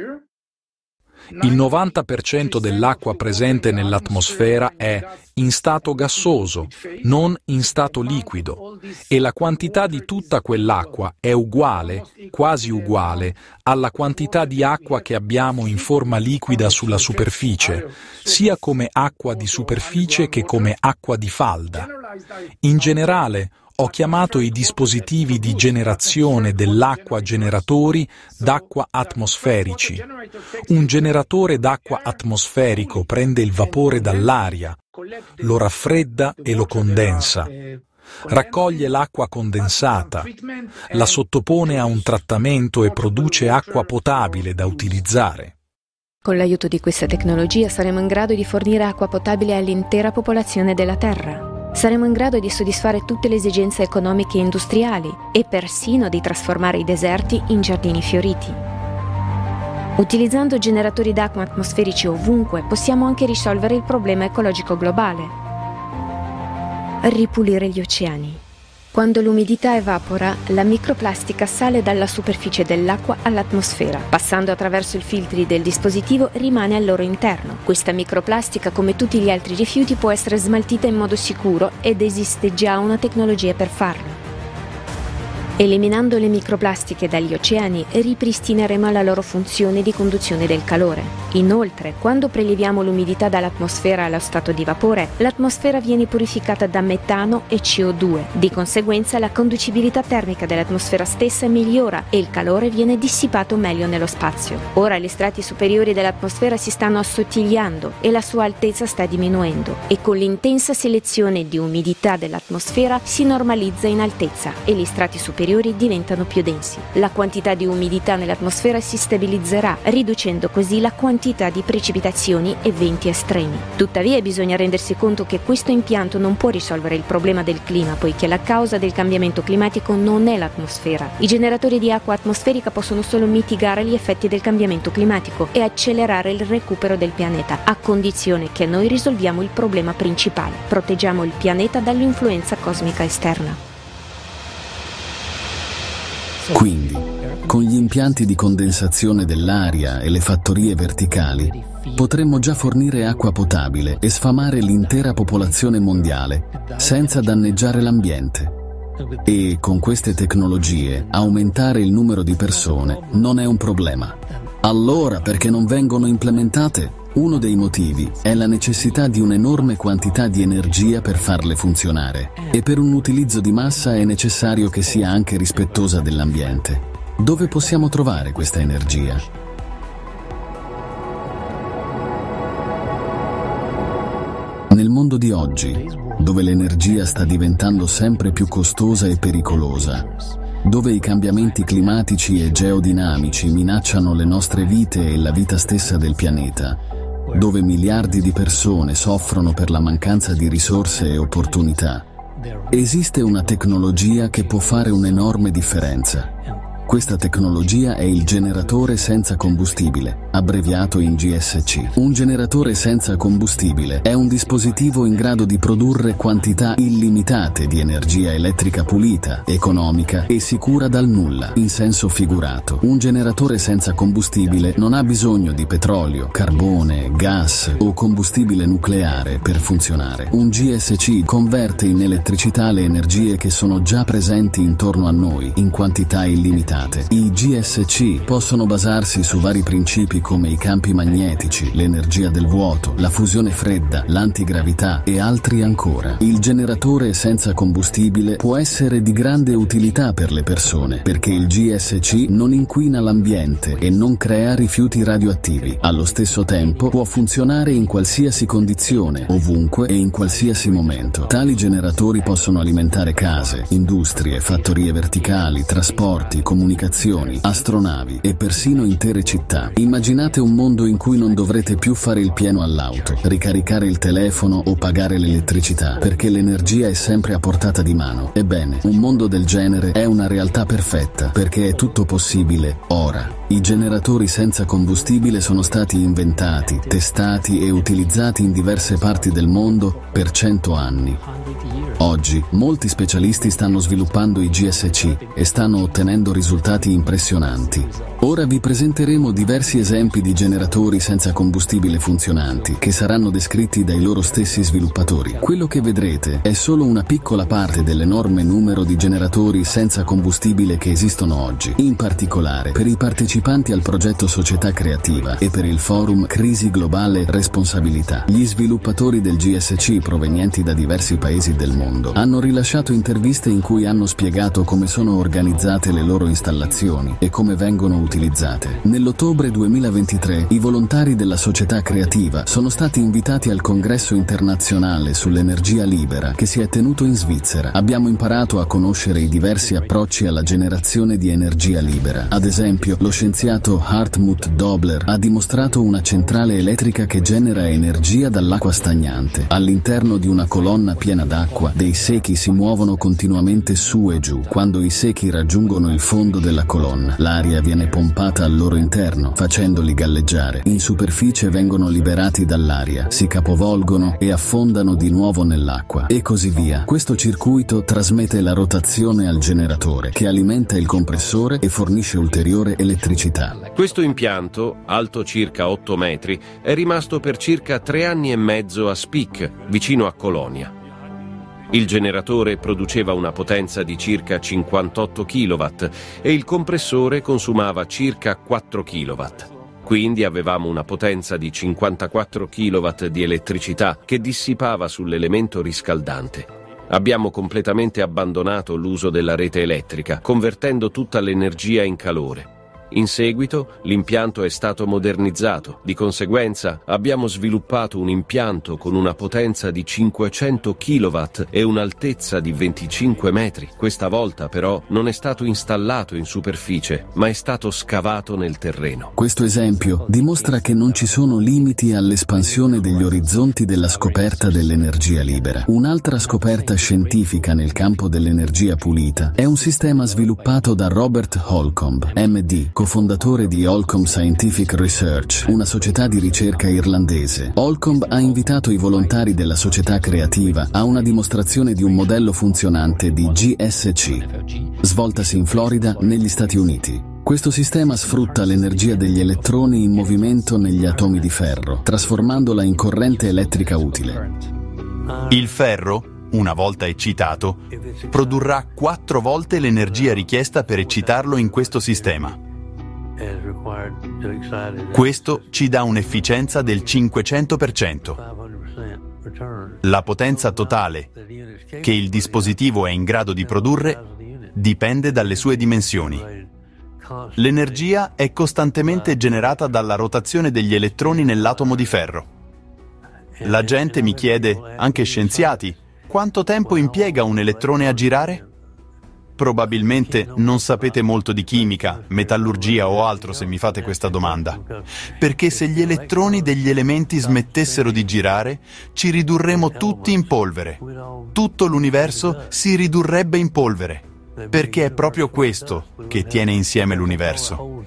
Il novanta per cento dell'acqua presente nell'atmosfera è in stato gassoso, non in stato liquido, e la quantità di tutta quell'acqua è uguale, quasi uguale, alla quantità di acqua che abbiamo in forma liquida sulla superficie, sia come acqua di superficie che come acqua di falda. In generale, ho chiamato i dispositivi di generazione dell'acqua generatori d'acqua atmosferici. Un generatore d'acqua atmosferico prende il vapore dall'aria, lo raffredda e lo condensa. Raccoglie l'acqua condensata, la sottopone a un trattamento e produce acqua potabile da utilizzare. Con l'aiuto di questa tecnologia saremo in grado di fornire acqua potabile all'intera popolazione della Terra. Saremo in grado di soddisfare tutte le esigenze economiche e industriali e persino di trasformare i deserti in giardini fioriti. Utilizzando generatori d'acqua atmosferici ovunque, possiamo anche risolvere il problema ecologico globale. Ripulire gli oceani. Quando l'umidità evapora, la microplastica sale dalla superficie dell'acqua all'atmosfera. Passando attraverso i filtri del dispositivo, rimane al loro interno. Questa microplastica, come tutti gli altri rifiuti, può essere smaltita in modo sicuro ed esiste già una tecnologia per farlo. Eliminando le microplastiche dagli oceani, ripristineremo la loro funzione di conduzione del calore. Inoltre, quando preleviamo l'umidità dall'atmosfera allo stato di vapore, l'atmosfera viene purificata da metano e C O due. Di conseguenza, la conducibilità termica dell'atmosfera stessa migliora e il calore viene dissipato meglio nello spazio. Ora gli strati superiori dell'atmosfera si stanno assottigliando e la sua altezza sta diminuendo, e con l'intensa selezione di umidità dell'atmosfera si normalizza in altezza e gli strati superiori diventano più densi. La quantità di umidità nell'atmosfera si stabilizzerà, riducendo così la quantità di precipitazioni e venti estremi. Tuttavia bisogna rendersi conto che questo impianto non può risolvere il problema del clima, poiché la causa del cambiamento climatico non è l'atmosfera. I generatori di acqua atmosferica possono solo mitigare gli effetti del cambiamento climatico e accelerare il recupero del pianeta, a condizione che noi risolviamo il problema principale: proteggiamo il pianeta dall'influenza cosmica esterna. Quindi, con gli impianti di condensazione dell'aria e le fattorie verticali, potremmo già fornire acqua potabile e sfamare l'intera popolazione mondiale senza danneggiare l'ambiente. E con queste tecnologie aumentare il numero di persone non è un problema. Allora, perché non vengono implementate? Uno dei motivi è la necessità di un'enorme quantità di energia per farle funzionare, e per un utilizzo di massa è necessario che sia anche rispettosa dell'ambiente. Dove possiamo trovare questa energia? Nel mondo di oggi, dove l'energia sta diventando sempre più costosa e pericolosa, dove i cambiamenti climatici e geodinamici minacciano le nostre vite e la vita stessa del pianeta, dove miliardi di persone soffrono per la mancanza di risorse e opportunità, esiste una tecnologia che può fare un'enorme differenza. Questa tecnologia è il generatore senza combustibile, abbreviato in G S C. Un generatore senza combustibile è un dispositivo in grado di produrre quantità illimitate di energia elettrica pulita, economica e sicura dal nulla. In senso figurato, un generatore senza combustibile non ha bisogno di petrolio, carbone, gas o combustibile nucleare per funzionare. Un G S C converte in elettricità le energie che sono già presenti intorno a noi in quantità illimitate. I G S C possono basarsi su vari principi come i campi magnetici, l'energia del vuoto, la fusione fredda, l'antigravità e altri ancora. Il generatore senza combustibile può essere di grande utilità per le persone, perché il G S C non inquina l'ambiente e non crea rifiuti radioattivi. Allo stesso tempo può funzionare in qualsiasi condizione, ovunque e in qualsiasi momento. Tali generatori possono alimentare case, industrie, fattorie verticali, trasporti, comunicazioni, astronavi e persino intere città. Immaginate un mondo in cui non dovrete più fare il pieno all'auto, ricaricare il telefono o pagare l'elettricità, perché l'energia è sempre a portata di mano. Ebbene, un mondo del genere è una realtà perfetta, perché è tutto possibile ora. I generatori senza combustibile sono stati inventati, testati e utilizzati in diverse parti del mondo per cento anni. Oggi, molti specialisti stanno sviluppando i G S C e stanno ottenendo risultati impressionanti. Ora vi presenteremo diversi esempi di generatori senza combustibile funzionanti, che saranno descritti dai loro stessi sviluppatori. Quello che vedrete è solo una piccola parte dell'enorme numero di generatori senza combustibile che esistono oggi. In particolare, per i partecipanti al progetto Società Creativa e per il forum Crisi Globale Responsabilità, gli sviluppatori del G S C provenienti da diversi paesi del mondo hanno rilasciato interviste in cui hanno spiegato come sono organizzate le loro installazioni e come vengono utilizzate. Nell'ottobre duemilaventitré i volontari della Società Creativa sono stati invitati al congresso internazionale sull'energia libera che si è tenuto in Svizzera. Abbiamo imparato a conoscere i diversi approcci alla generazione di energia libera. Ad esempio, lo scienziato Hartmut Dobler ha dimostrato una centrale elettrica che genera energia dall'acqua stagnante. All'interno di una colonna piena d'acqua, dei secchi si muovono continuamente su e giù. Quando i secchi raggiungono il fondo della colonna, l'aria viene pompata al loro interno, facendoli galleggiare. In superficie vengono liberati dall'aria, si capovolgono e affondano di nuovo nell'acqua, e così via. Questo circuito trasmette la rotazione al generatore, che alimenta il compressore e fornisce ulteriore elettricità. Questo impianto, alto circa otto metri, è rimasto per circa tre anni e mezzo a Spic, vicino a Colonia. Il generatore produceva una potenza di circa cinquantotto chilowatt e il compressore consumava circa quattro chilowatt. Quindi avevamo una potenza di cinquantaquattro chilowatt di elettricità che dissipava sull'elemento riscaldante. Abbiamo completamente abbandonato l'uso della rete elettrica, convertendo tutta l'energia in calore. In seguito l'impianto è stato modernizzato, di conseguenza abbiamo sviluppato un impianto con una potenza di cinquecento chilowatt e un'altezza di venticinque metri. Questa volta però non è stato installato in superficie, ma è stato scavato nel terreno. Questo esempio dimostra che non ci sono limiti all'espansione degli orizzonti della scoperta dell'energia libera. Un'altra scoperta scientifica nel campo dell'energia pulita è un sistema sviluppato da Robert Holcomb, M D, cofondatore di Holcomb Scientific Research, una società di ricerca irlandese. Holcomb ha invitato i volontari della società creativa a una dimostrazione di un modello funzionante di G S C, svoltasi in Florida, negli Stati Uniti. Questo sistema sfrutta l'energia degli elettroni in movimento negli atomi di ferro, trasformandola in corrente elettrica utile. Il ferro, una volta eccitato, produrrà quattro volte l'energia richiesta per eccitarlo in questo sistema. Questo ci dà un'efficienza del cinquecento per cento. La potenza totale che il dispositivo è in grado di produrre dipende dalle sue dimensioni. L'energia è costantemente generata dalla rotazione degli elettroni nell'atomo di ferro. La gente mi chiede, anche scienziati, quanto tempo impiega un elettrone a girare? Probabilmente non sapete molto di chimica, metallurgia o altro se mi fate questa domanda. Perché se gli elettroni degli elementi smettessero di girare, ci ridurremmo tutti in polvere. Tutto l'universo si ridurrebbe in polvere. Perché è proprio questo che tiene insieme l'universo.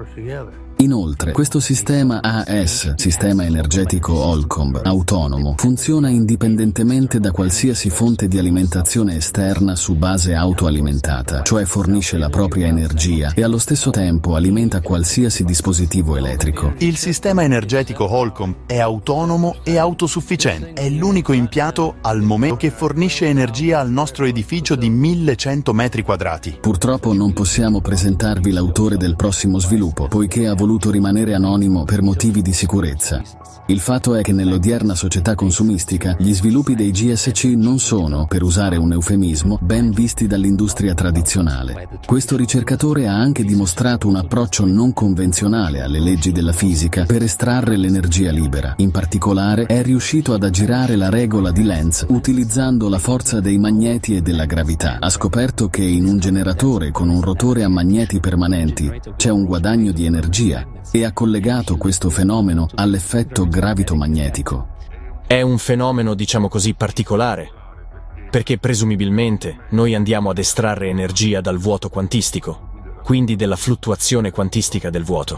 Inoltre, questo sistema A S, sistema energetico Holcomb, autonomo, funziona indipendentemente da qualsiasi fonte di alimentazione esterna su base autoalimentata, cioè fornisce la propria energia e allo stesso tempo alimenta qualsiasi dispositivo elettrico. Il sistema energetico Holcomb è autonomo e autosufficiente. È l'unico impianto al momento che fornisce energia al nostro edificio di millecento metri quadrati. Purtroppo non possiamo presentarvi l'autore del prossimo sviluppo, poiché ha voluto rimanere anonimo per motivi di sicurezza. Il fatto è che nell'odierna società consumistica gli sviluppi dei G S C non sono, per usare un eufemismo, ben visti dall'industria tradizionale. Questo ricercatore ha anche dimostrato un approccio non convenzionale alle leggi della fisica per estrarre l'energia libera. In particolare è riuscito ad aggirare la regola di Lenz utilizzando la forza dei magneti e della gravità. Ha scoperto che in un generatore con un rotore a magneti permanenti c'è un guadagno di energia e ha collegato questo fenomeno all'effetto gravito-magnetico. È un fenomeno, diciamo così, particolare, perché presumibilmente noi andiamo ad estrarre energia dal vuoto quantistico, quindi della fluttuazione quantistica del vuoto.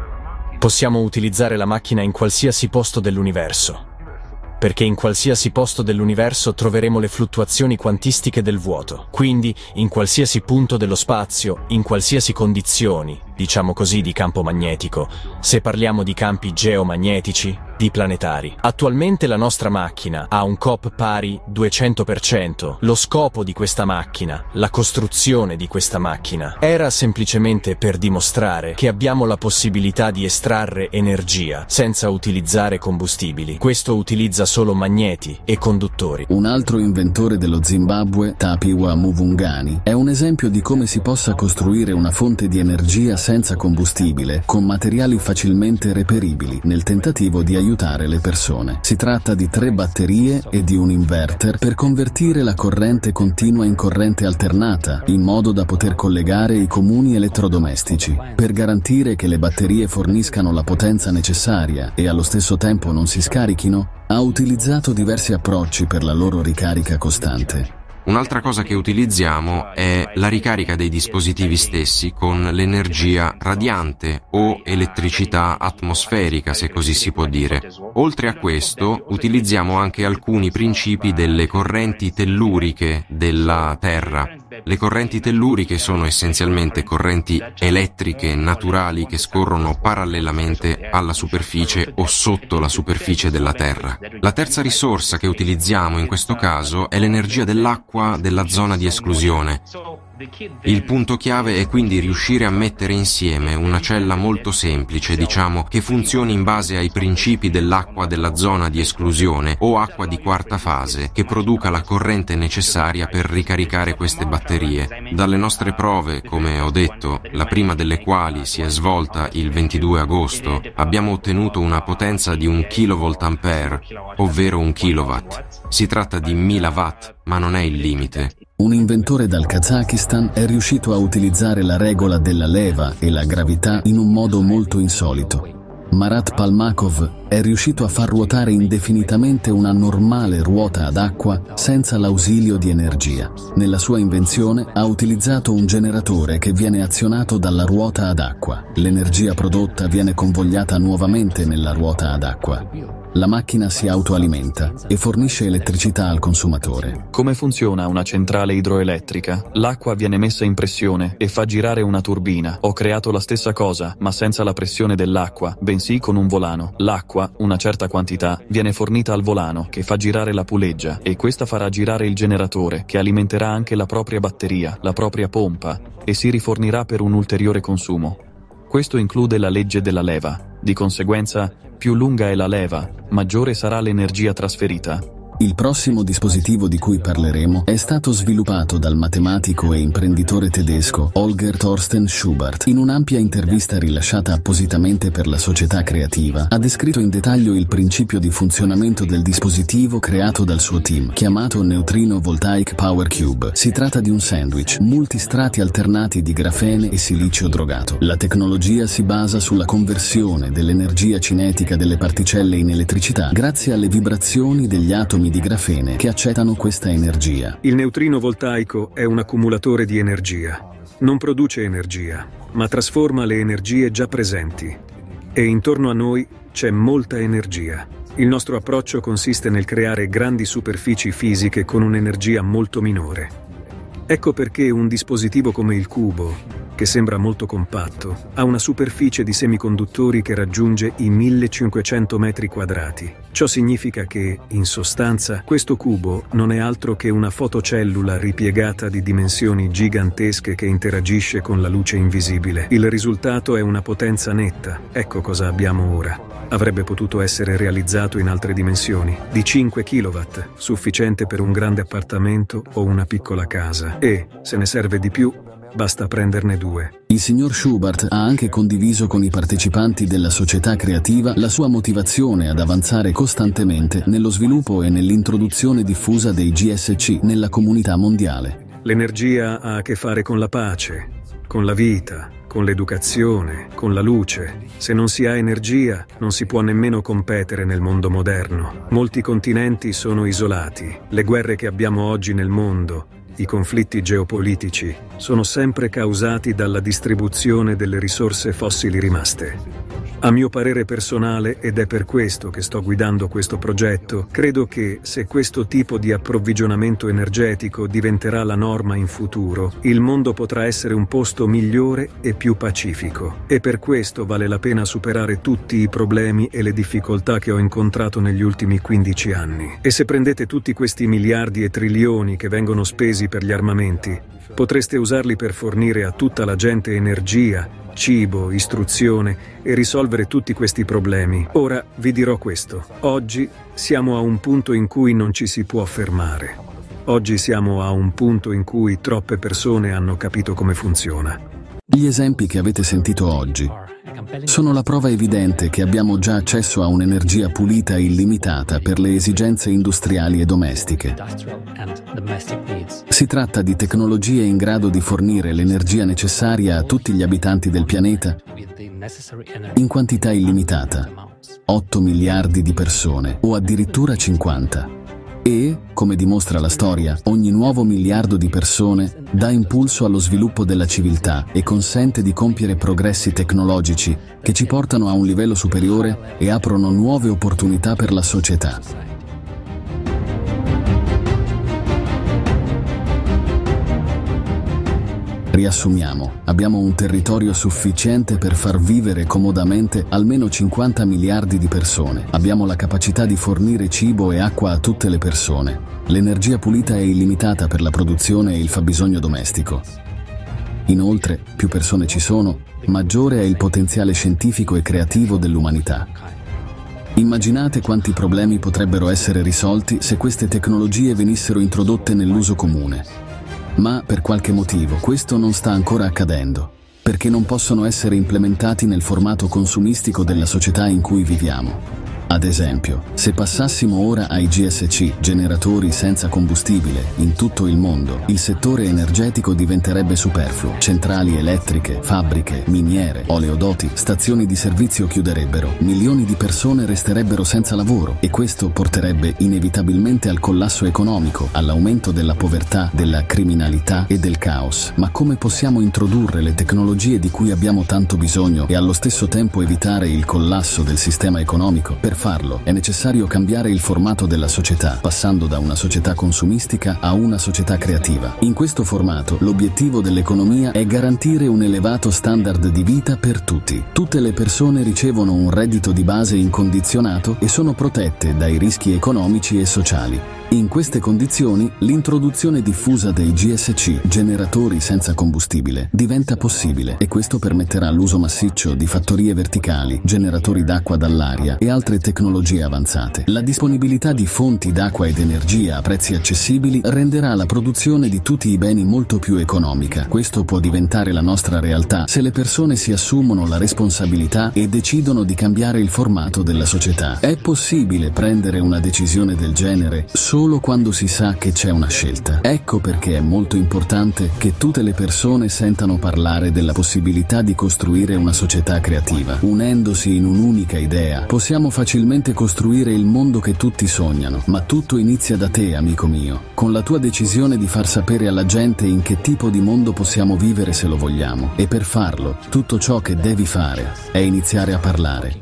Possiamo utilizzare la macchina in qualsiasi posto dell'universo, perché in qualsiasi posto dell'universo troveremo le fluttuazioni quantistiche del vuoto, quindi in qualsiasi punto dello spazio, in qualsiasi condizioni, diciamo così, di campo magnetico, se parliamo di campi geomagnetici, di planetari. Attualmente la nostra macchina ha un C O P pari duecento per cento. Lo scopo di questa macchina, la costruzione di questa macchina, era semplicemente per dimostrare che abbiamo la possibilità di estrarre energia senza utilizzare combustibili. Questo utilizza solo magneti e conduttori. Un altro inventore dello Zimbabwe, Tapiwa Muvungani, è un esempio di come si possa costruire una fonte di energia senza combustibile con materiali facilmente reperibili nel tentativo di aiutare le persone. Si tratta di tre batterie e di un inverter per convertire la corrente continua in corrente alternata, in modo da poter collegare i comuni elettrodomestici. Per garantire che le batterie forniscano la potenza necessaria e allo stesso tempo non si scarichino, ha utilizzato diversi approcci per la loro ricarica costante. Un'altra cosa che utilizziamo è la ricarica dei dispositivi stessi con l'energia radiante o elettricità atmosferica, se così si può dire. Oltre a questo, utilizziamo anche alcuni principi delle correnti telluriche della Terra. Le correnti telluriche sono essenzialmente correnti elettriche naturali che scorrono parallelamente alla superficie o sotto la superficie della Terra. La terza risorsa che utilizziamo in questo caso è l'energia dell'acqua della zona di esclusione. Il punto chiave è quindi riuscire a mettere insieme una cella molto semplice, diciamo, che funzioni in base ai principi dell'acqua della zona di esclusione o acqua di quarta fase, che produca la corrente necessaria per ricaricare queste batterie. Dalle nostre prove, come ho detto, la prima delle quali si è svolta il ventidue agosto, abbiamo ottenuto una potenza di un kilovoltampere, ovvero un kilowatt. Si tratta di mille watt, ma non è il limite. Un inventore dal Kazakistan è riuscito a utilizzare la regola della leva e la gravità in un modo molto insolito. Marat Palmakov è riuscito a far ruotare indefinitamente una normale ruota ad acqua senza l'ausilio di energia. Nella sua invenzione ha utilizzato un generatore che viene azionato dalla ruota ad acqua. L'energia prodotta viene convogliata nuovamente nella ruota ad acqua. La macchina si autoalimenta e fornisce elettricità al consumatore. Come funziona una centrale idroelettrica? L'acqua viene messa in pressione e fa girare una turbina. Ho creato la stessa cosa, ma senza la pressione dell'acqua, bensì con un volano. L'acqua, una certa quantità, viene fornita al volano, che fa girare la puleggia, e questa farà girare il generatore, che alimenterà anche la propria batteria, la propria pompa, e si rifornirà per un ulteriore consumo. Questo include la legge della leva. Di conseguenza, più lunga è la leva, maggiore sarà l'energia trasferita. Il prossimo dispositivo di cui parleremo è stato sviluppato dal matematico e imprenditore tedesco Holger Thorsten Schubert. In un'ampia intervista rilasciata appositamente per la società creativa, ha descritto in dettaglio il principio di funzionamento del dispositivo creato dal suo team, chiamato Neutrino Voltaic Power Cube. Si tratta di un sandwich multistrati alternati di grafene e silicio drogato. La tecnologia si basa sulla conversione dell'energia cinetica delle particelle in elettricità grazie alle vibrazioni degli atomi di grafene che accettano questa energia. Il neutrino voltaico è un accumulatore di energia. Non produce energia, ma trasforma le energie già presenti. E intorno a noi c'è molta energia. Il nostro approccio consiste nel creare grandi superfici fisiche con un'energia molto minore. Ecco perché un dispositivo come il cubo, che sembra molto compatto, ha una superficie di semiconduttori che raggiunge i millecinquecento metri quadrati. Ciò significa che, in sostanza, questo cubo non è altro che una fotocellula ripiegata di dimensioni gigantesche che interagisce con la luce invisibile. Il risultato è una potenza netta. Ecco cosa abbiamo ora. Avrebbe potuto essere realizzato in altre dimensioni, di cinque kilowatt, sufficiente per un grande appartamento o una piccola casa. E, se ne serve di più, basta prenderne due. Il signor Schubert ha anche condiviso con i partecipanti della società creativa la sua motivazione ad avanzare costantemente nello sviluppo e nell'introduzione diffusa dei G S C nella comunità mondiale. L'energia ha a che fare con la pace, con la vita, con l'educazione, con la luce. Se non si ha energia, non si può nemmeno competere nel mondo moderno. Molti continenti sono isolati. Le guerre che abbiamo oggi nel mondo, i conflitti geopolitici, sono sempre causati dalla distribuzione delle risorse fossili rimaste. A mio parere personale, ed è per questo che sto guidando questo progetto, credo che se questo tipo di approvvigionamento energetico diventerà la norma in futuro, il mondo potrà essere un posto migliore e più pacifico. E per questo vale la pena superare tutti i problemi e le difficoltà che ho incontrato negli ultimi quindici anni. E se prendete tutti questi miliardi e trilioni che vengono spesi per gli armamenti, potreste usarli per fornire a tutta la gente energia, cibo, istruzione e risolvere tutti questi problemi. Ora vi dirò questo. Oggi siamo a un punto in cui non ci si può fermare. Oggi siamo a un punto in cui troppe persone hanno capito come funziona. Gli esempi che avete sentito oggi sono la prova evidente che abbiamo già accesso a un'energia pulita e illimitata per le esigenze industriali e domestiche. Si tratta di tecnologie in grado di fornire l'energia necessaria a tutti gli abitanti del pianeta in quantità illimitata, otto miliardi di persone o addirittura cinquanta. E, come dimostra la storia, ogni nuovo miliardo di persone dà impulso allo sviluppo della civiltà e consente di compiere progressi tecnologici che ci portano a un livello superiore e aprono nuove opportunità per la società. Riassumiamo, abbiamo un territorio sufficiente per far vivere comodamente almeno cinquanta miliardi di persone. Abbiamo la capacità di fornire cibo e acqua a tutte le persone. L'energia pulita è illimitata per la produzione e il fabbisogno domestico. Inoltre, più persone ci sono, maggiore è il potenziale scientifico e creativo dell'umanità. Immaginate quanti problemi potrebbero essere risolti se queste tecnologie venissero introdotte nell'uso comune. Ma per qualche motivo questo non sta ancora accadendo, perché non possono essere implementati nel formato consumistico della società in cui viviamo. Ad esempio, se passassimo ora ai G S C, generatori senza combustibile, in tutto il mondo, il settore energetico diventerebbe superfluo. Centrali elettriche, fabbriche, miniere, oleodotti, stazioni di servizio chiuderebbero, milioni di persone resterebbero senza lavoro e questo porterebbe inevitabilmente al collasso economico, all'aumento della povertà, della criminalità e del caos. Ma come possiamo introdurre le tecnologie di cui abbiamo tanto bisogno e allo stesso tempo evitare il collasso del sistema economico? Per farlo è necessario cambiare il formato della società, passando da una società consumistica a una società creativa. In questo formato, l'obiettivo dell'economia è garantire un elevato standard di vita per tutti. Tutte le persone ricevono un reddito di base incondizionato e sono protette dai rischi economici e sociali. In queste condizioni, l'introduzione diffusa dei G S C, generatori senza combustibile, diventa possibile e questo permetterà l'uso massiccio di fattorie verticali, generatori d'acqua dall'aria e altre tecnologie avanzate. La disponibilità di fonti d'acqua ed energia a prezzi accessibili renderà la produzione di tutti i beni molto più economica. Questo può diventare la nostra realtà se le persone si assumono la responsabilità e decidono di cambiare il formato della società. È possibile prendere una decisione del genere solo quando si sa che c'è una scelta. Ecco perché è molto importante che tutte le persone sentano parlare della possibilità di costruire una società creativa. Unendosi in un'unica idea, possiamo facilmente costruire il mondo che tutti sognano. Ma tutto inizia da te, amico mio, con la tua decisione di far sapere alla gente in che tipo di mondo possiamo vivere se lo vogliamo. E per farlo, tutto ciò che devi fare è iniziare a parlare.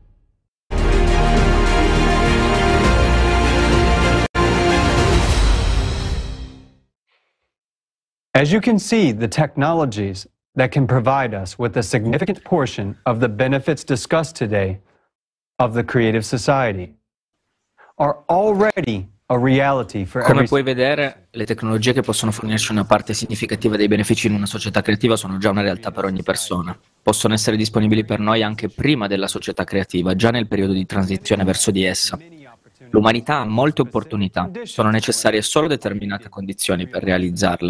As you can see, the technologies that can provide us with a significant portion of the benefits discussed today of the creative society are already a reality for Come every... puoi vedere, le tecnologie che possono fornirci una parte significativa dei benefici in una società creativa sono già una realtà per ogni persona. Possono essere disponibili per noi anche prima della società creativa, già nel periodo di transizione verso di essa. L'umanità ha molte opportunità, sono necessarie solo determinate condizioni per realizzarle.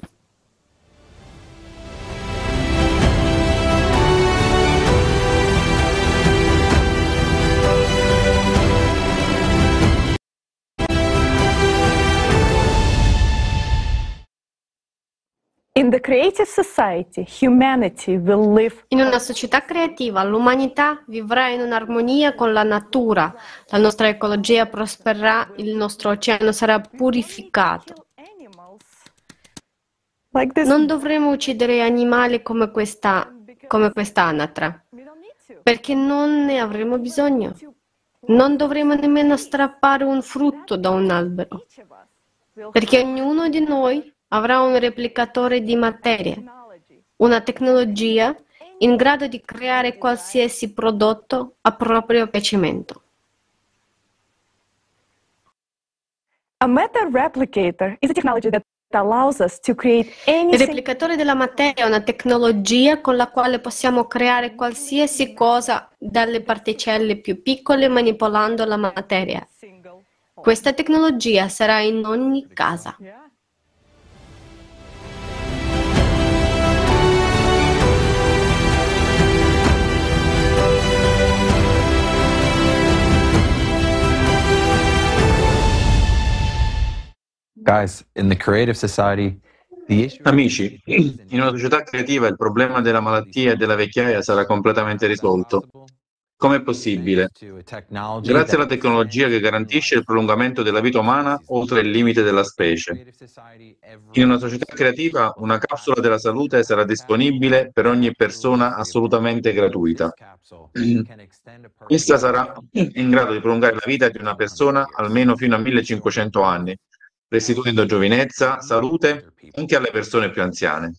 In the creative society, humanity will live. In una società creativa, l'umanità vivrà in un'armonia con la natura, la nostra ecologia prospererà, il nostro oceano sarà purificato. Non dovremo uccidere animali come questa, come quest'anatra, perché non ne avremo bisogno. Non dovremo nemmeno strappare un frutto da un albero, perché ognuno di noi avrà un replicatore di materia, una tecnologia in grado di creare qualsiasi prodotto a proprio piacimento. A matter replicator is a technology that allows us to create anything. Il replicatore della materia è una tecnologia con la quale possiamo creare qualsiasi cosa dalle particelle più piccole manipolando la materia. Questa tecnologia sarà in ogni casa. Guys, in the creative society, the issue... Amici, in una società creativa il problema della malattia e della vecchiaia sarà completamente risolto. Com'è possibile? Grazie alla tecnologia che garantisce il prolungamento della vita umana oltre il limite della specie. In una società creativa, una capsula della salute sarà disponibile per ogni persona assolutamente gratuita. Essa sarà in grado di prolungare la vita di una persona almeno fino a millecinquecento anni, restituendo giovinezza, salute anche alle persone più anziane.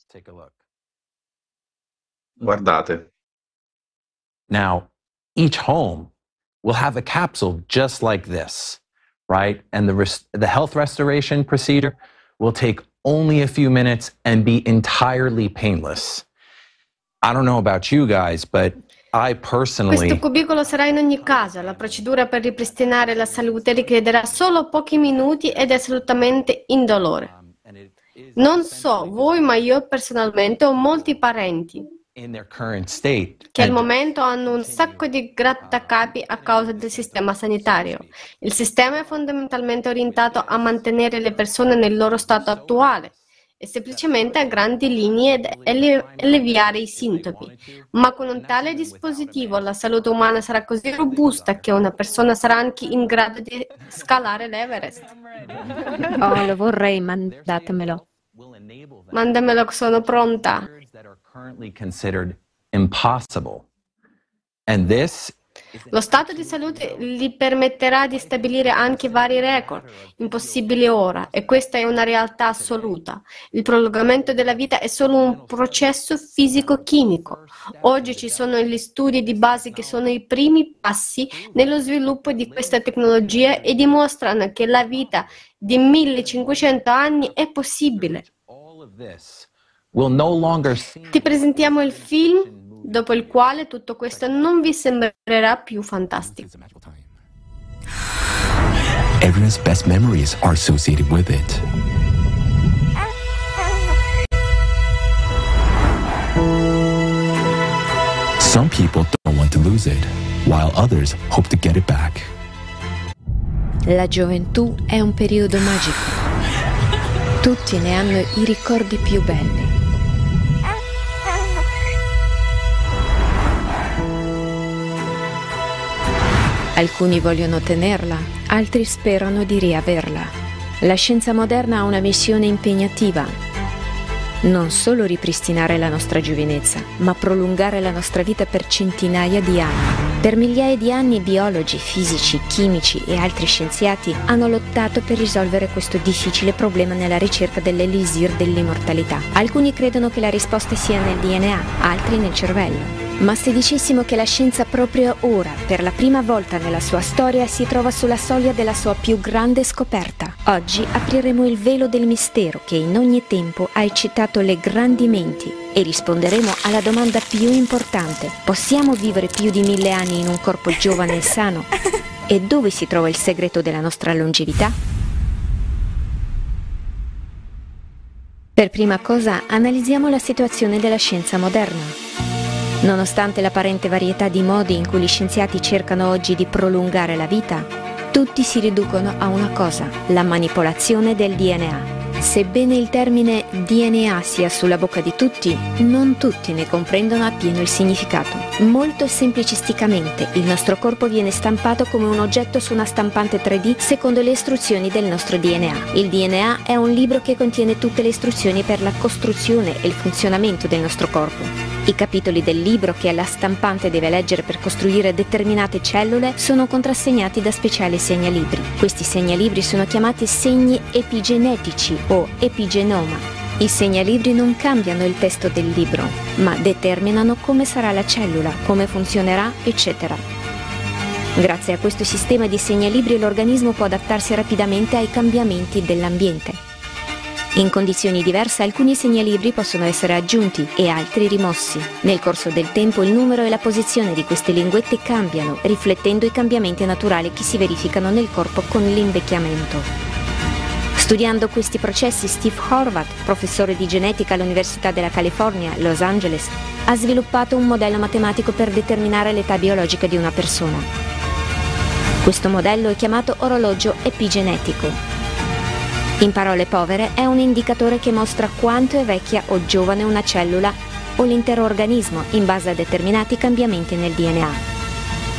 Guardate. Now, each home will have a capsule just like this, right? And the, res- the health restoration procedure will take only a few minutes and be entirely painless. I don't know about you guys, but I personally... Questo cubicolo sarà in ogni casa. La procedura per ripristinare la salute richiederà solo pochi minuti ed è assolutamente indolore. Non so voi, ma io personalmente ho molti parenti che al momento hanno un sacco di grattacapi a causa del sistema sanitario. Il sistema è fondamentalmente orientato a mantenere le persone nel loro stato attuale e semplicemente a grandi linee alleviare i sintomi. Ma con un tale dispositivo la salute umana sarà così robusta che una persona sarà anche in grado di scalare l'Everest. Oh, lo vorrei, mandatemelo. Mandamelo, sono pronta. currently considered impossible. And this Lo stato di salute gli permetterà di stabilire anche vari record impossibili ora, e questa è una realtà assoluta. Il prolungamento della vita è solo un processo fisico-chimico. Oggi ci sono gli studi di base che sono i primi passi nello sviluppo di questa tecnologia e dimostrano che la vita di millecinquecento anni è possibile. will no longer Ti presentiamo il film dopo il quale tutto questo non vi sembrerà più fantastico. Everyone's best memories are associated with it. Some people don't want to lose it, while others hope to get it back. La gioventù è un periodo magico. Tutti ne hanno i ricordi più belli. Alcuni vogliono tenerla, altri sperano di riaverla. La scienza moderna ha una missione impegnativa. Non solo ripristinare la nostra giovinezza, ma prolungare la nostra vita per centinaia di anni. Per migliaia di anni biologi, fisici, chimici e altri scienziati hanno lottato per risolvere questo difficile problema nella ricerca dell'elisir dell'immortalità. Alcuni credono che la risposta sia nel D N A, altri nel cervello. Ma se dicessimo che la scienza proprio ora, per la prima volta nella sua storia, si trova sulla soglia della sua più grande scoperta? Oggi apriremo il velo del mistero che in ogni tempo ha eccitato le grandi menti e risponderemo alla domanda più importante: possiamo vivere più di mille anni in un corpo giovane e sano? E dove si trova il segreto della nostra longevità? Per prima cosa analizziamo la situazione della scienza moderna. Nonostante l'apparente varietà di modi in cui gli scienziati cercano oggi di prolungare la vita, tutti si riducono a una cosa: la manipolazione del D N A. Sebbene il termine D N A sia sulla bocca di tutti, non tutti ne comprendono appieno il significato. Molto semplicisticamente, il nostro corpo viene stampato come un oggetto su una stampante tre D secondo le istruzioni del nostro D N A. Il D N A è un libro che contiene tutte le istruzioni per la costruzione e il funzionamento del nostro corpo. I capitoli del libro che la stampante deve leggere per costruire determinate cellule sono contrassegnati da speciali segnalibri. Questi segnalibri sono chiamati segni epigenetici o epigenoma. I segnalibri non cambiano il testo del libro, ma determinano come sarà la cellula, come funzionerà, eccetera. Grazie a questo sistema di segnalibri l'organismo può adattarsi rapidamente ai cambiamenti dell'ambiente. In condizioni diverse alcuni segnalibri possono essere aggiunti e altri rimossi. Nel corso del tempo il numero e la posizione di queste linguette cambiano, riflettendo i cambiamenti naturali che si verificano nel corpo con l'invecchiamento. Studiando questi processi, Steve Horvath, professore di genetica all'Università della California, Los Angeles, ha sviluppato un modello matematico per determinare l'età biologica di una persona. Questo modello è chiamato orologio epigenetico. In parole povere, è un indicatore che mostra quanto è vecchia o giovane una cellula o l'intero organismo in base a determinati cambiamenti nel D N A.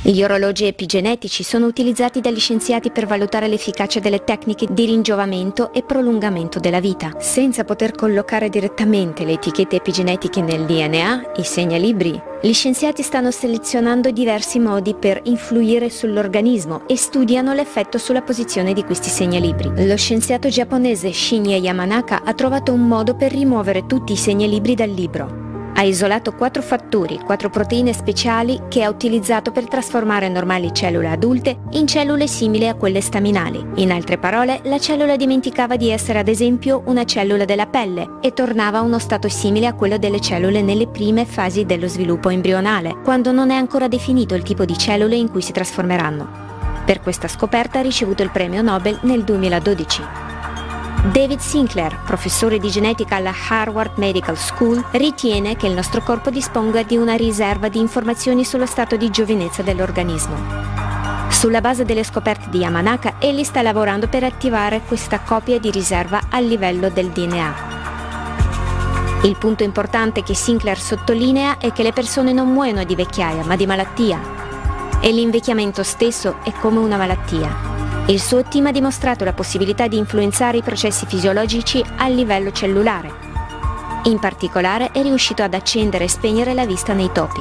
Gli orologi epigenetici sono utilizzati dagli scienziati per valutare l'efficacia delle tecniche di ringiovamento e prolungamento della vita. Senza poter collocare direttamente le etichette epigenetiche nel D N A, i segnalibri, gli scienziati stanno selezionando diversi modi per influire sull'organismo e studiano l'effetto sulla posizione di questi segnalibri. Lo scienziato giapponese Shinya Yamanaka ha trovato un modo per rimuovere tutti i segnalibri dal libro. Ha isolato quattro fattori, quattro proteine speciali che ha utilizzato per trasformare normali cellule adulte in cellule simili a quelle staminali. In altre parole, la cellula dimenticava di essere ad esempio una cellula della pelle e tornava a uno stato simile a quello delle cellule nelle prime fasi dello sviluppo embrionale, quando non è ancora definito il tipo di cellule in cui si trasformeranno. Per questa scoperta ha ricevuto il premio Nobel nel duemiladodici. David Sinclair, professore di genetica alla Harvard Medical School, ritiene che il nostro corpo disponga di una riserva di informazioni sullo stato di giovinezza dell'organismo. Sulla base delle scoperte di Yamanaka, egli sta lavorando per attivare questa copia di riserva a livello del D N A. Il punto importante che Sinclair sottolinea è che le persone non muoiono di vecchiaia, ma di malattia. E l'invecchiamento stesso è come una malattia. Il suo team ha dimostrato la possibilità di influenzare i processi fisiologici a livello cellulare. In particolare è riuscito ad accendere e spegnere la vista nei topi.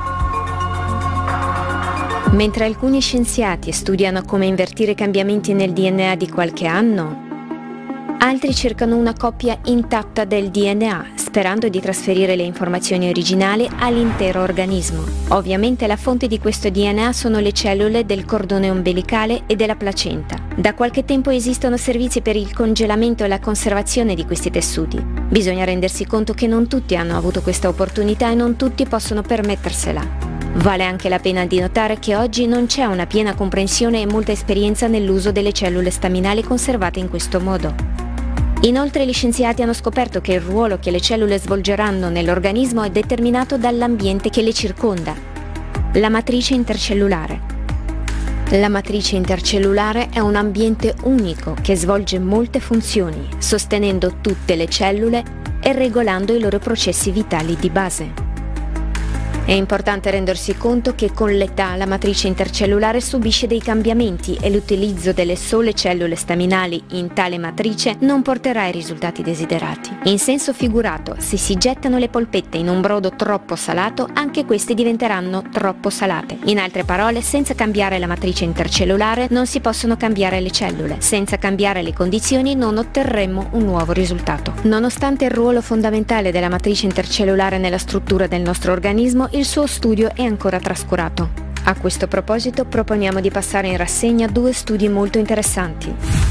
Mentre alcuni scienziati studiano come invertire i cambiamenti nel D N A di qualche anno, altri cercano una copia intatta del D N A, sperando di trasferire le informazioni originali all'intero organismo. Ovviamente la fonte di questo D N A sono le cellule del cordone ombelicale e della placenta. Da qualche tempo esistono servizi per il congelamento e la conservazione di questi tessuti. Bisogna rendersi conto che non tutti hanno avuto questa opportunità e non tutti possono permettersela. Vale anche la pena di notare che oggi non c'è una piena comprensione e molta esperienza nell'uso delle cellule staminali conservate in questo modo. Inoltre gli scienziati hanno scoperto che il ruolo che le cellule svolgeranno nell'organismo è determinato dall'ambiente che le circonda, la matrice intercellulare. La matrice intercellulare è un ambiente unico che svolge molte funzioni, sostenendo tutte le cellule e regolando i loro processi vitali di base. È importante rendersi conto che con l'età la matrice intercellulare subisce dei cambiamenti e l'utilizzo delle sole cellule staminali in tale matrice non porterà ai risultati desiderati. In senso figurato, se si gettano le polpette in un brodo troppo salato, anche queste diventeranno troppo salate. In altre parole, senza cambiare la matrice intercellulare non si possono cambiare le cellule. Senza cambiare le condizioni non otterremo un nuovo risultato. Nonostante il ruolo fondamentale della matrice intercellulare nella struttura del nostro organismo, il suo studio è ancora trascurato. A questo proposito proponiamo di passare in rassegna due studi molto interessanti.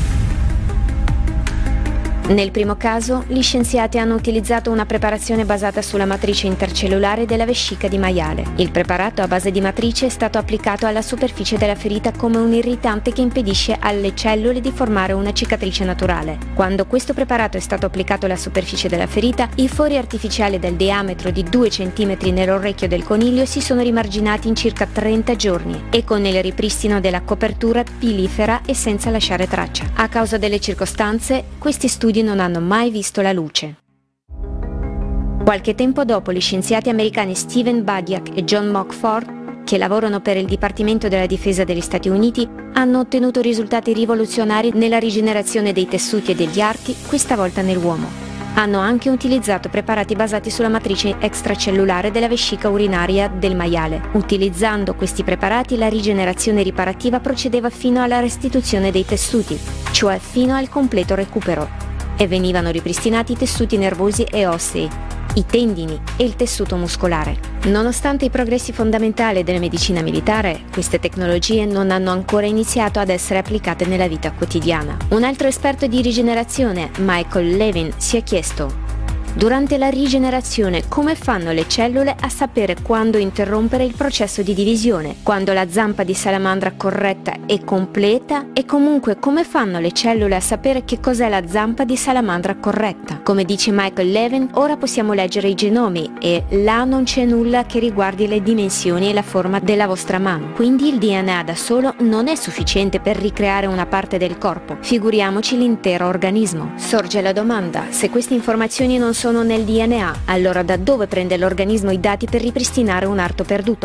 Nel primo caso, gli scienziati hanno utilizzato una preparazione basata sulla matrice intercellulare della vescica di maiale. Il preparato a base di matrice è stato applicato alla superficie della ferita come un irritante che impedisce alle cellule di formare una cicatrice naturale. Quando questo preparato è stato applicato alla superficie della ferita, i fori artificiali del diametro di due centimetri nell'orecchio del coniglio si sono rimarginati in circa trenta giorni e con il ripristino della copertura pilifera e senza lasciare traccia. A causa delle circostanze, questi studi non hanno mai visto la luce. Qualche tempo dopo, gli scienziati americani Stephen Badiak e John Mockford, che lavorano per il Dipartimento della Difesa degli Stati Uniti, hanno ottenuto risultati rivoluzionari nella rigenerazione dei tessuti e degli arti, questa volta nell'uomo. Hanno anche utilizzato preparati basati sulla matrice extracellulare della vescica urinaria del maiale. Utilizzando questi preparati, la rigenerazione riparativa procedeva fino alla restituzione dei tessuti, cioè fino al completo recupero, e venivano ripristinati i tessuti nervosi e ossei, i tendini e il tessuto muscolare. Nonostante i progressi fondamentali della medicina militare, queste tecnologie non hanno ancora iniziato ad essere applicate nella vita quotidiana. Un altro esperto di rigenerazione, Michael Levin, si è chiesto: durante la rigenerazione, come fanno le cellule a sapere quando interrompere il processo di divisione, quando la zampa di salamandra corretta è completa, e comunque come fanno le cellule a sapere che cos'è la zampa di salamandra corretta? Come dice Michael Levin, ora possiamo leggere i genomi e là non c'è nulla che riguardi le dimensioni e la forma della vostra mano. Quindi il D N A da solo non è sufficiente per ricreare una parte del corpo, figuriamoci l'intero organismo. Sorge la domanda: se queste informazioni non sono sono nel D N A, allora da dove prende l'organismo i dati per ripristinare un arto perduto?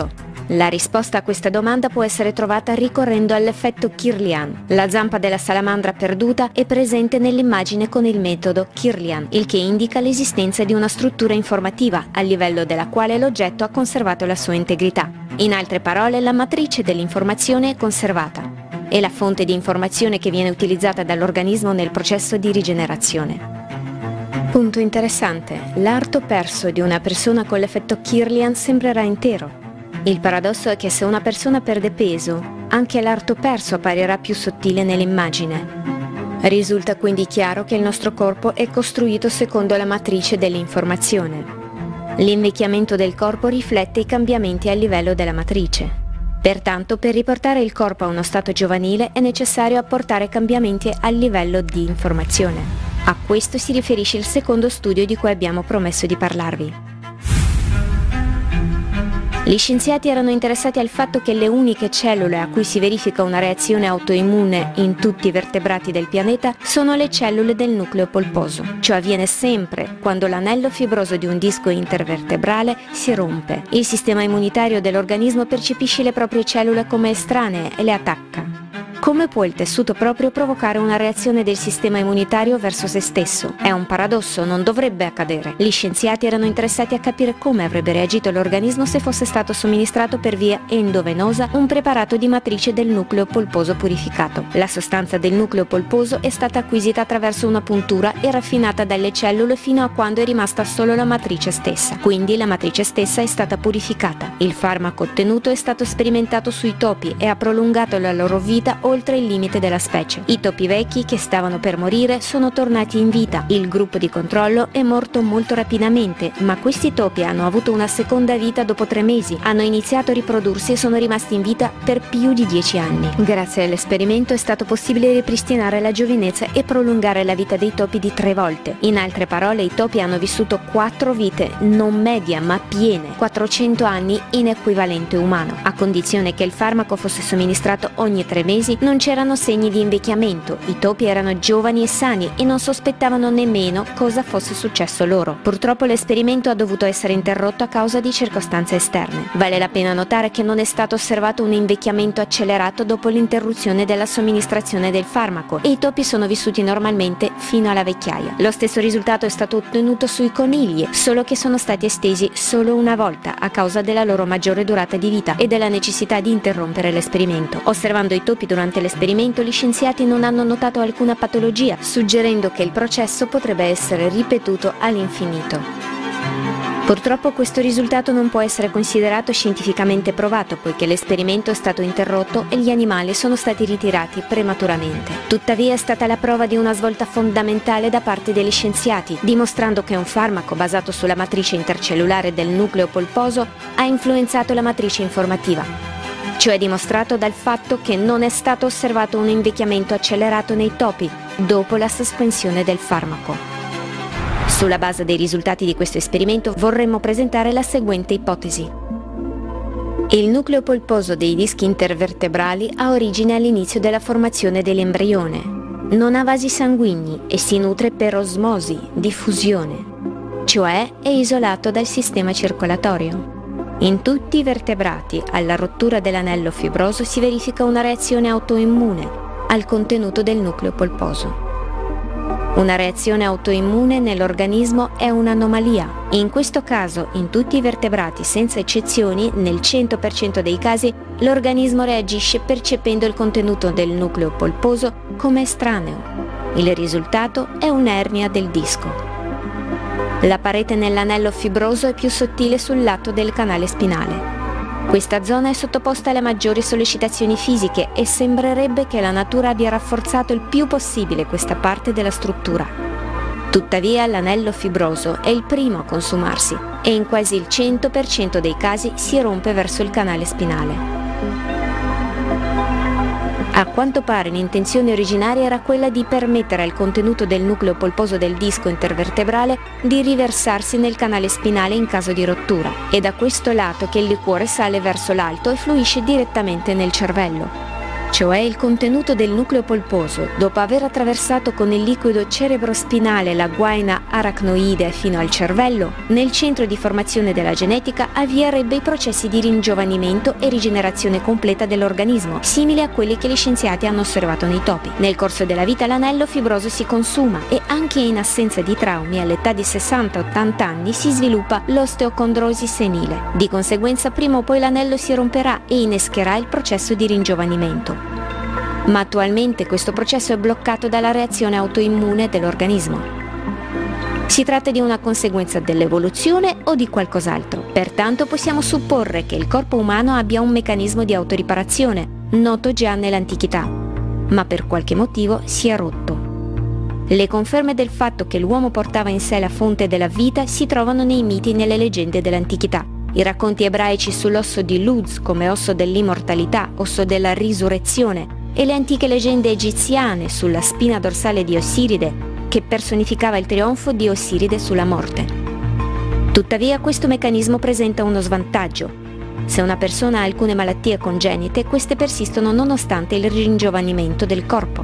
La risposta a questa domanda può essere trovata ricorrendo all'effetto Kirlian. La zampa della salamandra perduta è presente nell'immagine con il metodo Kirlian, il che indica l'esistenza di una struttura informativa a livello della quale l'oggetto ha conservato la sua integrità. In altre parole, la matrice dell'informazione è conservata. È la fonte di informazione che viene utilizzata dall'organismo nel processo di rigenerazione. Punto interessante, l'arto perso di una persona con l'effetto Kirlian sembrerà intero. Il paradosso è che se una persona perde peso, anche l'arto perso apparirà più sottile nell'immagine. Risulta quindi chiaro che il nostro corpo è costruito secondo la matrice dell'informazione. L'invecchiamento del corpo riflette i cambiamenti a livello della matrice. Pertanto, per riportare il corpo a uno stato giovanile è necessario apportare cambiamenti a livello di informazione. A questo si riferisce il secondo studio di cui abbiamo promesso di parlarvi. Gli scienziati erano interessati al fatto che le uniche cellule a cui si verifica una reazione autoimmune in tutti i vertebrati del pianeta sono le cellule del nucleo polposo. Ciò avviene sempre quando l'anello fibroso di un disco intervertebrale si rompe. Il sistema immunitario dell'organismo percepisce le proprie cellule come estranee e le attacca. Come può il tessuto proprio provocare una reazione del sistema immunitario verso se stesso? È un paradosso, non dovrebbe accadere. Gli scienziati erano interessati a capire come avrebbe reagito l'organismo se fosse stato somministrato per via endovenosa un preparato di matrice del nucleo polposo purificato. La sostanza del nucleo polposo è stata acquisita attraverso una puntura e raffinata dalle cellule fino a quando è rimasta solo la matrice stessa. Quindi la matrice stessa è stata purificata. Il farmaco ottenuto è stato sperimentato sui topi e ha prolungato la loro vita oltre il limite della specie. I topi vecchi che stavano per morire sono tornati in vita. Il gruppo di controllo è morto molto rapidamente, ma questi topi hanno avuto una seconda vita dopo tre mesi, hanno iniziato a riprodursi e sono rimasti in vita per più di dieci anni. Grazie all'esperimento è stato possibile ripristinare la giovinezza e prolungare la vita dei topi di tre volte. In altre parole, i topi hanno vissuto quattro vite, non media ma piene, quattrocento anni in equivalente umano. A condizione che il farmaco fosse somministrato ogni tre mesi, non c'erano segni di invecchiamento, i topi erano giovani e sani e non sospettavano nemmeno cosa fosse successo loro. Purtroppo l'esperimento ha dovuto essere interrotto a causa di circostanze esterne. Vale la pena notare che non è stato osservato un invecchiamento accelerato dopo l'interruzione della somministrazione del farmaco e i topi sono vissuti normalmente fino alla vecchiaia. Lo stesso risultato è stato ottenuto sui conigli, solo che sono stati estesi solo una volta a causa della loro maggiore durata di vita e della necessità di interrompere l'esperimento. Osservando i topi durante l'esperimento, gli scienziati non hanno notato alcuna patologia, suggerendo che il processo potrebbe essere ripetuto all'infinito. Purtroppo questo risultato non può essere considerato scientificamente provato, poiché l'esperimento è stato interrotto e gli animali sono stati ritirati prematuramente. Tuttavia è stata la prova di una svolta fondamentale da parte degli scienziati, dimostrando che un farmaco basato sulla matrice intercellulare del nucleo polposo ha influenzato la matrice informativa. Ciò è dimostrato dal fatto che non è stato osservato un invecchiamento accelerato nei topi dopo la sospensione del farmaco. Sulla base dei risultati di questo esperimento vorremmo presentare la seguente ipotesi. Il nucleo polposo dei dischi intervertebrali ha origine all'inizio della formazione dell'embrione. Non ha vasi sanguigni e si nutre per osmosi, diffusione, cioè è isolato dal sistema circolatorio. In tutti i vertebrati, alla rottura dell'anello fibroso si verifica una reazione autoimmune al contenuto del nucleo polposo. Una reazione autoimmune nell'organismo è un'anomalia. In questo caso, in tutti i vertebrati senza eccezioni, nel cento per cento dei casi, l'organismo reagisce percependo il contenuto del nucleo polposo come estraneo. Il risultato è un'ernia del disco. La parete nell'anello fibroso è più sottile sul lato del canale spinale. Questa zona è sottoposta alle maggiori sollecitazioni fisiche e sembrerebbe che la natura abbia rafforzato il più possibile questa parte della struttura. Tuttavia l'anello fibroso è il primo a consumarsi e in quasi il cento per cento dei casi si rompe verso il canale spinale. A quanto pare l'intenzione originaria era quella di permettere al contenuto del nucleo polposo del disco intervertebrale di riversarsi nel canale spinale in caso di rottura. È da questo lato che il liquore sale verso l'alto e fluisce direttamente nel cervello. cioè il contenuto del nucleo polposo, dopo aver attraversato con il liquido cerebrospinale la guaina aracnoide fino al cervello, nel centro di formazione della genetica avvierebbe i processi di ringiovanimento e rigenerazione completa dell'organismo, simili a quelli che gli scienziati hanno osservato nei topi. Nel corso della vita l'anello fibroso si consuma e anche in assenza di traumi all'età di sessanta ottanta anni si sviluppa l'osteocondrosi senile. Di conseguenza prima o poi l'anello si romperà e innescherà il processo di ringiovanimento. Ma attualmente questo processo è bloccato dalla reazione autoimmune dell'organismo. Si tratta di una conseguenza dell'evoluzione o di qualcos'altro. Pertanto possiamo supporre che il corpo umano abbia un meccanismo di autoriparazione, noto già nell'antichità, ma per qualche motivo si è rotto. Le conferme del fatto che l'uomo portava in sé la fonte della vita si trovano nei miti e nelle leggende dell'antichità. I racconti ebraici sull'osso di Luz come osso dell'immortalità, osso della risurrezione, e le antiche leggende egiziane sulla spina dorsale di Ossiride, che personificava il trionfo di Ossiride sulla morte. Tuttavia questo meccanismo presenta uno svantaggio. Se una persona ha alcune malattie congenite, queste persistono nonostante il ringiovanimento del corpo.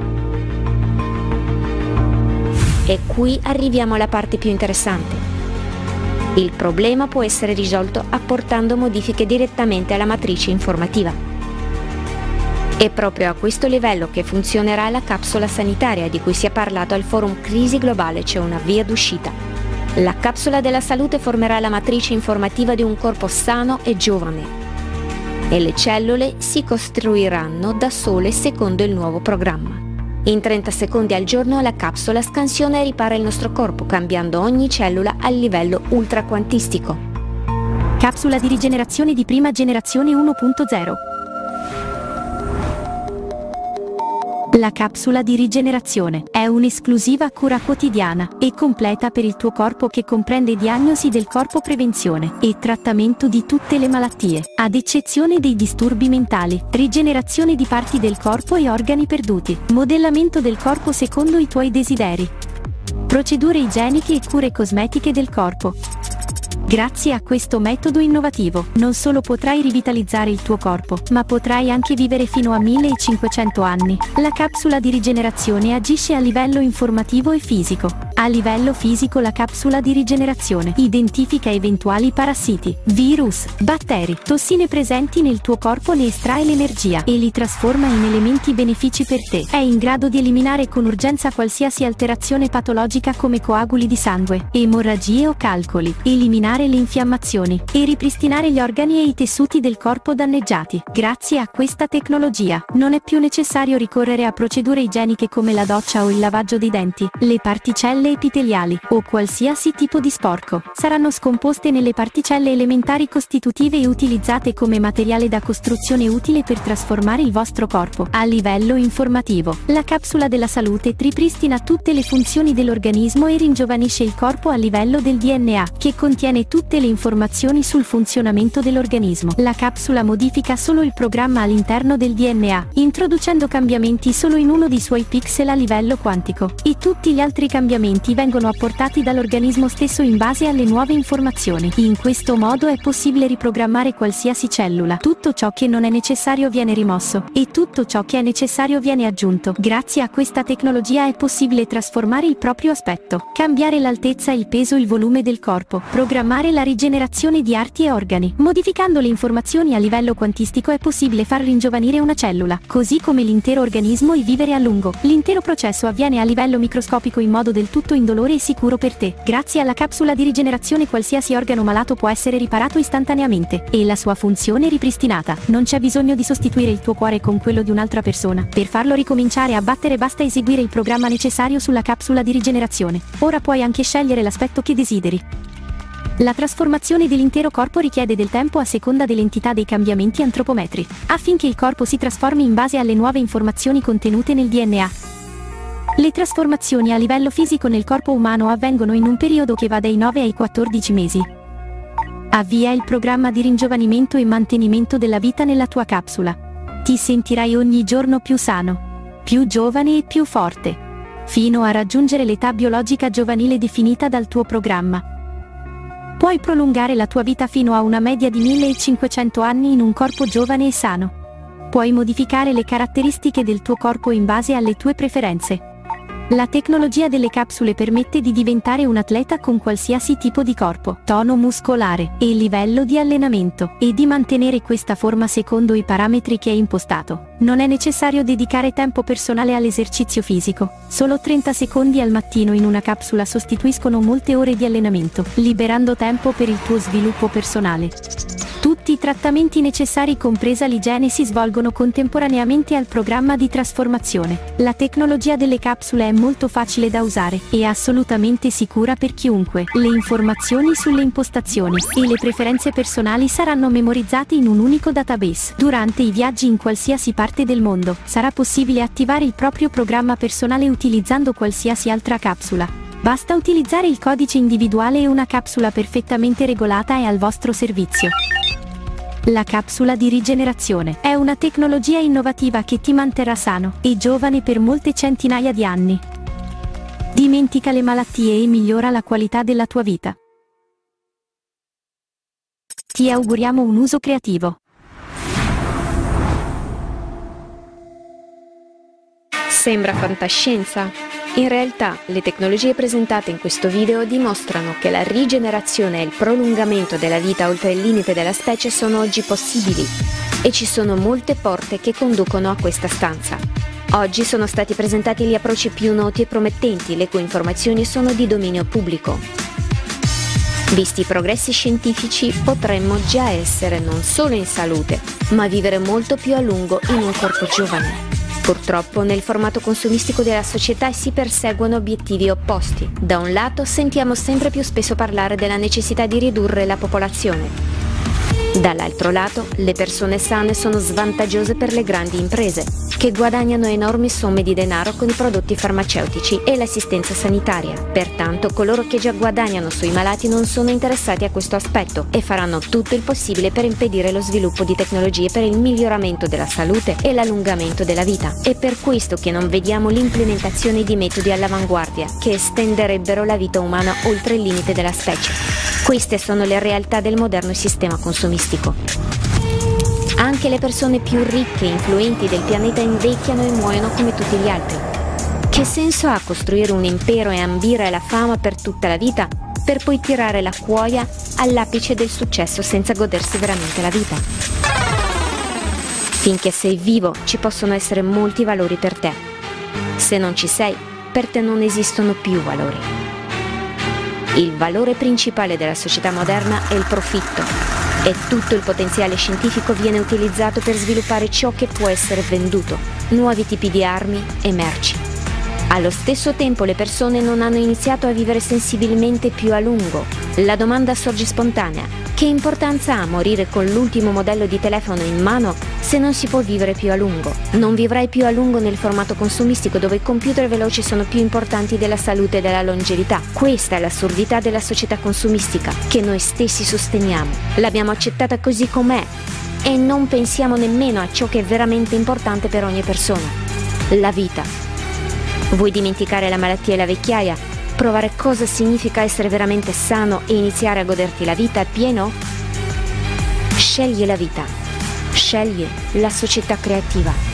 E qui arriviamo alla parte più interessante. Il problema può essere risolto apportando modifiche direttamente alla matrice informativa. È proprio a questo livello che funzionerà la capsula sanitaria di cui si è parlato al forum Crisi Globale. C'è una via d'uscita. La capsula della salute formerà la matrice informativa di un corpo sano e giovane e le cellule si costruiranno da sole secondo il nuovo programma. In trenta secondi al giorno la capsula scansiona e ripara il nostro corpo, cambiando ogni cellula al livello ultraquantistico. Capsula di rigenerazione di prima generazione uno punto zero. La capsula di rigenerazione è un'esclusiva cura quotidiana e completa per il tuo corpo che comprende diagnosi del corpo, prevenzione e trattamento di tutte le malattie, ad eccezione dei disturbi mentali, rigenerazione di parti del corpo e organi perduti, modellamento del corpo secondo i tuoi desideri, procedure igieniche e cure cosmetiche del corpo. Grazie a questo metodo innovativo, non solo potrai rivitalizzare il tuo corpo, ma potrai anche vivere fino a millecinquecento anni. La capsula di rigenerazione agisce a livello informativo e fisico. A livello fisico la capsula di rigenerazione identifica eventuali parassiti, virus, batteri, tossine presenti nel tuo corpo, ne estrae l'energia e li trasforma in elementi benefici per te. È in grado di eliminare con urgenza qualsiasi alterazione patologica come coaguli di sangue, emorragie o calcoli, eliminare le infiammazioni e ripristinare gli organi e i tessuti del corpo danneggiati. Grazie a questa tecnologia non è più necessario ricorrere a procedure igieniche come la doccia o il lavaggio dei denti. Le particelle epiteliali o qualsiasi tipo di sporco saranno scomposte nelle particelle elementari costitutive e utilizzate come materiale da costruzione utile per trasformare il vostro corpo. A livello informativo, la capsula della salute ripristina tutte le funzioni dell'organismo e ringiovanisce il corpo a livello del D N A, che contiene tutte le informazioni sul funzionamento dell'organismo. La capsula modifica solo il programma all'interno del D N A, introducendo cambiamenti solo in uno dei suoi pixel a livello quantico, e tutti gli altri cambiamenti vengono apportati dall'organismo stesso in base alle nuove informazioni. In questo modo è possibile riprogrammare qualsiasi cellula. Tutto ciò che non è necessario viene rimosso e tutto ciò che è necessario viene aggiunto. Grazie a questa tecnologia è possibile trasformare il proprio aspetto, cambiare l'altezza, il peso, il volume del corpo, programmare la rigenerazione di arti e organi. Modificando le informazioni a livello quantistico è possibile far ringiovanire una cellula, così come l'intero organismo, e vivere a lungo. L'intero processo avviene a livello microscopico in modo del tutto indolore e sicuro per te. Grazie alla capsula di rigenerazione qualsiasi organo malato può essere riparato istantaneamente e la sua funzione ripristinata. Non c'è bisogno di sostituire il tuo cuore con quello di un'altra persona. Per farlo ricominciare a battere basta eseguire il programma necessario sulla capsula di rigenerazione. Ora puoi anche scegliere l'aspetto che desideri. La trasformazione dell'intero corpo richiede del tempo a seconda dell'entità dei cambiamenti antropometri, affinché il corpo si trasformi in base alle nuove informazioni contenute nel D N A. Le trasformazioni a livello fisico nel corpo umano avvengono in un periodo che va dai nove ai quattordici mesi. Avvia il programma di ringiovanimento e mantenimento della vita nella tua capsula. Ti sentirai ogni giorno più sano, più giovane e più forte, fino a raggiungere l'età biologica giovanile definita dal tuo programma. Puoi prolungare la tua vita fino a una media di millecinquecento anni in un corpo giovane e sano. Puoi modificare le caratteristiche del tuo corpo in base alle tue preferenze. La tecnologia delle capsule permette di diventare un atleta con qualsiasi tipo di corpo, tono muscolare e livello di allenamento, e di mantenere questa forma secondo i parametri che hai impostato. Non è necessario dedicare tempo personale all'esercizio fisico. Solo trenta secondi al mattino in una capsula sostituiscono molte ore di allenamento, liberando tempo per il tuo sviluppo personale. Tutti i trattamenti necessari, compresa l'igiene, si svolgono contemporaneamente al programma di trasformazione. La tecnologia delle capsule è molto facile da usare e assolutamente sicura per chiunque. Le informazioni sulle impostazioni e le preferenze personali saranno memorizzate in un unico database. Durante i viaggi in qualsiasi parte del mondo, sarà possibile attivare il proprio programma personale utilizzando qualsiasi altra capsula. Basta utilizzare il codice individuale e una capsula perfettamente regolata è al vostro servizio. La capsula di rigenerazione è una tecnologia innovativa che ti manterrà sano e giovane per molte centinaia di anni. Dimentica le malattie e migliora la qualità della tua vita. Ti auguriamo un uso creativo. Sembra fantascienza? In realtà, le tecnologie presentate in questo video dimostrano che la rigenerazione e il prolungamento della vita oltre il limite della specie sono oggi possibili, e ci sono molte porte che conducono a questa stanza. Oggi sono stati presentati gli approcci più noti e promettenti, le cui informazioni sono di dominio pubblico. Visti i progressi scientifici, potremmo già essere non solo in salute, ma vivere molto più a lungo in un corpo giovane. Purtroppo nel formato consumistico della società si perseguono obiettivi opposti. Da un lato sentiamo sempre più spesso parlare della necessità di ridurre la popolazione. Dall'altro lato, le persone sane sono svantaggiose per le grandi imprese, che guadagnano enormi somme di denaro con i prodotti farmaceutici e l'assistenza sanitaria. Pertanto, coloro che già guadagnano sui malati non sono interessati a questo aspetto e faranno tutto il possibile per impedire lo sviluppo di tecnologie per il miglioramento della salute e l'allungamento della vita. È per questo che non vediamo l'implementazione di metodi all'avanguardia che estenderebbero la vita umana oltre il limite della specie. Queste sono le realtà del moderno sistema consumistico. Anche le persone più ricche e influenti del pianeta invecchiano e muoiono come tutti gli altri. Che senso ha costruire un impero e ambire alla fama per tutta la vita, per poi tirare la cuoia all'apice del successo senza godersi veramente la vita? Finché sei vivo, ci possono essere molti valori per te. Se non ci sei, per te non esistono più valori. Il valore principale della società moderna è il profitto, e tutto il potenziale scientifico viene utilizzato per sviluppare ciò che può essere venduto, nuovi tipi di armi e merci. Allo stesso tempo le persone non hanno iniziato a vivere sensibilmente più a lungo. La domanda sorge spontanea: che importanza ha morire con l'ultimo modello di telefono in mano se non si può vivere più a lungo? Non vivrai più a lungo nel formato consumistico dove i computer veloci sono più importanti della salute e della longevità. Questa è l'assurdità della società consumistica che noi stessi sosteniamo. L'abbiamo accettata così com'è e non pensiamo nemmeno a ciò che è veramente importante per ogni persona: la vita. Vuoi dimenticare la malattia e la vecchiaia? Provare cosa significa essere veramente sano e iniziare a goderti la vita appieno? Scegli la vita. Scegli la società creativa.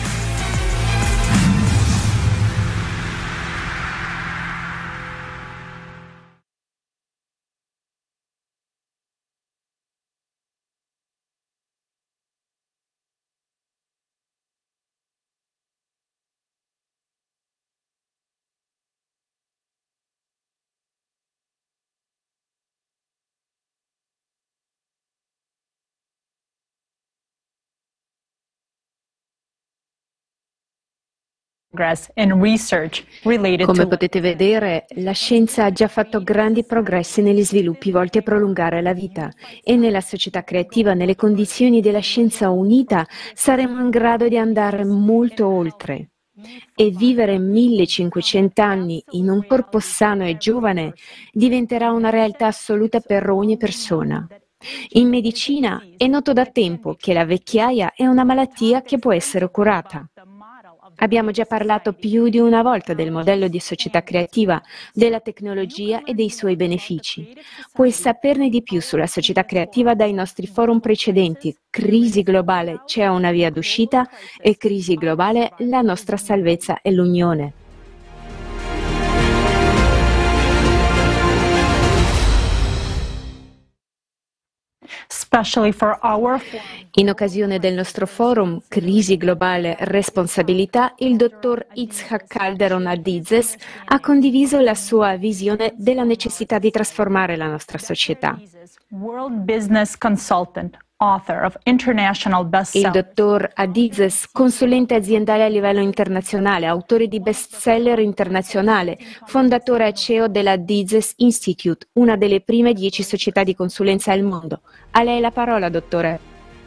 Come potete vedere, la scienza ha già fatto grandi progressi negli sviluppi volti a prolungare la vita, e nella società creativa, nelle condizioni della scienza unita, saremo in grado di andare molto oltre. E vivere millecinquecento anni in un corpo sano e giovane diventerà una realtà assoluta per ogni persona. In medicina è noto da tempo che la vecchiaia è una malattia che può essere curata. Abbiamo già parlato più di una volta del modello di società creativa, della tecnologia e dei suoi benefici. Puoi saperne di più sulla società creativa dai nostri forum precedenti. Crisi globale, c'è una via d'uscita, e crisi globale, la nostra salvezza è l'unione. In occasione del nostro forum Crisi globale responsabilità, il dottor Itzhak Calderon Adizes ha condiviso la sua visione della necessità di trasformare la nostra società. World Business Consultant, author of international Il bestseller. dottor Adizes, consulente aziendale a livello internazionale, autore di bestseller internazionale, fondatore e C E O della Adizes Institute, una delle prime dieci società di consulenza al mondo. A lei la parola, dottore.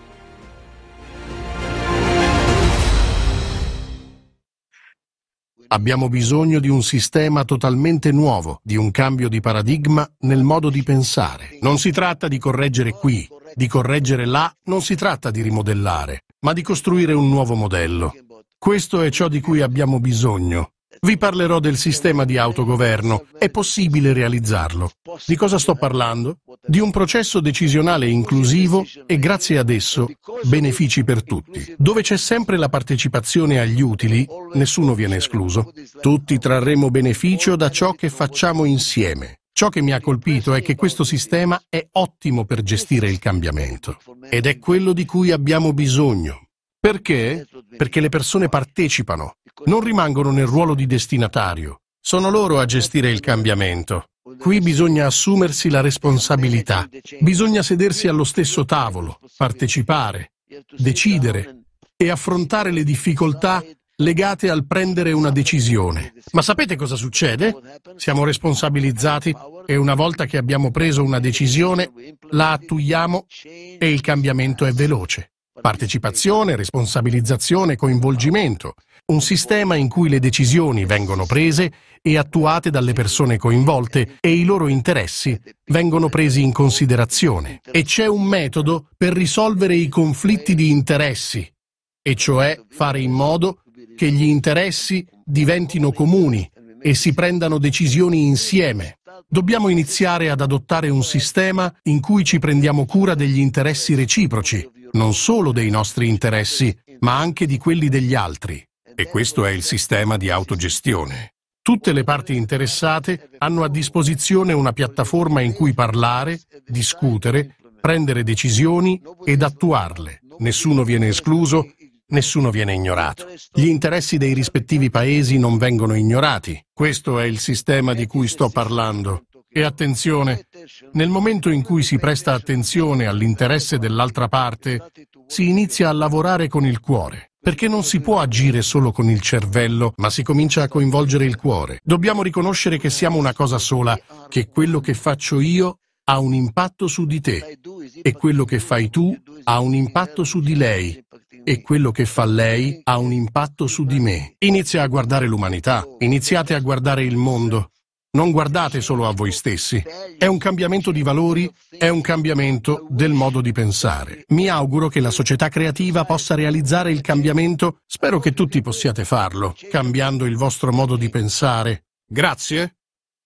Abbiamo bisogno di un sistema totalmente nuovo, di un cambio di paradigma nel modo di pensare. Non si tratta di correggere qui, di correggere là, non si tratta di rimodellare, ma di costruire un nuovo modello. Questo è ciò di cui abbiamo bisogno. Vi parlerò del sistema di autogoverno. È possibile realizzarlo. Di cosa sto parlando? Di un processo decisionale inclusivo e, grazie ad esso, benefici per tutti. Dove c'è sempre la partecipazione agli utili, nessuno viene escluso. Tutti trarremo beneficio da ciò che facciamo insieme. Ciò che mi ha colpito è che questo sistema è ottimo per gestire il cambiamento. Ed è quello di cui abbiamo bisogno. Perché? Perché le persone partecipano, non rimangono nel ruolo di destinatario. Sono loro a gestire il cambiamento. Qui bisogna assumersi la responsabilità, bisogna sedersi allo stesso tavolo, partecipare, decidere e affrontare le difficoltà legate al prendere una decisione. Ma sapete cosa succede? Siamo responsabilizzati e una volta che abbiamo preso una decisione, la attuiamo e il cambiamento è veloce. Partecipazione, responsabilizzazione, coinvolgimento. Un sistema in cui le decisioni vengono prese e attuate dalle persone coinvolte e i loro interessi vengono presi in considerazione. E c'è un metodo per risolvere i conflitti di interessi, e cioè fare in modo che gli interessi diventino comuni e si prendano decisioni insieme. Dobbiamo iniziare ad adottare un sistema in cui ci prendiamo cura degli interessi reciproci, non solo dei nostri interessi, ma anche di quelli degli altri. E questo è il sistema di autogestione. Tutte le parti interessate hanno a disposizione una piattaforma in cui parlare, discutere, prendere decisioni ed attuarle. Nessuno viene escluso, nessuno viene ignorato. Gli interessi dei rispettivi paesi non vengono ignorati. Questo è il sistema di cui sto parlando. E attenzione, nel momento in cui si presta attenzione all'interesse dell'altra parte, si inizia a lavorare con il cuore. Perché non si può agire solo con il cervello, ma si comincia a coinvolgere il cuore. Dobbiamo riconoscere che siamo una cosa sola, che quello che faccio io ha un impatto su di te, e quello che fai tu ha un impatto su di lei, e quello che fa lei ha un impatto su di me. Inizia a guardare l'umanità, iniziate a guardare il mondo. Non guardate solo a voi stessi. È un cambiamento di valori, è un cambiamento del modo di pensare. Mi auguro che la società creativa possa realizzare il cambiamento. Spero che tutti possiate farlo, cambiando il vostro modo di pensare. Grazie.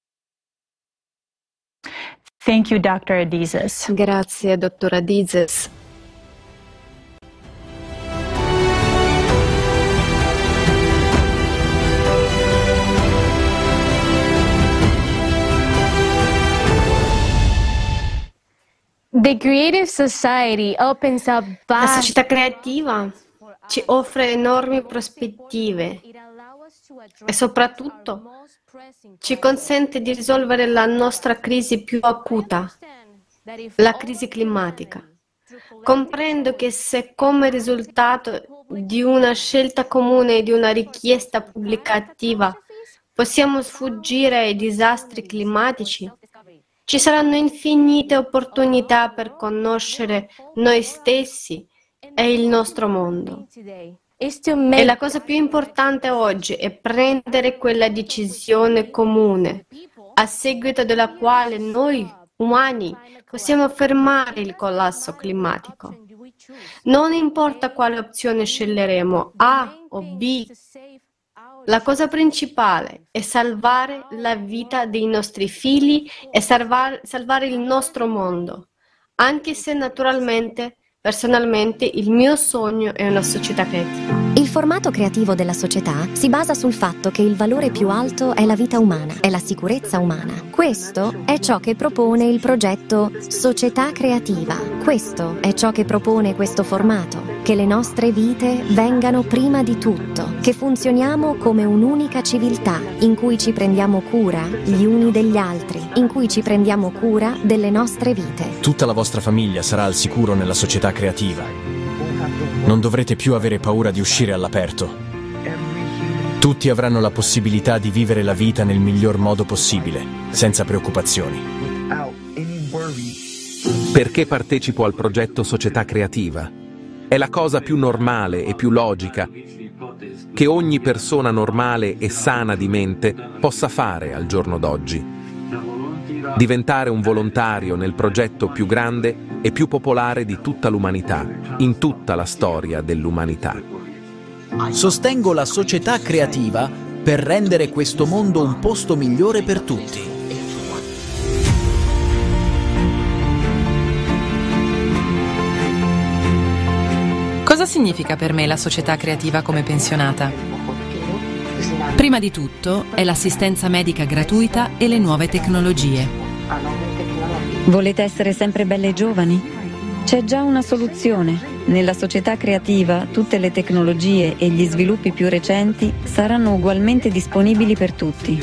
Thank you, doctor Adizes. Grazie, dottor Adizes. The Creative Society opens up La società creativa ci offre enormi prospettive e soprattutto ci consente di risolvere la nostra crisi più acuta, la crisi climatica. Comprendo che se come risultato di una scelta comune e di una richiesta pubblica attiva possiamo sfuggire ai disastri climatici, ci saranno infinite opportunità per conoscere noi stessi e il nostro mondo. E la cosa più importante oggi è prendere quella decisione comune, a seguito della quale noi umani, possiamo fermare il collasso climatico. Non importa quale opzione sceglieremo, A o B, la cosa principale è salvare la vita dei nostri figli e salvar- salvare il nostro mondo, anche se naturalmente, personalmente, il mio sogno è una società creativa. Il formato creativo della società si basa sul fatto che il valore più alto è la vita umana, è la sicurezza umana. Questo è ciò che propone il progetto Società Creativa. Questo è ciò che propone questo formato, che le nostre vite vengano prima di tutto, che funzioniamo come un'unica civiltà in cui ci prendiamo cura gli uni degli altri, in cui ci prendiamo cura delle nostre vite. Tutta la vostra famiglia sarà al sicuro nella società creativa. Non dovrete più avere paura di uscire all'aperto. Tutti avranno la possibilità di vivere la vita nel miglior modo possibile, senza preoccupazioni. Perché partecipo al progetto Società Creativa? È la cosa più normale e più logica che ogni persona normale e sana di mente possa fare al giorno d'oggi. Diventare un volontario nel progetto più grande e più popolare di tutta l'umanità, in tutta la storia dell'umanità. Sostengo la società creativa per rendere questo mondo un posto migliore per tutti. Cosa significa per me la società creativa come pensionata? Prima di tutto è l'assistenza medica gratuita e le nuove tecnologie. Volete essere sempre belle e giovani? C'è già una soluzione. Nella società creativa tutte le tecnologie e gli sviluppi più recenti saranno ugualmente disponibili per tutti.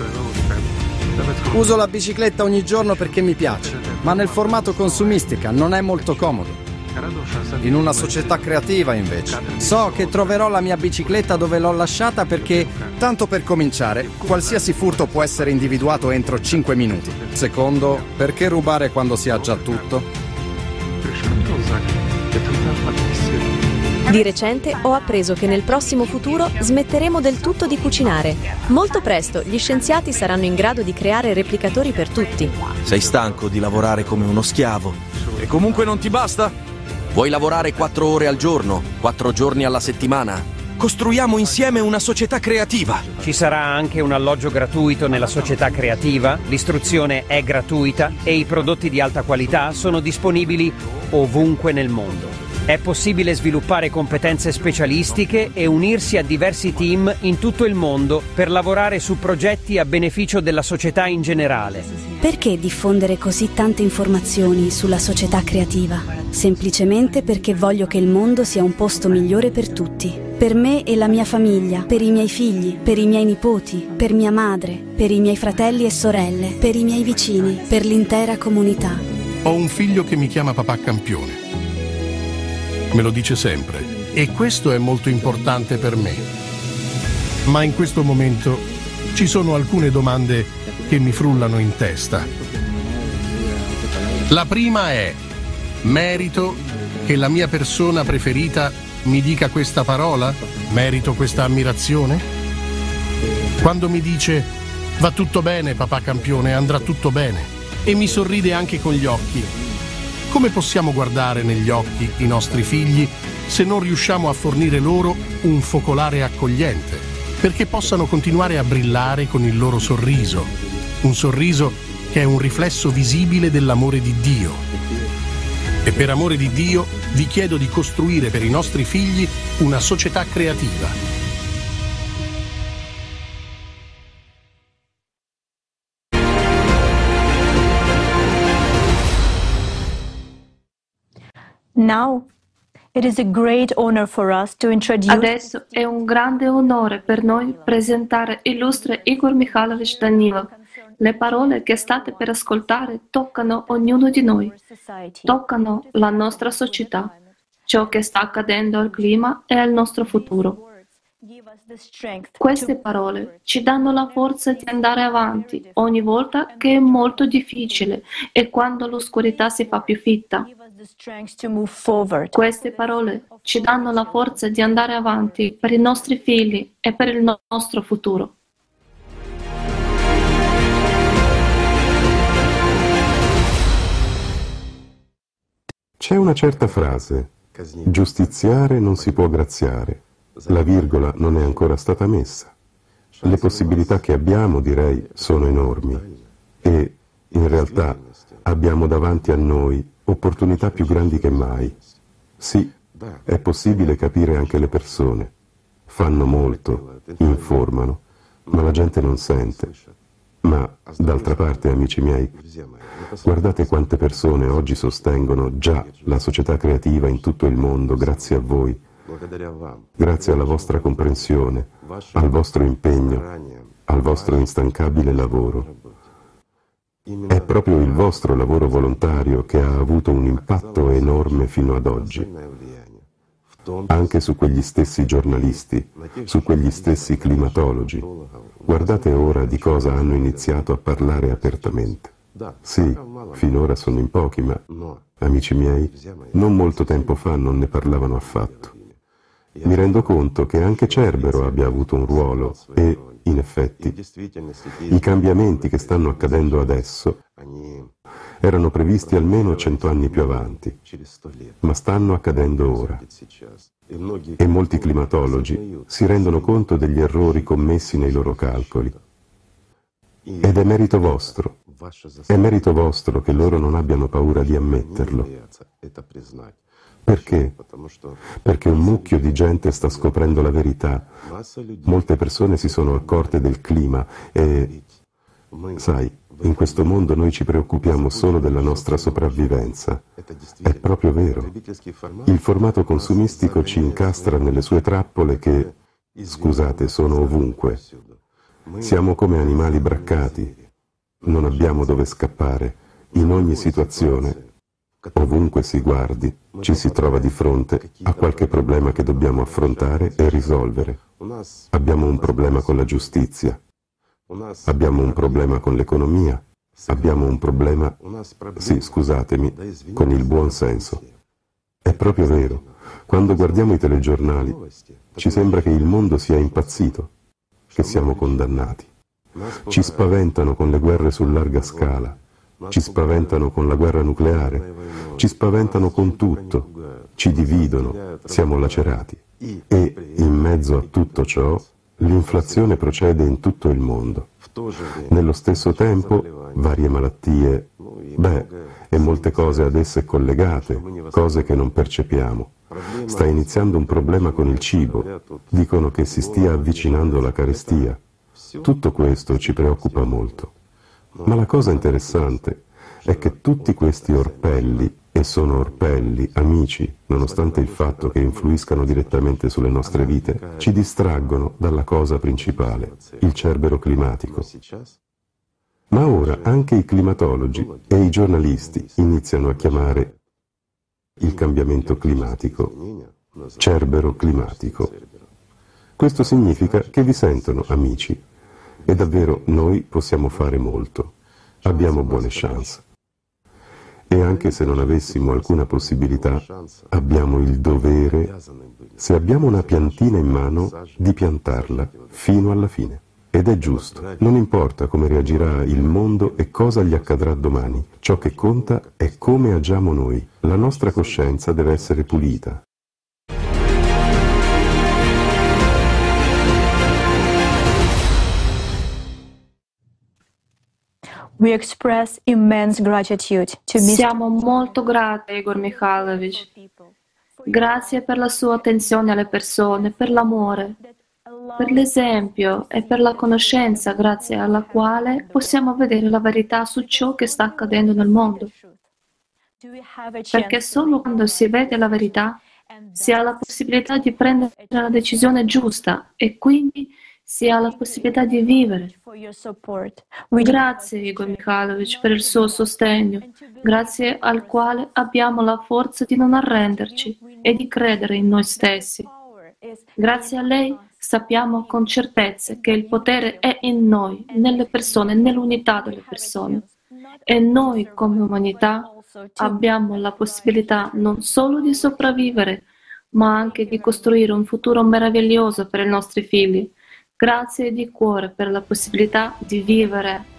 Uso la bicicletta ogni giorno perché mi piace, ma nel formato consumistica non è molto comodo. In una società creativa, invece, so che troverò la mia bicicletta dove l'ho lasciata perché, tanto per cominciare, qualsiasi furto può essere individuato entro cinque minuti. Secondo, perché rubare quando si ha già tutto? Di recente ho appreso che nel prossimo futuro smetteremo del tutto di cucinare. Molto presto gli scienziati saranno in grado di creare replicatori per tutti. Sei stanco di lavorare come uno schiavo? E comunque non ti basta? Vuoi lavorare quattro ore al giorno, quattro giorni alla settimana? Costruiamo insieme una società creativa. Ci sarà anche un alloggio gratuito nella società creativa, l'istruzione è gratuita e i prodotti di alta qualità sono disponibili ovunque nel mondo. È possibile sviluppare competenze specialistiche e unirsi a diversi team in tutto il mondo per lavorare su progetti a beneficio della società in generale. Perché diffondere così tante informazioni sulla società creativa? Semplicemente perché voglio che il mondo sia un posto migliore per tutti. Per me e la mia famiglia, per i miei figli, per i miei nipoti, per mia madre, per i miei fratelli e sorelle, per i miei vicini, per l'intera comunità. Ho un figlio che mi chiama papà campione. Me lo dice sempre, e questo è molto importante per me. Ma in questo momento ci sono alcune domande che mi frullano in testa. La prima è: merito che la mia persona preferita mi dica questa parola? Merito questa ammirazione? Quando mi dice va tutto bene papà campione, andrà tutto bene, e mi sorride anche con gli occhi, come possiamo guardare negli occhi i nostri figli se non riusciamo a fornire loro un focolare accogliente, perché possano continuare a brillare con il loro sorriso, un sorriso che è un riflesso visibile dell'amore di Dio. E per amore di Dio vi chiedo di costruire per i nostri figli una società creativa. Now, it is a great honor for us to introduce... Adesso è un grande onore per noi presentare illustre Igor Mikhailovich Danilov. Le parole che state per ascoltare toccano ognuno di noi, toccano la nostra società, ciò che sta accadendo al clima e al nostro futuro. Queste parole ci danno la forza di andare avanti ogni volta che è molto difficile e quando l'oscurità si fa più fitta. Queste parole ci danno la forza di andare avanti per i nostri figli e per il nostro futuro. C'è una certa frase: giustiziare non si può graziare, la virgola non è ancora stata messa. Le possibilità che abbiamo, direi, sono enormi e, in realtà, abbiamo davanti a noi opportunità più grandi che mai. Sì, è possibile capire anche le persone. Fanno molto, informano, ma la gente non sente. Ma, d'altra parte, amici miei, guardate quante persone oggi sostengono già la società creativa in tutto il mondo grazie a voi, grazie alla vostra comprensione, al vostro impegno, al vostro instancabile lavoro. È proprio il vostro lavoro volontario che ha avuto un impatto enorme fino ad oggi. Anche su quegli stessi giornalisti, su quegli stessi climatologi. Guardate ora di cosa hanno iniziato a parlare apertamente. Sì, finora sono in pochi, ma, amici miei, non molto tempo fa non ne parlavano affatto. Mi rendo conto che anche Cerbero abbia avuto un ruolo e, in effetti, i cambiamenti che stanno accadendo adesso erano previsti almeno cento anni più avanti, ma stanno accadendo ora. E molti climatologi si rendono conto degli errori commessi nei loro calcoli. Ed è merito vostro, è merito vostro che loro non abbiano paura di ammetterlo. Perché? Perché un mucchio di gente sta scoprendo la verità. Molte persone si sono accorte del clima e, sai, in questo mondo noi ci preoccupiamo solo della nostra sopravvivenza. È proprio vero. Il formato consumistico ci incastra nelle sue trappole che, scusate, sono ovunque. Siamo come animali braccati. Non abbiamo dove scappare. In ogni situazione, ovunque si guardi, ci si trova di fronte a qualche problema che dobbiamo affrontare e risolvere. Abbiamo un problema con la giustizia. Abbiamo un problema con l'economia, abbiamo un problema, sì, scusatemi, con il buon senso. È proprio vero, quando guardiamo i telegiornali ci sembra che il mondo sia impazzito, che siamo condannati. Ci spaventano con le guerre su larga scala, ci spaventano con la guerra nucleare, ci spaventano con tutto, ci dividono, siamo lacerati. E, in mezzo a tutto ciò, l'inflazione procede in tutto il mondo. Nello stesso tempo, varie malattie, beh, e molte cose ad esse collegate, cose che non percepiamo. Sta iniziando un problema con il cibo. Dicono che si stia avvicinando la carestia. Tutto questo ci preoccupa molto. Ma la cosa interessante è che tutti questi orpelli, e sono orpelli, amici, nonostante il fatto che influiscano direttamente sulle nostre vite, ci distraggono dalla cosa principale, il cerbero climatico. Ma ora anche i climatologi e i giornalisti iniziano a chiamare il cambiamento climatico cerbero climatico. Questo significa che vi sentono, amici, e davvero noi possiamo fare molto. Abbiamo buone chance. E anche se non avessimo alcuna possibilità, abbiamo il dovere, se abbiamo una piantina in mano, di piantarla fino alla fine. Ed è giusto, non importa come reagirà il mondo e cosa gli accadrà domani. Ciò che conta è come agiamo noi. La nostra coscienza deve essere pulita. We express immense gratitude to mister Siamo molto grati a Igor Mikhailovich. Grazie per la sua attenzione alle persone, per l'amore, per l'esempio e per la conoscenza grazie alla quale possiamo vedere la verità su ciò che sta accadendo nel mondo. Perché solo quando si vede la verità si ha la possibilità di prendere la decisione giusta e quindi si ha la possibilità di vivere. Grazie Igor Mikhailovich per il suo sostegno, grazie al quale abbiamo la forza di non arrenderci e di credere in noi stessi. Grazie a lei sappiamo con certezza che il potere è in noi, nelle persone, nell'unità delle persone. E noi come umanità abbiamo la possibilità non solo di sopravvivere, ma anche di costruire un futuro meraviglioso per i nostri figli. Grazie di cuore per la possibilità di vivere.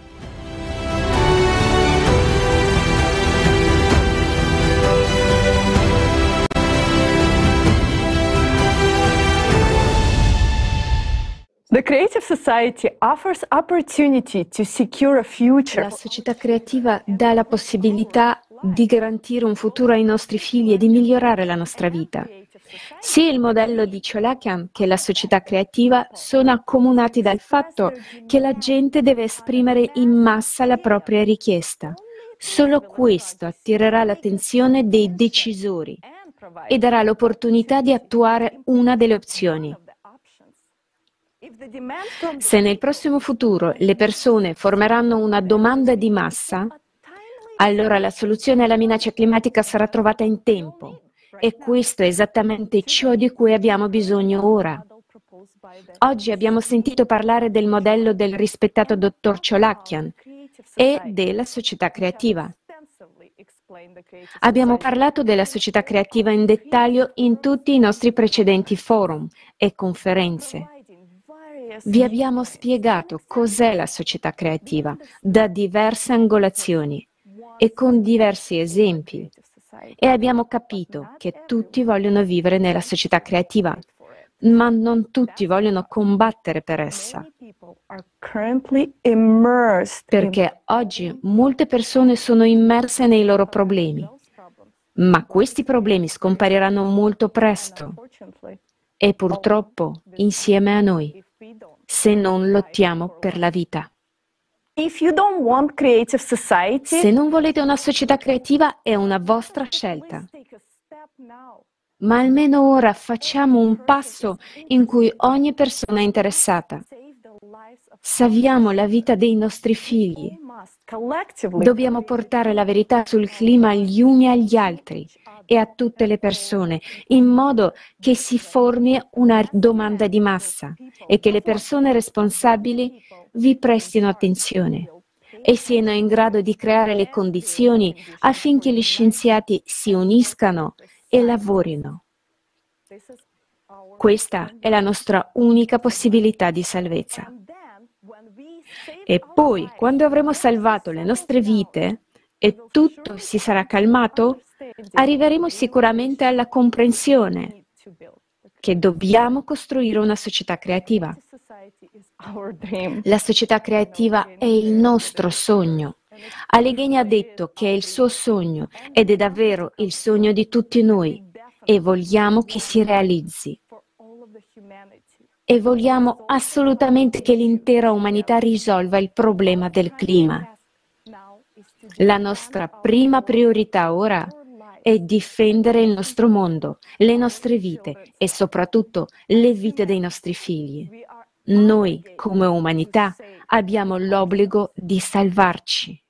The Creative Society offers opportunity to secure a future. La società creativa dà la possibilità di garantire un futuro ai nostri figli e di migliorare la nostra vita. Sia il modello di Cholakian che la società creativa sono accomunati dal fatto che la gente deve esprimere in massa la propria richiesta. Solo questo attirerà l'attenzione dei decisori e darà l'opportunità di attuare una delle opzioni. Se nel prossimo futuro le persone formeranno una domanda di massa, allora la soluzione alla minaccia climatica sarà trovata in tempo. E questo è esattamente ciò di cui abbiamo bisogno ora. Oggi abbiamo sentito parlare del modello del rispettato dottor Cholakian e della società creativa. Abbiamo parlato della società creativa in dettaglio in tutti i nostri precedenti forum e conferenze. Vi abbiamo spiegato cos'è la società creativa da diverse angolazioni e con diversi esempi. E abbiamo capito che tutti vogliono vivere nella società creativa, ma non tutti vogliono combattere per essa. Perché oggi molte persone sono immerse nei loro problemi, ma questi problemi scompariranno molto presto e purtroppo insieme a noi, se non lottiamo per la vita. If you don't want creative society, se non volete una società creativa è una vostra scelta. Ma almeno ora facciamo un passo in cui ogni persona è interessata. Salviamo la vita dei nostri figli. Dobbiamo portare la verità sul clima agli uni e agli altri e a tutte le persone, in modo che si formi una domanda di massa e che le persone responsabili vi prestino attenzione e siano in grado di creare le condizioni affinché gli scienziati si uniscano e lavorino. Questa è la nostra unica possibilità di salvezza. E poi, quando avremo salvato le nostre vite e tutto si sarà calmato, arriveremo sicuramente alla comprensione che dobbiamo costruire una società creativa. La società creativa è il nostro sogno. Allegheny ha detto che è il suo sogno ed è davvero il sogno di tutti noi e vogliamo che si realizzi. E vogliamo assolutamente che l'intera umanità risolva il problema del clima. La nostra prima priorità ora è difendere il nostro mondo, le nostre vite e soprattutto le vite dei nostri figli. Noi, come umanità, abbiamo l'obbligo di salvarci.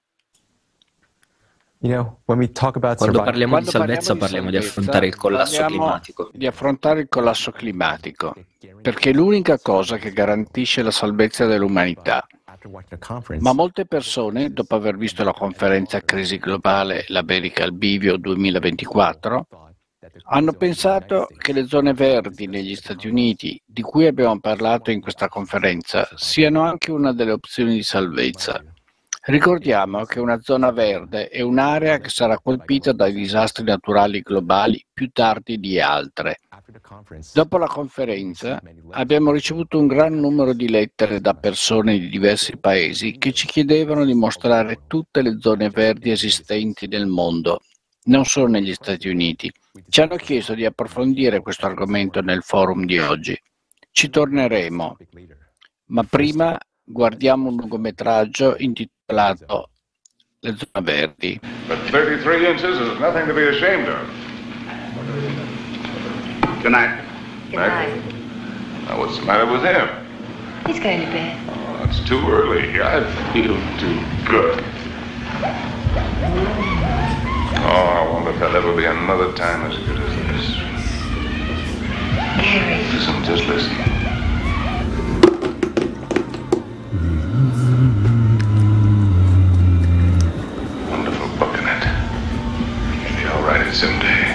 Quando parliamo di salvezza parliamo di affrontare il collasso climatico. Di affrontare il collasso climatico, perché è l'unica cosa che garantisce la salvezza dell'umanità. Ma molte persone, dopo aver visto la conferenza Crisi Globale, l'America al Bivio duemilaventiquattro, hanno pensato che le zone verdi negli Stati Uniti, di cui abbiamo parlato in questa conferenza, siano anche una delle opzioni di salvezza. Ricordiamo che una zona verde è un'area che sarà colpita dai disastri naturali globali più tardi di altre. Dopo la conferenza abbiamo ricevuto un gran numero di lettere da persone di diversi paesi che ci chiedevano di mostrare tutte le zone verdi esistenti nel mondo, non solo negli Stati Uniti. Ci hanno chiesto di approfondire questo argomento nel forum di oggi. Ci torneremo, ma prima guardiamo un lungometraggio intitolato Le zone verdi. But thirty-three inches is nothing to be ashamed of. Good night. Good night. Now, what's the matter with him? He's going to bed. Oh, it's too early. I feel too good. Oh, I wonder if there'll ever be another time as good as this. Gary. Listen, just listen. Wonderful book in it. Maybe I'll write it someday.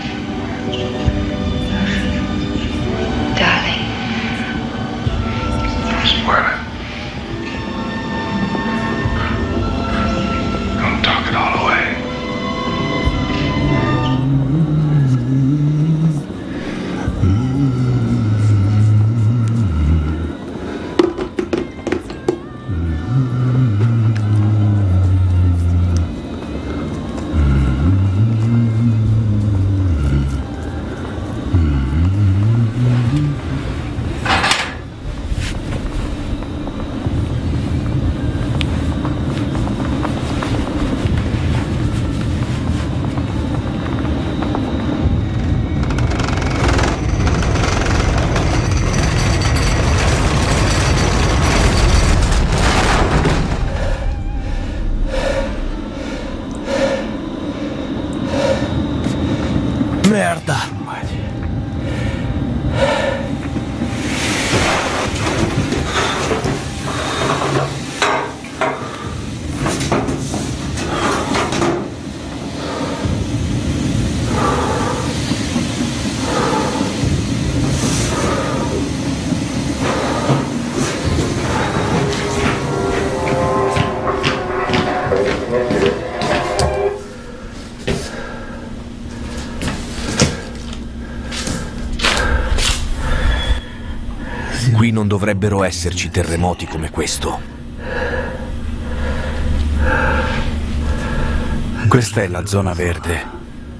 Darling. Spoil it. Don't talk it all away. merda! Qui non dovrebbero esserci terremoti come questo. Questa è la zona verde.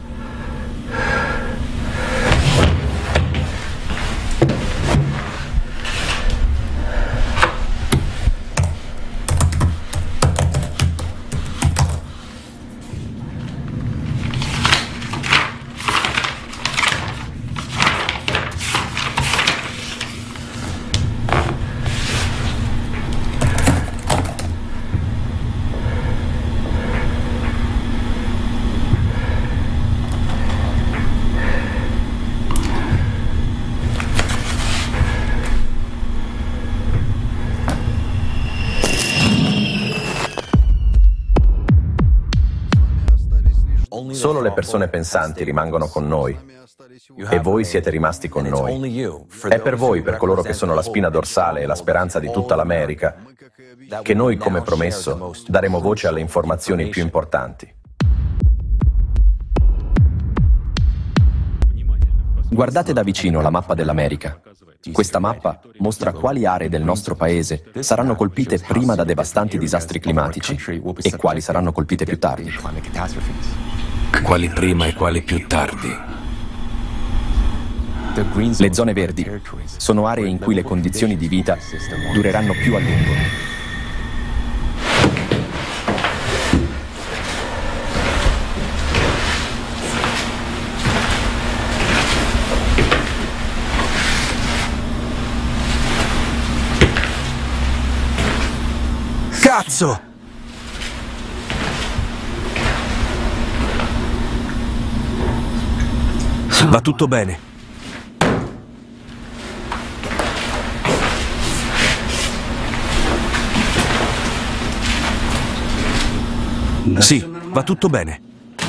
Solo le persone pensanti rimangono con noi e voi siete rimasti con noi. È per voi, per coloro che sono la spina dorsale e la speranza di tutta l'America, che noi, come promesso, daremo voce alle informazioni più importanti. Guardate da vicino la mappa dell'America. Questa mappa mostra quali aree del nostro paese saranno colpite prima da devastanti disastri climatici e quali saranno colpite più tardi. Quali prima e quali più tardi? Le zone verdi sono aree in cui le condizioni di vita dureranno più a lungo. Cazzo! Va tutto bene. Sì, va tutto bene.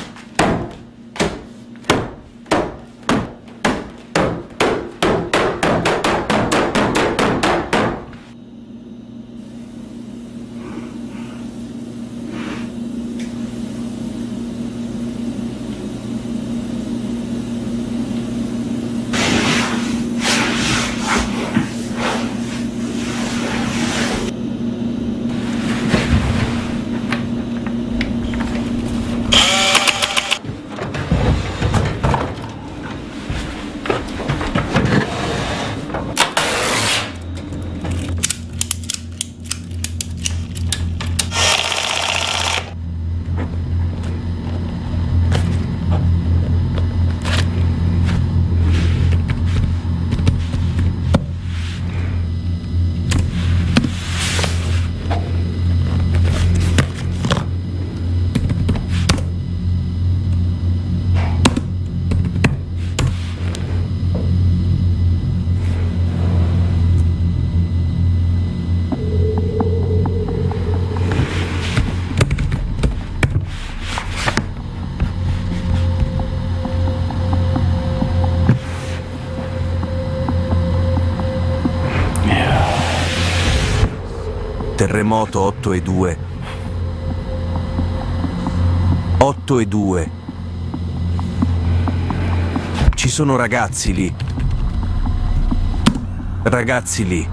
Terremoto otto e due. otto e due. Ci sono ragazzi lì. Ragazzi lì.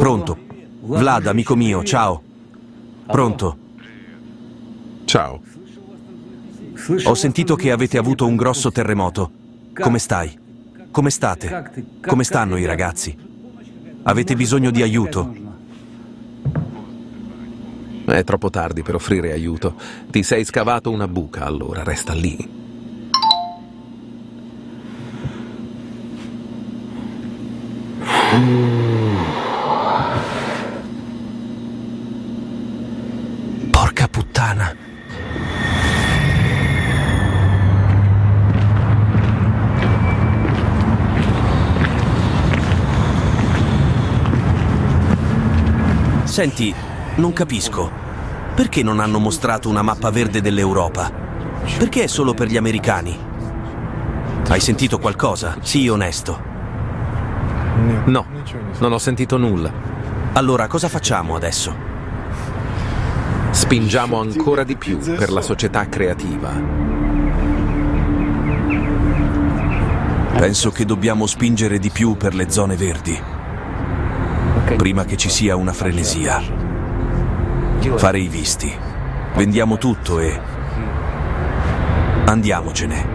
Pronto. Vlad, amico mio, ciao. Pronto. Ciao. Ho sentito che avete avuto un grosso terremoto. Come stai? Come state? Come stanno i ragazzi? Avete bisogno di aiuto? È troppo tardi per offrire aiuto. Ti sei scavato una buca, allora resta lì. Porca puttana. Senti, non capisco. Perché non hanno mostrato una mappa verde dell'Europa? Perché è solo per gli americani? Hai sentito qualcosa? Sii onesto. No, non ho sentito nulla. Allora, cosa facciamo adesso? Spingiamo ancora di più per la società creativa. Penso che dobbiamo spingere di più per le zone verdi. Prima che ci sia una frenesia. Fare i visti. Vendiamo tutto e... andiamocene.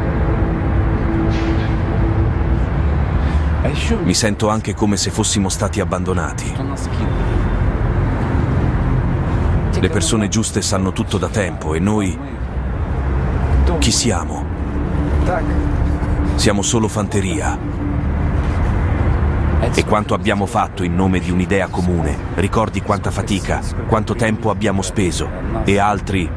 Mi sento anche come se fossimo stati abbandonati. Le persone giuste sanno tutto da tempo e noi... chi siamo? Siamo solo fanteria. E quanto abbiamo fatto in nome di un'idea comune? Ricordi quanta fatica, quanto tempo abbiamo speso? E altri...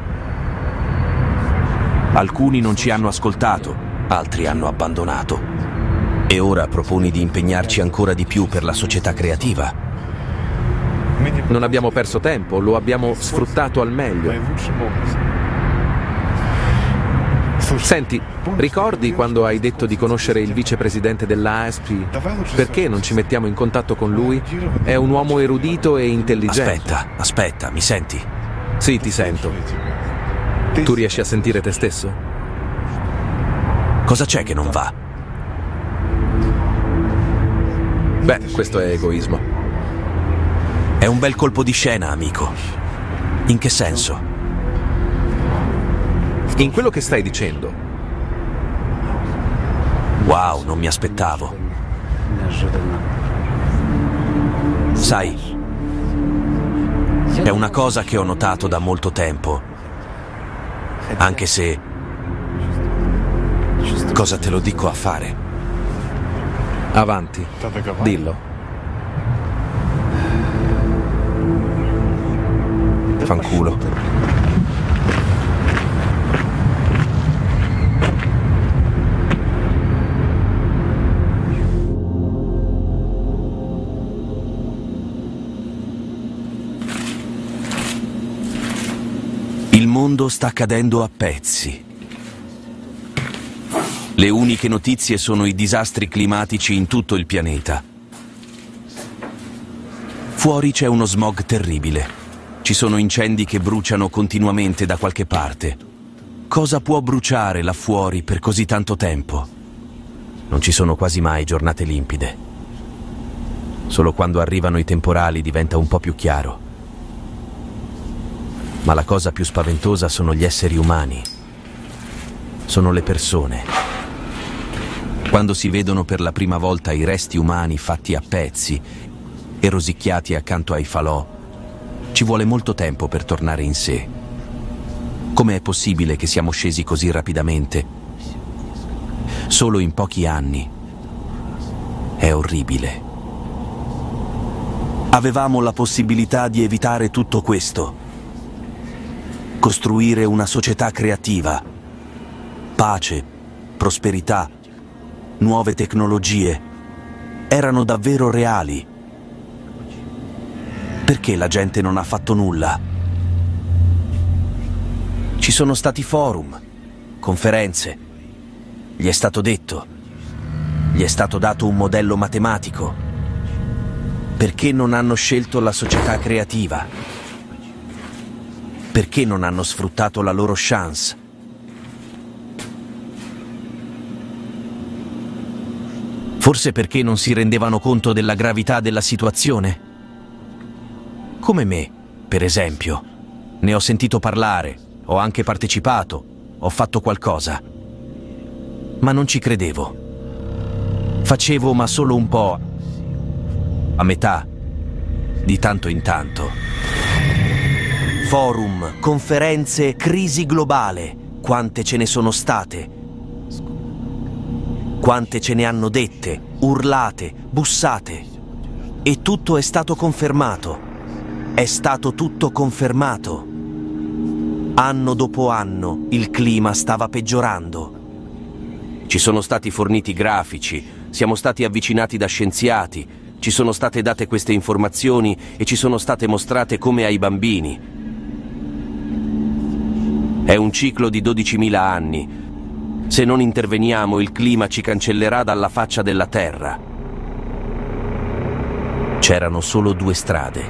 Alcuni non ci hanno ascoltato, altri hanno abbandonato. E ora proponi di impegnarci ancora di più per la società creativa? Non abbiamo perso tempo, lo abbiamo sfruttato al meglio. Senti, ricordi quando hai detto di conoscere il vicepresidente dell'A S P? Perché non ci mettiamo in contatto con lui? È un uomo erudito e intelligente. Aspetta, aspetta, mi senti? Sì, ti sento. Tu riesci a sentire te stesso? Cosa c'è che non va? Beh, questo è egoismo. È un bel colpo di scena, amico. In che senso? In quello che stai dicendo. Wow, non mi aspettavo. Sai, è una cosa che ho notato da molto tempo. Anche se... cosa te lo dico a fare? Avanti, dillo. Fanculo. Il mondo sta cadendo a pezzi. Le uniche notizie sono i disastri climatici in tutto il pianeta. Fuori c'è uno smog terribile. Ci sono incendi che bruciano continuamente da qualche parte. Cosa può bruciare là fuori per così tanto tempo? Non ci sono quasi mai giornate limpide. Solo quando arrivano i temporali diventa un po' più chiaro. Ma la cosa più spaventosa sono gli esseri umani. Sono le persone. Quando si vedono per la prima volta i resti umani fatti a pezzi e rosicchiati accanto ai falò, ci vuole molto tempo per tornare in sé. Come è possibile che siamo scesi così rapidamente? Solo in pochi anni. È orribile. Avevamo la possibilità di evitare tutto questo. Costruire una società creativa, pace, prosperità, nuove tecnologie, erano davvero reali. Perché la gente non ha fatto nulla? Ci sono stati forum, conferenze, gli è stato detto, gli è stato dato un modello matematico. Perché non hanno scelto la società creativa? Perché non hanno sfruttato la loro chance? Forse perché non si rendevano conto della gravità della situazione? come me, per esempio. Ne ho sentito parlare, ho anche partecipato, ho fatto qualcosa. Ma non ci credevo. Facevo ma solo un po', a metà, di tanto in tanto. Forum, conferenze, crisi globale, quante ce ne sono state? Quante ce ne hanno dette, urlate, bussate? E tutto è stato confermato. È stato tutto confermato. Anno dopo anno il clima stava peggiorando. Ci sono stati forniti grafici, siamo stati avvicinati da scienziati, ci sono state date queste informazioni e ci sono state mostrate come ai bambini. È un ciclo di dodicimila anni. Se non interveniamo, il clima ci cancellerà dalla faccia della Terra. C'erano solo due strade: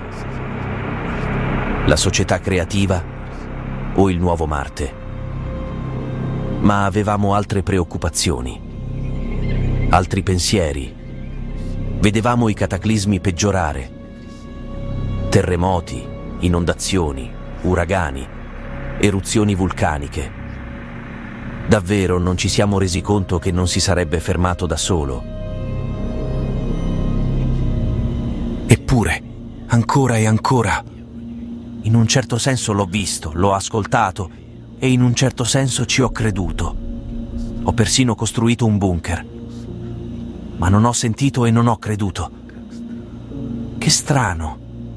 la società creativa o il nuovo Marte. Ma avevamo altre preoccupazioni, altri pensieri. Vedevamo i cataclismi peggiorare. Terremoti, inondazioni, uragani, eruzioni vulcaniche. Davvero non ci siamo resi conto che non si sarebbe fermato da solo. Eppure, ancora e ancora, in un certo senso l'ho visto, l'ho ascoltato e in un certo senso ci ho creduto. Ho persino costruito un bunker. Ma non ho sentito e non ho creduto. Che strano.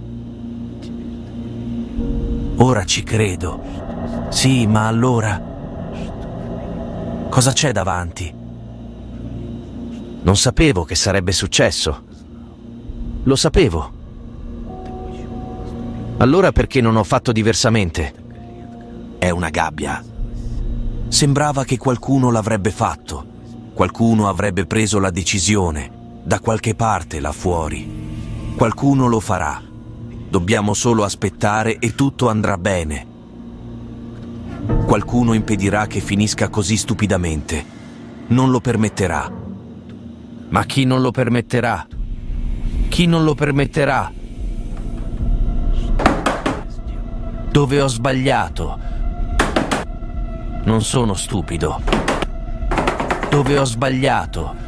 Ora ci credo. Sì, ma allora cosa c'è davanti? Non sapevo che sarebbe successo. Lo sapevo. Allora perché non ho fatto diversamente? È una gabbia. Sembrava che qualcuno l'avrebbe fatto. Qualcuno avrebbe preso la decisione. Da qualche parte là fuori. Qualcuno lo farà. Dobbiamo solo aspettare e tutto andrà bene. Qualcuno impedirà che finisca così stupidamente. Non lo permetterà. Ma chi non lo permetterà? Chi non lo permetterà? Dove ho sbagliato? Non sono stupido. Dove ho sbagliato?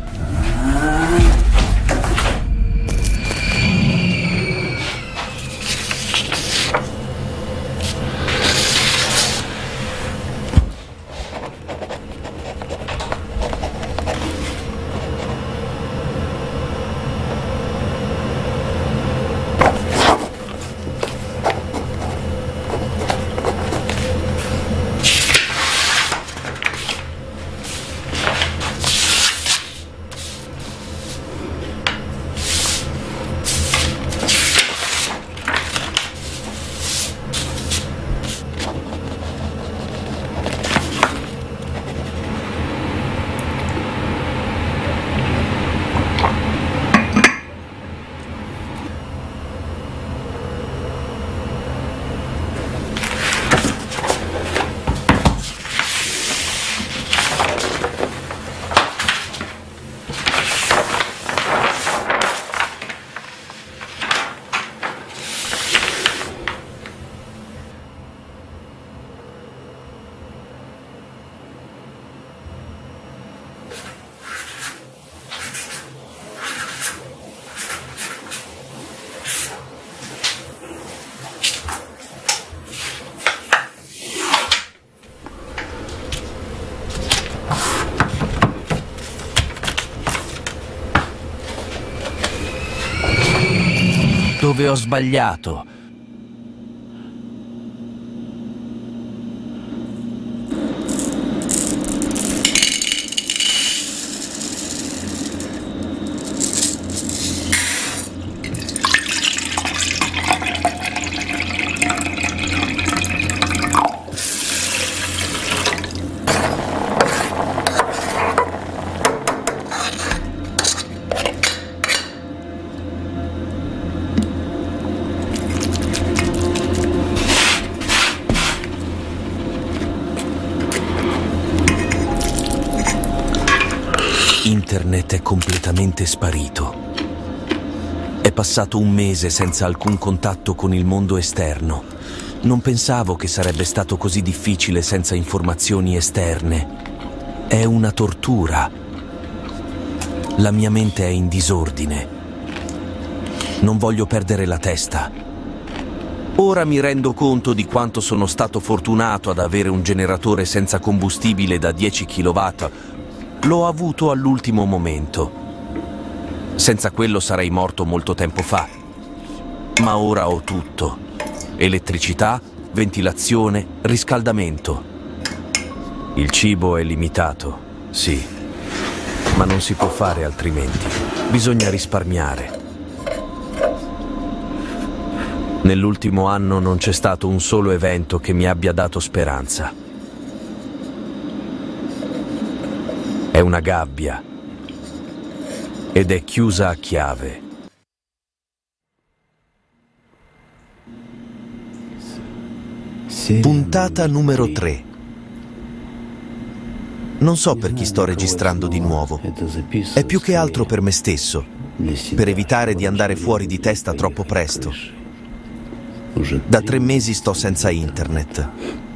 Dove ho sbagliato? Internet è completamente sparito. È passato un mese senza alcun contatto con il mondo esterno. Non pensavo che sarebbe stato così difficile senza informazioni esterne. È una tortura. La mia mente è in disordine. Non voglio perdere la testa. Ora mi rendo conto di quanto sono stato fortunato ad avere un generatore senza combustibile da dieci chilowatt. L'ho avuto all'ultimo momento. Senza quello sarei morto molto tempo fa. Ma ora ho tutto. Elettricità, ventilazione, riscaldamento. Il cibo è limitato, sì, ma non si può fare altrimenti. Bisogna risparmiare. Nell'ultimo anno non c'è stato un solo evento che mi abbia dato speranza. È una gabbia ed è chiusa a chiave. Puntata numero tre. Non so per chi sto registrando di nuovo. È più che altro per me stesso, per evitare di andare fuori di testa troppo presto. Da tre mesi sto senza internet.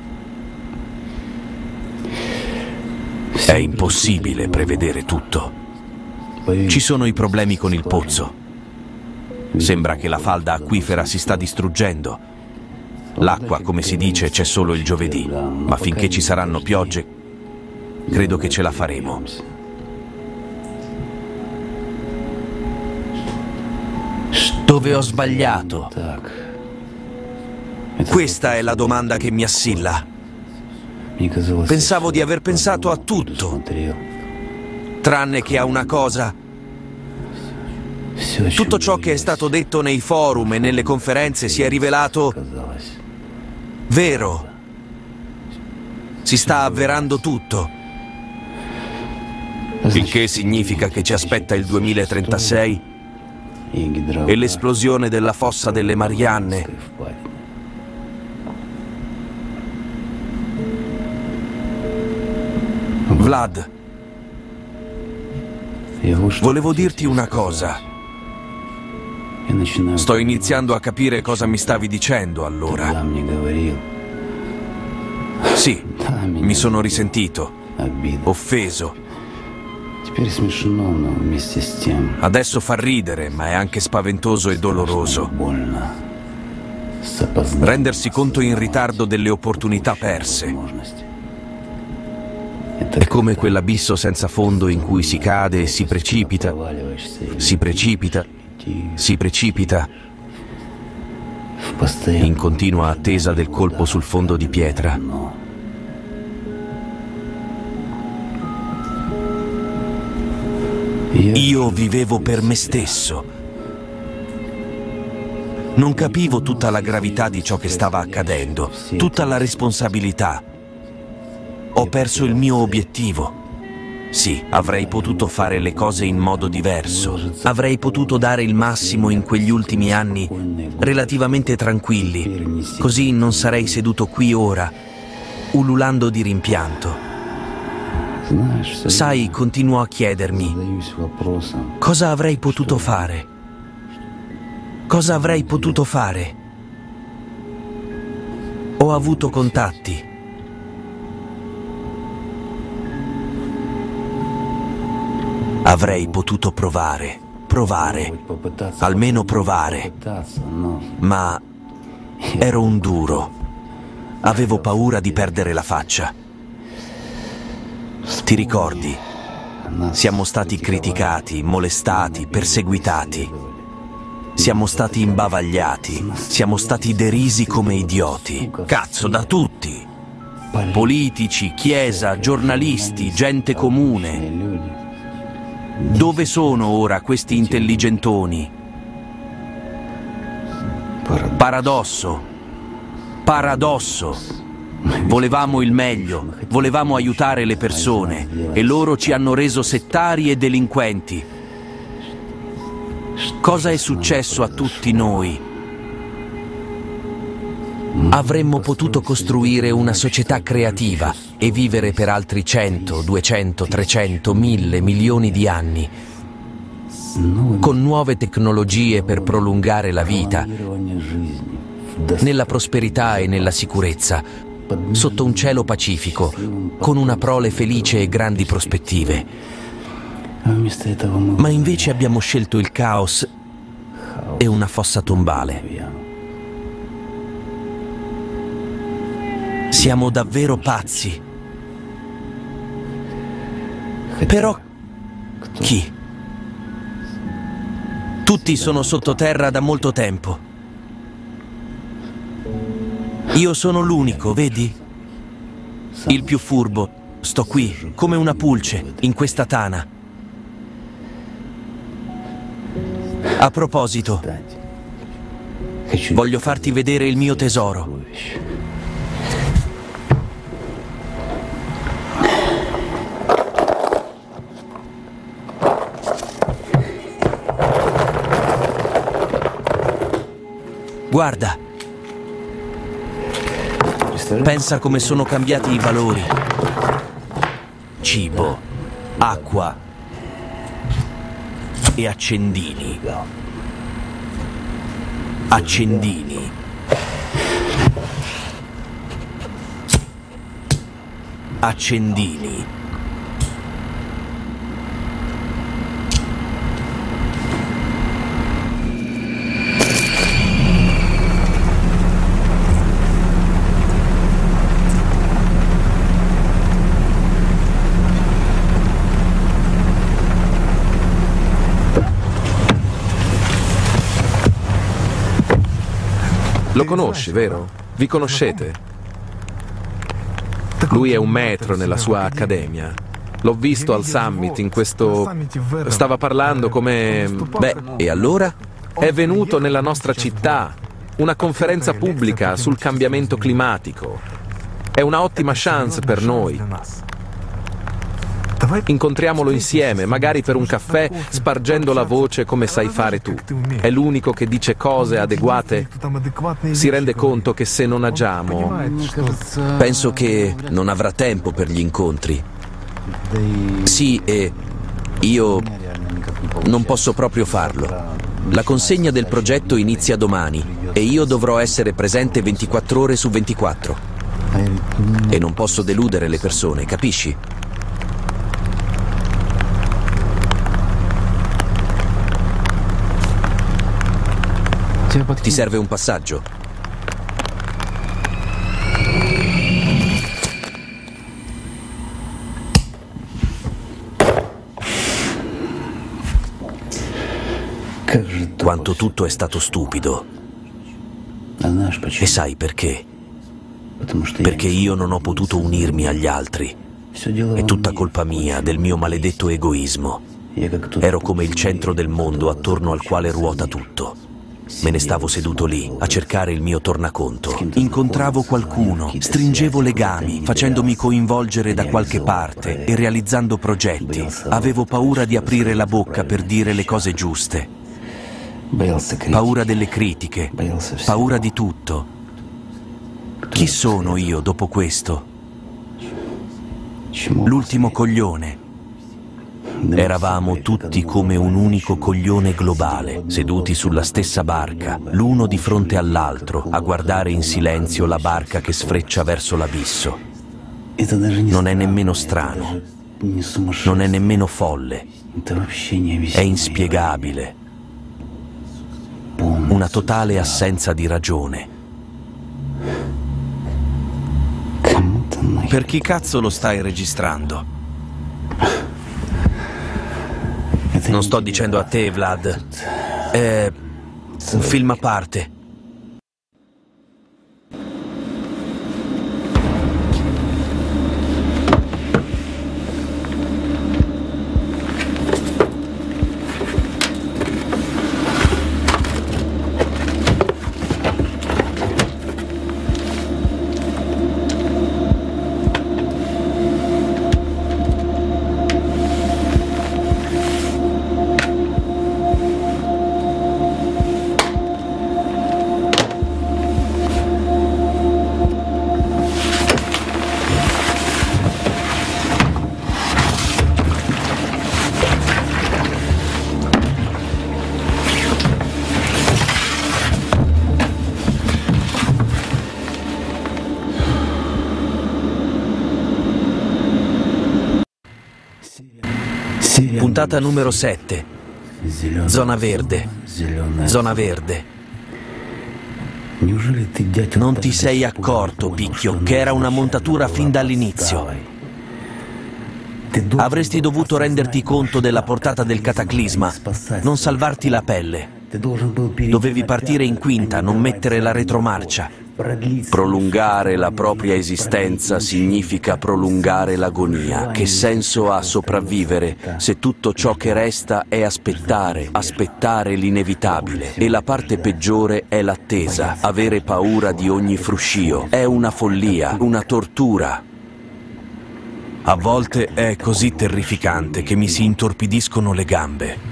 È impossibile prevedere tutto. Ci sono i problemi con il pozzo. Sembra che la falda acquifera si sta distruggendo. L'acqua, come si dice, c'è solo il giovedì, ma finché ci saranno piogge, credo che ce la faremo. Dove ho sbagliato? Questa è la domanda che mi assilla. Pensavo di aver pensato a tutto, tranne che a una cosa. Tutto ciò che è stato detto nei forum e nelle conferenze si è rivelato vero. Si sta avverando tutto. Il che significa che ci aspetta il duemilatrentasei e l'esplosione della fossa delle Marianne. Vlad, volevo dirti una cosa. Sto iniziando a capire cosa mi stavi dicendo allora. Sì, mi sono risentito, offeso. Adesso fa ridere, ma è anche spaventoso e doloroso. Rendersi conto in ritardo delle opportunità perse. È come quell'abisso senza fondo in cui si cade e si precipita, si precipita, si precipita, in continua attesa del colpo sul fondo di pietra. Io vivevo per me stesso. Non capivo tutta la gravità di ciò che stava accadendo, tutta la responsabilità. Ho perso il mio obiettivo. Sì, avrei potuto fare le cose in modo diverso. Avrei potuto dare il massimo in quegli ultimi anni relativamente tranquilli, così non sarei seduto qui ora, ululando di rimpianto. Sai, continuo a chiedermi, cosa avrei potuto fare? Cosa avrei potuto fare? Ho avuto contatti. Avrei potuto provare, provare, almeno provare, ma ero un duro. Avevo paura di perdere la faccia. Ti ricordi? Siamo stati criticati, molestati, perseguitati. Siamo stati imbavagliati, siamo stati derisi come idioti. Cazzo, da tutti. Politici, chiesa, giornalisti, gente comune. Dove sono ora questi intelligentoni? Paradosso. Paradosso. Volevamo il meglio, volevamo aiutare le persone e loro ci hanno reso settari e delinquenti. Cosa è successo a tutti noi? Avremmo potuto costruire una società creativa e vivere per altri cento, duecento, trecento, mille, milioni di anni. con nuove tecnologie per prolungare la vita, nella prosperità e nella sicurezza, sotto un cielo pacifico, con una prole felice e grandi prospettive. Ma invece abbiamo scelto il caos e una fossa tombale. Siamo davvero pazzi. Però chi? Tutti sono sottoterra da molto tempo. Io sono l'unico, vedi? Il più furbo. Sto qui, come una pulce, in questa tana. A proposito, voglio farti vedere il mio tesoro. Guarda. Pensa come sono cambiati i valori. Cibo, acqua e accendini. Accendini. Accendini. Lo conosci, vero? Vi conoscete? Lui è un maestro nella sua accademia. L'ho visto al summit in questo... Stava parlando come... Beh, e allora? È venuto nella nostra città. Una conferenza pubblica sul cambiamento climatico. È una ottima chance per noi. Incontriamolo insieme, magari per un caffè, spargendo la voce come sai fare tu. È l'unico che dice cose adeguate. Si rende conto che se non agiamo... Penso che non avrà tempo per gli incontri. Sì, e io non posso proprio farlo. La consegna del progetto inizia domani e io dovrò essere presente ventiquattro ore su ventiquattro. E non posso deludere le persone, capisci? Ti serve un passaggio? Quanto tutto è stato stupido. E sai perché? Perché io non ho potuto unirmi agli altri. È tutta colpa mia, del mio maledetto egoismo. Ero come il centro del mondo attorno al quale ruota tutto. Me ne stavo seduto lì, a cercare il mio tornaconto. Incontravo qualcuno, stringevo legami, facendomi coinvolgere da qualche parte e realizzando progetti. Avevo paura di aprire la bocca per dire le cose giuste. Paura delle critiche, paura di tutto. Chi sono io dopo questo? L'ultimo coglione. Eravamo tutti come un unico coglione globale, seduti sulla stessa barca, l'uno di fronte all'altro, a guardare in silenzio la barca che sfreccia verso l'abisso. Non è nemmeno strano, non è nemmeno folle, è inspiegabile. Una totale assenza di ragione. Per chi cazzo lo stai registrando? Non sto dicendo a te, Vlad. È un film a parte. Puntata numero sette. Zona verde. Zona verde. Non ti sei accorto, Picchio, che era una montatura fin dall'inizio. Avresti dovuto renderti conto della portata del cataclisma, non salvarti la pelle. Dovevi partire in quinta, non mettere la retromarcia. Prolungare la propria esistenza significa prolungare l'agonia. Che senso ha sopravvivere se tutto ciò che resta è aspettare, aspettare l'inevitabile? E la parte peggiore è l'attesa, avere paura di ogni fruscio. È una follia, una tortura. A volte è così terrificante che mi si intorpidiscono le gambe.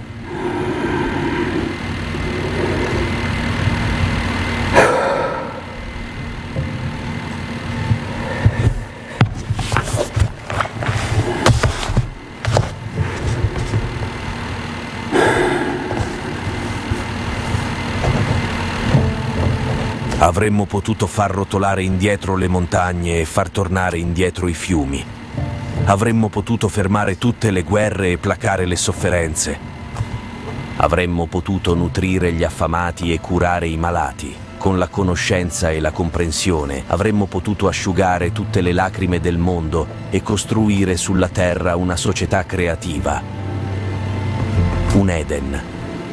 Avremmo potuto far rotolare indietro le montagne e far tornare indietro i fiumi. Avremmo potuto fermare tutte le guerre e placare le sofferenze. Avremmo potuto nutrire gli affamati e curare i malati. Con la conoscenza e la comprensione avremmo potuto asciugare tutte le lacrime del mondo e costruire sulla terra una società creativa. Un Eden.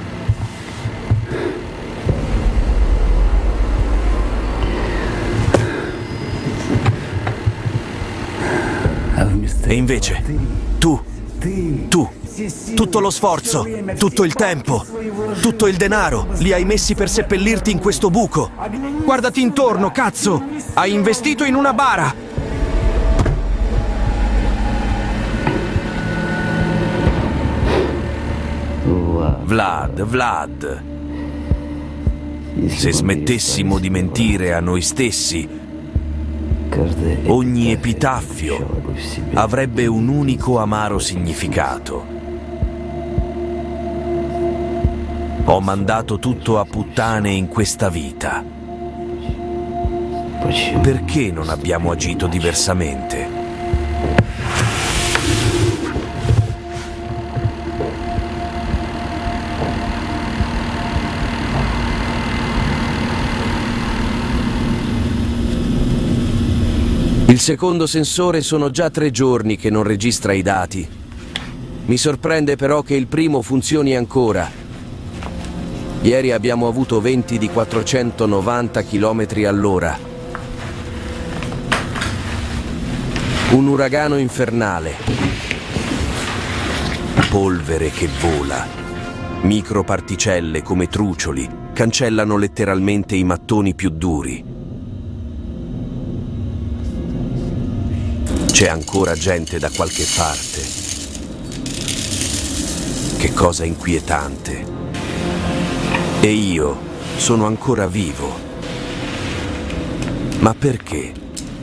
E invece, tu, tu, tutto lo sforzo, tutto il tempo, tutto il denaro, li hai messi per seppellirti in questo buco. Guardati intorno, cazzo! Hai investito in una bara! Vlad, Vlad, se smettessimo di mentire a noi stessi, ogni epitaffio avrebbe un unico amaro significato. Ho mandato tutto a puttane in questa vita. Perché non abbiamo agito diversamente? Il secondo sensore sono già tre giorni che non registra i dati. Mi sorprende però che il primo funzioni ancora. Ieri abbiamo avuto venti di quattrocentonovanta chilometri all'ora. Un uragano infernale. Polvere che vola. Microparticelle come trucioli cancellano letteralmente i mattoni più duri. C'è ancora gente da qualche parte. Che cosa inquietante. E io sono ancora vivo. Ma perché?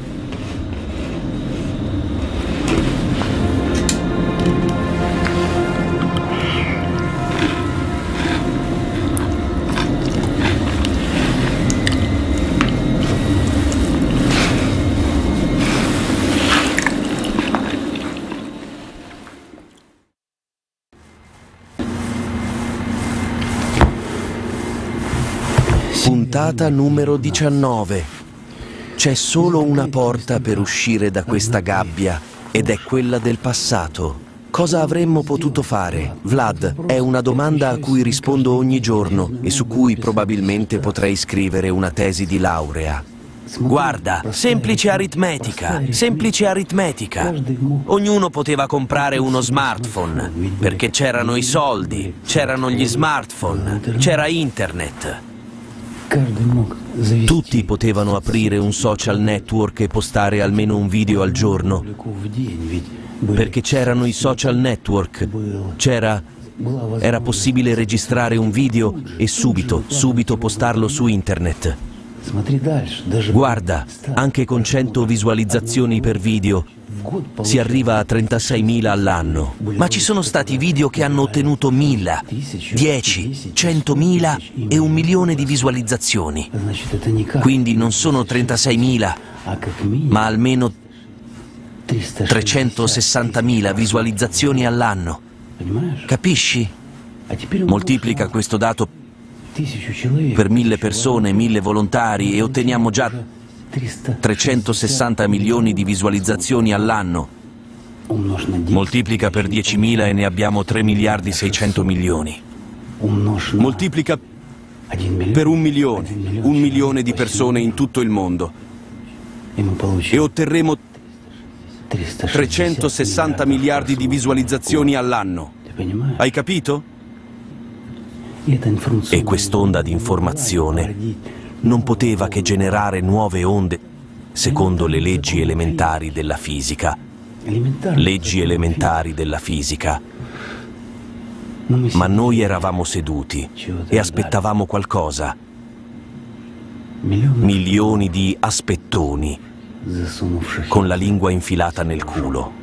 Puntata numero diciannove. C'è solo una porta per uscire da questa gabbia ed è quella del passato. Cosa avremmo potuto fare? Vlad, è una domanda a cui rispondo ogni giorno e su cui probabilmente potrei scrivere una tesi di laurea. Guarda, semplice aritmetica, semplice aritmetica. Ognuno poteva comprare uno smartphone, perché c'erano i soldi, c'erano gli smartphone, c'era internet. Tutti potevano aprire un social network e postare almeno un video al giorno, perché c'erano i social network, c'era... era possibile registrare un video e subito, subito postarlo su internet. Guarda, anche con cento visualizzazioni per video si arriva a trentaseimila all'anno. Ma ci sono stati video che hanno ottenuto mille, dieci, centomila e un milione di visualizzazioni. Quindi non sono trentaseimila, ma almeno trecentosessantamila visualizzazioni all'anno. Capisci? Moltiplica questo dato per mille persone, mille volontari e otteniamo già trecentosessanta milioni di visualizzazioni all'anno. Moltiplica per diecimila e ne abbiamo tre miliardi seicento milioni. Moltiplica per un milione, un milione di persone in tutto il mondo e otterremo trecentosessanta miliardi di visualizzazioni all'anno. Hai capito? E quest'onda di informazione non poteva che generare nuove onde secondo le leggi elementari della fisica. Leggi elementari della fisica. Ma noi eravamo seduti e aspettavamo qualcosa. Milioni di aspettoni con la lingua infilata nel culo.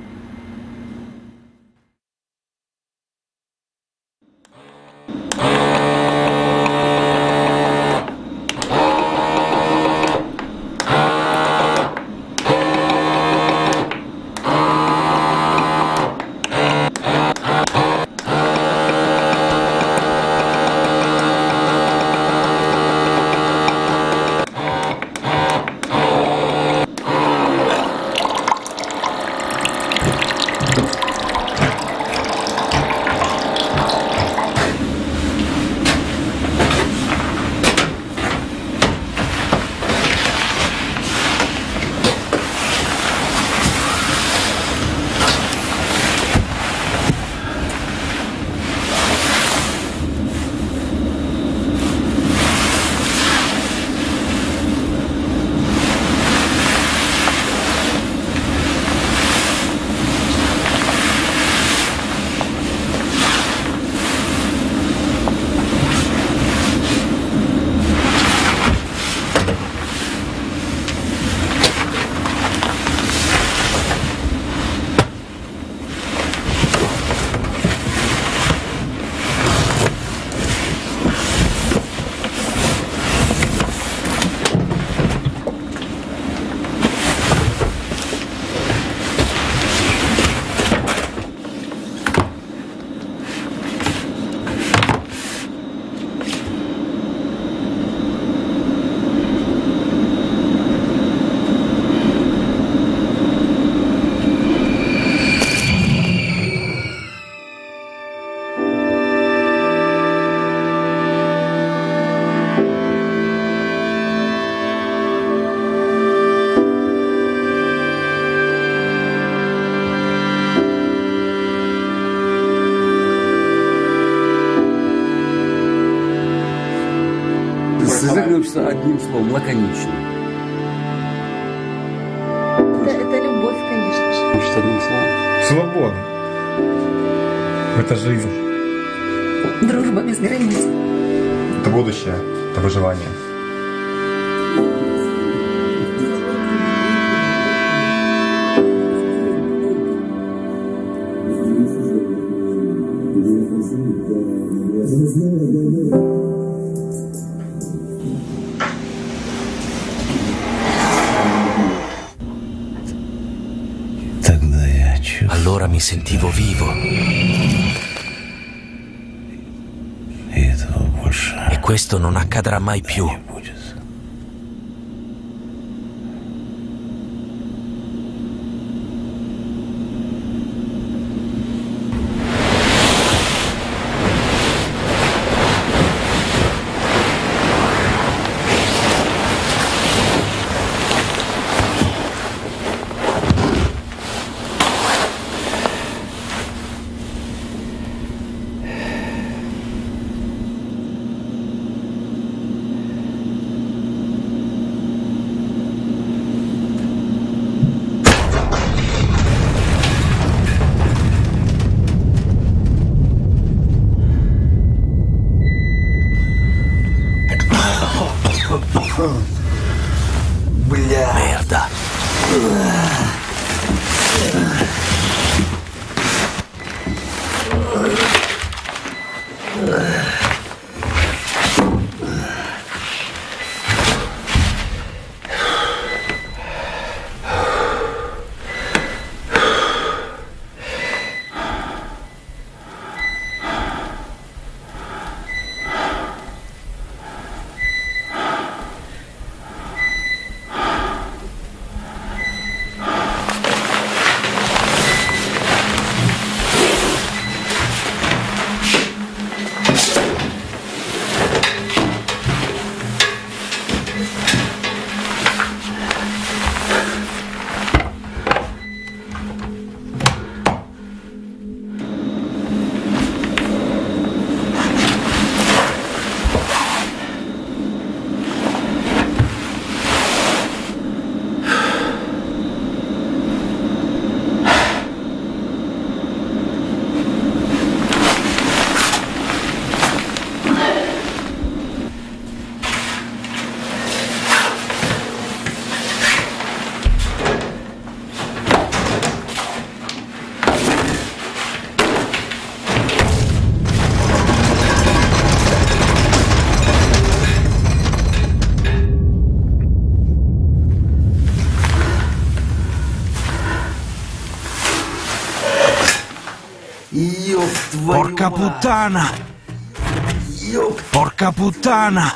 Заканчивается одним словом, лаконично. Это, это любовь, конечно же. Значит, одним словом. Свобода. Это жизнь. Дружба без границ. Это будущее, это выживание. Allora mi sentivo vivo. E questo non accadrà mai più. Merda. Porca puttana! Porca puttana!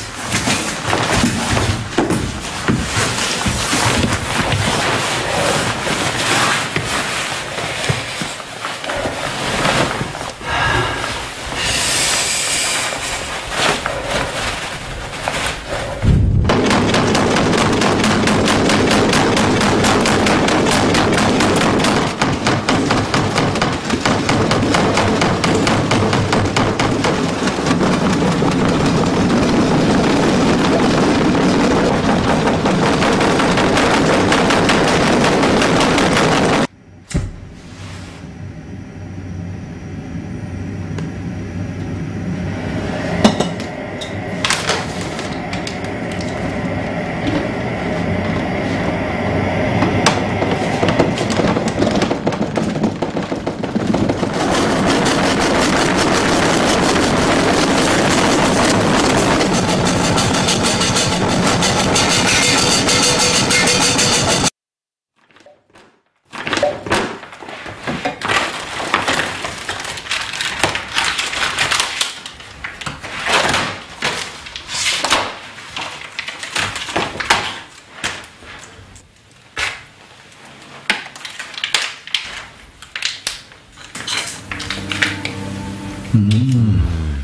Mm.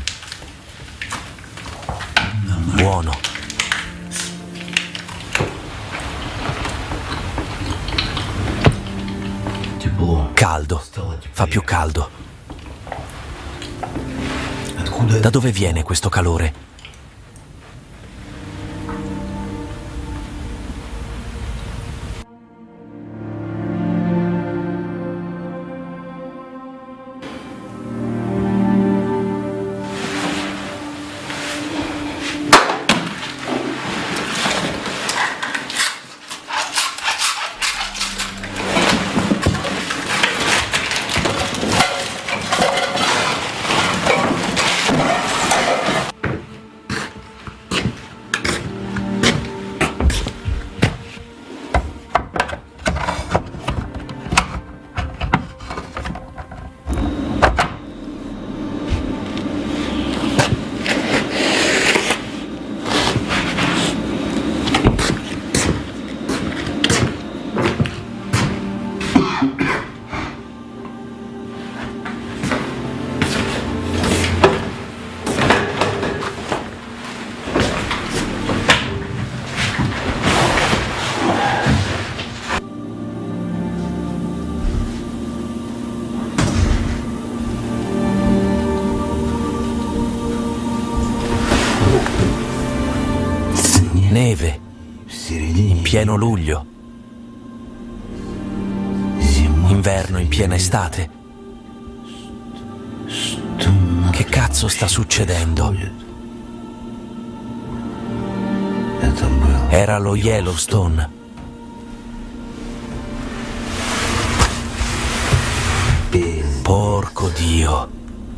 Buono. Caldo. Fa più caldo. Da dove viene questo calore? Neve, in pieno luglio, inverno in piena estate. Che cazzo sta succedendo? Era lo Yellowstone. Porco Dio.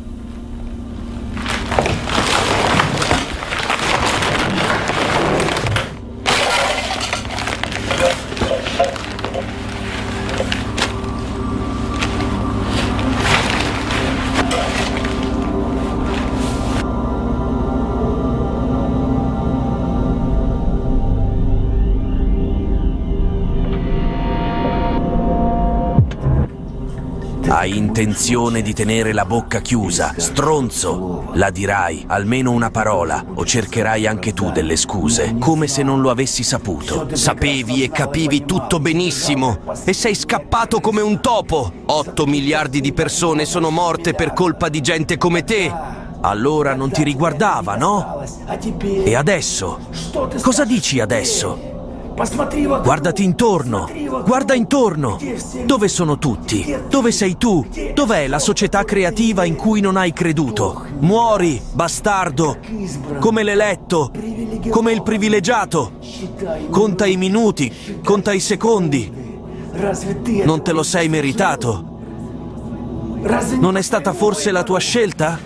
Hai intenzione di tenere la bocca chiusa, stronzo! La dirai, almeno una parola, o cercherai anche tu delle scuse, come se non lo avessi saputo. Sapevi e capivi tutto benissimo, e sei scappato come un topo! Otto miliardi di persone sono morte per colpa di gente come te! Allora non ti riguardava, no? E adesso? Cosa dici adesso? Guardati intorno, guarda intorno. Dove sono tutti? Dove sei tu? Dov'è la società creativa in cui non hai creduto? Muori, bastardo, come l'eletto, come il privilegiato. Conta i minuti, conta i secondi. Non te lo sei meritato? Non è stata forse la tua scelta?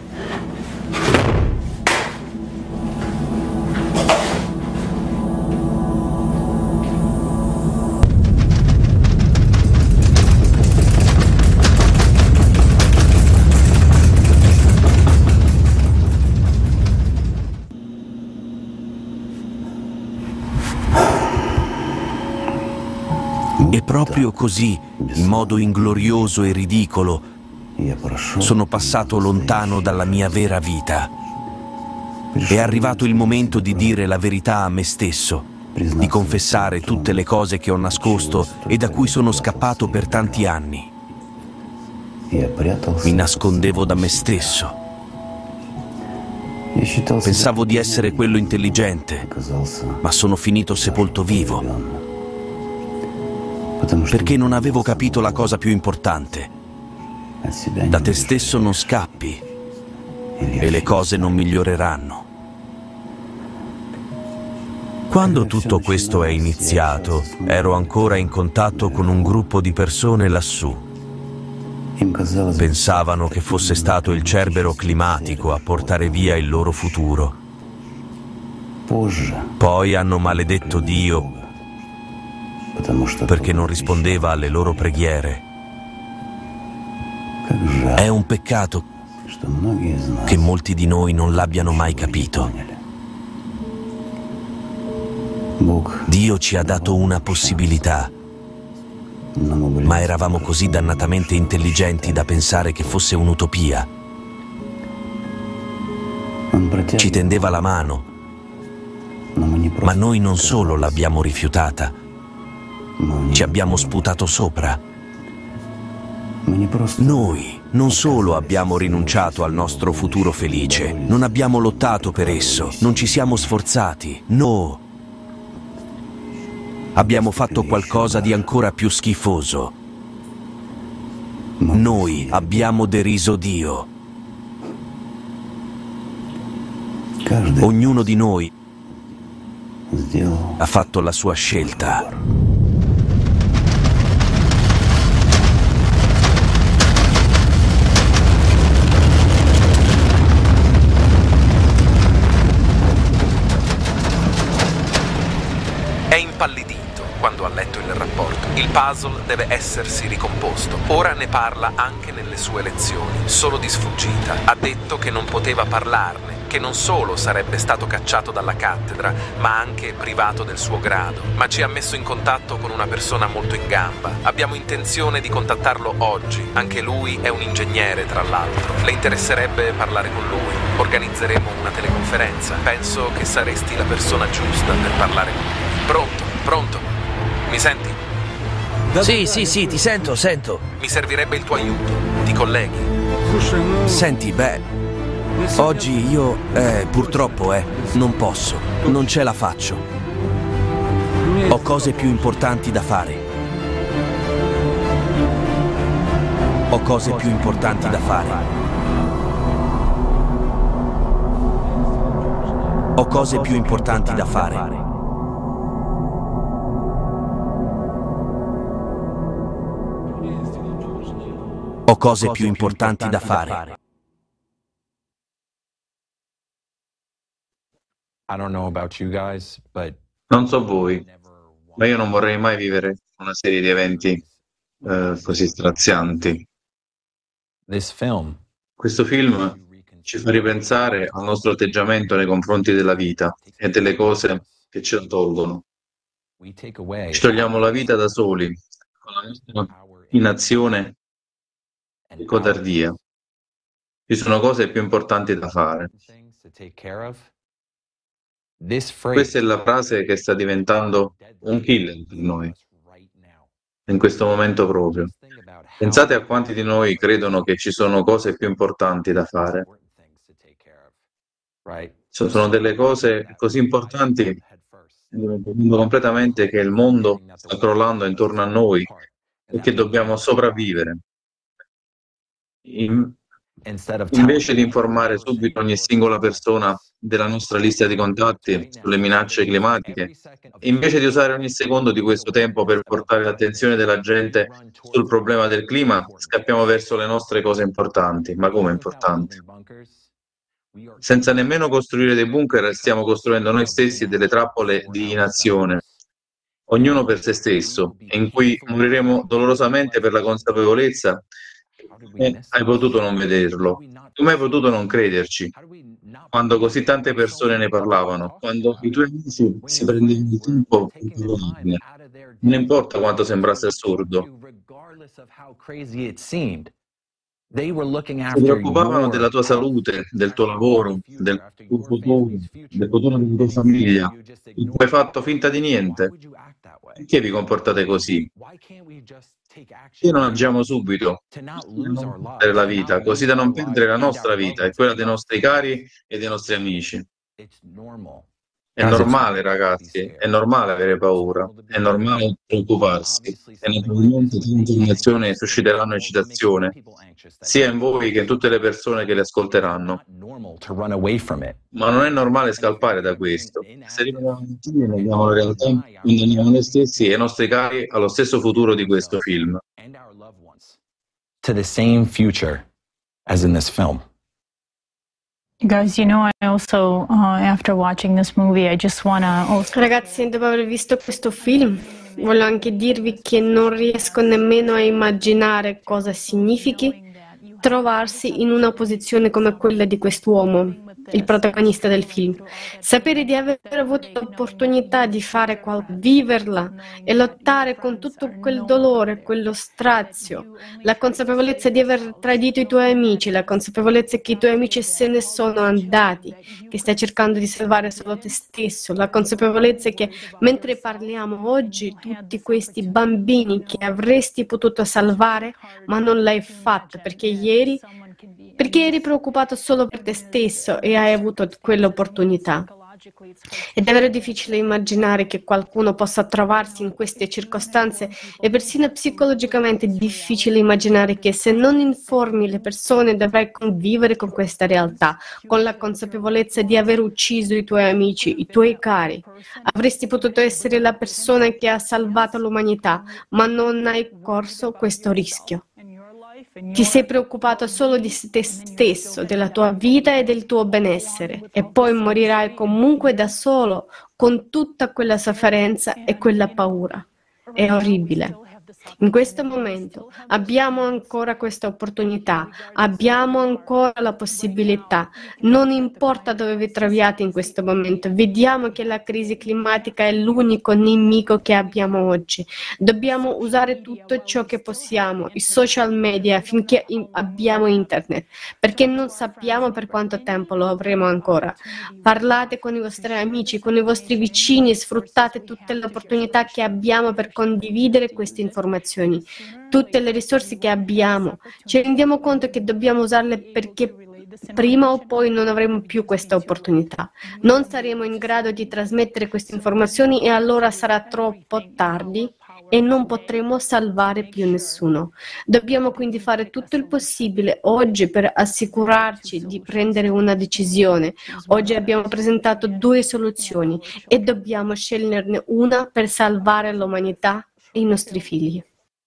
proprio così, in modo inglorioso e ridicolo, sono passato lontano dalla mia vera vita. È arrivato il momento di dire la verità a me stesso, di confessare tutte le cose che ho nascosto e da cui sono scappato per tanti anni. Mi nascondevo da me stesso. Pensavo di essere quello intelligente, ma sono finito sepolto vivo, perché non avevo capito la cosa più importante. Da te stesso non scappi e le cose non miglioreranno. Quando tutto questo è iniziato, ero ancora in contatto con un gruppo di persone lassù. Pensavano che fosse stato il Cerbero climatico a portare via il loro futuro. Poi hanno maledetto Dio perché non rispondeva alle loro preghiere. È un peccato che molti di noi non l'abbiano mai capito. Dio ci ha dato una possibilità, ma eravamo così dannatamente intelligenti da pensare che fosse un'utopia. Ci tendeva la mano, ma noi non solo l'abbiamo rifiutata, ci abbiamo sputato sopra. Noi non solo abbiamo rinunciato al nostro futuro felice, non abbiamo lottato per esso, non ci siamo sforzati, no! Abbiamo fatto qualcosa di ancora più schifoso. Noi abbiamo deriso Dio. Ognuno di noi ha fatto la sua scelta. È impallidito quando ha letto il rapporto. Il puzzle deve essersi ricomposto. Ora ne parla anche nelle sue lezioni, solo di sfuggita. Ha detto che non poteva parlarne, che non solo sarebbe stato cacciato dalla cattedra, ma anche privato del suo grado. Ma ci ha messo in contatto con una persona molto in gamba. Abbiamo intenzione di contattarlo oggi. Anche lui è un ingegnere, tra l'altro. Le interesserebbe parlare con lui. Organizzeremo una teleconferenza. Penso che saresti la persona giusta per parlare con lui. Pronto, pronto. Mi senti? Sì, sì, sì, ti sento, sento. Mi servirebbe il tuo aiuto. Ti colleghi? Senti, beh, oggi io, eh, purtroppo, eh, non posso. Non ce la faccio. Ho cose più importanti da fare. Ho cose più importanti da fare. Ho cose più importanti da fare. Ho cose più importanti da fare. Non so voi, ma io non vorrei mai vivere una serie di eventi eh, così strazianti. Questo film ci fa ripensare al nostro atteggiamento nei confronti della vita e delle cose che ce la tolgono. Ci togliamo la vita da soli, con la nostra inazione e codardia. Ci sono cose più importanti da fare. Questa è la frase che sta diventando un killer per noi, in questo momento proprio. Pensate a quanti di noi credono che ci sono cose più importanti da fare. Sono delle cose così importanti, completamente, che il mondo sta crollando intorno a noi e che dobbiamo sopravvivere. In, invece di informare subito ogni singola persona della nostra lista di contatti sulle minacce climatiche, invece di usare ogni secondo di questo tempo per portare l'attenzione della gente sul problema del clima, scappiamo verso le nostre cose importanti. Ma come importanti? Senza nemmeno costruire dei bunker, stiamo costruendo noi stessi delle trappole di inazione, ognuno per se stesso, in cui moriremo dolorosamente per la consapevolezza. Eh, hai potuto non vederlo, come hai potuto non crederci quando così tante persone ne parlavano, quando i tuoi amici si prendevano il tempo per parlarne, Non importa quanto sembrasse assurdo. Si preoccupavano della tua salute, del tuo lavoro, del tuo futuro, del futuro della tua famiglia. Tu hai fatto finta di niente. Perché vi comportate così? Perché non agiamo subito per non perdere la vita, così da non perdere la nostra vita e quella dei nostri cari e dei nostri amici? È normale, ragazzi, è normale avere paura, è normale preoccuparsi e naturalmente tante informazioni susciteranno eccitazione, sia in voi che in tutte le persone che le ascolteranno. Ma non è normale scappare da questo. Se rimaniamo attivi, neghiamo la realtà, condanniamo noi stessi e i nostri cari allo stesso futuro di questo film. To the same future as in this film. Guys, you know, I also, uh, after watching this movie, I just wanna also... Ragazzi, dopo aver visto questo film, voglio anche dirvi che non riesco nemmeno a immaginare cosa significhi trovarsi in una posizione come quella di quest'uomo, il protagonista del film. Sapere di aver avuto l'opportunità di fare qualcosa, viverla e lottare con tutto quel dolore, quello strazio, la consapevolezza di aver tradito i tuoi amici, la consapevolezza che i tuoi amici se ne sono andati, che stai cercando di salvare solo te stesso, la consapevolezza che mentre parliamo oggi tutti questi bambini che avresti potuto salvare ma non l'hai fatto perché ieri perché eri preoccupato solo per te stesso e hai avuto quell'opportunità. È davvero difficile immaginare che qualcuno possa trovarsi in queste circostanze e persino psicologicamente difficile immaginare che se non informi le persone dovrai convivere con questa realtà, con la consapevolezza di aver ucciso i tuoi amici, i tuoi cari. Avresti potuto essere la persona che ha salvato l'umanità, ma non hai corso questo rischio. Ti sei preoccupato solo di te stesso, della tua vita e del tuo benessere e poi morirai comunque da solo con tutta quella sofferenza e quella paura. È orribile. In questo momento abbiamo ancora questa opportunità, abbiamo ancora la possibilità. Non importa dove vi troviate in questo momento, vediamo che la crisi climatica è l'unico nemico che abbiamo oggi. Dobbiamo usare tutto ciò che possiamo, i social media, finché in- abbiamo internet, perché non sappiamo per quanto tempo lo avremo ancora. Parlate con i vostri amici, con i vostri vicini, sfruttate tutte le opportunità che abbiamo per condividere queste informazioni. Tutte le risorse che abbiamo, ci rendiamo conto che dobbiamo usarle perché prima o poi non avremo più questa opportunità. Non saremo in grado di trasmettere queste informazioni e allora sarà troppo tardi e non potremo salvare più nessuno. Dobbiamo quindi fare tutto il possibile oggi per assicurarci di prendere una decisione. Oggi abbiamo presentato due soluzioni e dobbiamo sceglierne una per salvare l'umanità e i nostri figli.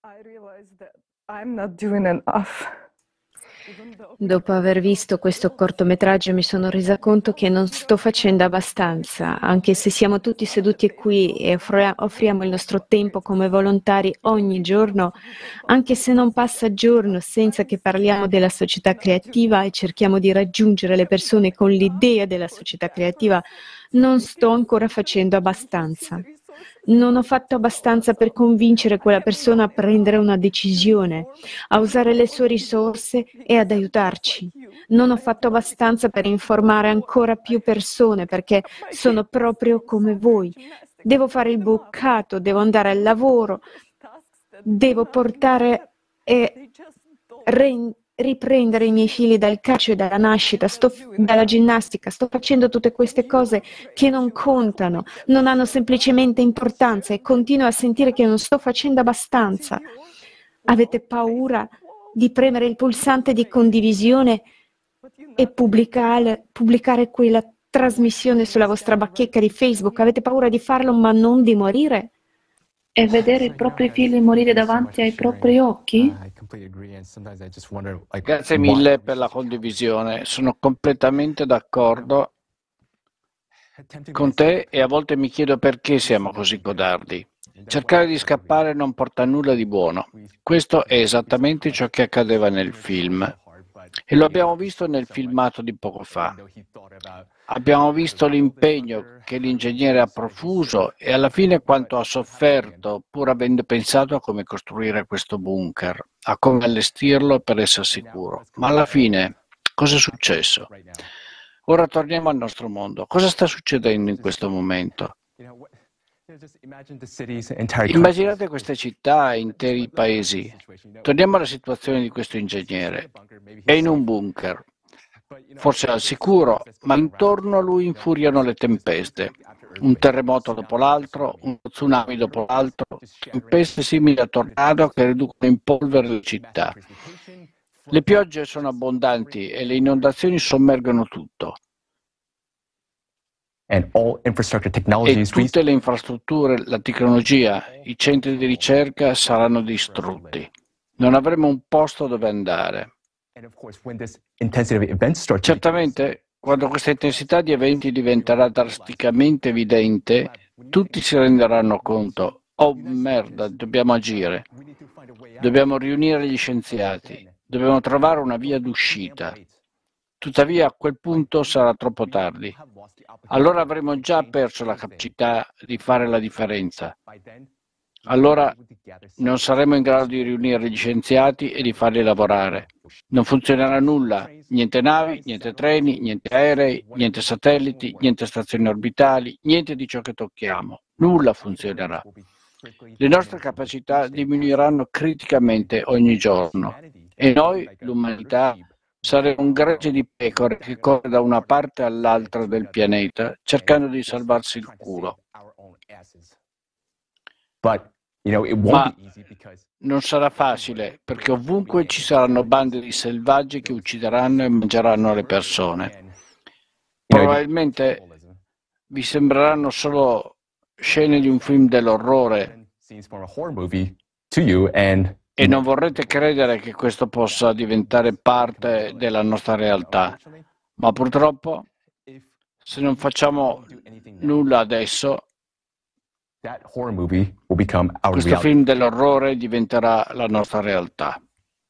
Dopo aver visto questo cortometraggio mi sono resa conto che non sto facendo abbastanza, anche se siamo tutti seduti qui e offriamo il nostro tempo come volontari ogni giorno, anche se non passa giorno senza che parliamo della società creativa e cerchiamo di raggiungere le persone con l'idea della società creativa, non sto ancora facendo abbastanza. Non ho fatto abbastanza per convincere quella persona a prendere una decisione, a usare le sue risorse e ad aiutarci. Non ho fatto abbastanza per informare ancora più persone perché sono proprio come voi. Devo fare il boccato, devo andare al lavoro, devo portare e rendere riprendere i miei figli dal calcio e dalla nascita, sto, dalla ginnastica, sto facendo tutte queste cose che non contano, non hanno semplicemente importanza e continuo a sentire che non sto facendo abbastanza. Avete paura di premere il pulsante di condivisione e pubblicare, pubblicare quella trasmissione sulla vostra bacheca di Facebook? Avete paura di farlo ma non di morire? E vedere i propri figli morire davanti ai propri occhi? Grazie mille per la condivisione, sono completamente d'accordo con te e a volte mi chiedo perché siamo così codardi. Cercare di scappare non porta a nulla di buono. Questo è esattamente ciò che accadeva nel film. E lo abbiamo visto nel filmato di poco fa. Abbiamo visto l'impegno che l'ingegnere ha profuso e alla fine quanto ha sofferto pur avendo pensato a come costruire questo bunker, a come allestirlo per essere sicuro. Ma alla fine cosa è successo? Ora torniamo al nostro mondo. Cosa sta succedendo in questo momento? Immaginate queste città e interi paesi. Torniamo alla situazione di questo ingegnere. È in un bunker, forse al sicuro, ma intorno a lui infuriano le tempeste. Un terremoto dopo l'altro, un tsunami dopo l'altro, tempeste simili a tornado che riducono in polvere le città. Le piogge sono abbondanti e le inondazioni sommergono tutto. And all infrastructure E technologies, tutte le infrastrutture, la tecnologia, i centri di ricerca saranno distrutti. Non avremo un posto dove andare. and of course, when this intensity of events starts to Certamente, quando questa intensità di eventi diventerà drasticamente evidente, tutti si renderanno conto, oh merda, dobbiamo agire, dobbiamo riunire gli scienziati, dobbiamo trovare una via d'uscita. Tuttavia a quel punto sarà troppo tardi. Allora avremo già perso la capacità di fare la differenza. Allora non saremo in grado di riunire gli scienziati e di farli lavorare. Non funzionerà nulla, niente navi, niente treni, niente aerei, niente satelliti, niente stazioni orbitali, niente di ciò che tocchiamo. Nulla funzionerà. Le nostre capacità diminuiranno criticamente ogni giorno e noi, l'umanità, saremo un gregge di pecore che corre da una parte all'altra del pianeta cercando di salvarsi il culo. But, you know, it won't Ma be easy because non sarà facile perché ovunque ci saranno bande di selvaggi che uccideranno e mangeranno le persone. Probabilmente vi sembreranno solo scene di un film dell'orrore scenes from a horror movie to you, and e non vorrete credere che questo possa diventare parte della nostra realtà. Ma purtroppo, se non facciamo nulla adesso, that horror movie will become our questo reality. film dell'orrore diventerà la nostra realtà.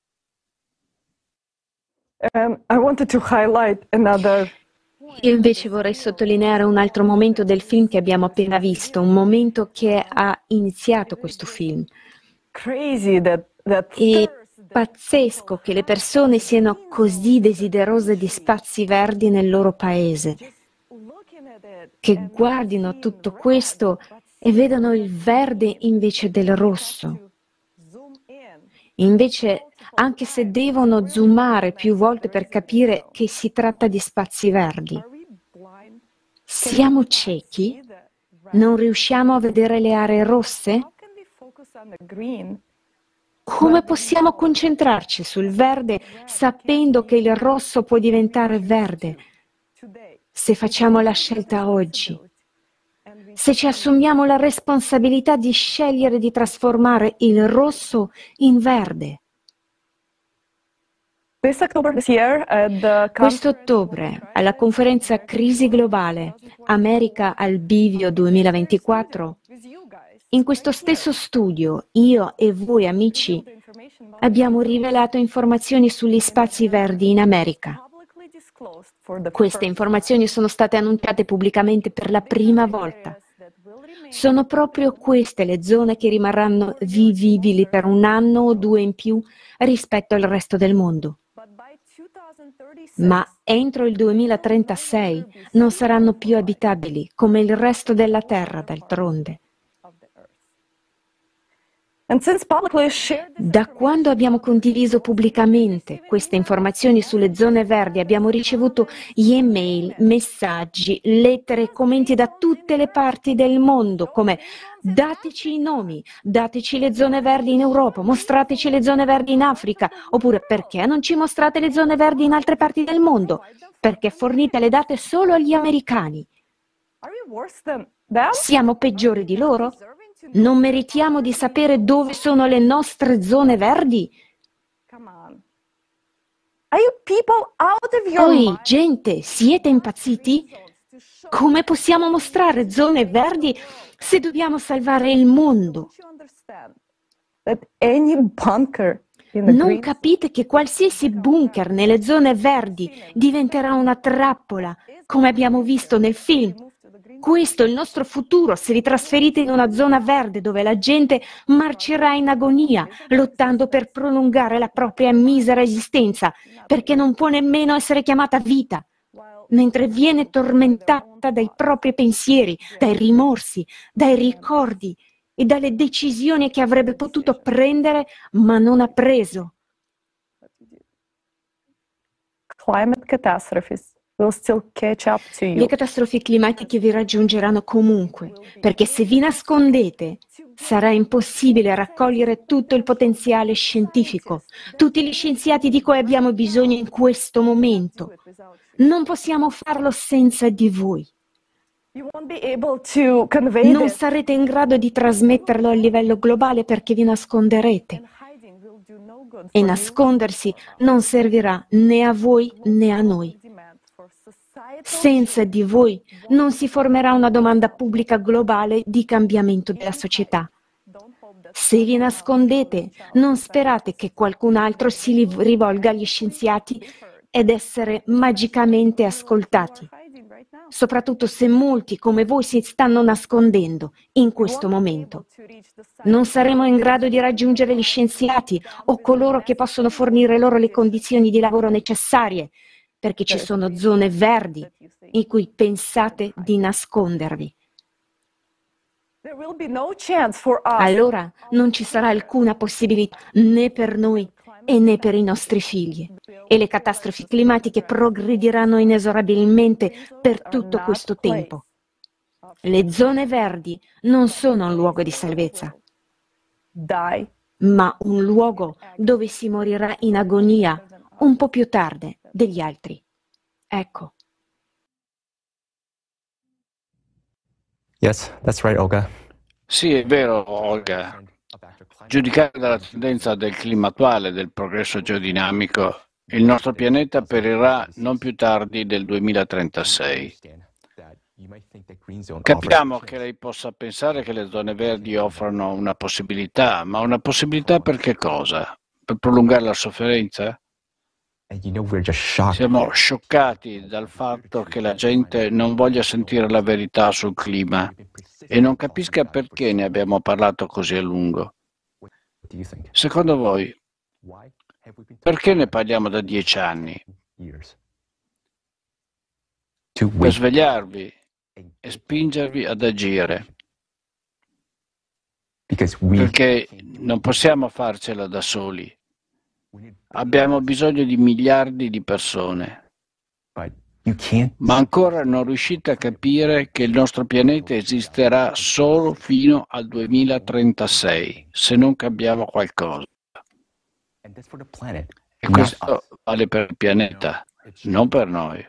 Um, I wanted to highlight another. Io invece vorrei sottolineare un altro momento del film che abbiamo appena visto, un momento che ha iniziato questo film. Crazy that, that È pazzesco che le persone siano così desiderose di spazi verdi nel loro paese, che guardino tutto questo e vedano il verde invece del rosso. Invece, anche se devono zoomare più volte per capire che si tratta di spazi verdi, siamo ciechi? Non riusciamo a vedere le aree rosse? Come possiamo concentrarci sul verde sapendo che il rosso può diventare verde? Se facciamo la scelta oggi, se ci assumiamo la responsabilità di scegliere di trasformare il rosso in verde. Questo ottobre, alla conferenza Crisi Globale, America al Bivio duemilaventiquattro, in questo stesso studio, io e voi amici, abbiamo rivelato informazioni sugli spazi verdi in America. Queste informazioni sono state annunciate pubblicamente per la prima volta. Sono proprio queste le zone che rimarranno vivibili per un anno o due in più rispetto al resto del mondo. Ma entro il duemilatrentasei non saranno più abitabili, come il resto della Terra, d'altronde. Da quando abbiamo condiviso pubblicamente queste informazioni sulle zone verdi, abbiamo ricevuto email, messaggi, lettere e commenti da tutte le parti del mondo, come dateci i nomi, dateci le zone verdi in Europa, mostrateci le zone verdi in Africa, oppure perché non ci mostrate le zone verdi in altre parti del mondo? Perché fornite le date solo agli americani. Siamo peggiori di loro? Non meritiamo di sapere dove sono le nostre zone verdi? Oi, gente, siete impazziti? Come possiamo mostrare zone verdi se dobbiamo salvare il mondo? Non capite che qualsiasi bunker nelle zone verdi diventerà una trappola, come abbiamo visto nel film? Questo è il nostro futuro se vi trasferite in una zona verde dove la gente marcerà in agonia, lottando per prolungare la propria misera esistenza, perché non può nemmeno essere chiamata vita, mentre viene tormentata dai propri pensieri, dai rimorsi, dai ricordi e dalle decisioni che avrebbe potuto prendere ma non ha preso. Climate catastrophes will still catch up to you. Le catastrofi climatiche vi raggiungeranno comunque, perché se vi nascondete sarà impossibile raccogliere tutto il potenziale scientifico, tutti gli scienziati di cui abbiamo bisogno in questo momento. Non possiamo farlo senza di voi. Non sarete in grado di trasmetterlo a livello globale perché vi nasconderete. E nascondersi non servirà né a voi né a noi. Senza di voi non si formerà una domanda pubblica globale di cambiamento della società. Se vi nascondete, non sperate che qualcun altro si rivolga agli scienziati ed essere magicamente ascoltati. Soprattutto se molti come voi si stanno nascondendo in questo momento. Non saremo in grado di raggiungere gli scienziati o coloro che possono fornire loro le condizioni di lavoro necessarie, perché ci sono zone verdi in cui pensate di nascondervi. Allora non ci sarà alcuna possibilità né per noi e né per i nostri figli. E le catastrofi climatiche progrediranno inesorabilmente per tutto questo tempo. Le zone verdi non sono un luogo di salvezza, ma un luogo dove si morirà in agonia un po' più tardi degli altri. Ecco. Yes, that's right, Olga. Sì, è vero, Olga. Giudicare dalla tendenza del clima attuale, del progresso geodinamico, il nostro pianeta perirà non più tardi del duemilatrentasei. Capiamo che lei possa pensare che le zone verdi offrono una possibilità, ma una possibilità per che cosa? Per prolungare la sofferenza? Siamo scioccati dal fatto che la gente non voglia sentire la verità sul clima e non capisca perché ne abbiamo parlato così a lungo. Secondo voi, perché ne parliamo da dieci anni? Per svegliarvi e spingervi ad agire. Perché non possiamo farcela da soli. Abbiamo bisogno di miliardi di persone. Ma ancora non riuscite a capire che il nostro pianeta esisterà solo fino al duemilatrentasei, se non cambiamo qualcosa. E questo vale per il pianeta, non per noi.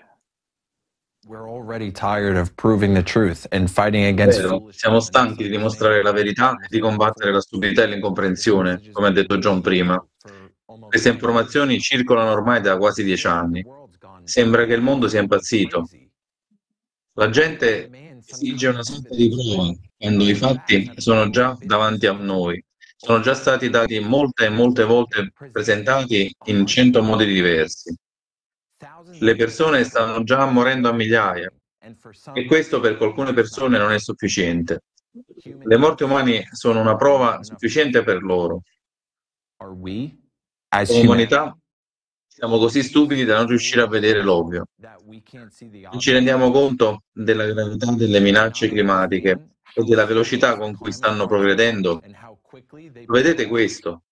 Vero, siamo stanchi di dimostrare la verità e di combattere la stupidità e l'incomprensione, come ha detto John prima. Queste informazioni circolano ormai da quasi dieci anni. Sembra che il mondo sia impazzito. La gente esige una sorta di prova, quando i fatti sono già davanti a noi. Sono già stati dati molte e molte volte, presentati in cento modi diversi. Le persone stanno già morendo a migliaia e questo per alcune persone non è sufficiente. Le morti umane sono una prova sufficiente per loro. Come umanità siamo così stupidi da non riuscire a vedere l'ovvio. Non ci rendiamo conto della gravità delle minacce climatiche e della velocità con cui stanno progredendo. Vedete questo?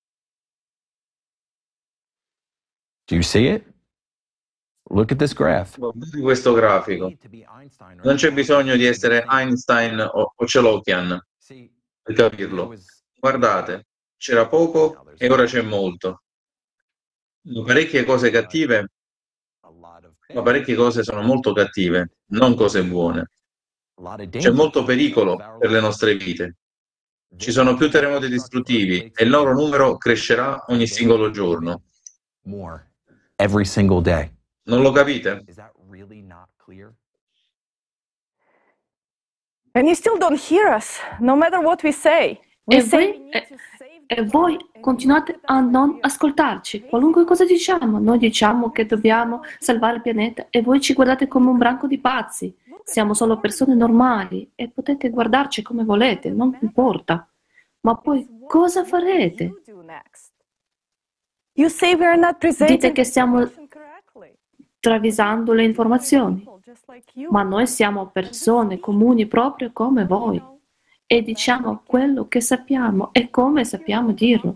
Do you see it? Look at this graph. Guardate questo grafico. Non c'è bisogno di essere Einstein o, o Colokian per capirlo. Guardate, c'era poco e ora c'è molto. Ma parecchie cose cattive, ma parecchie cose sono molto cattive, non cose buone. C'è molto pericolo per le nostre vite. Ci sono più terremoti distruttivi e il loro numero crescerà ogni singolo giorno. Every single day. Non lo capite? And you still don't hear us, no matter what we say. We E say voi, e, e voi continuate a non ascoltarci. Qualunque cosa diciamo, noi diciamo che dobbiamo salvare il pianeta e voi ci guardate come un branco di pazzi. Siamo solo persone normali e potete guardarci come volete, non importa. Ma poi cosa farete? Dite che stiamo travisando le informazioni, ma noi siamo persone comuni proprio come voi e diciamo quello che sappiamo e come sappiamo dirlo.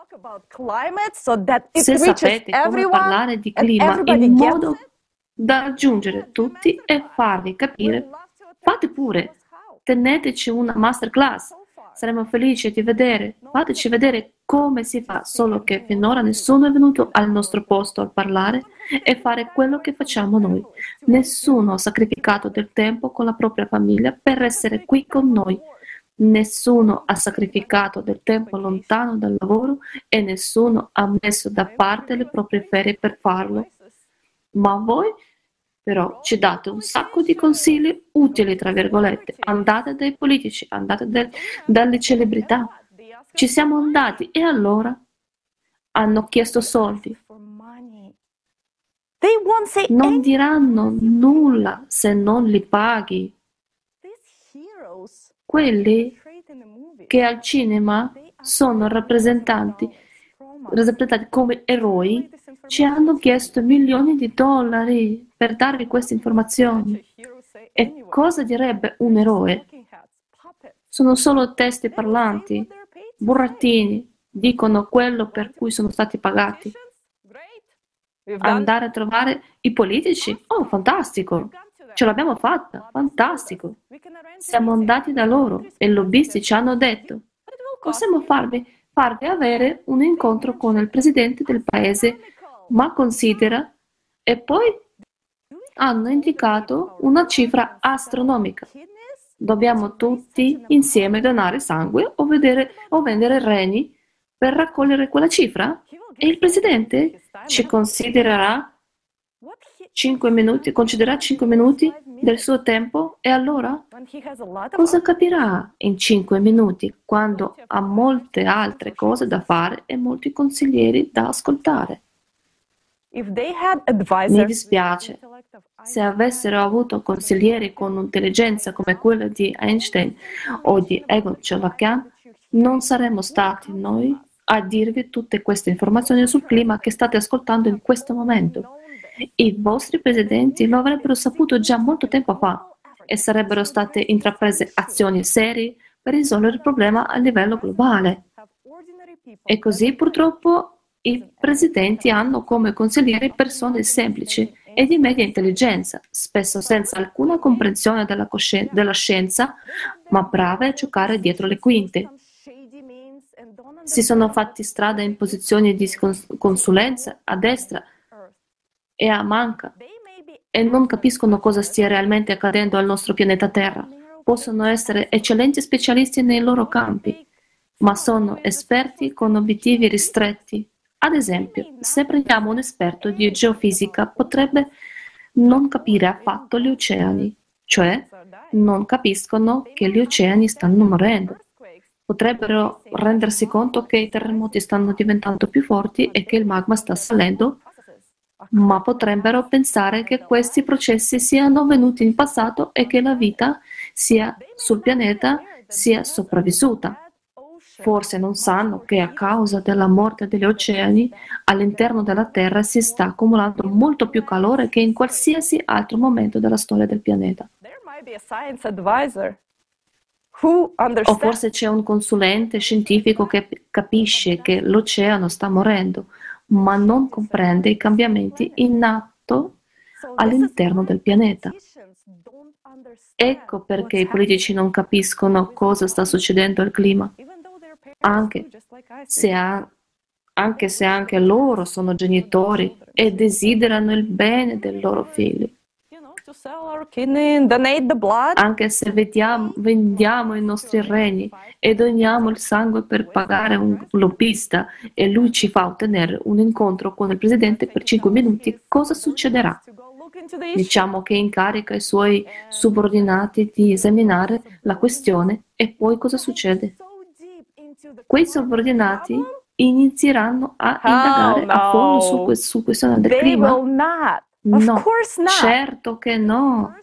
Se sapete come parlare di clima in modo da raggiungere tutti e farvi capire, fate pure, teneteci una masterclass. Saremo felici di vedere, fateci vedere come si fa, solo che finora nessuno è venuto al nostro posto a parlare e fare quello che facciamo noi. Nessuno ha sacrificato del tempo con la propria famiglia per essere qui con noi. Nessuno ha sacrificato del tempo lontano dal lavoro e nessuno ha messo da parte le proprie ferie per farlo. Ma voi però ci date un sacco di consigli utili, tra virgolette. Andate dai politici, andate dal, dalle celebrità. Ci siamo andati e allora hanno chiesto soldi. Non diranno nulla se non li paghi. Quelli che al cinema sono rappresentanti, rappresentati come eroi ci hanno chiesto milioni di dollari per darvi queste informazioni. E cosa direbbe un eroe? Sono solo testi parlanti, burattini, dicono quello per cui sono stati pagati. Andare a trovare i politici? Oh, fantastico! Ce l'abbiamo fatta, fantastico! Siamo andati da loro e i lobbisti ci hanno detto: possiamo farvi, farvi avere un incontro con il presidente del paese, ma considera, e poi hanno indicato una cifra astronomica. Dobbiamo tutti insieme donare sangue o, vedere, o vendere reni per raccogliere quella cifra? E il presidente ci considererà cinque minuti, considererà cinque minuti del suo tempo e allora cosa capirà in cinque minuti quando ha molte altre cose da fare e molti consiglieri da ascoltare? Mi dispiace. Se avessero avuto consiglieri con intelligenza come quella di Einstein o di Egon Ciovakian, non saremmo stati noi a dirvi tutte queste informazioni sul clima che state ascoltando in questo momento. I vostri presidenti lo avrebbero saputo già molto tempo fa e sarebbero state intraprese azioni serie per risolvere il problema a livello globale. E così purtroppo i presidenti hanno come consiglieri persone semplici e di media intelligenza, spesso senza alcuna comprensione della, cosci- della scienza, ma brave a giocare dietro le quinte. Si sono fatti strada in posizioni di cons- consulenza a destra e a manca e non capiscono cosa stia realmente accadendo al nostro pianeta Terra. Possono essere eccellenti specialisti nei loro campi, ma sono esperti con obiettivi ristretti. Ad esempio, se prendiamo un esperto di geofisica, potrebbe non capire affatto gli oceani, cioè non capiscono che gli oceani stanno morendo. Potrebbero rendersi conto che i terremoti stanno diventando più forti e che il magma sta salendo, ma potrebbero pensare che questi processi siano avvenuti in passato e che la vita sia sul pianeta sia sopravvissuta. Forse non sanno che a causa della morte degli oceani all'interno della Terra si sta accumulando molto più calore che in qualsiasi altro momento della storia del pianeta. O forse c'è un consulente scientifico che capisce che l'oceano sta morendo, ma non comprende i cambiamenti in atto all'interno del pianeta. Ecco perché i politici non capiscono cosa sta succedendo al clima. Anche se, ha, anche se anche loro sono genitori e desiderano il bene dei loro figli. Anche se vediamo, vendiamo i nostri reni e doniamo il sangue per pagare un lobbista e lui ci fa ottenere un incontro con il presidente per cinque minuti, cosa succederà? Diciamo che incarica i suoi subordinati di esaminare la questione e poi cosa succede? quei subordinati inizieranno a indagare a fondo su, que- su questione del clima? No, certo che no.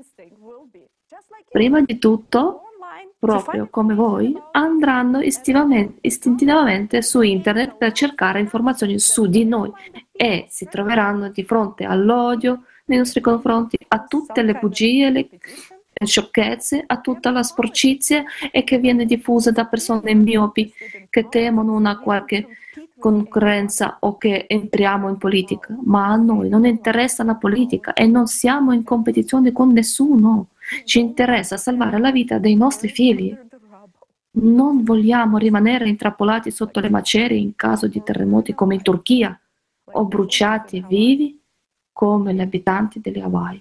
Prima di tutto, proprio come voi, andranno istintivamente su internet per cercare informazioni su di noi e si troveranno di fronte all'odio nei nostri confronti, a tutte le bugie, le sciocchezze, a tutta la sporcizia e che viene diffusa da persone miopi che temono una qualche concorrenza o che entriamo in politica. Ma a noi non interessa la politica e non siamo in competizione con nessuno. Ci interessa salvare la vita dei nostri figli. Non vogliamo rimanere intrappolati sotto le macerie in caso di terremoti come in Turchia o bruciati vivi come gli abitanti delle Hawaii.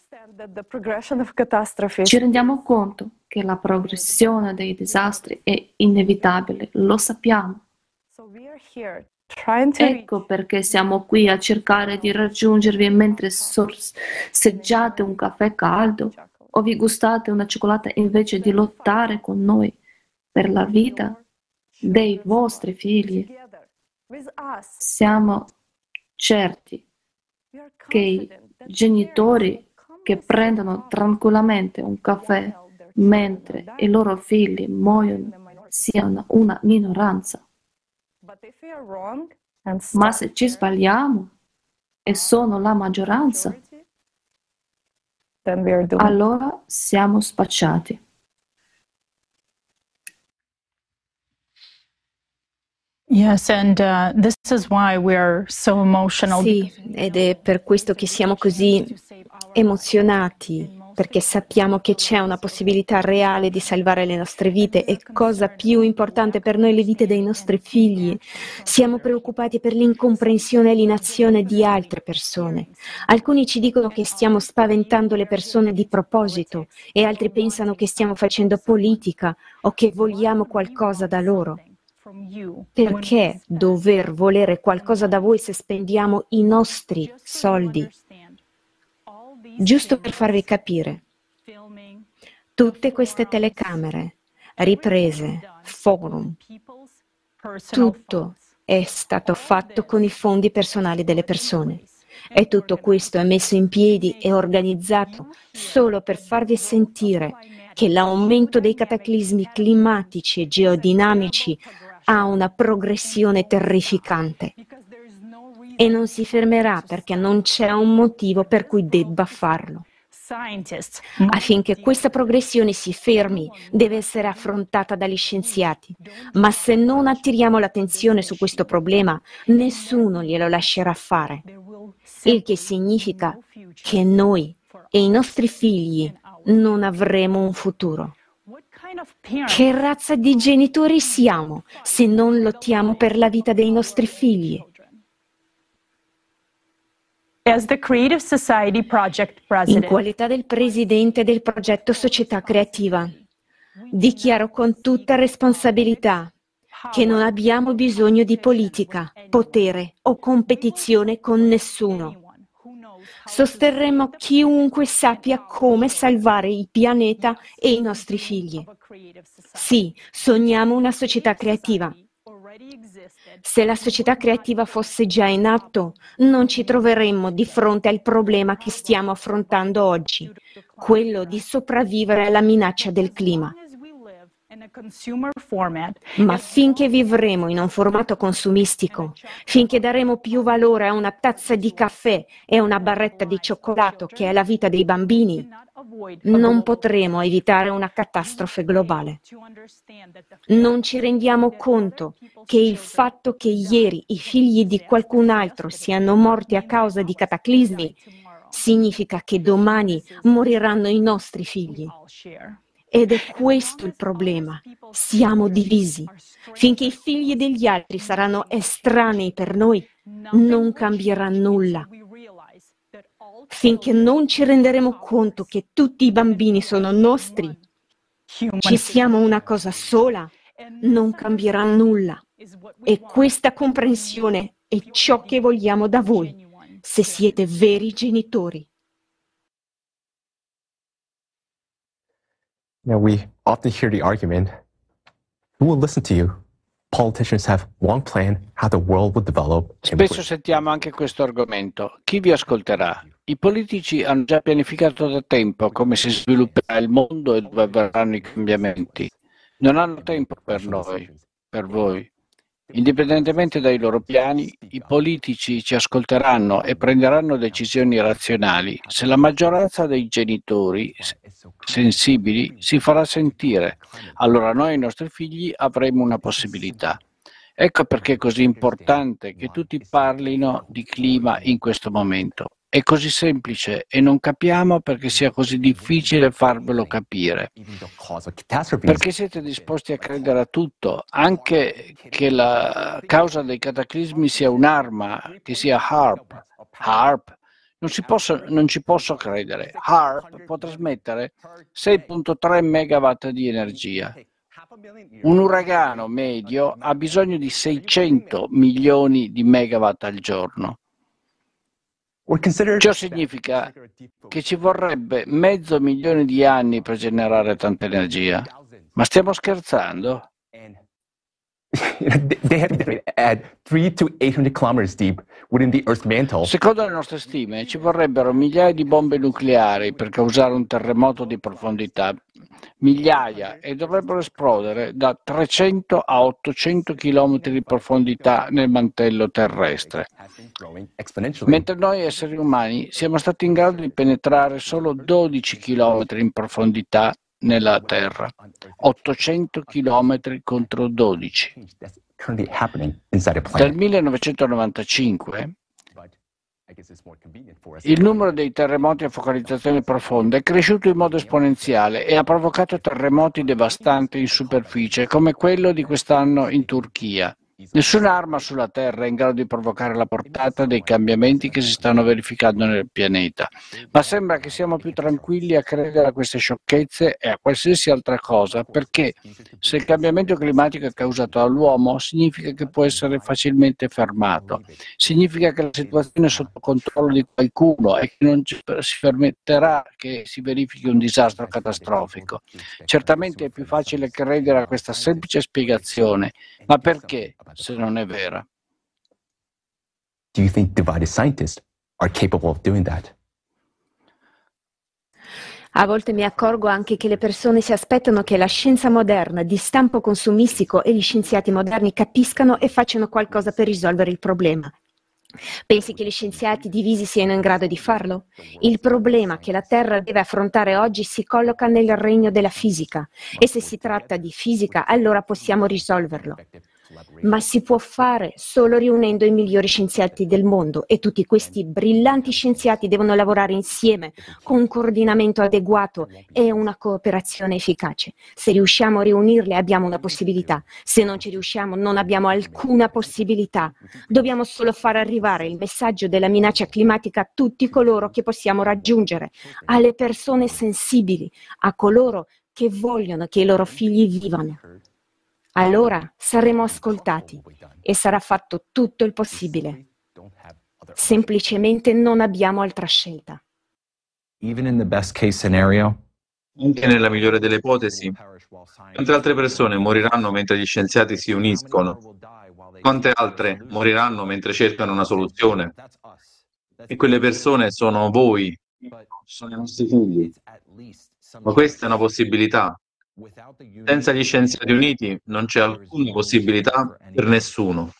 Ci rendiamo conto che la progressione dei disastri è inevitabile, lo sappiamo. Ecco perché siamo qui a cercare di raggiungervi mentre sorseggiate un caffè caldo o vi gustate una cioccolata invece di lottare con noi per la vita dei vostri figli. Siamo certi che i genitori che prendono tranquillamente un caffè mentre i loro figli muoiono siano una minoranza. Ma se ci sbagliamo e sono la maggioranza, allora siamo spacciati. Yes, and uh, this is why we are so emotional. Sì, ed è per questo che siamo così emozionati, perché sappiamo che c'è una possibilità reale di salvare le nostre vite e, cosa più importante per noi, le vite dei nostri figli. Siamo preoccupati per l'incomprensione e l'inazione di altre persone. Alcuni ci dicono che stiamo spaventando le persone di proposito e altri pensano che stiamo facendo politica o che vogliamo qualcosa da loro. Perché dover volere qualcosa da voi se spendiamo i nostri soldi? Giusto per farvi capire, tutte queste telecamere, riprese, forum, tutto è stato fatto con i fondi personali delle persone. E tutto questo è messo in piedi e organizzato solo per farvi sentire che l'aumento dei cataclismi climatici e geodinamici ha una progressione terrificante e non si fermerà perché non c'è un motivo per cui debba farlo. Affinché questa progressione si fermi, deve essere affrontata dagli scienziati. Ma se non attiriamo l'attenzione su questo problema, nessuno glielo lascerà fare. Il che significa che noi e i nostri figli non avremo un futuro. Che razza di genitori siamo se non lottiamo per la vita dei nostri figli? In qualità del presidente del progetto Società Creativa, dichiaro con tutta responsabilità che non abbiamo bisogno di politica, potere o competizione con nessuno. Sosterremo chiunque sappia come salvare il pianeta e i nostri figli. Sì, sogniamo una società creativa. Se la società creativa fosse già in atto, non ci troveremmo di fronte al problema che stiamo affrontando oggi, quello di sopravvivere alla minaccia del clima. Ma finché vivremo in un formato consumistico, finché daremo più valore a una tazza di caffè e a una barretta di cioccolato che è la vita dei bambini, non potremo evitare una catastrofe globale. Non ci rendiamo conto che il fatto che ieri i figli di qualcun altro siano morti a causa di cataclismi significa che domani moriranno i nostri figli. Ed è questo il problema. Siamo divisi. Finché i figli degli altri saranno estranei per noi, non cambierà nulla. Finché non ci renderemo conto che tutti i bambini sono nostri, ci siamo una cosa sola, non cambierà nulla. E questa comprensione è ciò che vogliamo da voi, se siete veri genitori. Now, we often hear the argument, who will listen to you? Spesso sentiamo anche questo argomento. Chi vi ascolterà? I politici hanno già pianificato da tempo come si svilupperà il mondo e dove avverranno i cambiamenti. Non hanno tempo per noi, per voi. Indipendentemente dai loro piani, i politici ci ascolteranno e prenderanno decisioni razionali se la maggioranza dei genitori sensibili si farà sentire. Allora noi e i nostri figli avremo una possibilità. Ecco perché è così importante che tutti parlino di clima in questo momento. È così semplice e non capiamo perché sia così difficile farvelo capire. Perché siete disposti a credere a tutto, anche che la causa dei cataclismi sia un'arma, che sia HAARP. HAARP? Non, si posso, non ci posso credere. HAARP può trasmettere sei virgola tre megawatt di energia. Un uragano medio ha bisogno di seicento milioni di megawatt al giorno. Ciò significa che ci vorrebbe mezzo milione di anni per generare tanta energia. Ma stiamo scherzando? Secondo le nostre stime ci vorrebbero migliaia di bombe nucleari per causare un terremoto di profondità, migliaia, e dovrebbero esplodere da trecento a ottocento chilometri di profondità nel mantello terrestre. Mentre noi esseri umani siamo stati in grado di penetrare solo dodici chilometri in profondità nella Terra, ottocento chilometri contro dodici. Dal millenovecentonovantacinque il numero dei terremoti a focalizzazione profonda è cresciuto in modo esponenziale e ha provocato terremoti devastanti in superficie, come quello di quest'anno in Turchia. Nessuna arma sulla Terra è in grado di provocare la portata dei cambiamenti che si stanno verificando nel pianeta, ma sembra che siamo più tranquilli a credere a queste sciocchezze e a qualsiasi altra cosa, perché se il cambiamento climatico è causato dall'uomo, significa che può essere facilmente fermato, significa che la situazione è sotto controllo di qualcuno e che non ci, si permetterà che si verifichi un disastro catastrofico. Certamente è più facile credere a questa semplice spiegazione, ma perché? Se non è vera. Do you think divided scientists are capable of doing that? A volte mi accorgo anche che le persone si aspettano che la scienza moderna di stampo consumistico e gli scienziati moderni capiscano e facciano qualcosa per risolvere il problema. Pensi che gli scienziati divisi siano in grado di farlo? Il problema che la Terra deve affrontare oggi si colloca nel regno della fisica e se si tratta di fisica allora possiamo risolverlo. Ma si può fare solo riunendo i migliori scienziati del mondo e tutti questi brillanti scienziati devono lavorare insieme con un coordinamento adeguato e una cooperazione efficace. Se riusciamo a riunirli abbiamo una possibilità, se non ci riusciamo non abbiamo alcuna possibilità. Dobbiamo solo far arrivare il messaggio della minaccia climatica a tutti coloro che possiamo raggiungere, alle persone sensibili, a coloro che vogliono che i loro figli vivano. Allora saremo ascoltati e sarà fatto tutto il possibile. Semplicemente non abbiamo altra scelta. Even in the best case scenario, anche nella migliore delle ipotesi, quante altre persone moriranno mentre gli scienziati si uniscono? Quante altre moriranno mentre cercano una soluzione? E quelle persone sono voi, sono i nostri figli. Ma questa è una possibilità. Senza gli scienziati uniti non c'è alcuna possibilità per nessuno.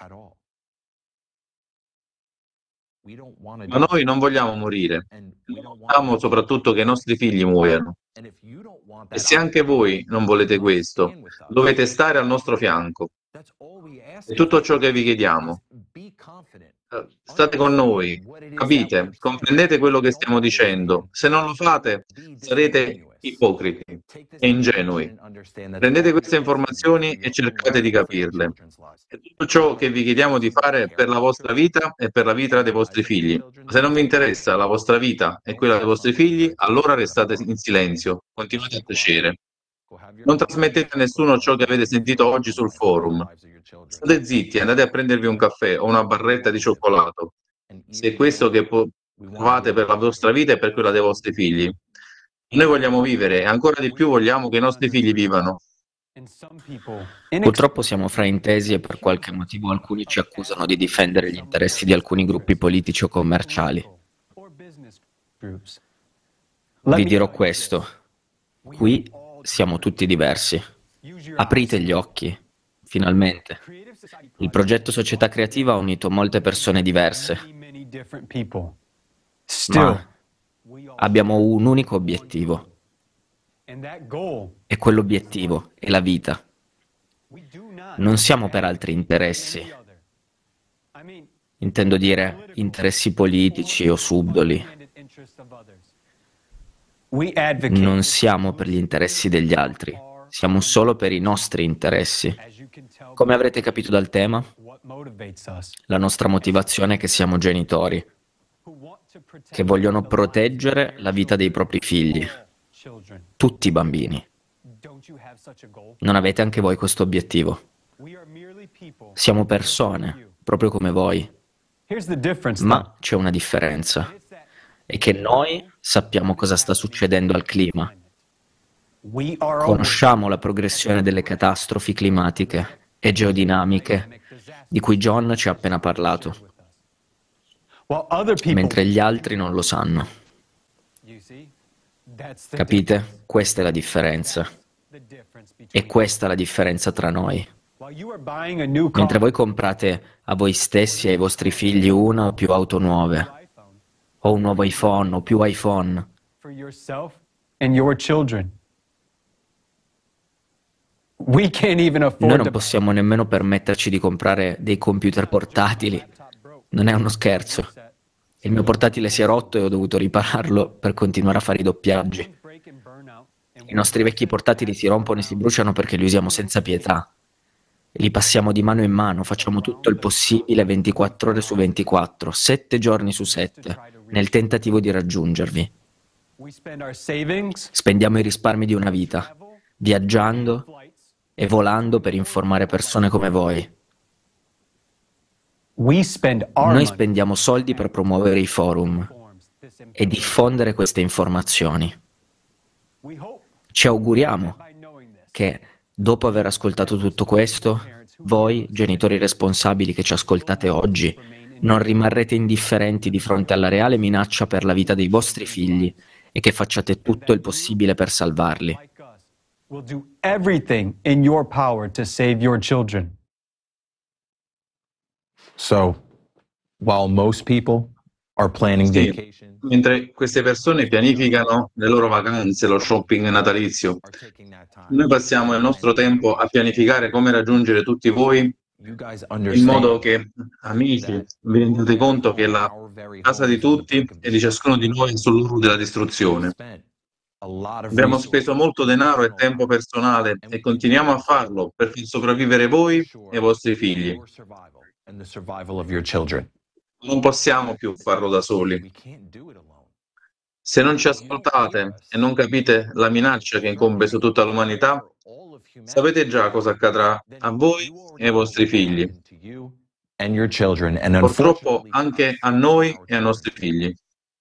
Ma noi non vogliamo morire, vogliamo soprattutto che i nostri figli muoiano. E se anche voi non volete questo, dovete stare al nostro fianco. È tutto ciò che vi chiediamo. State con noi, capite, comprendete quello che stiamo dicendo. Se non lo fate, sarete ipocriti e ingenui. Prendete queste informazioni e cercate di capirle. È tutto ciò che vi chiediamo di fare per la vostra vita e per la vita dei vostri figli. Se non vi interessa la vostra vita e quella dei vostri figli, allora restate in silenzio, continuate a tacere. Non trasmettete a nessuno ciò che avete sentito oggi sul forum. State zitti, andate a prendervi un caffè o una barretta di cioccolato. Se è questo che provate per la vostra vita e per quella dei vostri figli. Noi vogliamo vivere e ancora di più vogliamo che i nostri figli vivano. Purtroppo siamo fraintesi e per qualche motivo alcuni ci accusano di difendere gli interessi di alcuni gruppi politici o commerciali. Vi dirò questo, qui siamo tutti diversi. Aprite gli occhi, finalmente. Il progetto Società Creativa ha unito molte persone diverse, ma abbiamo un unico obiettivo. E quell'obiettivo è la vita. Non siamo per altri interessi. Intendo dire interessi politici o subdoli. Non siamo per gli interessi degli altri, siamo solo per i nostri interessi. Come avrete capito dal tema, la nostra motivazione è che siamo genitori, che vogliono proteggere la vita dei propri figli. Tutti i bambini. Non avete anche voi questo obiettivo? Siamo persone, proprio come voi. Ma c'è una differenza. È che noi sappiamo cosa sta succedendo al clima. Conosciamo la progressione delle catastrofi climatiche e geodinamiche di cui John ci ha appena parlato, mentre gli altri non lo sanno. Capite? Questa è la differenza. E questa è la differenza tra noi. Mentre voi comprate a voi stessi e ai vostri figli una o più auto nuove, o un nuovo iPhone o più iPhone, noi non possiamo nemmeno permetterci di comprare dei computer portatili. Non è uno scherzo. Il mio portatile si è rotto e ho dovuto ripararlo per continuare a fare i doppiaggi. I nostri vecchi portatili si rompono e si bruciano perché li usiamo senza pietà. Li passiamo di mano in mano, facciamo tutto il possibile ventiquattro ore su ventiquattro, sette giorni su sette, nel tentativo di raggiungervi. Spendiamo i risparmi di una vita, viaggiando e volando per informare persone come voi. Noi spendiamo soldi per promuovere i forum e diffondere queste informazioni. Ci auguriamo che, dopo aver ascoltato tutto questo, voi, genitori responsabili che ci ascoltate oggi, non rimarrete indifferenti di fronte alla reale minaccia per la vita dei vostri figli e che facciate tutto il possibile per salvarli. Will do everything in your power to save your children. So, while most people are planning Sì, vacation, mentre queste persone pianificano le loro vacanze, lo shopping natalizio, noi passiamo il nostro tempo a pianificare come raggiungere tutti voi, in modo che, amici, vi rendiate conto che la casa di tutti e di ciascuno di noi è sull'orlo della distruzione. Abbiamo speso molto denaro e tempo personale e continuiamo a farlo per far sopravvivere voi e i vostri figli. Non possiamo più farlo da soli. Se non ci ascoltate e non capite la minaccia che incombe su tutta l'umanità, sapete già cosa accadrà a voi e ai vostri figli. Purtroppo anche a noi e ai nostri figli.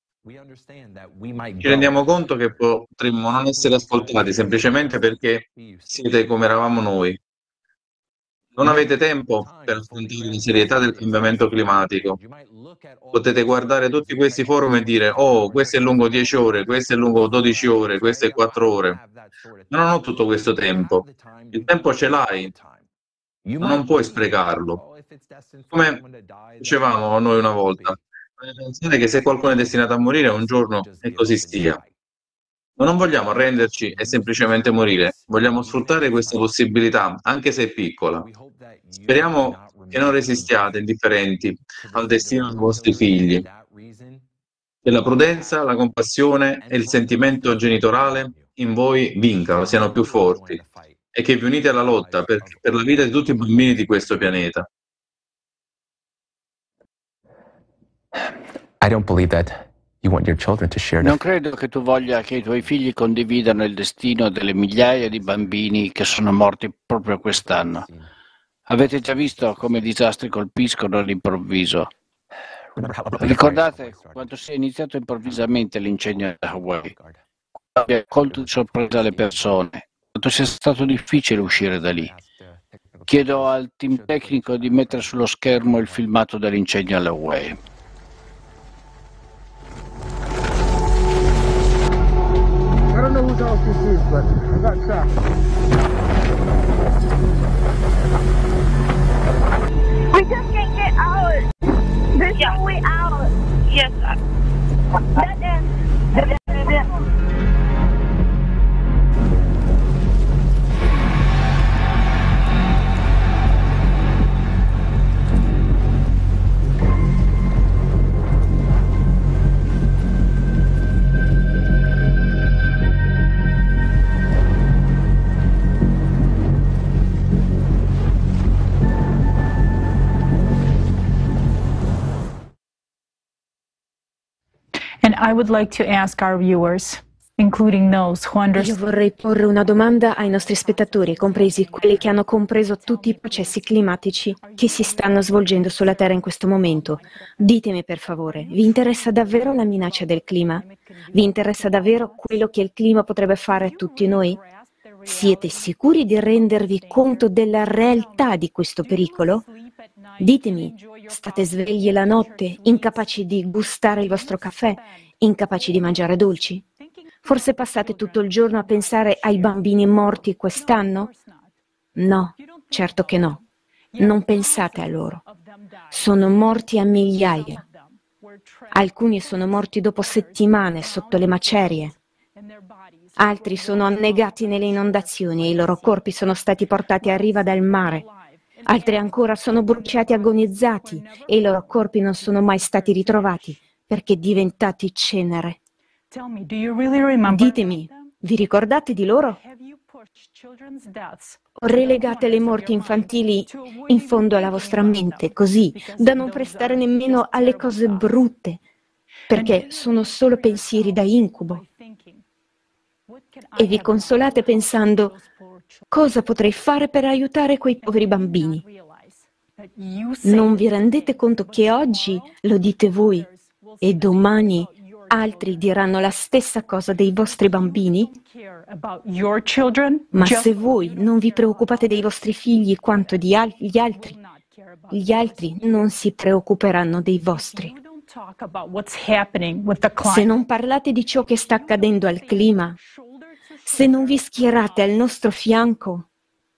Ci rendiamo conto che potremmo non essere ascoltati semplicemente perché siete come eravamo noi. Non avete tempo per affrontare la serietà del cambiamento climatico. Potete guardare tutti questi forum e dire: oh, questo è lungo dieci ore, questo è lungo dodici ore, questo è quattro ore. Ma non ho tutto questo tempo. Il tempo ce l'hai, ma non puoi sprecarlo. Come dicevamo noi una volta, pensare che se qualcuno è destinato a morire un giorno e così sia. Ma non vogliamo arrenderci e semplicemente morire, vogliamo sfruttare questa possibilità, anche se è piccola. Speriamo che non resistiate indifferenti al destino dei vostri figli, che la prudenza, la compassione e il sentimento genitoriale in voi vincano, siano più forti, e che vi unite alla lotta per, per la vita di tutti i bambini di questo pianeta. I don't believe that you want your children to share. Non credo che tu voglia che i tuoi figli condividano il destino delle migliaia di bambini che sono morti proprio quest'anno. Avete già visto come i disastri colpiscono all'improvviso. Ricordate quando si è iniziato improvvisamente l'incendio a Hawaii? Abbia colto di sorpresa le persone, quanto sia stato difficile uscire da lì. Chiedo al team tecnico di mettere sullo schermo il filmato dell'incendio alle U E. I don't know whose house this is, but I got trapped. We just can't get out. There's yeah. no way out. Yes. Dead end. Dead end. Dead end. And I would like to ask our viewers, including those who Io understand. vorrei porre una domanda ai nostri spettatori, compresi quelli che hanno compreso tutti i processi climatici che si stanno svolgendo sulla Terra in questo momento. Ditemi per favore, vi interessa davvero la minaccia del clima? Vi interessa davvero quello che il clima potrebbe fare a tutti noi? Siete sicuri di rendervi conto della realtà di questo pericolo? Ditemi, state svegli la notte, incapaci di gustare il vostro caffè, incapaci di mangiare dolci? Forse passate tutto il giorno a pensare ai bambini morti quest'anno? No, certo che no. Non pensate a loro. Sono morti a migliaia. Alcuni sono morti dopo settimane sotto le macerie. Altri sono annegati nelle inondazioni e i loro corpi sono stati portati a riva del mare. Altri ancora sono bruciati agonizzati e i loro corpi non sono mai stati ritrovati perché diventati cenere. Ditemi, vi ricordate di loro? O relegate le morti infantili in fondo alla vostra mente, così da non prestare nemmeno alle cose brutte, perché sono solo pensieri da incubo? E vi consolate pensando: cosa potrei fare per aiutare quei poveri bambini? Non vi rendete conto che oggi lo dite voi e domani altri diranno la stessa cosa dei vostri bambini? Ma se voi non vi preoccupate dei vostri figli quanto di al- gli altri, gli altri non si preoccuperanno dei vostri. Se non parlate di ciò che sta accadendo al clima, se non vi schierate al nostro fianco,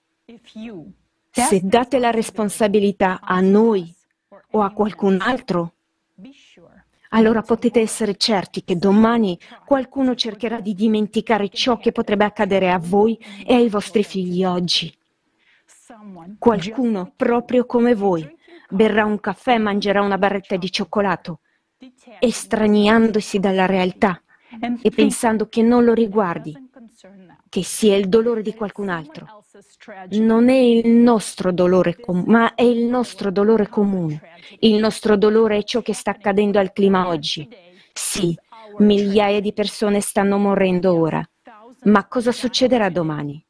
se date la responsabilità a noi o a qualcun altro, allora potete essere certi che domani qualcuno cercherà di dimenticare ciò che potrebbe accadere a voi e ai vostri figli oggi. Qualcuno, proprio come voi, berrà un caffè e mangerà una barretta di cioccolato, estraniandosi dalla realtà e pensando che non lo riguardi, che sia il dolore di qualcun altro. Non è il nostro dolore, com- ma è il nostro dolore comune. Il nostro dolore è ciò che sta accadendo al clima oggi. Sì, migliaia di persone stanno morendo ora. Ma cosa succederà domani?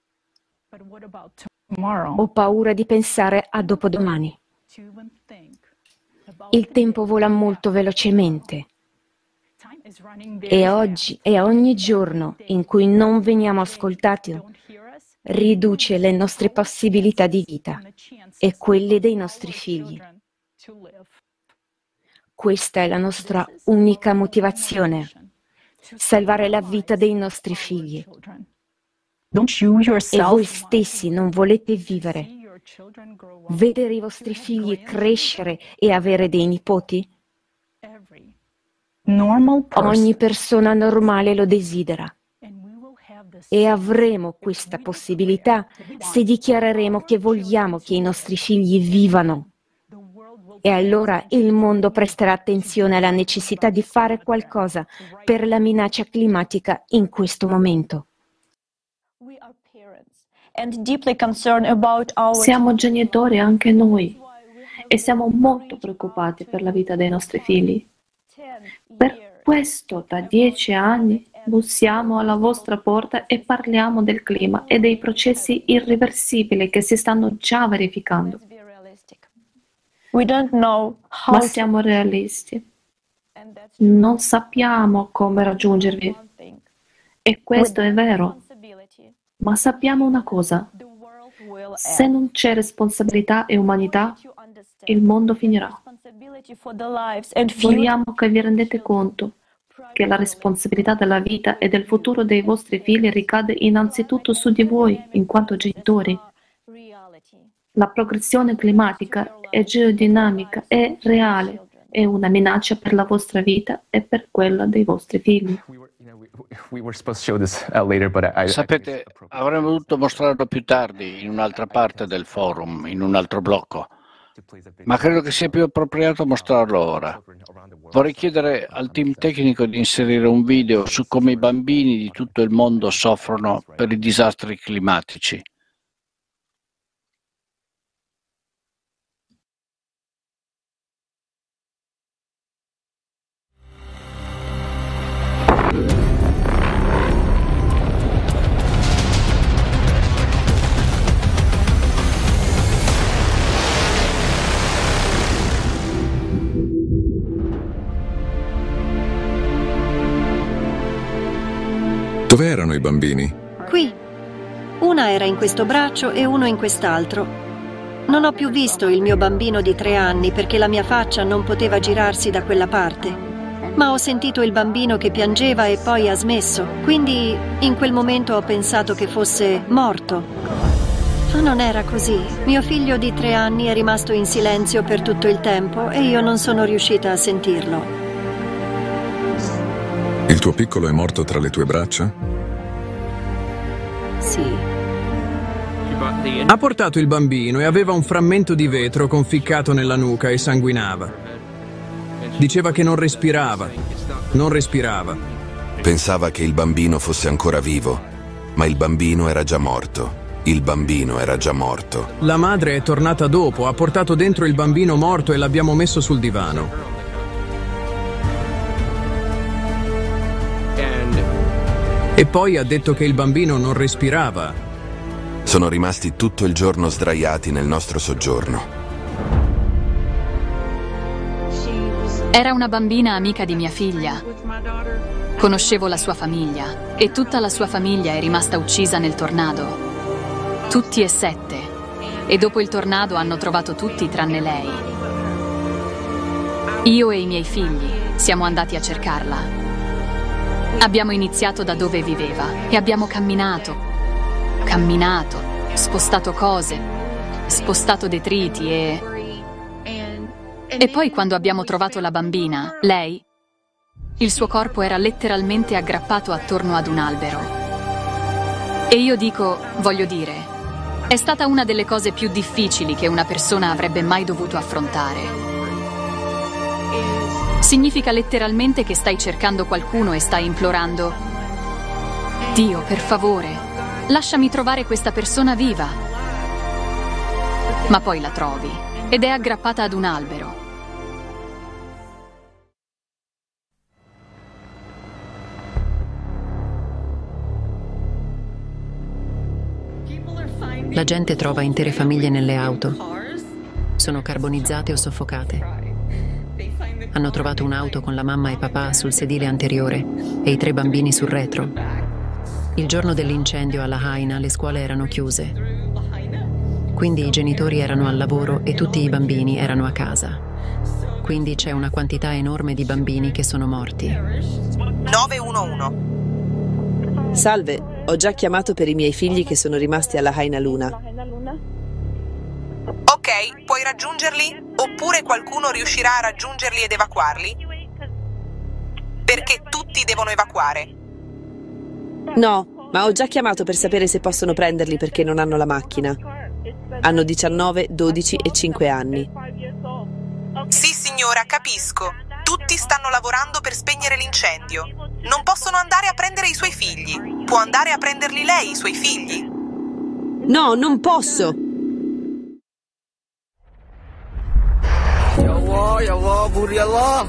Ho paura di pensare a dopodomani. Il tempo vola molto velocemente. E oggi e ogni giorno in cui non veniamo ascoltati riduce le nostre possibilità di vita e quelle dei nostri figli. Questa è la nostra unica motivazione: salvare la vita dei nostri figli. E voi stessi non volete vivere? Vedere i vostri figli crescere e avere dei nipoti? Ogni persona normale lo desidera. E avremo questa possibilità se dichiareremo che vogliamo che i nostri figli vivano. E allora il mondo presterà attenzione alla necessità di fare qualcosa per la minaccia climatica in questo momento. Siamo genitori anche noi e siamo molto preoccupati per la vita dei nostri figli. Per questo da dieci anni bussiamo alla vostra porta e parliamo del clima e dei processi irreversibili che si stanno già verificando. Ma siamo realisti. Non sappiamo come raggiungervi. E questo è vero. Ma sappiamo una cosa: se non c'è responsabilità e umanità, il mondo finirà. Vogliamo che vi rendete conto che la responsabilità della vita e del futuro dei vostri figli ricade innanzitutto su di voi, in quanto genitori. La progressione climatica e geodinamica è reale, è una minaccia per la vostra vita e per quella dei vostri figli. Sapete, avremmo dovuto mostrarlo più tardi, in un'altra parte del forum, in un altro blocco, ma credo che sia più appropriato mostrarlo ora. Vorrei chiedere al team tecnico di inserire un video su come i bambini di tutto il mondo soffrono per i disastri climatici. Dove erano i bambini? Qui. Una era in questo braccio e uno in quest'altro. Non ho più visto il mio bambino di tre anni perché la mia faccia non poteva girarsi da quella parte. Ma ho sentito il bambino che piangeva e poi ha smesso. Quindi in quel momento ho pensato che fosse morto. Ma non era così. Mio figlio di tre anni è rimasto in silenzio per tutto il tempo e io non sono riuscita a sentirlo. Il tuo piccolo è morto tra le tue braccia? Sì. Ha portato il bambino e aveva un frammento di vetro conficcato nella nuca e sanguinava. Diceva che non respirava. Non respirava. Pensava che il bambino fosse ancora vivo, ma il bambino era già morto. Il bambino era già morto. La madre è tornata dopo, ha portato dentro il bambino morto e l'abbiamo messo sul divano. E poi ha detto che il bambino non respirava. Sono rimasti tutto il giorno sdraiati nel nostro soggiorno. Era una bambina amica di mia figlia. Conoscevo la sua famiglia e tutta la sua famiglia è rimasta uccisa nel tornado. Tutti e sette. E dopo il tornado hanno trovato tutti tranne lei. Io e i miei figli siamo andati a cercarla. Abbiamo iniziato da dove viveva e abbiamo camminato, camminato, spostato cose, spostato detriti e... E poi quando abbiamo trovato la bambina, lei, il suo corpo era letteralmente aggrappato attorno ad un albero. E io dico, voglio dire, è stata una delle cose più difficili che una persona avrebbe mai dovuto affrontare. Significa letteralmente che stai cercando qualcuno e stai implorando: Dio, per favore, lasciami trovare questa persona viva. Ma poi la trovi ed è aggrappata ad un albero. La gente trova intere famiglie nelle auto. Sono carbonizzate o soffocate. Hanno trovato un'auto con la mamma e papà sul sedile anteriore e i tre bambini sul retro. Il giorno dell'incendio alla Haina le scuole erano chiuse. Quindi i genitori erano al lavoro e tutti i bambini erano a casa. Quindi c'è una quantità enorme di bambini che sono morti. nove uno uno. Salve, ho già chiamato per i miei figli che sono rimasti alla Haina Luna. Ok, puoi raggiungerli? Oppure qualcuno riuscirà a raggiungerli ed evacuarli? Perché tutti devono evacuare. No, ma ho già chiamato per sapere se possono prenderli perché non hanno la macchina. Hanno diciannove, dodici e cinque anni. Sì, signora, capisco. Tutti stanno lavorando per spegnere l'incendio. Non possono andare a prendere i suoi figli. Può andare a prenderli lei, i suoi figli. No, non posso! Ya Allah, ya Allah, buri Allah.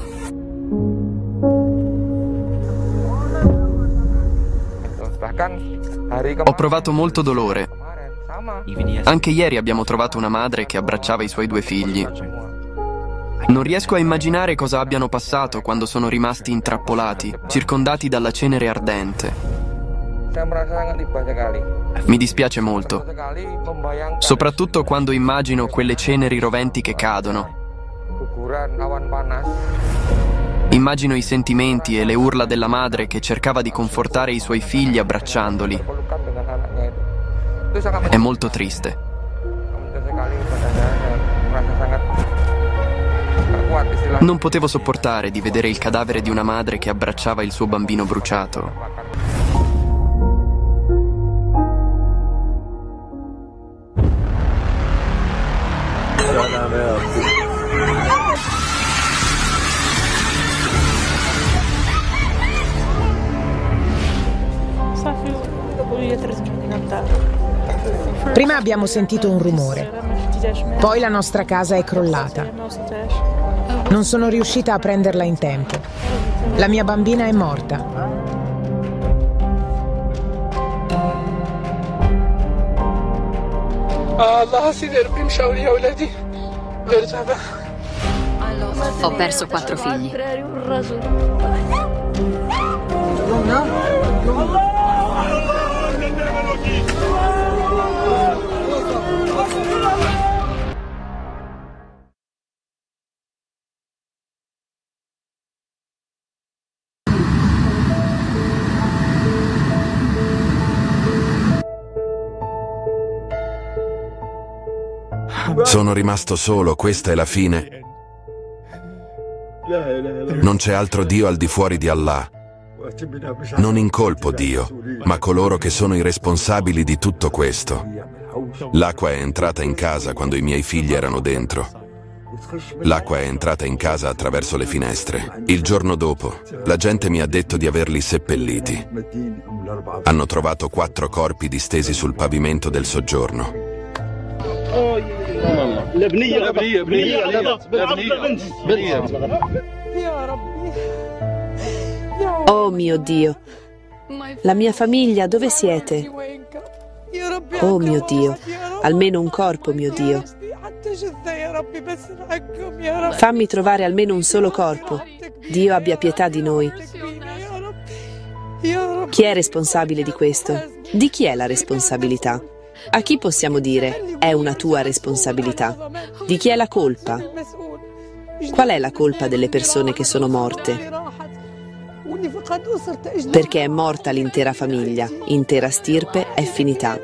Ho provato molto dolore. Anche ieri abbiamo trovato una madre che abbracciava i suoi due figli. Non riesco a immaginare cosa abbiano passato quando sono rimasti intrappolati, circondati dalla cenere ardente. Mi dispiace molto, soprattutto quando immagino quelle ceneri roventi che cadono. Immagino i sentimenti e le urla della madre che cercava di confortare i suoi figli abbracciandoli. È molto triste. Non potevo sopportare di vedere il cadavere di una madre che abbracciava il suo bambino bruciato. Prima abbiamo sentito un rumore, poi la nostra casa è crollata. Non sono riuscita a prenderla in tempo. La mia bambina è morta. Ho perso quattro figli. Sono rimasto solo, questa è la fine. Non c'è altro Dio al di fuori di Allah. Non incolpo Dio, ma coloro che sono i responsabili di tutto questo. L'acqua è entrata in casa quando i miei figli erano dentro. L'acqua è entrata in casa attraverso le finestre. Il giorno dopo, la gente mi ha detto di averli seppelliti. Hanno trovato quattro corpi distesi sul pavimento del soggiorno. Oh mio Dio, la mia famiglia, dove siete? Oh mio Dio, almeno un corpo, mio Dio. Fammi trovare almeno un solo corpo. Dio abbia pietà di noi. Chi è responsabile di questo? Di chi è la responsabilità? A chi possiamo dire è una tua responsabilità? Di chi è la colpa? Qual è la colpa delle persone che sono morte? Perché è morta l'intera famiglia, intera stirpe è finita.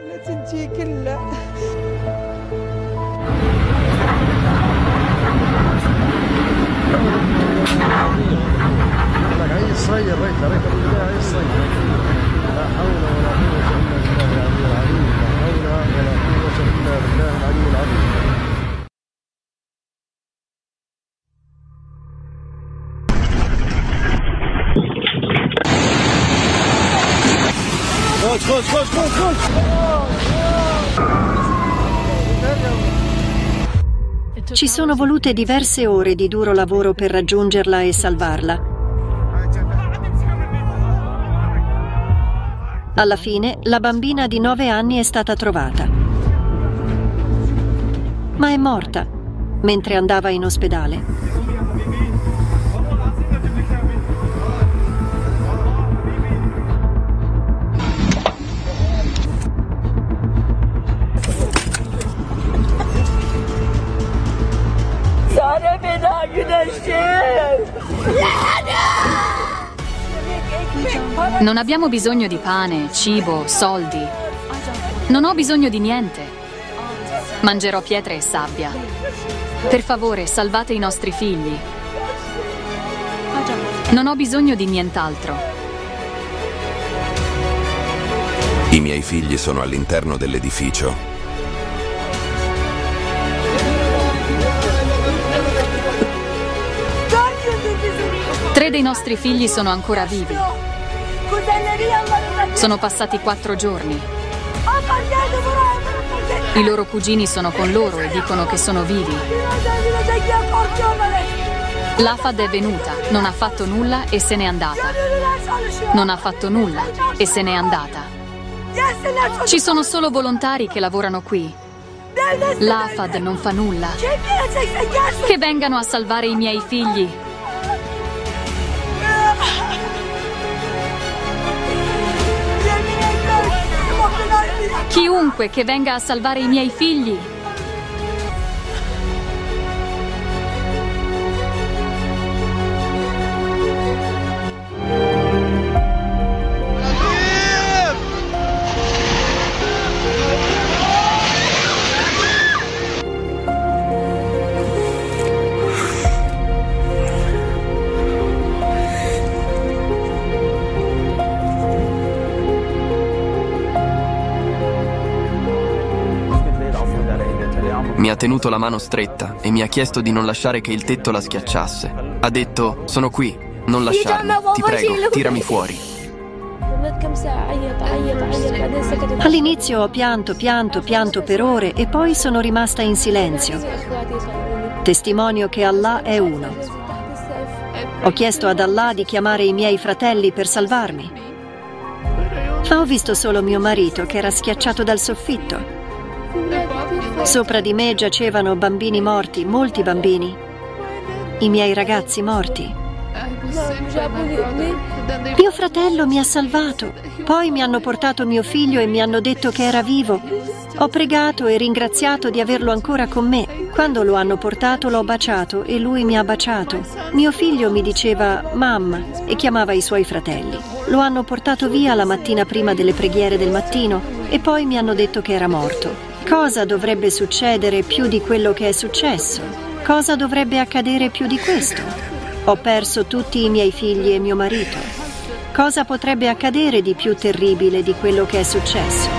Ci sono volute diverse ore di duro lavoro per raggiungerla e salvarla. Alla fine, la bambina di nove anni è stata trovata. Ma è morta mentre andava in ospedale. Non abbiamo bisogno di pane, cibo, soldi. Non ho bisogno di niente. Mangerò pietre e sabbia. Per favore, salvate i nostri figli. Non ho bisogno di nient'altro. I miei figli sono all'interno dell'edificio. Tre dei nostri figli sono ancora vivi. Sono passati quattro giorni. I loro cugini sono con loro e dicono che sono vivi. L'Afad è venuta, non ha fatto nulla e se n'è andata. Non ha fatto nulla e se n'è andata. Ci sono solo volontari che lavorano qui. L'Afad non fa nulla. Che vengano a salvare i miei figli. Chiunque che venga a salvare i miei figli. Mi ha tenuto la mano stretta e mi ha chiesto di non lasciare che il tetto la schiacciasse. Ha detto: sono qui, non lasciarmi, ti prego, tirami fuori. All'inizio ho pianto, pianto, pianto per ore e poi sono rimasta in silenzio. Testimonio che Allah è uno. Ho chiesto ad Allah di chiamare i miei fratelli per salvarmi, ma ho visto solo mio marito che era schiacciato dal soffitto. Sopra di me giacevano bambini morti, molti bambini, i miei ragazzi morti. Mio fratello mi ha salvato, poi mi hanno portato mio figlio e mi hanno detto che era vivo. Ho pregato e ringraziato di averlo ancora con me. Quando lo hanno portato l'ho baciato e lui mi ha baciato. Mio figlio mi diceva "mamma" e chiamava i suoi fratelli. Lo hanno portato via la mattina prima delle preghiere del mattino e poi mi hanno detto che era morto. Cosa dovrebbe succedere più di quello che è successo? Cosa dovrebbe accadere più di questo? Ho perso tutti i miei figli e mio marito. Cosa potrebbe accadere di più terribile di quello che è successo?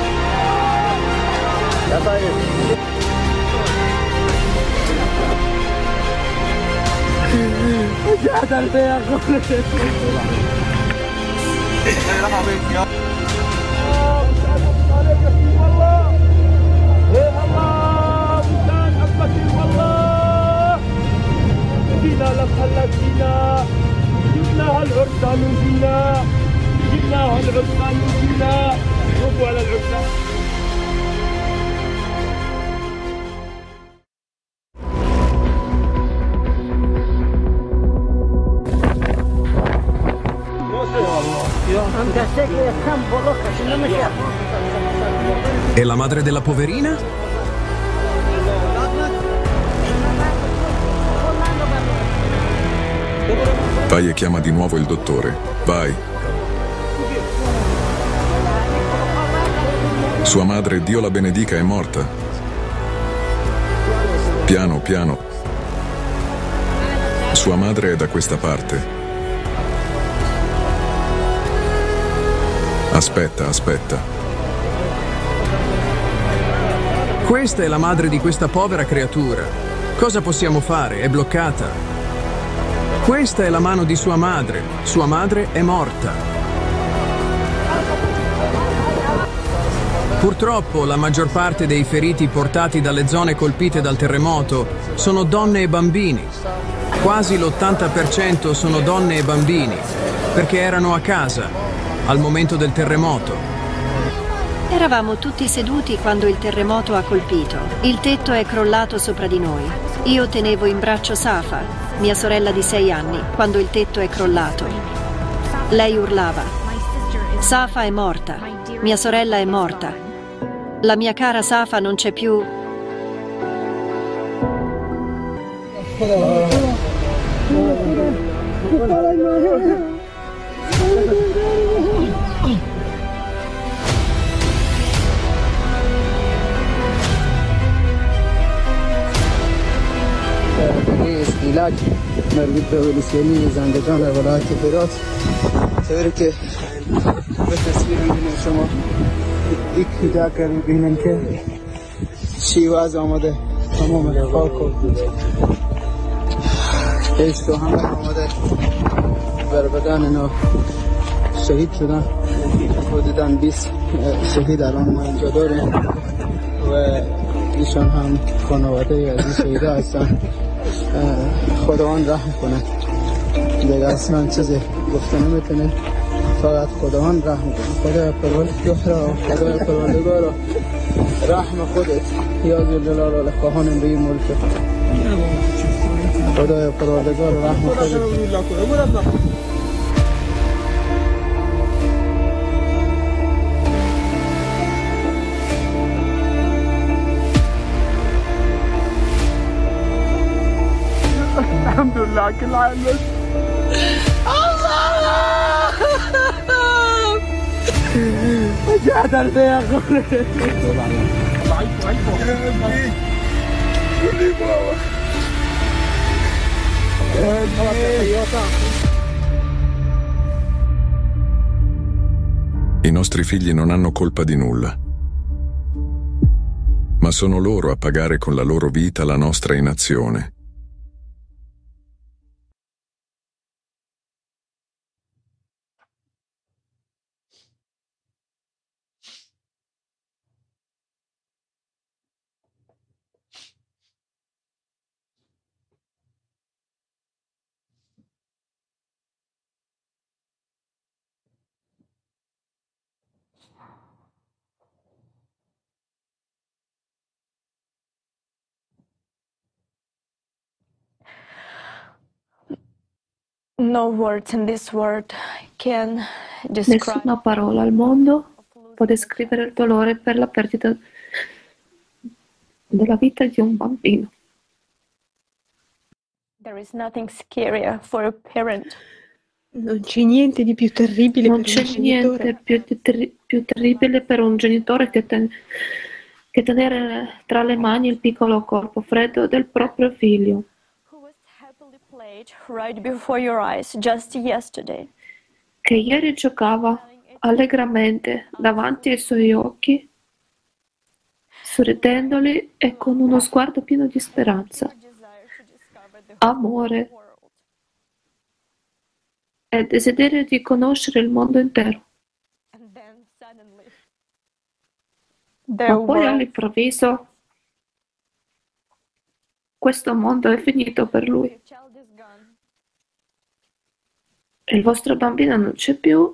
جبنا لك جبنا جبناها العرسان جبنا جبناها العرسان جبنا شوفوا على العرسان. E la madre della poverina? Vai e chiama di nuovo il dottore. Vai. Sua madre, Dio la benedica, è morta. Piano, piano. Sua madre è da questa parte. Aspetta, aspetta. Questa è la madre di questa povera creatura. Cosa possiamo fare? È bloccata. Questa è la mano di sua madre. Sua madre è morta. Purtroppo la maggior parte dei feriti portati dalle zone colpite dal terremoto sono donne e bambini. Quasi l'ottanta per cento sono donne e bambini, perché erano a casa al momento del terremoto. Eravamo tutti seduti quando il terremoto ha colpito. Il tetto è crollato sopra di noi. Io tenevo in braccio Safa, mia sorella di sei anni, quando il tetto è crollato. Lei urlava: Safa è morta, mia sorella è morta. La mia cara Safa non c'è più. علاج مربوط به ولوسیانی زندگان ولایت هرات طوری که به تصویر می‌بینید شما یک جا که می‌بینن که شیواز آمده تمام خاک و عشق و همه آمده بر بدن اینا شهید شدن. حدوداً بیست شهید الان ما اینجا داریم و ایشان هم خانواده از این شهیدا هستن. خداوند رحم کنه، دیگه اصلا چیزی گفته نمیتونه، فقط خداوند رحم کنه. خدای پروردگار خدای پروردگار رحم خودت یا ذو الجلال و الاکرام به این ملک. خدای پروردگار رحم خودت. I nostri figli non hanno colpa di nulla, ma sono loro a pagare con la loro vita la nostra inazione. No words in this world can describe. Nessuna parola al mondo può descrivere il dolore per la perdita della vita di un bambino. There is nothing scarier for a parent. Non c'è niente di più terribile Non per c'è un genitore. niente più, di terri- più terribile per un genitore che, ten- che tenere tra le mani il piccolo corpo freddo del proprio figlio, Played right before your eyes just yesterday. che ieri giocava allegramente davanti ai suoi occhi, sorridendoli e con uno sguardo pieno di speranza, amore e desiderio di conoscere il mondo intero. Ma poi all'improvviso questo mondo è finito per lui. Il vostro bambino non c'è più.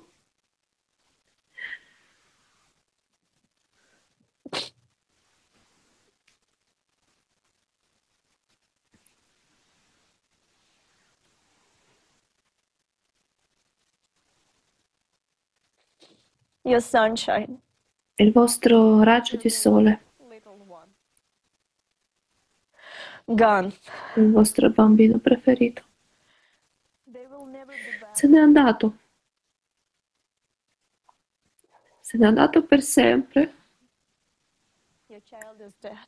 Your sunshine. Il vostro raggio di sole. Gone. Il vostro bambino preferito. Se n'è andato. Se n'è andato per sempre. Your child is dead.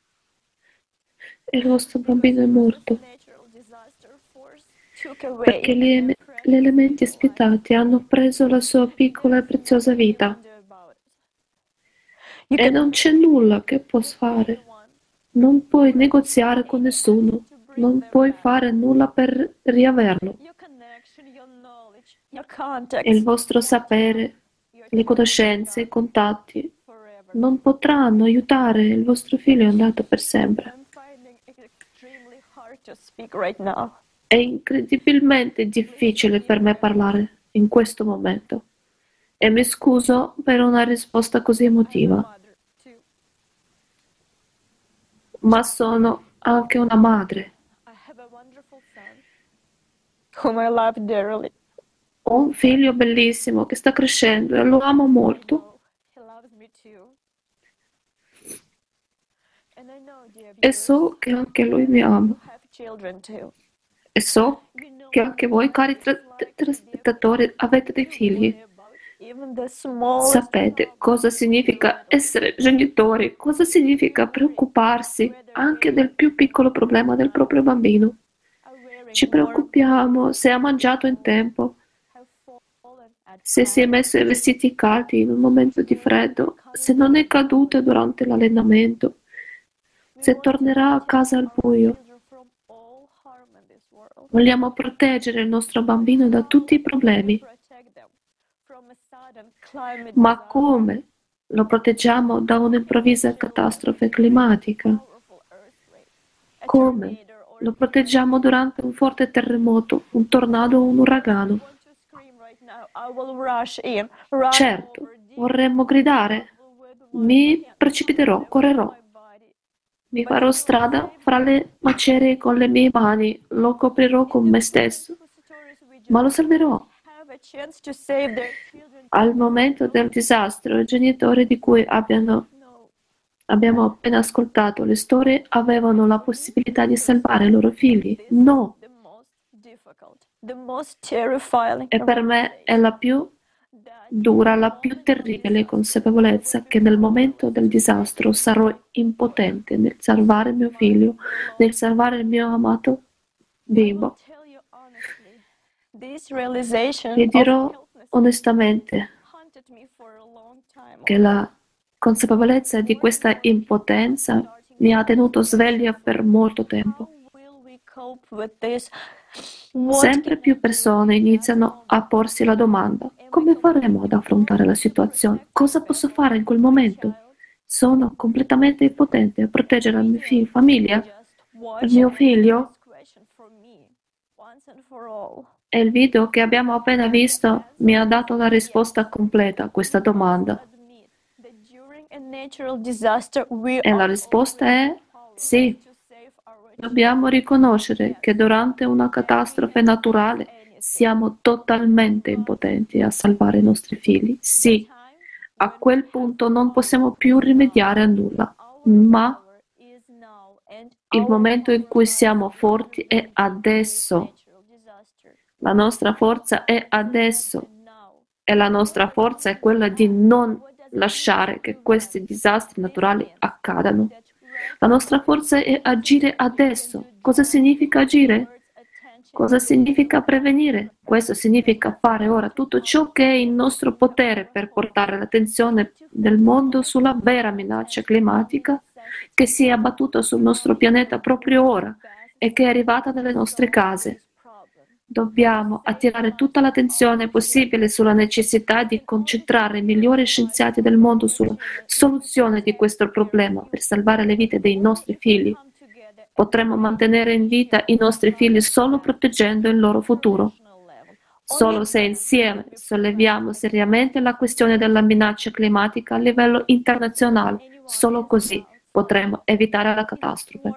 E il vostro bambino è morto. Perché gli, em- gli elementi spietati hanno preso la sua piccola e preziosa vita. E non c'è nulla che puoi fare. Non puoi negoziare con nessuno. Non puoi fare nulla per riaverlo. E il vostro sapere, le conoscenze, i contatti non potranno aiutare il vostro figlio è andato per sempre. È incredibilmente difficile per me parlare in questo momento e mi scuso per una risposta così emotiva. Ma sono anche una madre. Whom I love dearly. Ho un figlio bellissimo che sta crescendo e lo amo molto. He loves me too. And I know, dear E so che anche lui mi ama. have children too. E so che anche voi, cari tra- telespettatori, avete dei figli. Even the smallest Sapete cosa significa essere genitori, cosa significa preoccuparsi anche del più piccolo problema del proprio bambino. Ci preoccupiamo se ha mangiato in tempo, se si è messo i vestiti caldi in un momento di freddo, se non è caduto durante l'allenamento, se tornerà a casa al buio. Vogliamo proteggere il nostro bambino da tutti i problemi. Ma come lo proteggiamo da un'improvvisa catastrofe climatica? Come lo proteggiamo durante un forte terremoto, un tornado o un uragano? I will rush in. Run Certo, vorremmo gridare. Mi precipiterò, correrò. Mi farò strada fra le macerie con le mie mani, lo coprirò con me stesso, ma lo salverò. have a chance to save their children. Al momento del disastro, i genitori di cui abbiano, abbiamo appena ascoltato le storie avevano la possibilità di salvare i loro figli? No. E per me è la più dura, la più terribile consapevolezza che nel momento del disastro sarò impotente nel salvare mio figlio, nel salvare il mio amato bimbo. Vi dirò onestamente che la consapevolezza di questa impotenza mi ha tenuto sveglia per molto tempo. Sempre più persone iniziano a porsi la domanda: come faremo ad affrontare la situazione? Cosa posso fare in quel momento? Sono completamente impotente a proteggere la mia fi- famiglia, il mio figlio. E il video che abbiamo appena visto mi ha dato la risposta completa a questa domanda. E la risposta è sì. Dobbiamo riconoscere che durante una catastrofe naturale siamo totalmente impotenti a salvare i nostri figli. Sì, a quel punto non possiamo più rimediare a nulla, ma il momento in cui siamo forti è adesso. La nostra forza è adesso e la nostra forza è quella di non lasciare che questi disastri naturali accadano. La nostra forza è agire adesso. Cosa significa agire? Cosa significa prevenire? Questo significa fare ora tutto ciò che è in nostro potere per portare l'attenzione del mondo sulla vera minaccia climatica che si è abbattuta sul nostro pianeta proprio ora e che è arrivata nelle nostre case. Dobbiamo attirare tutta l'attenzione possibile sulla necessità di concentrare i migliori scienziati del mondo sulla soluzione di questo problema per salvare le vite dei nostri figli. Potremo mantenere in vita i nostri figli solo proteggendo il loro futuro. Solo se insieme solleviamo seriamente la questione della minaccia climatica a livello internazionale, solo così potremo evitare la catastrofe.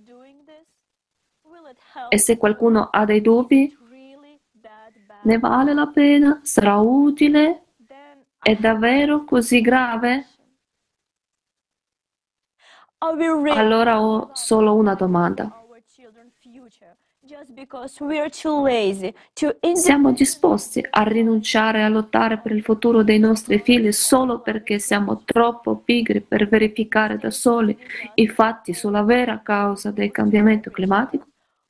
E se qualcuno ha dei dubbi, ne vale la pena? Sarà utile? È davvero così grave? Allora ho solo una domanda. Siamo disposti a rinunciare a lottare per il futuro dei nostri figli solo perché siamo troppo pigri per verificare da soli i fatti sulla vera causa del cambiamento climatico?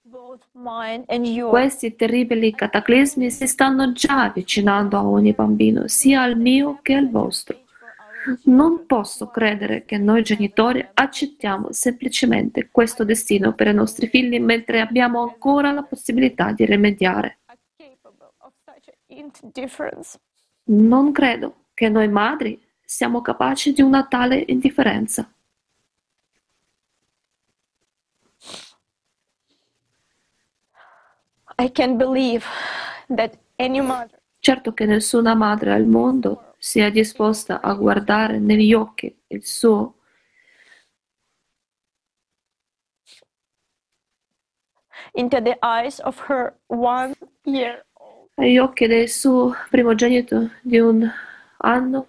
Questi terribili cataclismi si stanno già avvicinando a ogni bambino, sia al mio che al vostro. Non posso credere che noi genitori accettiamo semplicemente questo destino per i nostri figli mentre abbiamo ancora la possibilità di rimediare. Non credo che noi madri siamo capaci di una tale indifferenza. I can't believe that any mother. Certo che nessuna madre al mondo sia disposta a guardare negli occhi il suo into the eyes of her one year old. agli occhi del suo primogenito di un anno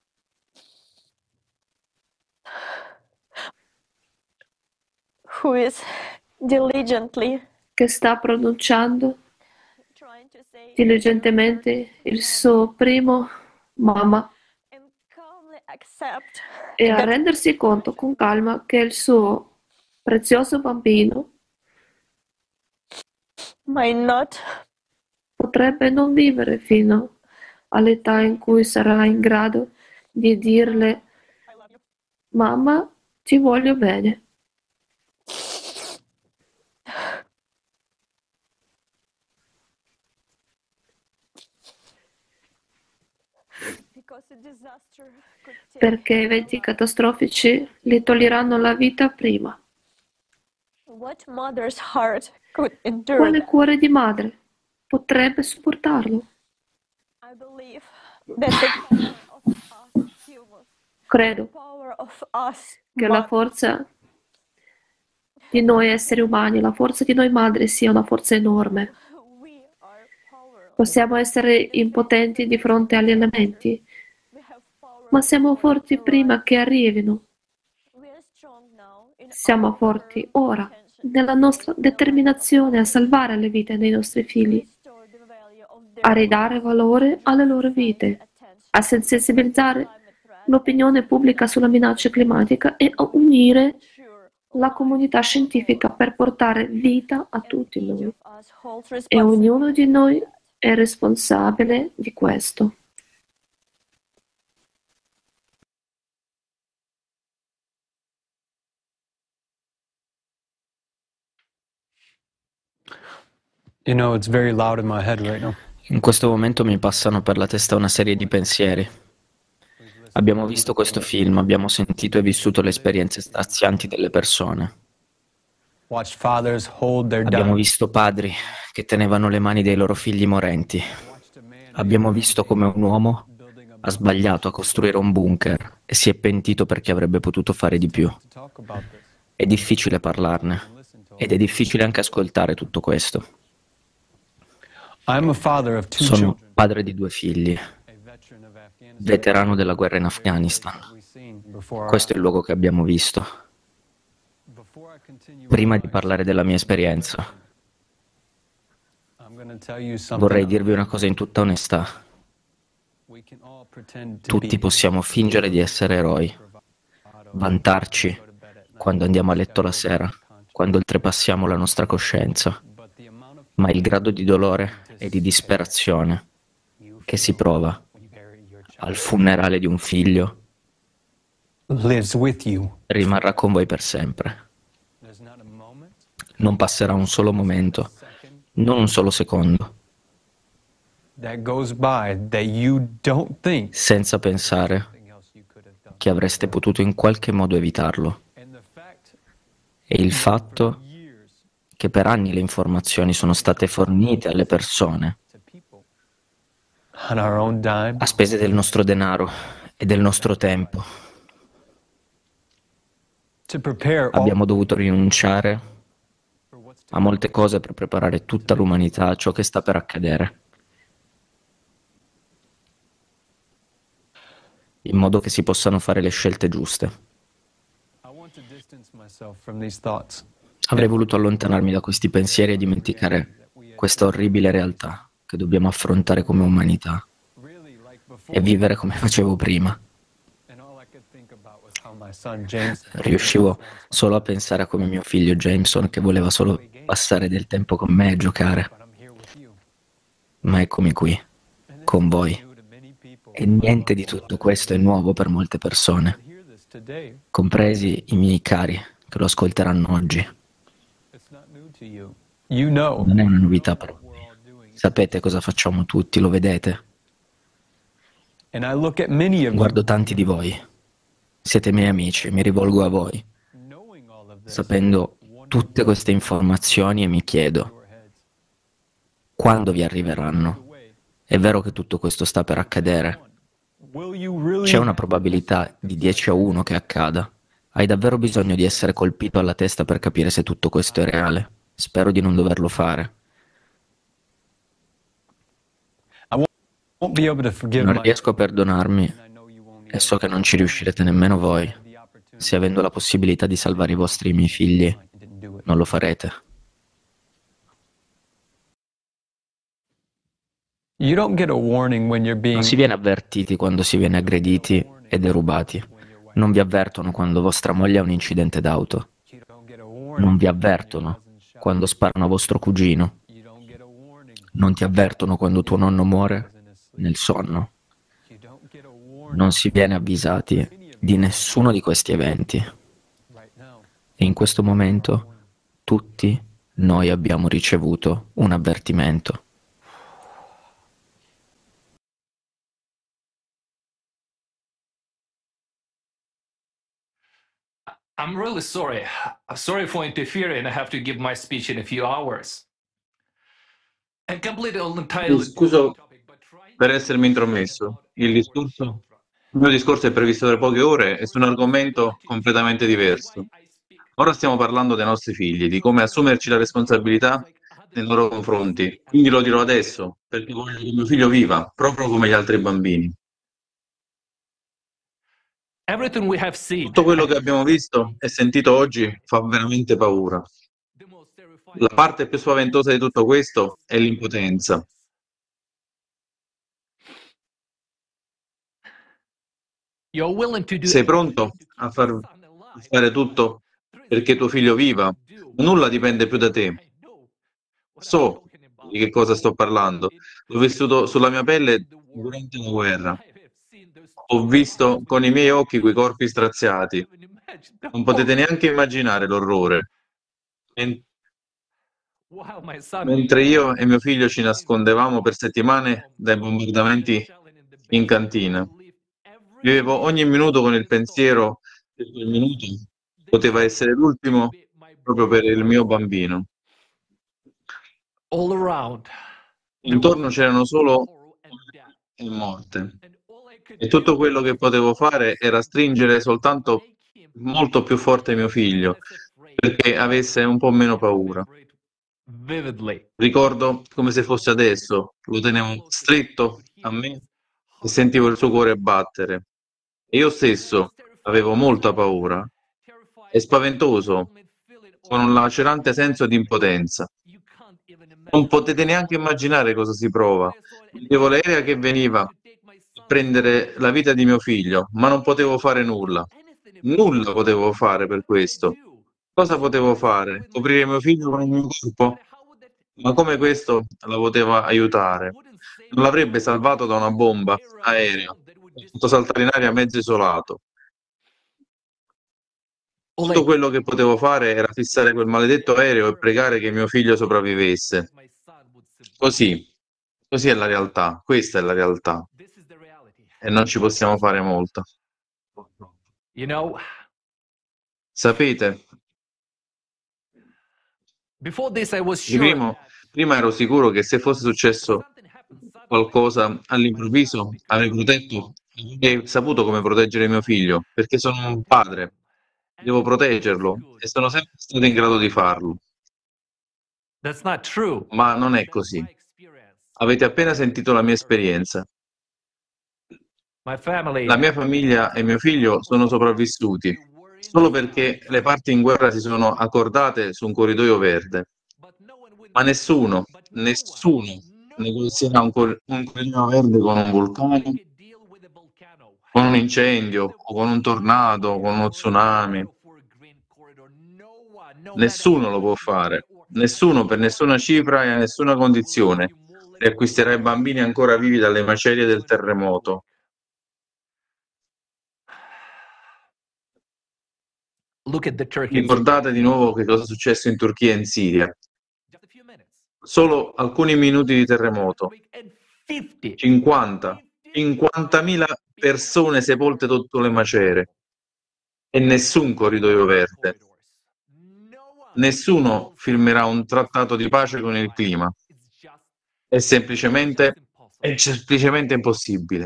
who is diligently che sta pronunciando diligentemente il suo primo mamma e a rendersi conto con calma che il suo prezioso bambino might not potrebbe non vivere fino all'età in cui sarà in grado di dirle: mamma, ti voglio bene. Perché eventi catastrofici li toglieranno la vita prima. What mother's heart could endure Quale that? cuore di madre potrebbe sopportarlo? I believe that the power of us humans, Credo power of us che la forza di noi esseri umani, la forza di noi madri sia una forza enorme. Possiamo essere impotenti di fronte agli elementi, ma siamo forti prima che arrivino. Siamo forti ora nella nostra determinazione a salvare le vite dei nostri figli, a ridare valore alle loro vite, a sensibilizzare l'opinione pubblica sulla minaccia climatica e a unire la comunità scientifica per portare vita a tutti noi. E ognuno di noi è responsabile di questo. You know, it's very loud in my head right now. In questo momento mi passano per la testa una serie di pensieri. Abbiamo visto questo film, abbiamo sentito e vissuto le esperienze strazianti delle persone. Abbiamo visto padri che tenevano le mani dei loro figli morenti. Abbiamo visto come un uomo ha sbagliato a costruire un bunker e si è pentito perché avrebbe potuto fare di più. È difficile parlarne ed è difficile anche ascoltare tutto questo. Sono padre di due figli, veterano della guerra in Afghanistan. Questo è il luogo che abbiamo visto. Prima di parlare della mia esperienza, vorrei dirvi una cosa in tutta onestà. Tutti possiamo fingere di essere eroi, vantarci quando andiamo a letto la sera, quando oltrepassiamo la nostra coscienza, ma il grado di dolore e di disperazione che si prova al funerale di un figlio rimarrà con voi per sempre. Non passerà un solo momento, non un solo secondo, senza pensare che avreste potuto in qualche modo evitarlo. E il fatto che per anni le informazioni sono state fornite alle persone a spese del nostro denaro e del nostro tempo. Abbiamo dovuto rinunciare a molte cose per preparare tutta l'umanità a ciò che sta per accadere, in modo che si possano fare le scelte giuste. Avrei voluto allontanarmi da questi pensieri e dimenticare questa orribile realtà che dobbiamo affrontare come umanità e vivere come facevo prima. Riuscivo solo a pensare a come mio figlio Jameson, che voleva solo passare del tempo con me e giocare. Ma eccomi qui, con voi. E niente di tutto questo è nuovo per molte persone, compresi i miei cari che lo ascolteranno oggi. Non è una novità per voi. Sapete cosa facciamo tutti, lo vedete. Guardo tanti di voi. Siete miei amici, mi rivolgo a voi, sapendo tutte queste informazioni, e mi chiedo, quando vi arriveranno? È vero che tutto questo sta per accadere? C'è una probabilità di dieci a uno che accada? Hai davvero bisogno di essere colpito alla testa per capire se tutto questo è reale? Spero di non doverlo fare. Non riesco a perdonarmi e so che non ci riuscirete nemmeno voi. Se avendo la possibilità di salvare i vostri e i miei figli, non lo farete. Non si viene avvertiti quando si viene aggrediti e derubati. Non vi avvertono quando vostra moglie ha un incidente d'auto. Non vi avvertono quando sparano a vostro cugino. Non ti avvertono quando tuo nonno muore nel sonno. Non si viene avvisati di nessuno di questi eventi. E in questo momento tutti noi abbiamo ricevuto un avvertimento. I'm really sorry. Sorry for interfering. I have to give my speech in a few hours. And completely entirely... Scuso per essermi intromesso. Il discorso, il mio discorso è previsto tra poche ore e su un argomento completamente diverso. Ora stiamo parlando dei nostri figli, di come assumerci la responsabilità nei loro confronti. Quindi lo dirò adesso, perché voglio che mio figlio viva, proprio come gli altri bambini. Tutto quello che abbiamo visto e sentito oggi fa veramente paura. La parte più spaventosa di tutto questo è l'impotenza. Sei pronto a far fare tutto perché tuo figlio viva? Nulla dipende più da te. So di che cosa sto parlando. L'ho vissuto sulla mia pelle durante la guerra. Ho visto con i miei occhi quei corpi straziati. Non potete neanche immaginare l'orrore. Men- Mentre io e mio figlio ci nascondevamo per settimane dai bombardamenti in cantina. Vivevo ogni minuto con il pensiero che quel minuto poteva essere l'ultimo proprio per il mio bambino. Intorno c'erano solo e morte. E tutto quello che potevo fare era stringere soltanto molto più forte mio figlio, perché avesse un po' meno paura. Ricordo come se fosse adesso, lo tenevo stretto a me e sentivo il suo cuore battere. E io stesso avevo molta paura. È spaventoso, con un lacerante senso di impotenza. Non potete neanche immaginare cosa si prova. Vedevo l'aereo che veniva a prendere la vita di mio figlio, ma non potevo fare nulla. Nulla potevo fare per questo. Cosa potevo fare? Coprire mio figlio con il mio corpo? Ma come questo la poteva aiutare? Non l'avrebbe salvato da una bomba aerea, fatto saltare in aria mezzo isolato. Tutto quello che potevo fare era fissare quel maledetto aereo e pregare che mio figlio sopravvivesse. Così, così è la realtà, questa è la realtà. E non ci possiamo fare molto. Sapete, prima, prima ero sicuro che se fosse successo qualcosa all'improvviso avrei protetto, avrei saputo come proteggere mio figlio, perché sono un padre, devo proteggerlo e sono sempre stato in grado di farlo. Ma non è così. Avete appena sentito la mia esperienza. La mia famiglia e mio figlio sono sopravvissuti solo perché le parti in guerra si sono accordate su un corridoio verde. Ma nessuno, nessuno negozierà un, cor- un corridoio verde con un vulcano, con un incendio, o con un tornado, con uno tsunami. Nessuno lo può fare. Nessuno per nessuna cifra e a nessuna condizione riacquisterà i bambini ancora vivi dalle macerie del terremoto. Ricordate di nuovo che cosa è successo in Turchia e in Siria. Solo alcuni minuti di terremoto. cinquanta, cinquantamila persone sepolte sotto le macerie. E nessun corridoio verde. Nessuno firmerà un trattato di pace con il clima. È semplicemente, è semplicemente impossibile.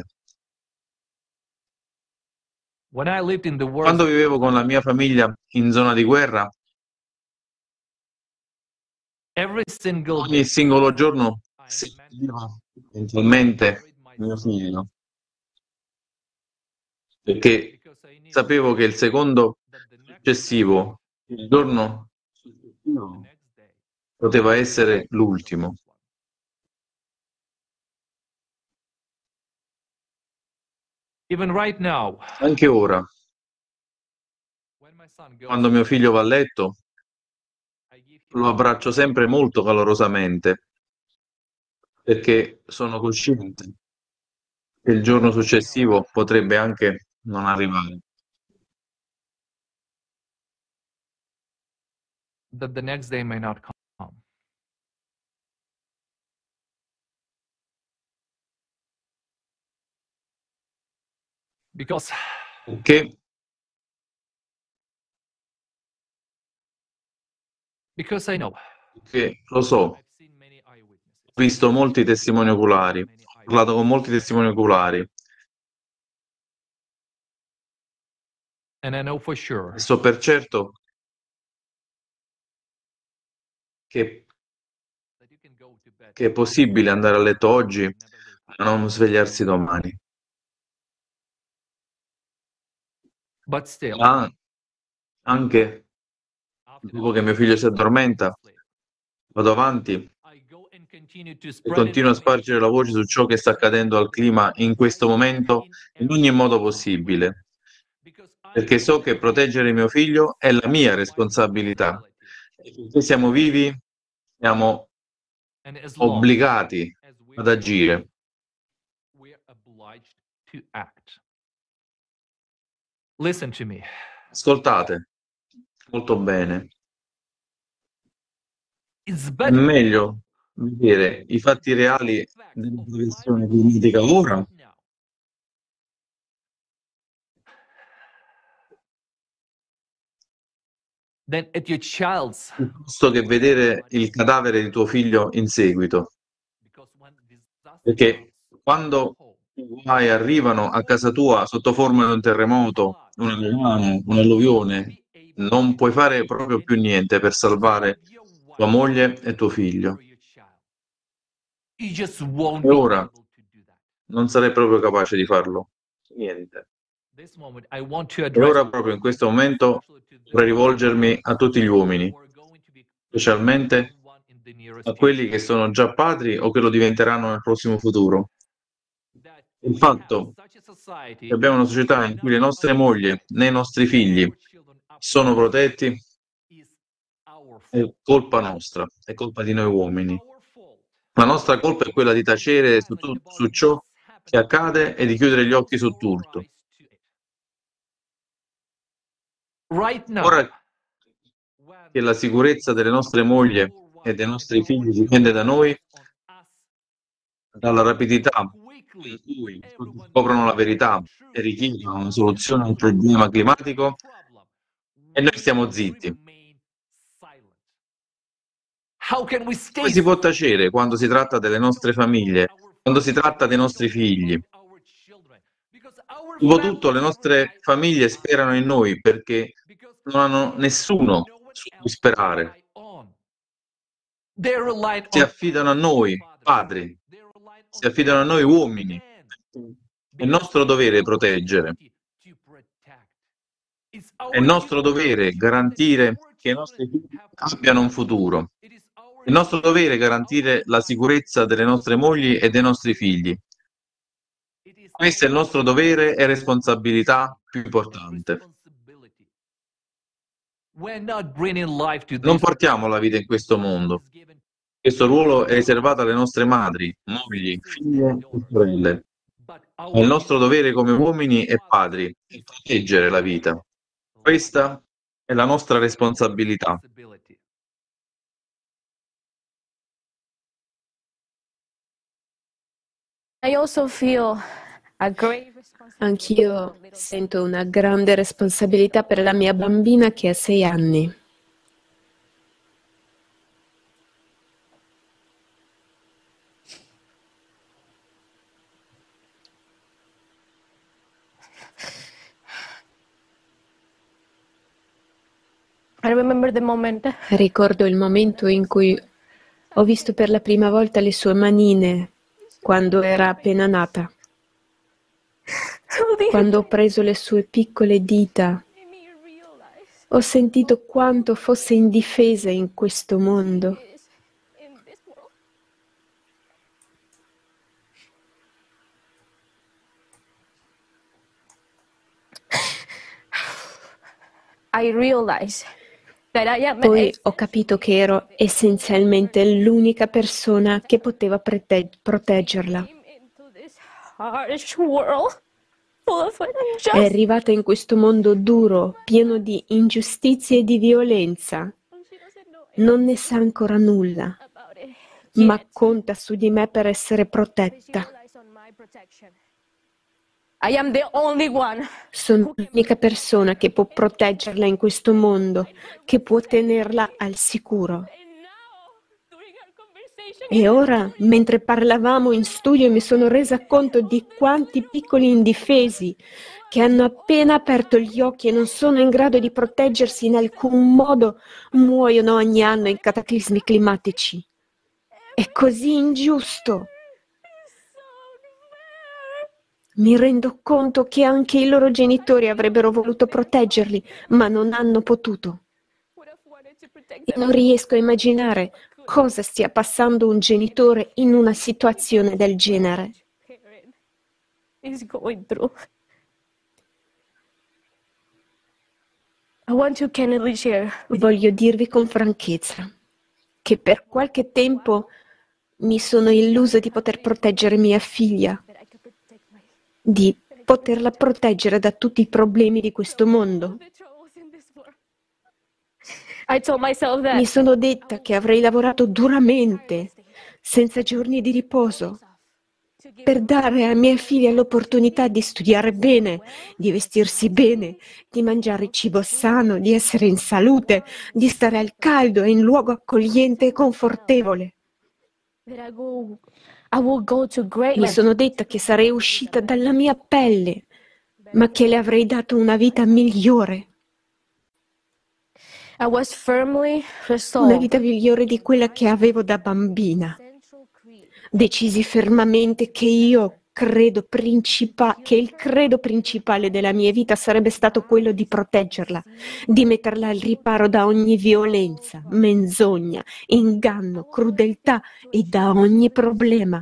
Quando vivevo con la mia famiglia in zona di guerra, ogni singolo giorno si perdeva eventualmente mio figlio, perché sapevo che il secondo successivo, il giorno successivo, poteva essere l'ultimo. Anche ora, quando mio figlio va a letto, lo abbraccio sempre molto calorosamente, perché sono cosciente che il giorno successivo potrebbe anche non arrivare. That the next day may not come. Because Perché because I know. Perché lo so, ho visto molti testimoni oculari, ho parlato con molti testimoni oculari And I know for sure e so per certo che, che è possibile andare a letto oggi ma non svegliarsi domani. But still, Ma anche dopo che mio figlio si addormenta, Vado avanti e continuo a spargere la voce su ciò che sta accadendo al clima in questo momento in ogni modo possibile, perché so che proteggere mio figlio è la mia responsabilità e finché siamo vivi siamo obbligati ad agire. Ascoltate molto bene. È meglio vedere i fatti reali della progressione climatica ora piuttosto che vedere il cadavere di tuo figlio in seguito. Perché quando i guai arrivano a casa tua sotto forma di un terremoto, un uragano, un'alluvione, non puoi fare proprio più niente per salvare tua moglie e tuo figlio. E ora non sarei proprio capace di farlo. Niente. E ora, proprio in questo momento, vorrei rivolgermi a tutti gli uomini, specialmente a quelli che sono già padri o che lo diventeranno nel prossimo futuro. Il fatto che abbiamo una società in cui le nostre mogli né i nostri figli sono protetti è colpa nostra, è colpa di noi uomini. La nostra colpa è quella di tacere su, tu, su ciò che accade e di chiudere gli occhi su tutto. Ora che la sicurezza delle nostre mogli e dei nostri figli dipende da noi, dalla rapidità con cui scoprono la verità e richiedono una soluzione al problema climatico, e noi stiamo zitti. Come si può tacere quando si tratta delle nostre famiglie, quando si tratta dei nostri figli? Dopotutto le nostre famiglie sperano in noi perché non hanno nessuno su cui sperare. Si affidano a noi, padri, si affidano a noi uomini. È nostro dovere proteggere. È nostro dovere garantire che i nostri figli abbiano un futuro. È nostro dovere garantire la sicurezza delle nostre mogli e dei nostri figli. Questo è il nostro dovere e responsabilità più importante. Non portiamo la vita in questo mondo. Questo ruolo è riservato alle nostre madri, mogli, figlie e sorelle. Ma il nostro dovere come uomini e padri è proteggere la vita. Questa è la nostra responsabilità. Anch'io sento una grande responsabilità per la mia bambina che ha sei anni. Ricordo il momento in cui ho visto per la prima volta le sue manine quando era appena nata. Quando ho preso le sue piccole dita, ho sentito quanto fosse indifesa in questo mondo. Poi ho capito che ero essenzialmente l'unica persona che poteva prote- proteggerla. È arrivata in questo mondo duro, pieno di ingiustizie e di violenza. Non ne sa ancora nulla, ma conta su di me per essere protetta. Sono l'unica persona che può proteggerla in questo mondo, che può tenerla al sicuro. E ora, mentre parlavamo in studio, mi sono resa conto di quanti piccoli indifesi che hanno appena aperto gli occhi e non sono in grado di proteggersi in alcun modo muoiono ogni anno in cataclismi climatici. È così ingiusto. Mi rendo conto che anche i loro genitori avrebbero voluto proteggerli, ma non hanno potuto. E non riesco a immaginare cosa stia passando un genitore in una situazione del genere. Is going through. I want to candidly share. Voglio dirvi con franchezza che per qualche tempo mi sono illusa di poter proteggere mia figlia, di poterla proteggere da tutti i problemi di questo mondo. I told myself that. Mi sono detta che avrei lavorato duramente, senza giorni di riposo, per dare a mia figlia l'opportunità di studiare bene, di vestirsi bene, di mangiare cibo sano, di essere in salute, di stare al caldo e in luogo accogliente e confortevole. Mi sono detta che sarei uscita dalla mia pelle, ma che le avrei dato una vita migliore. Una vita migliore di quella che avevo da bambina. Decisi fermamente che io credo principa- che il credo principale della mia vita sarebbe stato quello di proteggerla, di metterla al riparo da ogni violenza, menzogna, inganno, crudeltà e da ogni problema.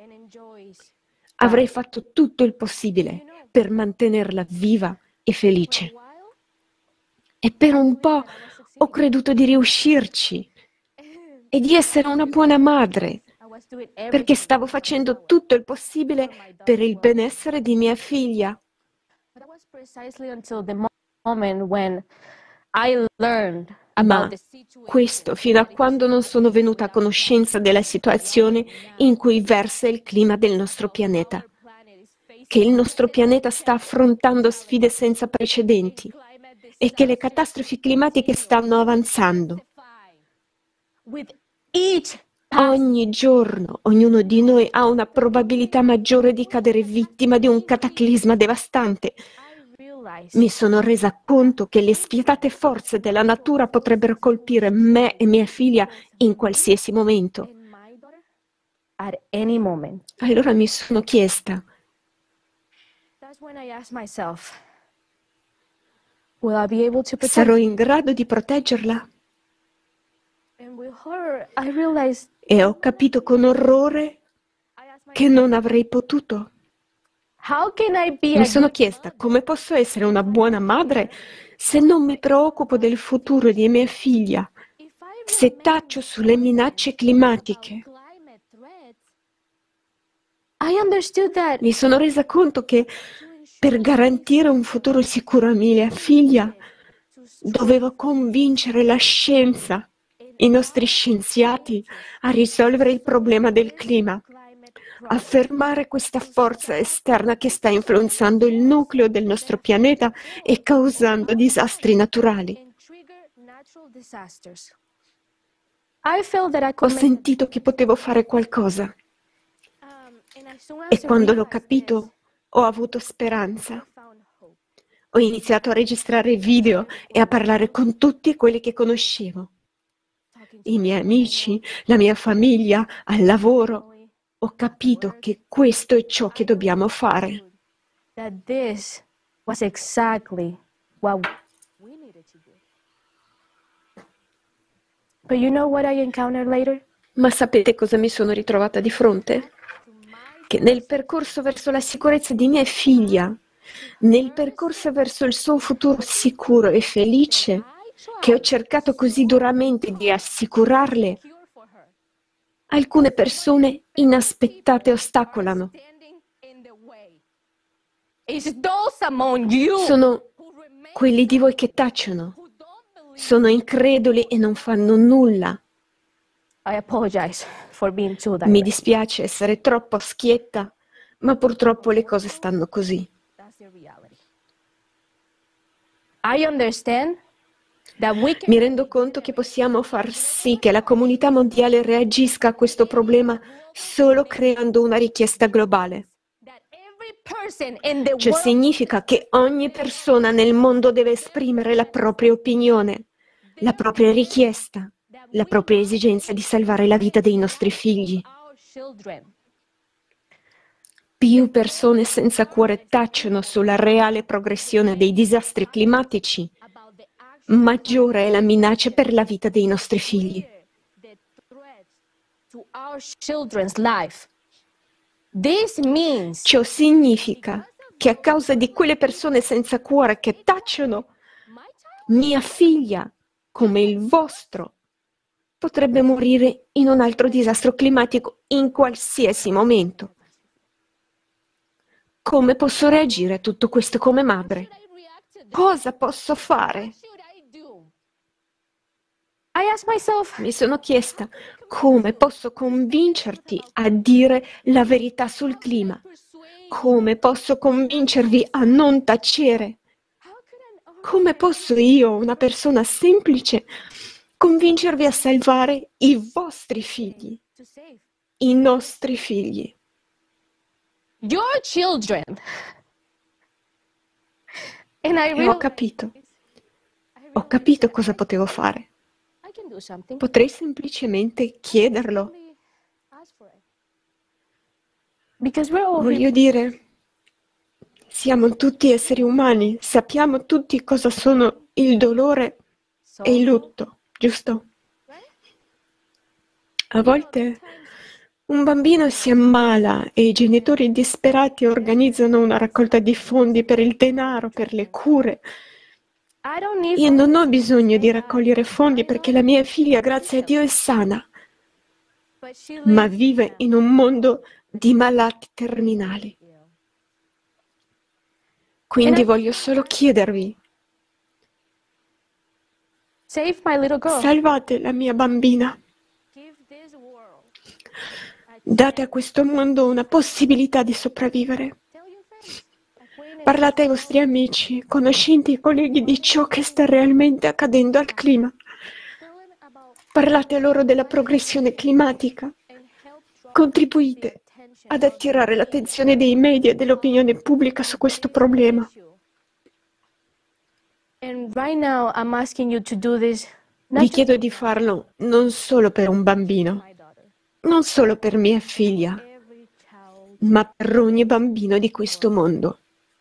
Avrei fatto tutto il possibile per mantenerla viva e felice. E per un po' ho creduto di riuscirci e di essere una buona madre, perché stavo facendo tutto il possibile per il benessere di mia figlia. Ma questo fino a quando non sono venuta a conoscenza della situazione in cui versa il clima del nostro pianeta, che il nostro pianeta sta affrontando sfide senza precedenti e che le catastrofi climatiche stanno avanzando. Ogni giorno ognuno di noi ha una probabilità maggiore di cadere vittima di un cataclisma devastante. Mi sono resa conto che le spietate forze della natura potrebbero colpire me e mia figlia in qualsiasi momento. Allora mi sono chiesta: sarò in grado di proteggerla? E ho capito con orrore che non avrei potuto. Mi sono chiesta come posso essere una buona madre se non mi preoccupo del futuro di mia figlia, se taccio sulle minacce climatiche. Mi sono resa conto che per garantire un futuro sicuro a mia figlia dovevo convincere la scienza, i nostri scienziati, a risolvere il problema del clima, a fermare questa forza esterna che sta influenzando il nucleo del nostro pianeta e causando disastri naturali. Ho sentito che potevo fare qualcosa e quando l'ho capito ho avuto speranza. Ho iniziato a registrare video e a parlare con tutti quelli che conoscevo. I miei amici, la mia famiglia, al lavoro. Ho capito che questo è ciò che dobbiamo fare. Ma sapete cosa mi sono ritrovata di fronte? Che nel percorso verso la sicurezza di mia figlia, nel percorso verso il suo futuro sicuro e felice, che ho cercato così duramente di assicurarle, alcune persone inaspettate ostacolano. Sono quelli di voi che tacciono, sono increduli e non fanno nulla. Mi dispiace essere troppo schietta, ma purtroppo le cose stanno così. Mi rendo conto che possiamo far sì che la comunità mondiale reagisca a questo problema solo creando una richiesta globale. Ciò significa che ogni persona nel mondo deve esprimere la propria opinione, la propria richiesta, la propria esigenza di salvare la vita dei nostri figli. Più persone senza cuore tacciono sulla reale progressione dei disastri climatici, maggiore è la minaccia per la vita dei nostri figli. Ciò significa che a causa di quelle persone senza cuore che tacciono, mia figlia, come il vostro, potrebbe morire in un altro disastro climatico in qualsiasi momento. Come posso reagire a tutto questo come madre? Cosa posso fare? Mi sono chiesta come posso convincerti a dire la verità sul clima. Come posso convincervi a non tacere? Come posso io, una persona semplice, convincervi a salvare i vostri figli, i nostri figli? Your children. And I really... E ho capito. Ho capito cosa potevo fare. Potrei semplicemente chiederlo. Voglio dire, siamo tutti esseri umani, sappiamo tutti cosa sono il dolore e il lutto, giusto? A volte un bambino si ammala e i genitori disperati organizzano una raccolta di fondi per il denaro, per le cure. Io non ho bisogno di raccogliere fondi perché la mia figlia, grazie a Dio, è sana, ma vive in un mondo di malati terminali. Quindi voglio solo chiedervi, salvate la mia bambina. Date a questo mondo una possibilità di sopravvivere. Parlate ai vostri amici, conoscenti e colleghi di ciò che sta realmente accadendo al clima. Parlate a loro della progressione climatica. Contribuite ad attirare l'attenzione dei media e dell'opinione pubblica su questo problema. Vi chiedo di farlo non solo per un bambino, non solo per mia figlia, ma per ogni bambino di questo mondo.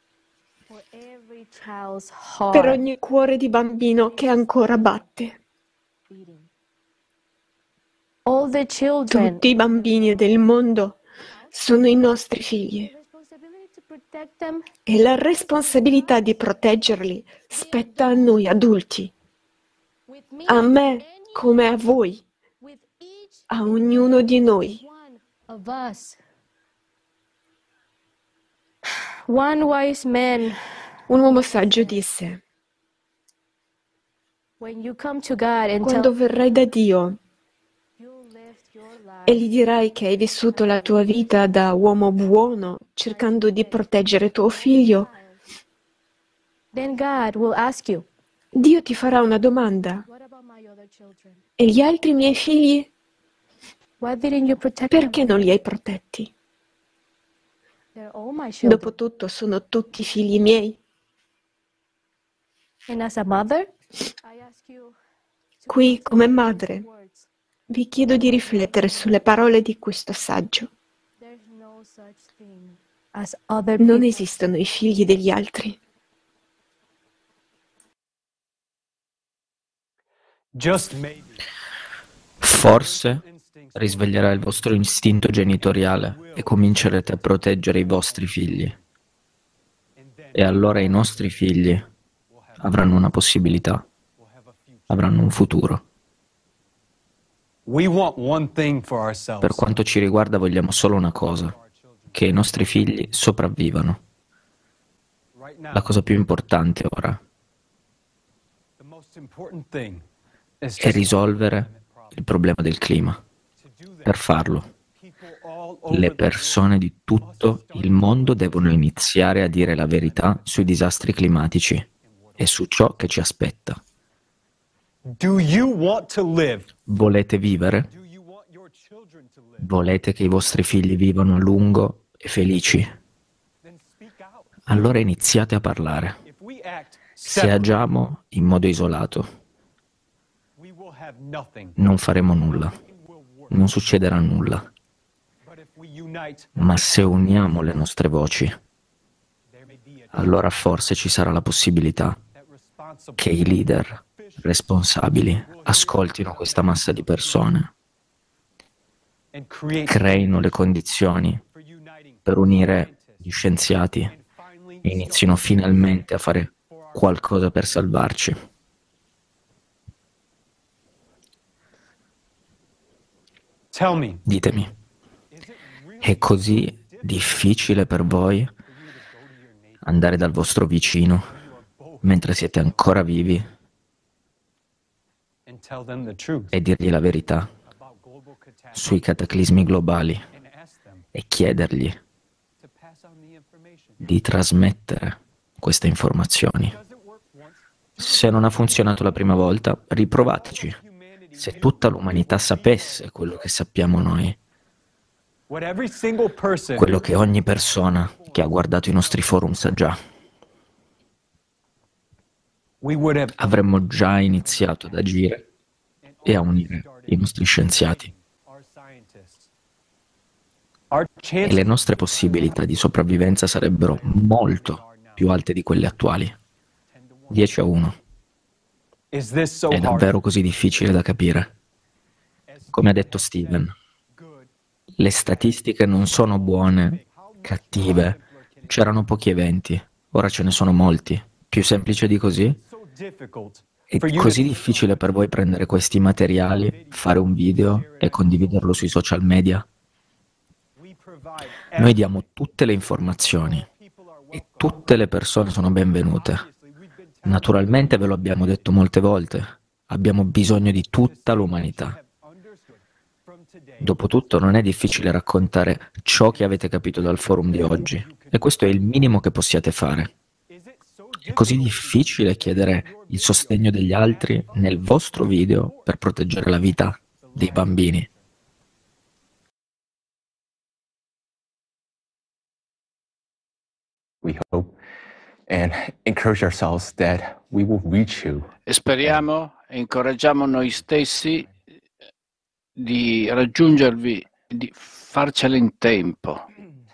Per ogni cuore di bambino che ancora batte. Tutti i bambini del mondo sono i nostri figli. E la responsabilità di proteggerli spetta a noi adulti. A me come a voi. A ognuno di noi. Un uomo saggio disse: quando verrai da Dio e gli dirai che hai vissuto la tua vita da uomo buono cercando di proteggere tuo figlio, Dio ti farà una domanda: e gli altri miei figli? Perché non li hai protetti? Dopotutto sono tutti figli miei. Qui, come madre, vi chiedo di riflettere sulle parole di questo saggio. Non esistono i figli degli altri. Forse risveglierà il vostro istinto genitoriale e comincerete a proteggere i vostri figli. E allora i nostri figli avranno una possibilità, avranno un futuro. Per quanto ci riguarda vogliamo solo una cosa, che i nostri figli sopravvivano. La cosa più importante ora è risolvere il problema del clima. Per farlo, le persone di tutto il mondo devono iniziare a dire la verità sui disastri climatici e su ciò che ci aspetta. Volete vivere? Volete che i vostri figli vivano a lungo e felici? Allora iniziate a parlare. Se agiamo in modo isolato, non faremo nulla. Non succederà nulla. Ma se uniamo le nostre voci, allora forse ci sarà la possibilità che i leader responsabili ascoltino questa massa di persone creino le condizioni per unire gli scienziati e inizino finalmente a fare qualcosa per salvarci. Ditemi, è così difficile per voi andare dal vostro vicino mentre siete ancora vivi e dirgli la verità sui cataclismi globali e chiedergli di trasmettere queste informazioni? Se non ha funzionato la prima volta, riprovateci. Se tutta l'umanità sapesse quello che sappiamo noi, quello che ogni persona che ha guardato i nostri forum sa già, avremmo già iniziato ad agire e a unire i nostri scienziati. E le nostre possibilità di sopravvivenza sarebbero molto più alte di quelle attuali. dieci a uno. È davvero così difficile da capire? Come ha detto Steven, le statistiche non sono buone, cattive, c'erano pochi eventi, ora ce ne sono molti. Più semplice di così? È così difficile per voi prendere questi materiali, fare un video e condividerlo sui social media? Noi diamo tutte le informazioni e tutte le persone sono benvenute. Naturalmente ve lo abbiamo detto molte volte, abbiamo bisogno di tutta l'umanità. Dopotutto non è difficile raccontare ciò che avete capito dal forum di oggi, e questo è il minimo che possiate fare. È così difficile chiedere il sostegno degli altri nel vostro video per proteggere la vita dei bambini. We hope and encourage ourselves that we will reach you. E speriamo e incoraggiamo noi stessi di raggiungervi, di farcela in tempo.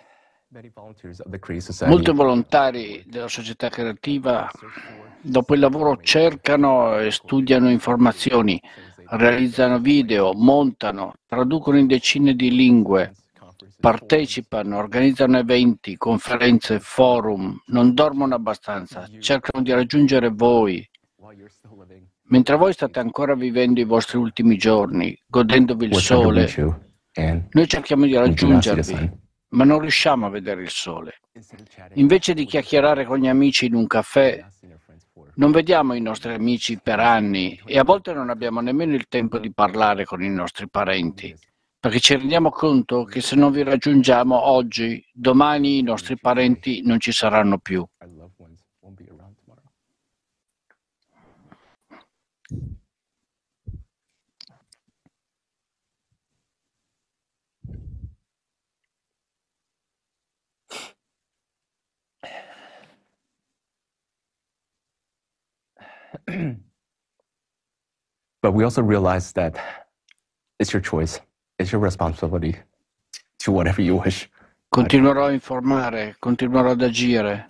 Molti volontari della società creativa dopo il lavoro cercano e studiano informazioni, realizzano video, montano, traducono in decine di lingue, partecipano, organizzano eventi, conferenze, forum, non dormono abbastanza, cercano di raggiungere voi. Mentre voi state ancora vivendo i vostri ultimi giorni, godendovi il sole, noi cerchiamo di raggiungervi, ma non riusciamo a vedere il sole. Invece di chiacchierare con gli amici in un caffè, non vediamo i nostri amici per anni e a volte non abbiamo nemmeno il tempo di parlare con i nostri parenti, perché ci rendiamo conto che se non vi raggiungiamo oggi, domani i nostri parenti non ci saranno più. But we also realize that it's your choice, it's your responsibility to whatever you wish. Continuerò a informare, continuerò ad agire.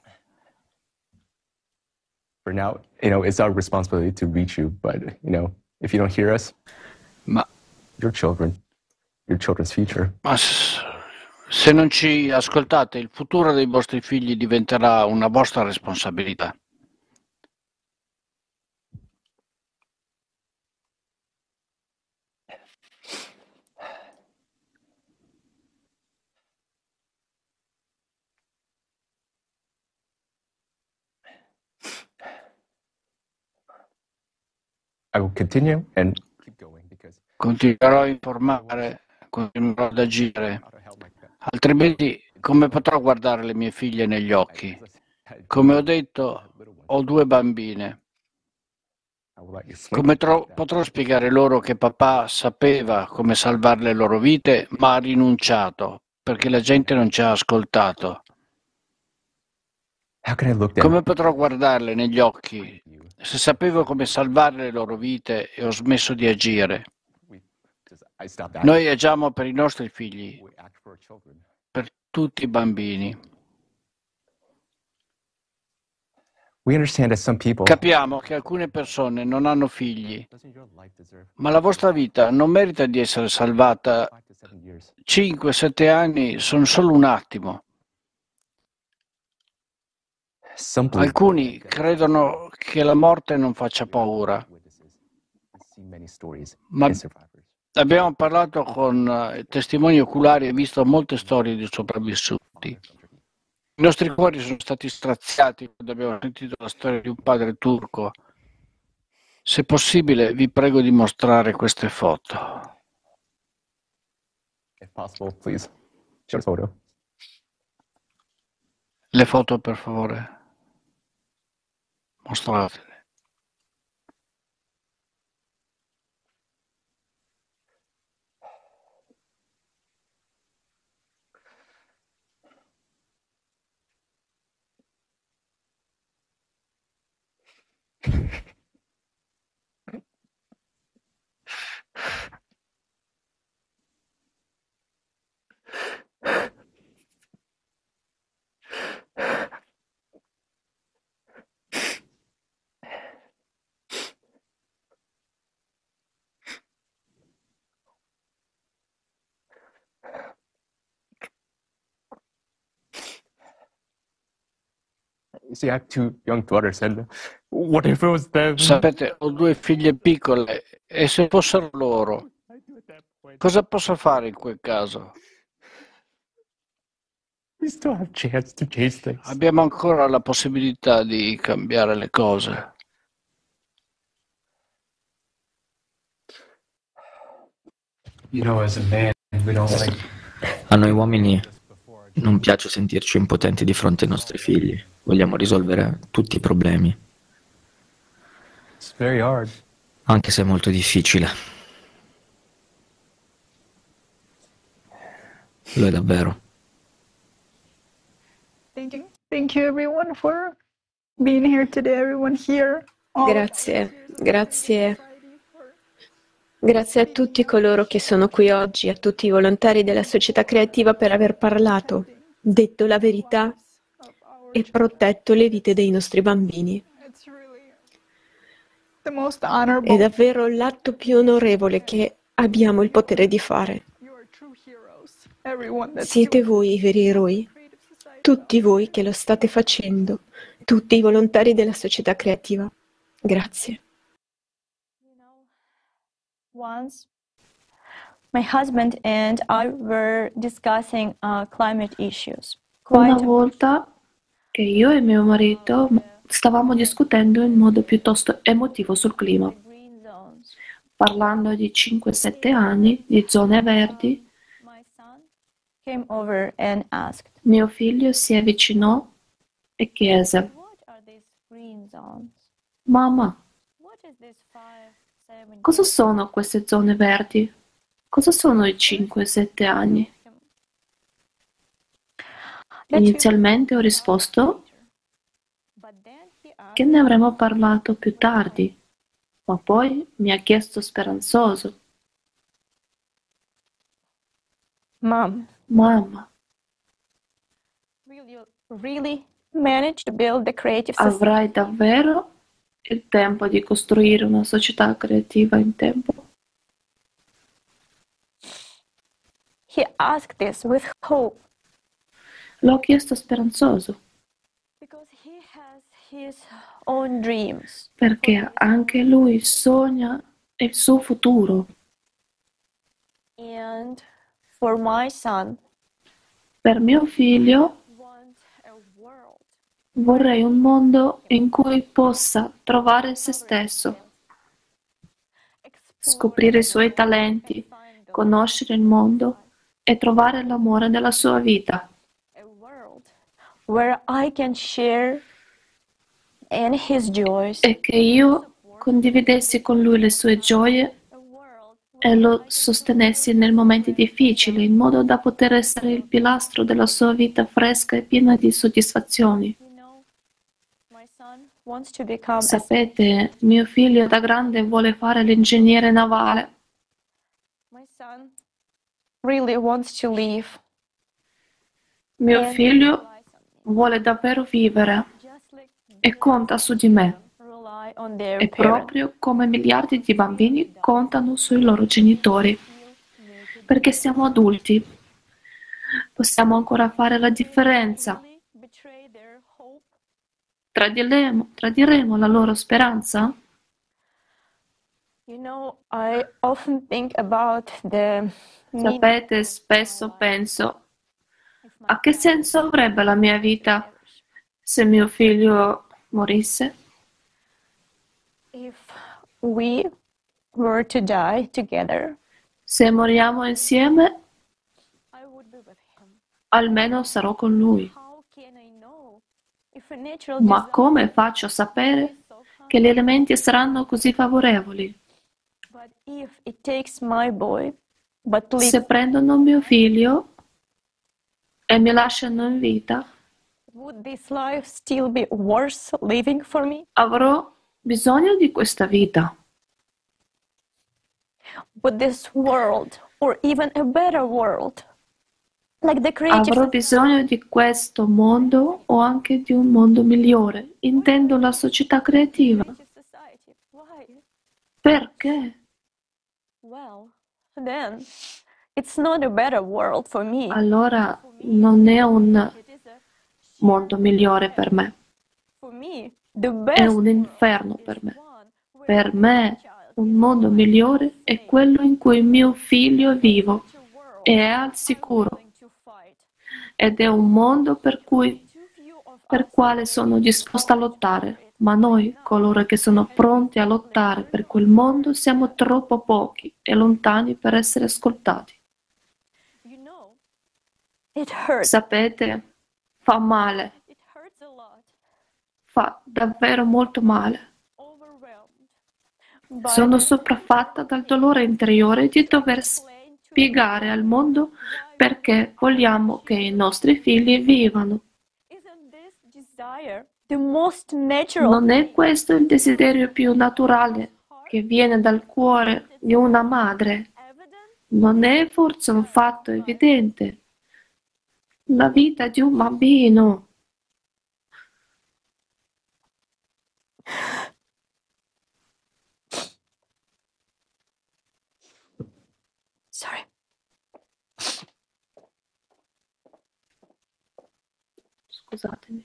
For now, you know, it's our responsibility to reach you, but you know, if you don't hear us, ma your children, your children's future. Ma se non ci ascoltate, il futuro dei vostri figli diventerà una vostra responsabilità. I will continue and keep going because Continuerò a informare, continuerò ad agire, altrimenti come potrò guardare le mie figlie negli occhi? Come ho detto, ho due bambine. Come tro- potrò spiegare loro che papà sapeva come salvare le loro vite, ma ha rinunciato perché la gente non ci ha ascoltato? Come potrò guardarle negli occhi se sapevo come salvare le loro vite e ho smesso di agire? Noi agiamo per i nostri figli, per tutti i bambini. We understand that some people Capiamo che alcune persone non hanno figli, ma la vostra vita non merita di essere salvata. cinque sette anni sono solo un attimo. Alcuni credono che la morte non faccia paura, ma abbiamo parlato con eh, testimoni oculari e visto molte storie di sopravvissuti. I nostri cuori sono stati straziati quando abbiamo sentito la storia di un padre turco. Se possibile, vi prego di mostrare queste foto. if possible, please. Share a photo. Le foto, per favore. Mostratele. You see, I have two young daughters, and what if it was them? Sapete, ho due figlie piccole e se fossero loro, cosa posso fare in quel caso? We still have chance to change things. Abbiamo ancora la possibilità di cambiare le cose. You know, as a man, we don't like. A noi uomini non piace sentirci impotenti di fronte ai nostri figli. Vogliamo risolvere tutti i problemi, It's very hard. anche se è molto difficile. Lo è davvero. Thank you. Thank you everyone for being here today, everyone here. All Grazie, grazie. Grazie a tutti coloro che sono qui oggi, a tutti i volontari della società creativa per aver parlato, detto la verità e protetto le vite dei nostri bambini. the most È honorable. davvero l'atto più onorevole che abbiamo il potere di fare. Everyone that's Siete voi i veri eroi, tutti voi che lo state facendo, tutti i volontari della società creativa. Grazie. Once, my husband and I were discussing uh, climate issues. Una Quite volta che io e mio marito stavamo discutendo in modo piuttosto emotivo sul clima, parlando di cinque sette anni, di zone verdi. came over and asked, Mio figlio si avvicinò e chiese: green zones. Mamma, What is this five, seven? cosa sono queste zone verdi? Cosa sono i cinque sette anni? Inizialmente ho risposto che ne avremmo parlato più tardi, ma poi mi ha chiesto speranzoso: Mom, Mamma, will you really manage to build the creative society? avrai davvero il tempo di costruire una società creativa in tempo? He asked this with hope L'ho chiesto speranzoso, because he has his own dreams. perché anche lui sogna il suo futuro. And for my son, Per mio figlio vorrei un mondo in cui possa trovare se stesso, scoprire i suoi talenti, conoscere il mondo e trovare l'amore della sua vita, where I can share in his joys e che io condividessi con lui le sue gioie e lo sostenessi nei momenti difficili, in modo da poter essere il pilastro della sua vita fresca e piena di soddisfazioni. wants to become a Sapete, mio figlio da grande vuole fare l'ingegnere navale. my son really wants to live. Mio figlio vuole davvero vivere, e conta su di me. È proprio come miliardi di bambini contano sui loro genitori. Perché siamo adulti. Possiamo ancora fare la differenza. Tradiremo, tradiremo la loro speranza? Sapete, spesso penso, a che senso avrebbe la mia vita se mio figlio morisse? Se moriamo insieme, almeno sarò con lui. Ma come faccio a sapere che gli elementi saranno così favorevoli? Se prendono mio figlio e mi lasciano in vita, avrò bisogno di questa vita. Avrò bisogno di questo mondo o anche di un mondo migliore. Intendo la società creativa. Perché? Allora non è un mondo migliore per me. È un inferno per me. Per me un mondo migliore è quello in cui mio figlio è vivo e è al sicuro. Ed è un mondo per cui, per quale sono disposta a lottare, ma noi, coloro che sono pronti a lottare per quel mondo, siamo troppo pochi e lontani per essere ascoltati. Sapete, fa male, fa davvero molto male. Sono sopraffatta dal dolore interiore di dover spiegare al mondo perché vogliamo che i nostri figli vivano. Non è questo il desiderio più naturale che viene dal cuore di una madre? Non è forse un fatto evidente? La vita di un bambino. Sorry. Scusatemi.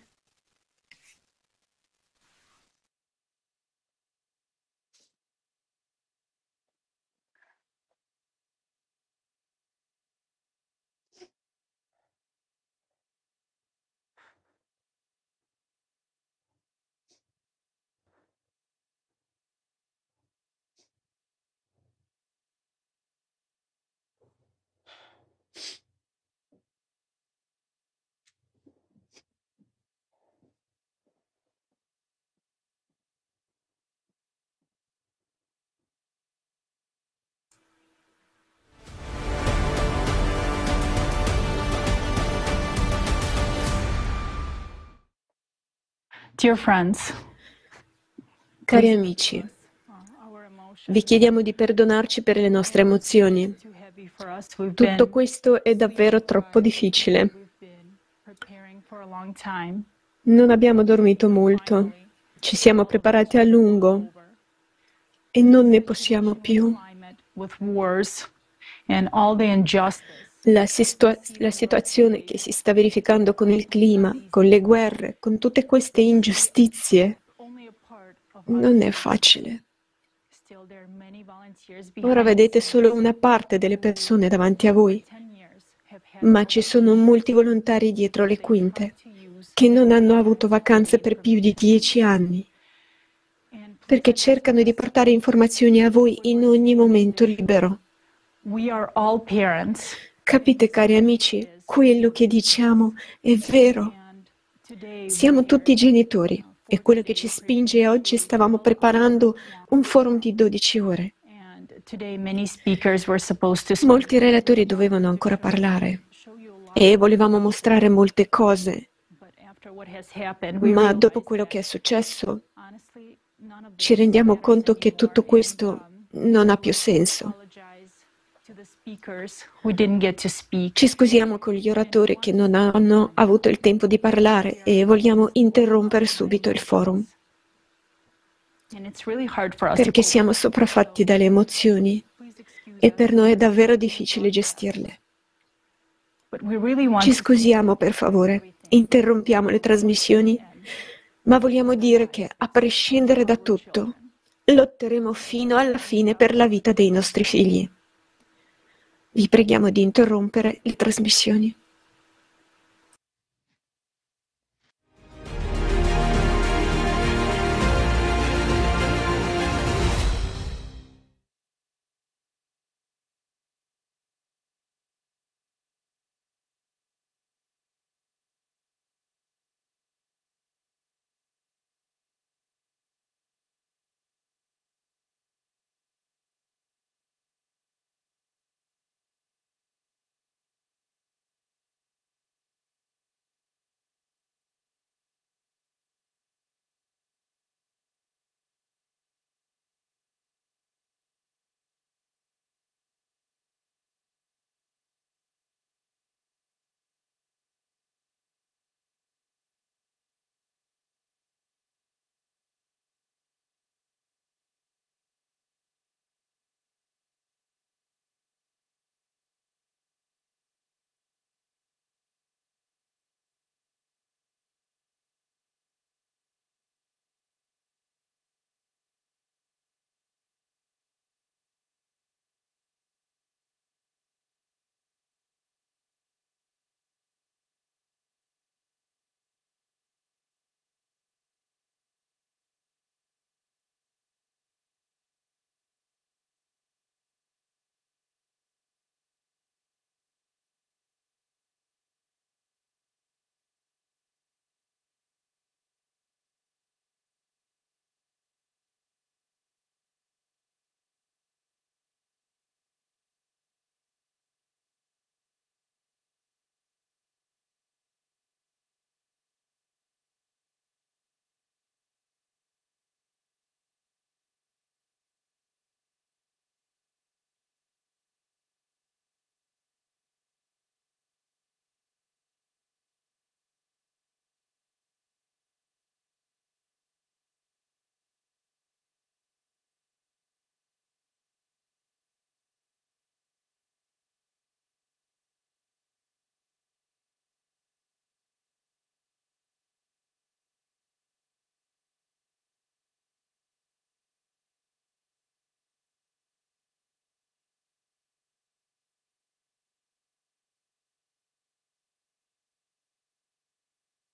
Dear friends, Cari amici, vi chiediamo di perdonarci per le nostre emozioni. Tutto questo è davvero troppo difficile. Non abbiamo dormito molto, ci siamo preparati a lungo e non ne possiamo più. La, situa- la situazione che si sta verificando con il clima, con le guerre, con tutte queste ingiustizie, non è facile. Ora vedete solo una parte delle persone davanti a voi, ma ci sono molti volontari dietro le quinte che non hanno avuto vacanze per più di dieci anni, perché cercano di portare informazioni a voi in ogni momento libero. Capite, cari amici, quello che diciamo è vero. Siamo tutti genitori e quello che ci spinge oggi, stavamo preparando un forum di dodici ore. Molti relatori dovevano ancora parlare e volevamo mostrare molte cose, ma dopo quello che è successo ci rendiamo conto che tutto questo non ha più senso. Ci scusiamo con gli oratori che non hanno avuto il tempo di parlare e vogliamo interrompere subito il forum. Perché siamo sopraffatti dalle emozioni e per noi è davvero difficile gestirle. Ci scusiamo, per favore, interrompiamo le trasmissioni, ma vogliamo dire che, a prescindere da tutto, lotteremo fino alla fine per la vita dei nostri figli. Vi preghiamo di interrompere le trasmissioni.